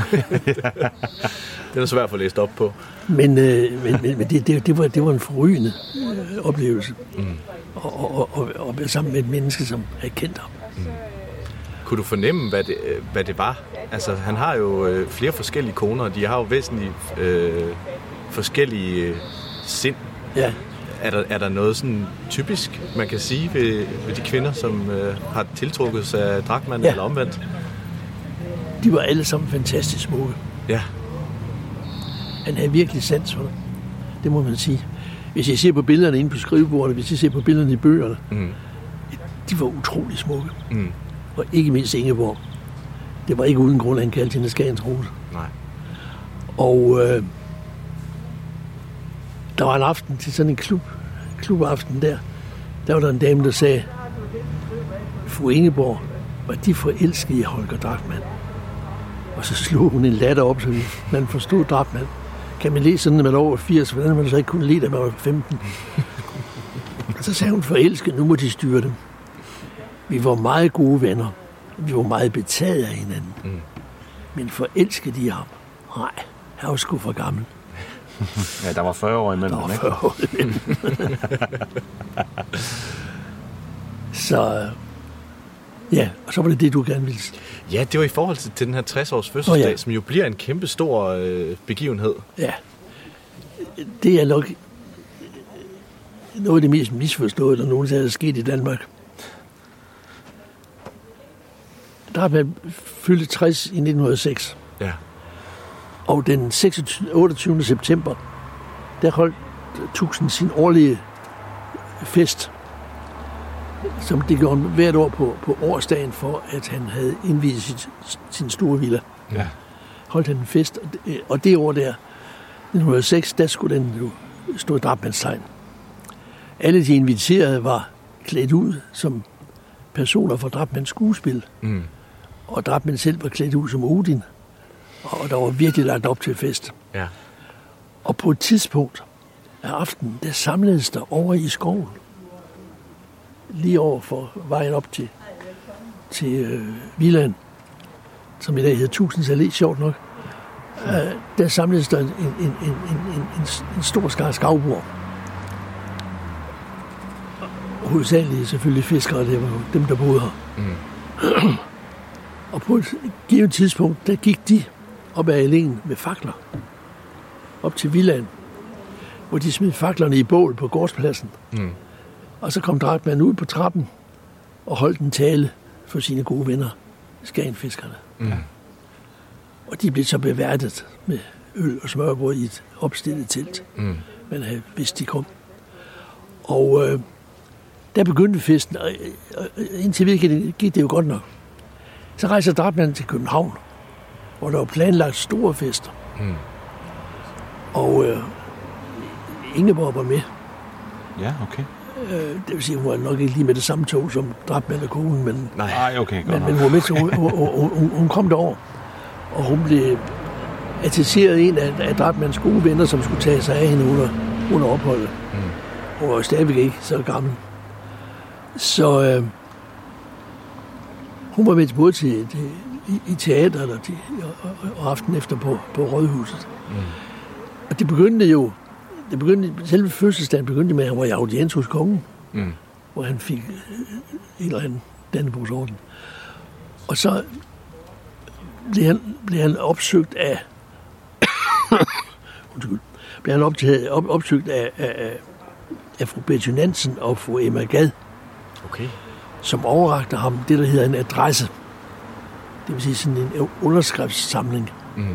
Det er svært at få læst op på. Men det var en forrygende oplevelse. Mm. Og være sammen med et menneske, som havde kendt ham. Mm. Kunne du fornemme, hvad det var? Altså, han har jo flere forskellige koner, og de har jo væsentligt forskellige sind. Ja. Er der noget sådan typisk, man kan sige ved de kvinder, som har tiltrukket sig af Drachmann eller omvendt? De var alle sammen fantastisk smukke. Ja. Han havde virkelig sans for det. Det må man sige. Hvis jeg ser på billederne inde på skrivebordet, hvis jeg ser på billederne i bøgerne, de var utrolig smukke. Mm. Og ikke mindst Ingeborg. Det var ikke uden grund, han kaldte hende Skagens Rose. Nej. Og der var en aften til sådan en klubaften der. Der var der en dame, der sagde, fru Ingeborg, var de forelskede i Holger Drachmann? Og så slog hun en latter op, så man forstod Drachmann. Kan man læse sådan, når man er over 80, hvordan man så ikke kunne lide, da man var 15? Og så sagde hun, forelskede, nu må de styre dem. Vi var meget gode venner. Vi var meget betaget af hinanden. Mm. Men forelskede de ham? Nej, han var sgu for gammel. Ja, der var 40 år imellem. Der var 40 år imellem. Så ja, og så var det, du gerne ville sige. Ja, det var i forhold til den her 60-års fødselsdag, som jo bliver en kæmpe stor begivenhed. Ja, det er nok noget af det mest misforståede, der nogensinde er sket i Danmark. Der har været fyldt 60 i 1906. Ja. Og den 28. september, der holdt Tuxen sin årlige fest, som det gjorde hvert år på årsdagen for, at han havde indviet sin store villa. Ja. Holdt han en fest, og det år der, 1906, der skulle den jo stå i Drachmannstegn. Alle de inviterede var klædt ud som personer fra Drachmanns skuespil. Mm. Og Drachmann selv var klædt ud som Odin. Og der var virkelig lagt op til fest. Ja. Og på et tidspunkt af aftenen, der samledes der over i skoven. Lige over for vejen op til villaen, som i dag hedder Tuxens Allé, sjovt nok. Der samledes der en stor skare skavbord. hovedsageligt selvfølgelig fiskere, det var dem, der boede her. Og på et givet tidspunkt, der gik de op ad alléen med fakler op til villaen, hvor de smed faklerne i bål på gårdspladsen. Og så kom Drachmann ud på trappen og holdt en tale for sine gode venner, Skagenfiskerne. Og de blev så beværtet med øl og smørbrød i et opstillet telt. Man havde vidst, de kom. Og der begyndte festen, og indtil videre gik det jo godt nok. Så rejser Drachmann til København, hvor der var planlagt store fester. Og Ingeborg var med. Ja, okay. Det vil sige, hun var nok ikke lige med det samme tog som Drachmann og konen, men, okay, men hun var med til, hun kom derover, og hun blev attesteret en af Drachmanns gode venner, som skulle tage sig af hende under opholdet. Hun var jo stadigvæk ikke så gammel. Så hun var med både til i teateret og aften efter på Rådhuset. Og det begyndte selve fødselsdagen begyndte med, at han var i audiens hos kongen, hvor han fik en eller anden Dannebrogsorden. Og så blev han opsøgt af opsøgt af fru Betty Nansen og fru Emma Gad, som overrakte ham det, der hedder en adresse. Det vil sige sådan en underskriftssamling,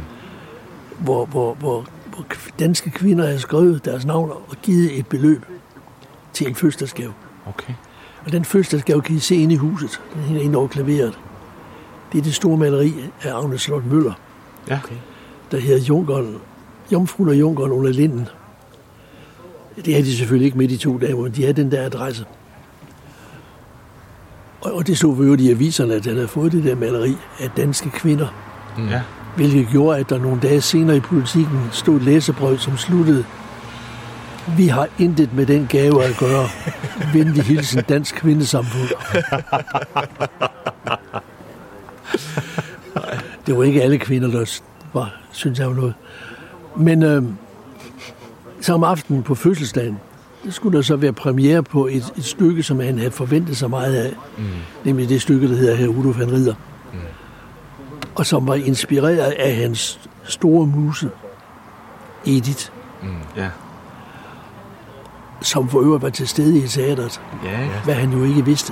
hvor danske kvinder havde skrevet deres navn og givet et beløb til en fødselsdagsgave. Og den fødselsdagsgave kan I se inde i huset. Den hænger inde over klaveret. Det er det store maleri af Agnes Slot Møller, der hedder Jomfruen og Junkeren under linden. Det er de selvfølgelig ikke med de 2 dage, men de har den der adresse. Og det så vi jo i aviserne, at han havde fået det der maleri af danske kvinder. Hvilket gjorde, at der nogle dage senere i Politikken stod et læserbrev, som sluttede: Vi har intet med den gave at gøre. Venlig hilsen, Dansk Kvindesamfund. Det var ikke alle kvinder, der var, synes jeg var noget. Men så om aftenen på fødselsdagen, skulle der så være premiere på et stykke, som han havde forventet sig meget af. Nemlig det stykke, der hedder Herr Rudolf van Ridder. Og som var inspireret af hans store muse, Edith. Som for øvrigt var til stede i teateret. Hvad han jo ikke vidste.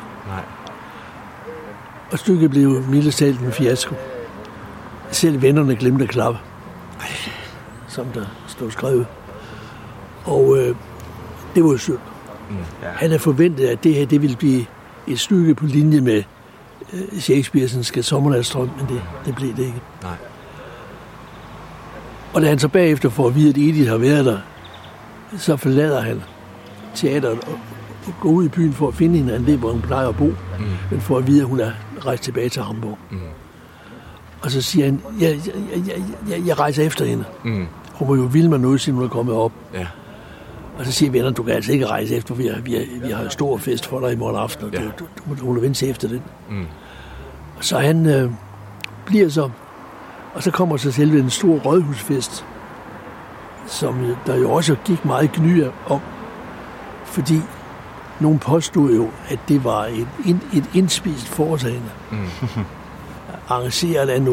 Og stykket blev mildest talt en fiasko. Selv vennerne glemte at klappe, som der stod skrevet. Og det var jo synd. Han havde forventet, at det her det ville blive et stykke på linje med Shakespeare's Skærsommernatsdrøm, men det blev det ikke. Og da han så bagefter får at vide, at Edith har været der, så forlader han teateret og går ud i byen for at finde hende. Han ved, hvor hun plejer at bo, men får at vide, at hun er rejst tilbage til Hamburg. Og så siger han, jeg rejser efter hende. Hun var jo vild med noget, siden hun er kommet op. Og så siger venner, du kan altså ikke rejse efter, vi har en stor fest for dig i morgen aften, og du må vente efter den. Og så han bliver så, og så kommer så selve en stor rådhusfest, som der jo også gik meget gny om, fordi nogen påstod jo, at det var et indspist foretagende. Arrangeret af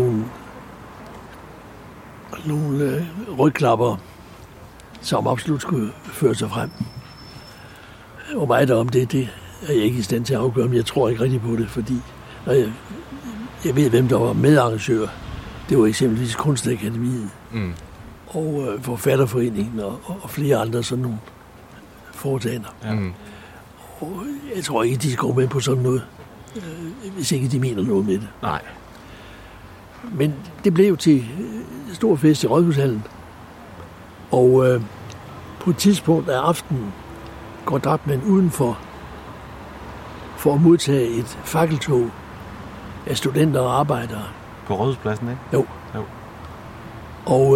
nogle rygklapper, som absolut skulle føre sig frem. Og meget om det er jeg ikke i stand til at afgøre, men jeg tror ikke rigtig på det, fordi jeg ved, hvem der var medarrangør. Det var eksempelvis Kunstakademiet og Forfatterforeningen og flere andre sådan nogle foretagender. Og jeg tror ikke, de skal gå med på sådan noget, hvis ikke de mener noget med det. Men det blev til stor fest i Rådhushallen. Og på et tidspunkt af aftenen går Drachmann udenfor for at modtage et fakkeltog af studenter og arbejdere. På Rådhuspladsen, ikke? Jo. Og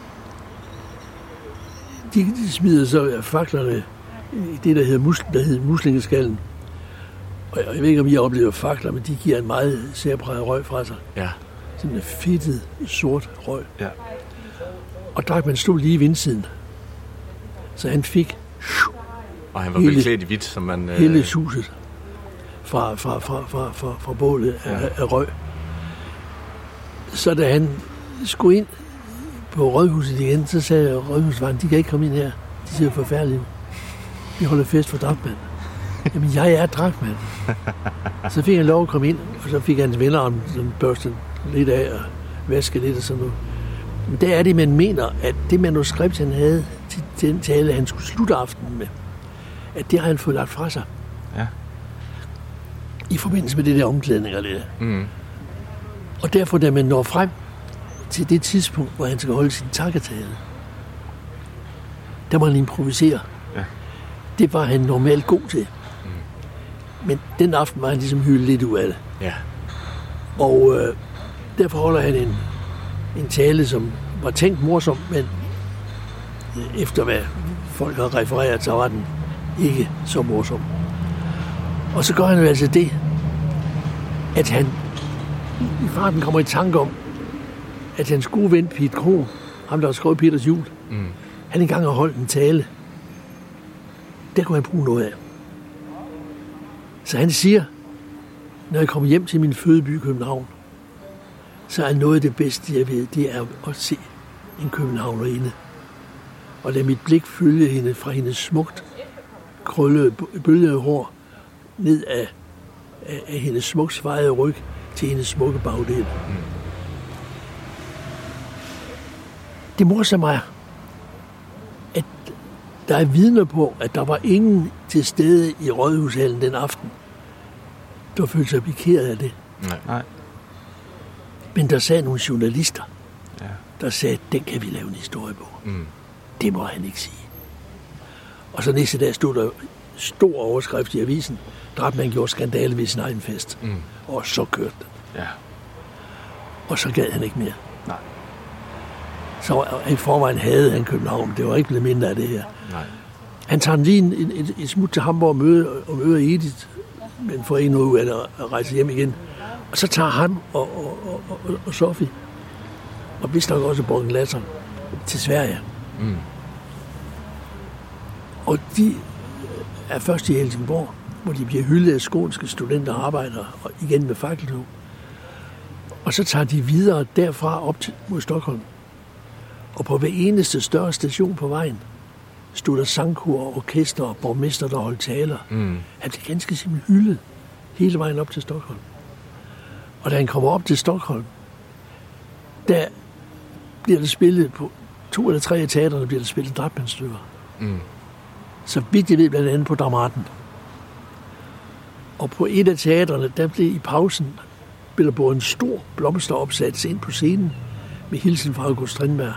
de smider så faklerne i det, der hedder muslingeskallen. Og jeg ved ikke, om I oplever fakler, men de giver en meget særpræget røg fra sig. Sådan en fedtet, sort røg. Og Drachmann stod lige i vindsiden. Så han fik Og han var beklædt i hvidt, som man... Hele huset fra bålet af røg. Så da han skulle ind på rådhuset igen, så sagde rådhusvagten, de kan ikke komme ind her. De ser forfærdeligt. Vi holder fest for Drachmann. Jamen, jeg er Drachmann. Så fik han lov at komme ind, og så fik hans venner børstet lidt af og vaske lidt og sådan noget. Men der er det, man mener, at det manuskript, han havde til den tale, han skulle slutte aftenen med, at det har han fået lagt fra sig. Ja. I forbindelse med det der omklædning og det. Og derfor, da man når frem til det tidspunkt, hvor han skal holde sin takketale, der må han improvisere. Ja. Det var han normalt god til. Men den aften var han ligesom hyldet lidt ud af det. Ja. Og derfor holder han en tale, som var tænkt morsom, men efter hvad folk har refereret, så var den ikke så morsom. Og så gør han jo altså det, at han i farten kommer i tanke om, at hans gode ven Pete Krohn, ham der har skrevet Peters Jul, han engang har holdt en tale. Der kunne han bruge noget af. Så han siger, når jeg kommer hjem til min fødeby København, så er noget af det bedste, jeg ved, det er at se en københavnerinde. Og lade mit blik følge hende fra hendes smukt krøllede bølgede hår ned af hendes smukt svejede ryg til hendes smukke bagdel. Det morsomme er, at der er vidner på, at der var ingen til stede i Rådhushallen den aften, der følte sig pikeret af det. Nej. Men der sad nogle journalister, der sagde, at den kan vi lave en historie på. Det må han ikke sige. Og så næste dag stod der stor overskrift i avisen. Drachmann gjorde skandale ved sin egen fest. Og så kørte den. Ja. Og så gad han ikke mere. Nej. Så i forvejen havde han København. Det var ikke blevet mindre af det her. Nej. Han tager lige et smut til Hamburg og møder Edith, men får ikke noget ud af det at rejse hjem igen. Og så tager han og Sofie, og vist nok også Borgen Lasser, til Sverige. Og de er først i Helsingborg, hvor de bliver hyldet af skånske studenter og arbejdere, og igen med fakkeltog. Og så tager de videre derfra op mod Stockholm. Og på hver eneste større station på vejen stod der sangkor, orkester og borgmester, der holdt taler. Han blev ganske simpelthen hyldet hele vejen op til Stockholm. Og da han kommer op til Stockholm, der bliver der spillet på 2 eller 3 af teaterne, bliver der spillet Drachmann-stykker. Så vidt jeg ved, blandt andet på Dramaten. Og på et af teaterne, der blev i pausen blev en stor blomsteropsats ind på scenen med hilsen fra August Strindberg.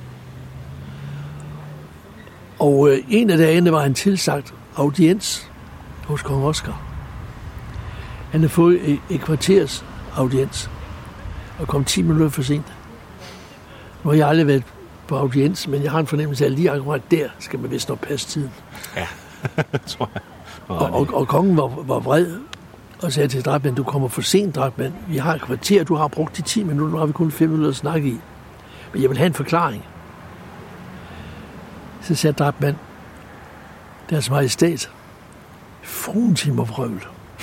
Og en af dagene var han tilsagt audiens hos kong Oscar. Han havde fået et kvarters audiens og kom 10 minutter for sent. Nu har jeg aldrig været på audiens, men jeg har en fornemmelse af, at lige akkurat der skal man vist nok passe tiden. Ja, tror jeg. Og kongen var vred og sagde til Drachmann, du kommer for sent, Drachmann. Vi har et kvarter, du har brugt de 10 minutter, nu har vi kun 5 minutter at snakke i. Men jeg vil have en forklaring. Så sagde Drachmann, deres majestæt, fruen timer vrøvl.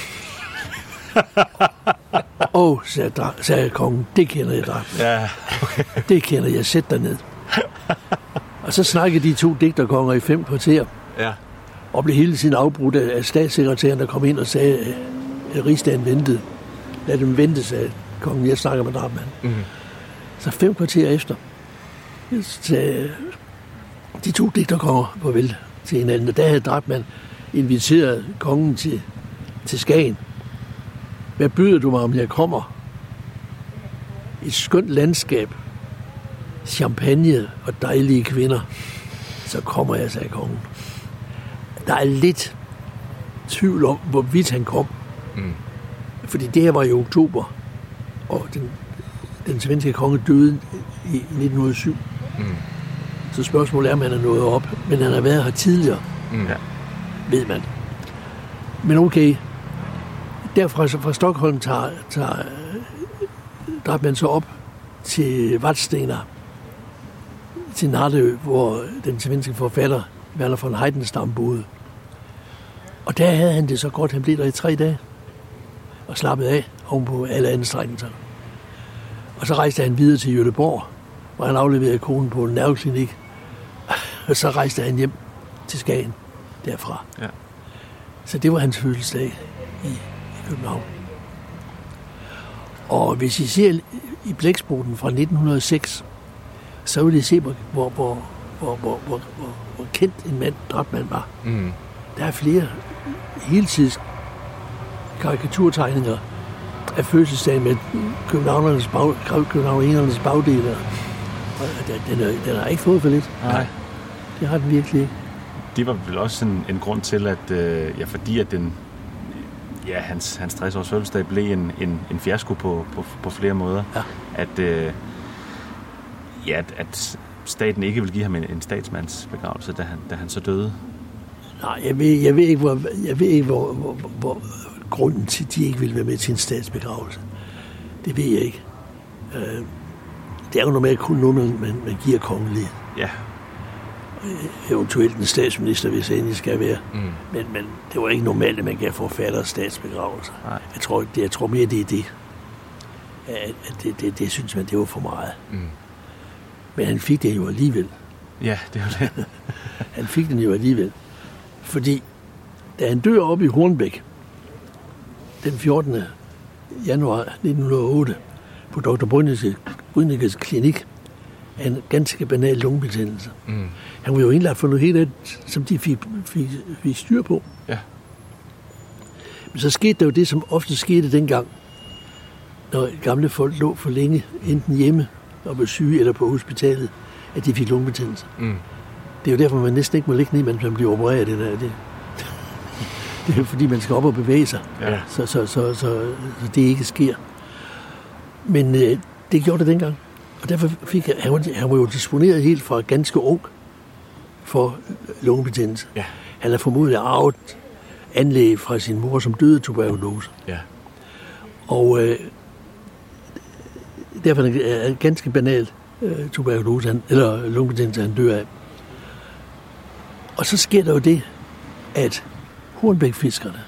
Sagde kongen, det kender jeg, Drachmann. Ja, okay. Det kender jeg, sæt dig ned. Og så snakkede de 2 digterkonger i 5 kvarter. Ja. Og blev hele tiden afbrudt af statssekretæren, der kom ind og sagde, at rigsdagen ventede. Lad dem vente, sagde kongen, jeg snakker med Drachmann. Så 5 kvarter efter, sagde de 2 digterkonger på vel til hinanden. Og der havde Drachmann inviteret kongen til Skagen. Hvad byder du mig, om jeg kommer? Et skønt landskab, champagne og dejlige kvinder. Så kommer jeg, sagde kongen. Der er lidt tvivl om, hvorvidt han kom. Fordi det her var i oktober, og den svenske konge døde i 1907. Så spørgsmålet er, om han er nået op. Men han har været her tidligere, ved man. Men okay, derfra fra Stockholm tager Drachmann så op til Vadstena, til Nattø, hvor den svenske forfatter Werner von Heidenstam boede. Og der havde han det så godt, han blev der i 3 dage. Og slappede af ovenpå alle anstrengelser. Og så rejste han videre til Göteborg, hvor han afleverede konen på en nerveklinik. Og så rejste han hjem til Skagen derfra. Ja. Så det var hans fødselsdag i København. Og hvis I ser i blæksprutten fra 1906, så vil I se, hvor kendt en mand, Drachmann var. Mm. Der er flere heltids karikaturtegninger af fødselsdagen med københavnernes bagdeler. Den har ikke fået for lidt. Nej. Det har den virkelig ikke. Det var vel også en grund til, at fordi at hans 60-års fødselsdag blev en fiasko på flere måder. Ja. At staten ikke ville give ham en statsmandsbegravelse, da han så døde. Nej, jeg ved ikke, hvor grunden til, at de ikke ville være med til en statsbegravelse. Det ved jeg ikke. Det er jo normalt kun noget, man giver kongelige. Ja. Eventuelt en statsminister, hvis det endelig skal være. Mm. Men det var ikke normalt, at man gav forfatter statsbegravelse. Jeg tror mere, det er det. Det synes man, det var for meget. Mm. Men han fik det jo alligevel. Ja, det var det. Han fik den jo alligevel. Fordi da han dør oppe i Hornbæk, den 14. januar 1908, på Dr. Brünnekes klinik, af en ganske banal lungebetændelse. Mm. Han var jo indlagt for noget helt andet, som de fik styr på. Ja. Men så skete der jo det, som ofte skete dengang, når gamle folk lå for længe, enten hjemme og var syge eller på hospitalet, at de fik lungebetændelse. Mm. Det er jo derfor, man næsten ikke må ligge ned, mens man bliver opereret. Det er jo fordi, man skal op og bevæge sig, ja. så det ikke sker. Men det gjorde det dengang. Og derfor fik han var jo disponeret helt fra ganske ung for lungebetændelse. Ja. Han har formodentlig arvet anlæg fra sin mor, som døde af tuberkulose. Ja. Og derfor er det ganske banalt tuberkulose, eller lungebetændelse, han dør af. Og så sker der jo det, at Hornbæk-fiskerne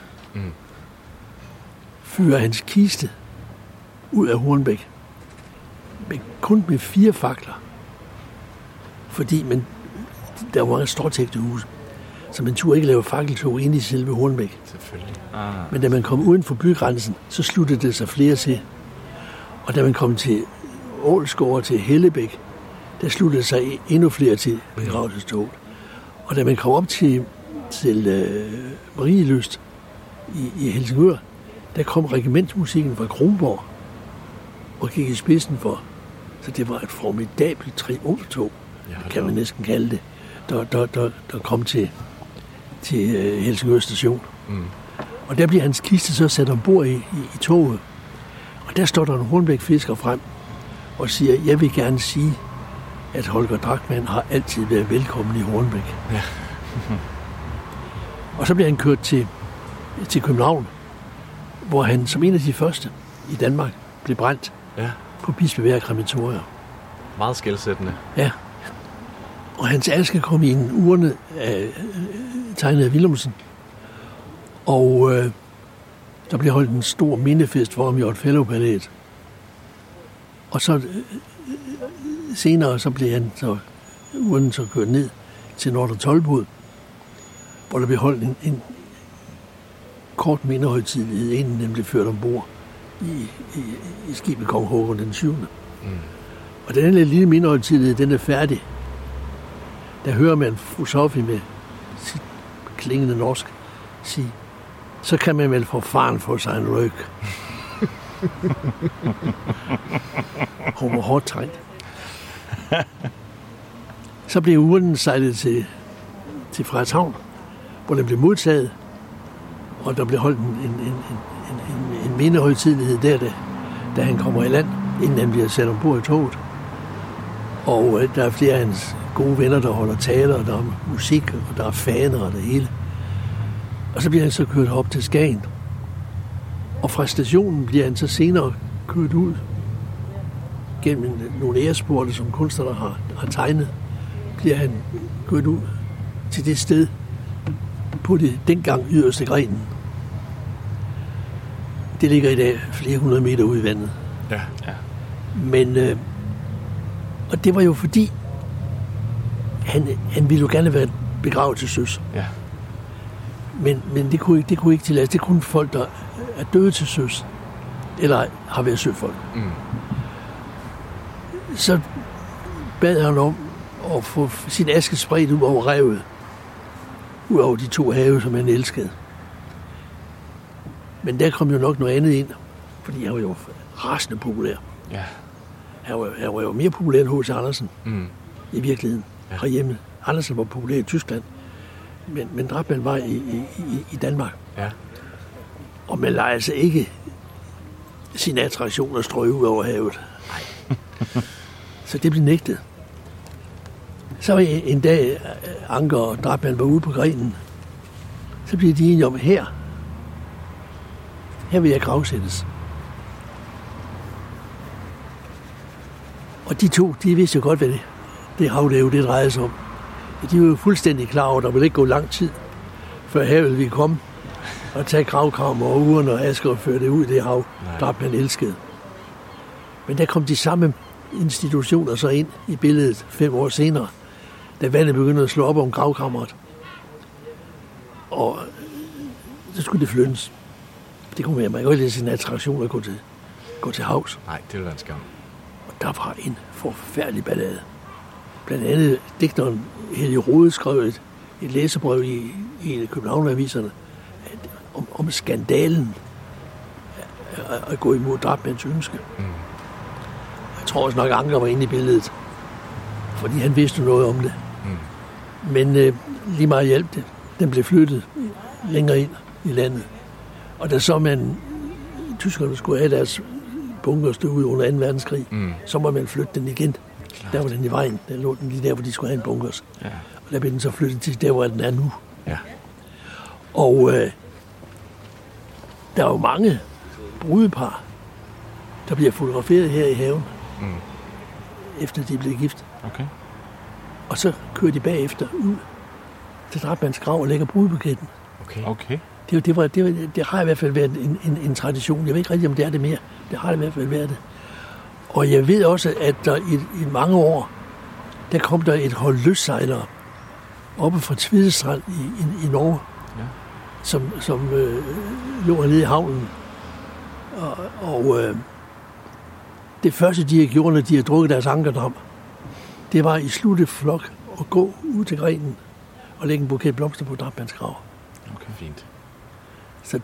fyrer hans kiste ud af Hornbæk, men kun med 4 fakler. Fordi der var mange stråtægte huse, så man turde ikke lave fakkeltog ind i selve Hornbæk. Selvfølgelig. Men da man kom uden for bygrænsen, så sluttede det sig flere til. Og da man kom til Ålsgård til Hellebæk, der sluttede sig endnu flere til begravelsestoget. Og da man kom op til Marielyst i Helsingør, der kom regimentsmusikken fra Kronborg og gik i spidsen for. Så det var et formidabelt triumftog, kan man næsten kalde det, der kom til Helsingør station. Mm. Og der bliver hans kiste så sat ombord i toget. Og der står der en Hornbæk-fisker frem og siger, jeg vil gerne sige, at Holger Drachmann har altid været velkommen i Hornbæk. Ja. Og så bliver han kørt til København, hvor han som en af de første i Danmark blev brændt på Bispebjerg krematorium. Meget skelsættende. Ja. Og hans aske kom i en urne tegnet af Willumsen. Og der blev holdt en stor mindefest for ham i Odd Fellow-palæet. Og så senere så blev urnen så kørt ned til Nordre Toldbod, hvor der blev holdt en kort mindehøjtidelighed, inden den blev ført ombord i skibet Kong Håkon den 7. Mm. Og den lille mindehøjtidelighed, den er færdig. Der hører man fru Sofie med sit klingende norsk sige, så kan man vel få faren få sig en ryg. Hun var hårdt trængt. Så blev urnen sejlet til Frederikshavn, hvor den blev modtaget, og der blev holdt en mindehøjtidelighed der, da han kommer i land, inden han bliver sat ombord i toget. Og der er flere af hans gode venner, der holder taler, og der er musik, og der er faner og det hele. Og så bliver han så kørt op til Skagen. Og fra stationen bliver han så senere kørt ud gennem nogle æresporte, som kunstnere har tegnet, bliver han kørt ud til det sted, på det dengang yderste grenen. Det ligger i dag flere 100 meter ude i vandet. Ja. Men, og det var jo fordi, han ville jo gerne være begravet til søs. Ja. Men det kunne ikke tillades. Det kunne folk, der er døde til søs, eller har været søfolk. Mm. Så bad han om at få sin aske spredt ud over revet. Ud over de 2 have, som han elskede. Men der kom jo nok noget andet ind, fordi han var jo rasende populær. Ja. Han var jo mere populær end H.C. Andersen i virkeligheden herhjemme. Andersen var populær i Tyskland, men Drachmann var i Danmark. Ja. Og man lader altså ikke sine attraktioner strøge ud over havet. Så det blev nægtet. Så var en dag, Anker og Drachmann var ude på grenen. Så blev de enige om, her vil jeg gravsættes. Og de 2, de vidste jo godt, hvad det havlave, det drejede sig om. De var jo fuldstændig klar over, at der ville ikke gå lang tid, før havet ville komme og tage gravkammer og urene og asker og føre det ud i det hav, Drachmann elskede. Men der kom de samme institutioner så ind i billedet 5 år senere, da vandet begyndte at slå op om gravkammeret. Og så skulle det flyttes. Det kunne være, man kan jo ikke lade sin attraktion at gå til havs. Nej, det ville være en skam. Og der var en forfærdelig ballade. Blandt andet digteren Helge Rode skrev et læserbrev i en af København-aviserne om skandalen at gå imod Drachmanns ønske. Jeg tror også nok, Anker var inde i billedet, fordi han vidste noget om det. Men lige meget hjalp det. Den blev flyttet længere ind i landet. Og da så tyskerne skulle have deres bunker stå ud under 2. verdenskrig, så må man flytte den igen. Klart. Der var den i vejen. Der lå den lige der, hvor de skulle have en bunkers. Ja. Og der blev den så flyttet til der, hvor den er nu. Ja. Og der er jo mange brudepar, der bliver fotograferet her i haven, efter de er blevet gift. Okay. Og så kører de bagefter ud til Drachmanns grav og lægger brudebuketten. Okay. Det har i hvert fald været en tradition. Jeg ved ikke rigtig, om det er det mere. Det har i hvert fald været det. Og jeg ved også, at der i mange år, der kom der et hold løssejlere oppe fra Tvidestrand i Norge, som lå nede i havnen. Og det første, de har gjort, når de har drukket deres ankerdram, det var i sluttet flok at gå ud til grenen og lægge en buket blomster på Drachmanns grav. Okay, fint. Så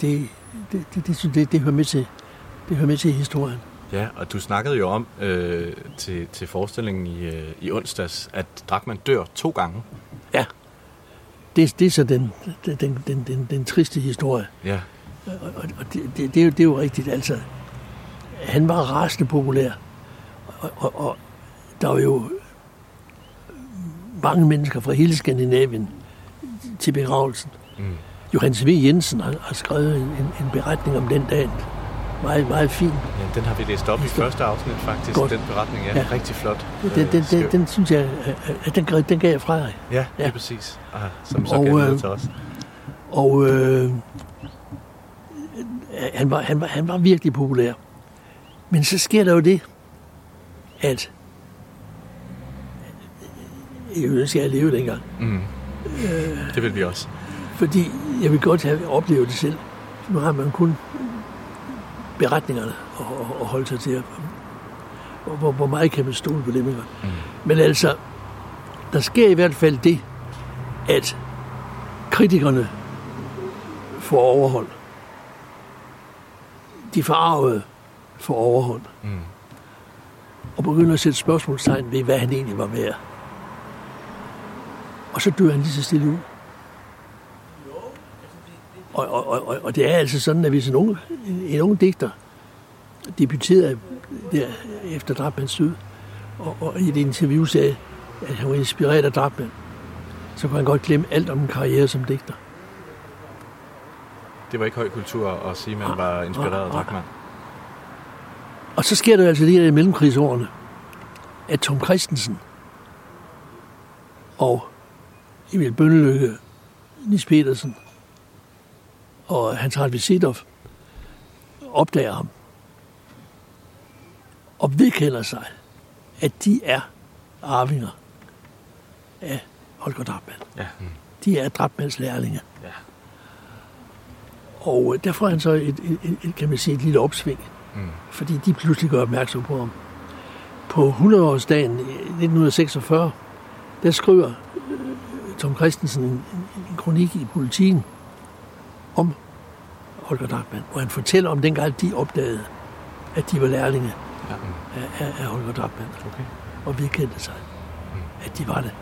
det hører med til, historien. Ja, og du snakkede jo om til forestillingen i onsdags, at Drachmann dør 2 gange. Ja. Det er så den triste historie. Ja. Og det er jo rigtigt, altså. Han var rasende populær. Og der var jo mange mennesker fra hele Skandinavien til begravelsen. Johannes V. Jensen har skrevet en beretning om den dag. Meget, meget fin. Ja, den har vi læst op i første afsnit, faktisk. Godt. Den beretning er rigtig flot. Den synes jeg, den gav jeg fra dig. Ja, det er præcis. Som så gav det til os. Og han var virkelig populær. Men så sker der jo det, at jeg ønsker, at jeg levede dengang. Det vil vi også. Fordi jeg vil godt have oplevet det selv. Nu har man kun beretningerne at holde sig til. Hvor meget kan man stole på det? Men altså, der sker i hvert fald det, at kritikerne får overhold. De forarvede får overhold. Og begynder at sætte spørgsmålstegn ved, hvad han egentlig var værd. Og så dør han lige så stille ud. Og det er altså sådan, at hvis en ung digter debuterede der efter Drachmanns død, og i et interview sagde, at han var inspireret af Drachmann, så kunne han godt glemme alt om en karriere som digter. Det var ikke høj kultur at sige, at man var inspireret af Drachmann. Og så sker der altså det her i mellemkrigsårene, at Tom Christensen og Emil Bønnelykke Nis Petersen og Hans Hartvig Sidorf opdager ham og vedkender sig, at de er arvinger af Holger Drachmann. Ja. De er Drachmanns lærlinge. Ja. Og der får han så kan man sige, et lille opsving, fordi de pludselig gør opmærksom på ham. På 100-årsdagen i 1946, der skriver Tom Christensen en kronik i Politiken om Holger Drachmann, hvor han fortæller om dengang de opdagede, at de var lærlinge af Holger Drachmann. Okay. Og vedkendte sig, at de var det.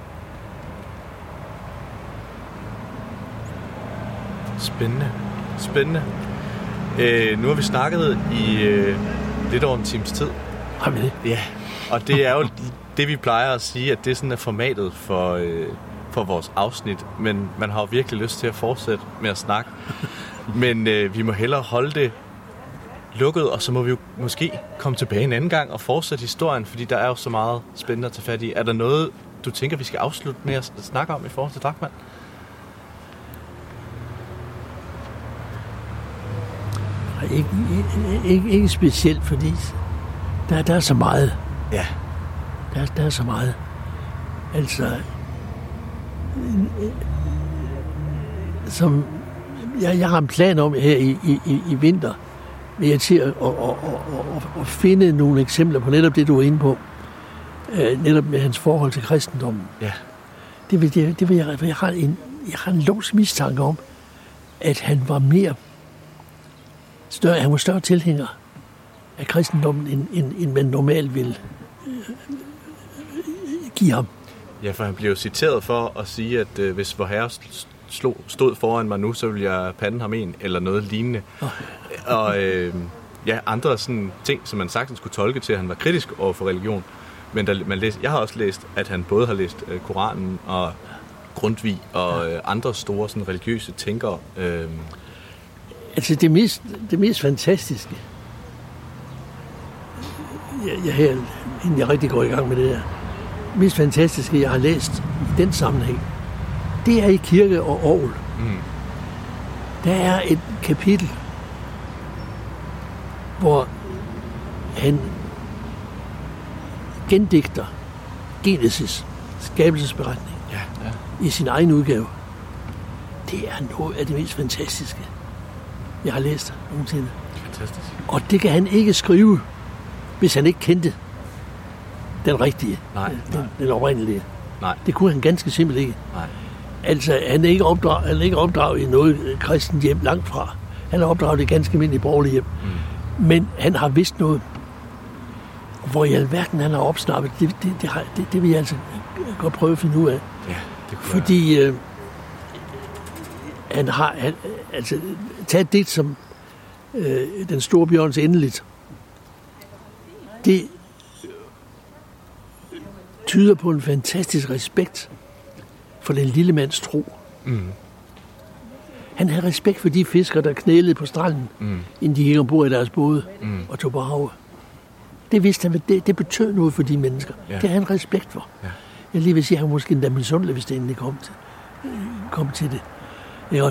Spændende. Nu har vi snakket i lidt over en times tid. Har vi det? Ja, og det er jo det, vi plejer at sige, at det sådan er formatet for vores afsnit. Men man har jo virkelig lyst til at fortsætte med at snakke. Men vi må hellere holde det lukket, og så må vi jo måske komme tilbage en anden gang og fortsætte historien, fordi der er jo så meget spændende at tage fat i. Er der noget, du tænker, vi skal afslutte med at snakke om i forhold til Drachmann? Ikke specielt, fordi der er så meget. Ja. Der er så meget. Altså, som jeg har en plan om her i vinter, vil jeg til at finde nogle eksempler på netop det, du er inde på. Netop med hans forhold til kristendommen. Ja. Det vil jeg har en lås mistanke om, at han var mere større, han var større tilhænger af kristendommen, end man normalt vil give ham. Ja, for han blev citeret for at sige, at hvis vor herre stod foran mig nu, så ville jeg pande ham en, eller noget lignende. Og andre sådan ting, som man sagtens skulle tolke til, at han var kritisk over for religion. Men jeg har også læst, at han både har læst Koranen og Grundtvig og andre store sådan, religiøse tænkere. Altså det mest fantastiske, inden jeg rigtig går i gang med det der, det mest fantastiske, jeg har læst i den sammenhæng, det er i Kirke og Orgel. Der er et kapitel, hvor han gendigter Genesis, skabelsesberetning, i sin egen udgave. Det er noget af det mest fantastiske, jeg har læst nogensinde. Fantastisk. Og det kan han ikke skrive, hvis han ikke kendte den rigtige, den oprindelige. Nej. Det kunne han ganske simpelt ikke. Nej. Altså, han er ikke opdraget i noget kristent hjem langt fra. Han er opdraget i ganske almindeligt borgerligt hjem. Men han har vidst noget. Hvor i alverden han har opsnappet, det vil jeg altså godt prøve at finde ud af. Ja, det kunne fordi han har, altså, tag et digt som Den store bjørns endeligt. Det tyder på en fantastisk respekt for den lille mands tro. Han havde respekt for de fiskere, der knælede på stranden, inden de gik ombord i deres både og tog på havet. Det vidste han, det betød noget for de mennesker. Ja. Det har han respekt for. Ja. Jeg lige vil sige, at han måske endda misundelig, hvis det endelig kom til det. Ja.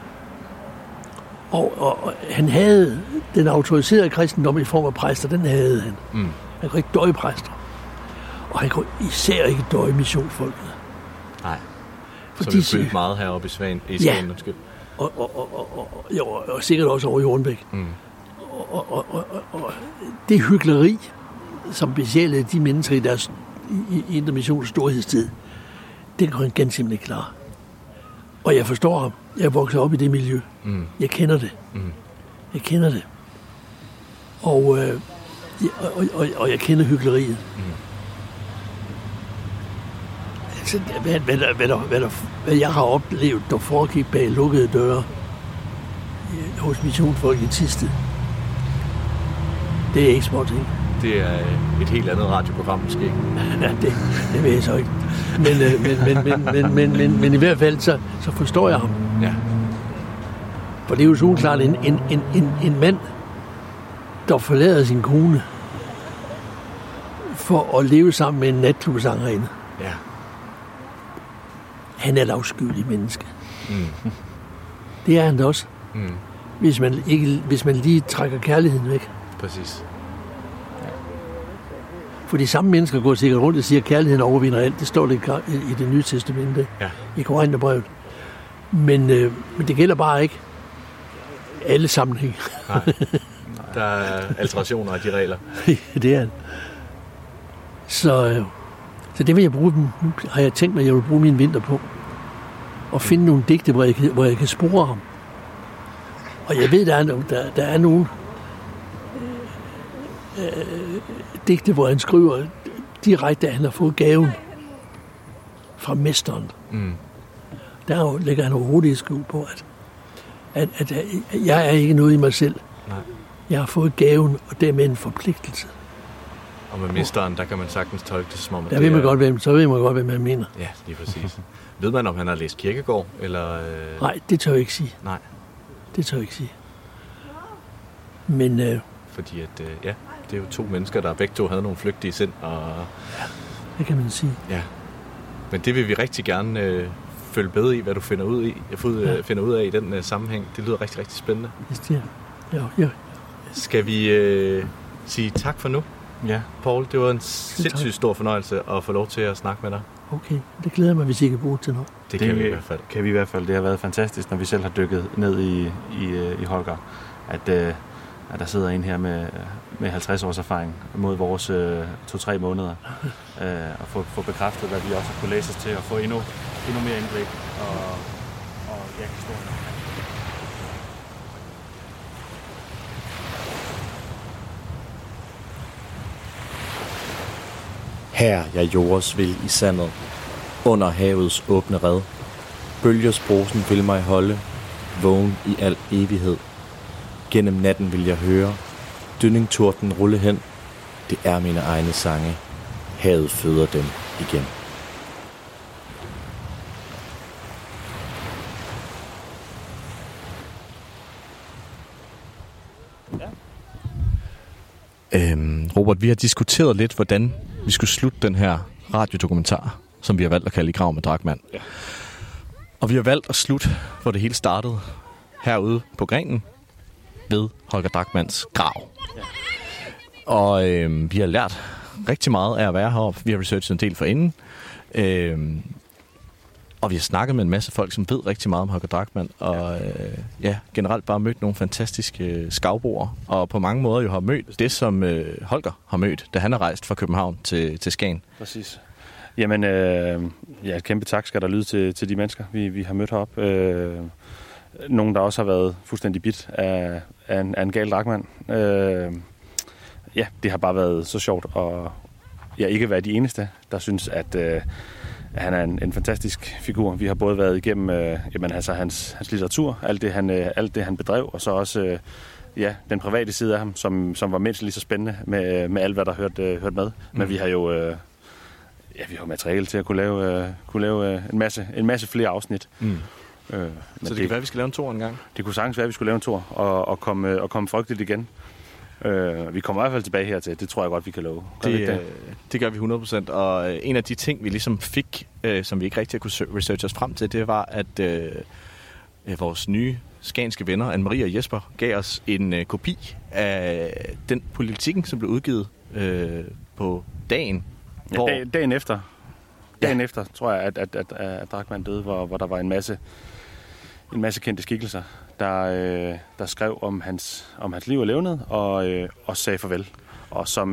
Og han havde den autoriserede kristendom i form af præster, den havde han. Han kunne ikke døje præster. Og han kunne især ikke døje missionsfolket. Nej. Fordi så vi følte meget heroppe i Svagen. Ja. Og sikkert også over i Hornbæk. Og det hykleri, som besjælede de mennesker i deres Indre Missions storhedstid, det kunne han ganske simpelthen ikke klare. Og jeg forstår ham. Jeg er vokset op i det miljø. Jeg kender det. Jeg kender det. Og jeg kender hykleriet. Altså, hvad jeg har oplevet, der foregik bag lukkede døre hos missionsfolk i Thisted, det er ikke småting. Det er et helt andet radioprogram måske. Ja, det ved jeg så ikke. Men i hvert fald, så forstår jeg ham. Ja. For det er jo så klart en mand, der forlader sin kone for at leve sammen med en natklubsangerinde. Ja. han er et afskyeligt menneske. Det er han da også. Hvis man lige trækker kærligheden væk. Præcis. For de samme mennesker går sikkert rundt og siger, at kærligheden overvinder alt. Det står det i Det Nye Testamente, i Korintherbrevet. Men det gælder bare ikke alle sammenhæng. Nej. Der er alterationer af de regler. Det er det. Så det vil jeg bruge. Nu har jeg tænkt mig, at jeg vil bruge min vinter på. Og finde nogle digte, hvor jeg kan spore ham. Og jeg ved, der er nogle digte, hvor han skriver direkte, at han har fået gaven fra mesteren. Der lægger han overhovedet skjul på, at jeg er ikke noget i mig selv. Nej. Jeg har fået gaven, og dermed en forpligtelse. Og med mesteren, der kan man sagtens tolke det som om, at så ved man godt, hvem man mener. Ja, lige præcis. Ved man, om han har læst Kierkegaard, eller... Nej, det tør jeg ikke sige. Nej. Det tør jeg ikke sige. Men... Fordi at, det er jo to mennesker, der begge to havde nogle flygtige sind, og... Ja, det kan man sige. Ja. Men det vil vi rigtig gerne følge bedre i, hvad du finder ud af i den sammenhæng. Det lyder rigtig, rigtig spændende. Ja. Skal vi sige tak for nu? Ja. Paul, det var en sindssygt stor fornøjelse at få lov til at snakke med dig. Okay, det glæder mig, hvis I kan bruge det til noget. Det kan vi i hvert fald. Kan vi i hvert fald. Det har været fantastisk, når vi selv har dykket ned i Holger, at der sidder en her med 50 års erfaring mod vores 2-3 måneder, og få bekræftet, hvad vi også har kunne læse os til, og få endnu mere indblik og historien. Her jeg jordes vil i sandet, under havets åbne red. Bølgesbrosen vil mig holde, vågen i al evighed. Gennem natten vil jeg høre, dynningtorden rulle hen. Det er mine egne sange, havet føder dem igen. Robert, vi har diskuteret lidt, hvordan vi skulle slutte den her radiodokumentar, som vi har valgt at kalde I Grav med Drachmann. Ja. Og vi har valgt at slutte, hvor det hele startede, herude på grenen, ved Holger Drachmanns grav. Ja. Og vi har lært rigtig meget af at være heroppe. Vi har researchet en del forinden. Og vi har snakket med en masse folk, som ved rigtig meget om Holger Drachmann. Og generelt bare mødt nogle fantastiske skagboer. Og på mange måder jo har mødt det, som Holger har mødt, da han har rejst fra København til Skagen. Præcis. Jamen, et kæmpe tak skal der lyde til de mennesker, vi har mødt heroppe. Nogen, der også har været fuldstændig bit af en gal Drachmann. Det har bare været så sjovt, og ikke være de eneste, der synes, at han er en fantastisk figur. Vi har både været igennem hans litteratur, alt det han bedrev, og så også den private side af ham, som var mindst lige så spændende med alt, hvad der hørte med. Men vi har jo vi har materiale til at kunne lave en masse flere afsnit. Så det kan være, vi skal lave en tour en gang? Det kunne sagtens være, at vi skulle lave en tour og komme frygteligt igen. Vi kommer i hvert fald tilbage hertil. Det tror jeg godt, vi kan love. Det gør vi 100%. Og en af de ting, vi ligesom fik, som vi ikke rigtig kunne researche os frem til, det var, at vores nye skagenske venner, Anne-Marie og Jesper, gav os en kopi af den Politikken, som blev udgivet på dagen. Dagen efter. Dagen efter, tror jeg, at Drachmann døde, hvor der var en masse kendte skikkelser, der skrev om hans liv og levned og sagde farvel. Og som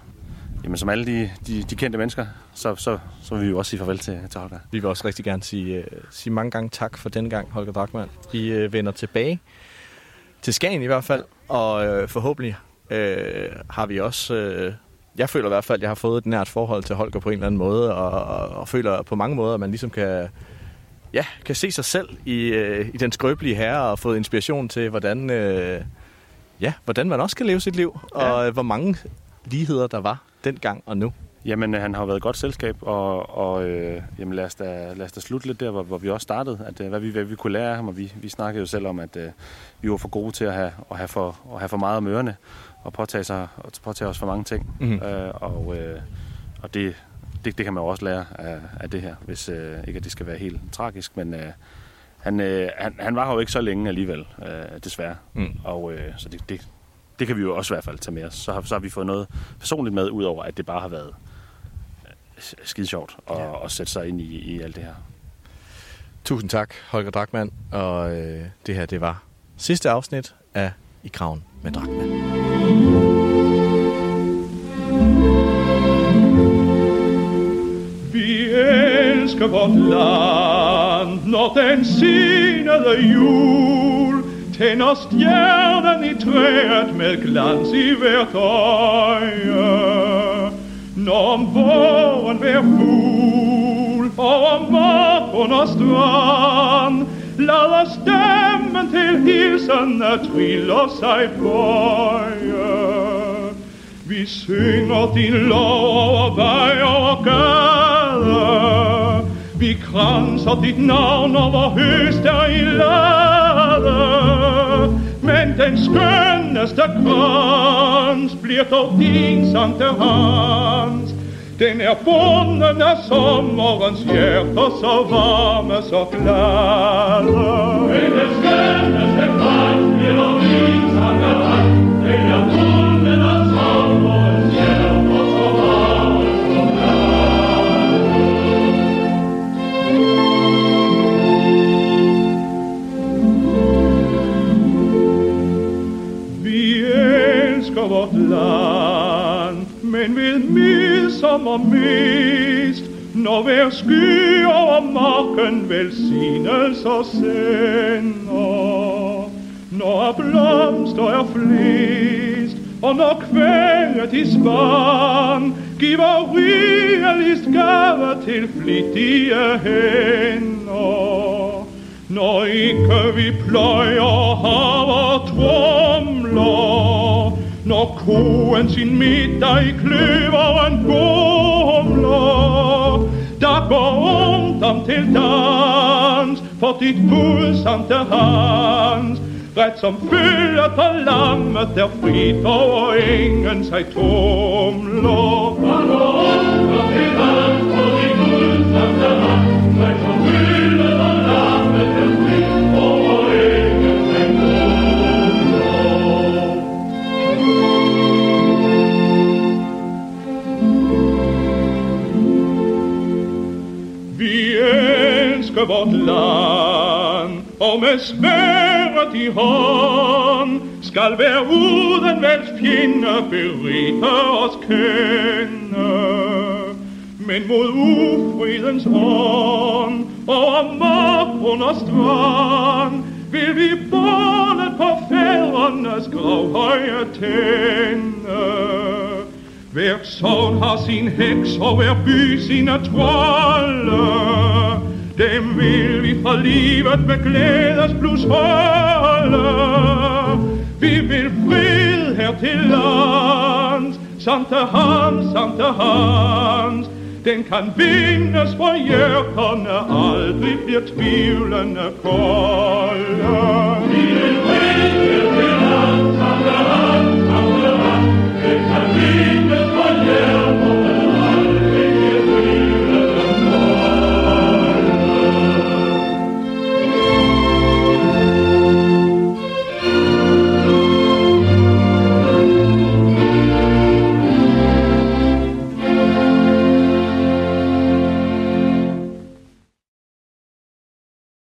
alle de kendte mennesker, så vil vi jo også sige farvel til Holger. Vi vil også rigtig gerne sige mange gange tak for denne gang, Holger Drachmann. Vi vender tilbage til Skagen i hvert fald, og forhåbentlig har vi også... Jeg føler i hvert fald, at jeg har fået et nært forhold til Holger på en eller anden måde, og føler på mange måder, at man ligesom kan se sig selv i den skrøbelige herre, og fået inspiration til, hvordan man også kan leve sit liv, og hvor mange ligheder der var dengang og nu. Jamen, han har jo været et godt selskab, og lad os da slutte lidt der, hvor vi også startede, at hvad vi kunne lære af ham, og vi snakkede jo selv om, at vi var for gode til at have for meget om ørerne, og påtage os for mange ting. Mm-hmm. Og det kan man jo også lære af det her, hvis ikke at det skal være helt tragisk, men han var jo ikke så længe alligevel, desværre. Og så det kan vi jo også i hvert fald tage med os. Så har vi fået noget personligt med, udover at det bare har været skide sjovt at sætte sig ind i alt det her. Tusind tak, Holger Drachmann. Og det her, det var sidste afsnit af I Graven med Drachmann. Vi elsker vort land, når den senede jul tænder stjernen i træet med glans i hvert øje. Når om våren hver fugl over mark under strand lader stemmen til hilsene triller sig bøje. Vi synger din lov over vej og gade. Vi kranser dit navn over høster i lade. Men den skønneste krans bliver dog din Sankte Hans. Den er bunden af sommerens hjerter, så varme, så glade. Men den skønneste krans bliver dog din Sankte Hans. Den er bunden af sommerens hjerter, så varme, så glade. Vi elsker vort land, men ved midsommer mest, når hver sky over marken velsignelser sender. Når blomster er flest, og når kvæget i span giver rigeligst gave til flittige hænder. Når ikke vi pløjer haver tromler, når koen sin middag i kløveren gomler, der går ungdom til dans for dit Gud Sankte Hans. Ret som følger der lammet, der frit over engen sig tumler. Der går ungdom til dans for dit Gud Sankte Hans. Ret som følger der lammet, der frit over engen sig tumler. Vi elsker vort land, og med sværet i hånd skal hver uden vels fjende berige os kende. Men mod ufridens ånd og mark under strand vil vi bålet på fædrenes gravhøje tænde. Hver sogn har sin heks, og hver by sine trolde. Dem vil vi fra livet med glædes blus holde. Vi vil fred her til lands. Sankte Hans, Sankte Hans. Den kan vindes, for hjerterne aldrig bliver tvivlende kolde.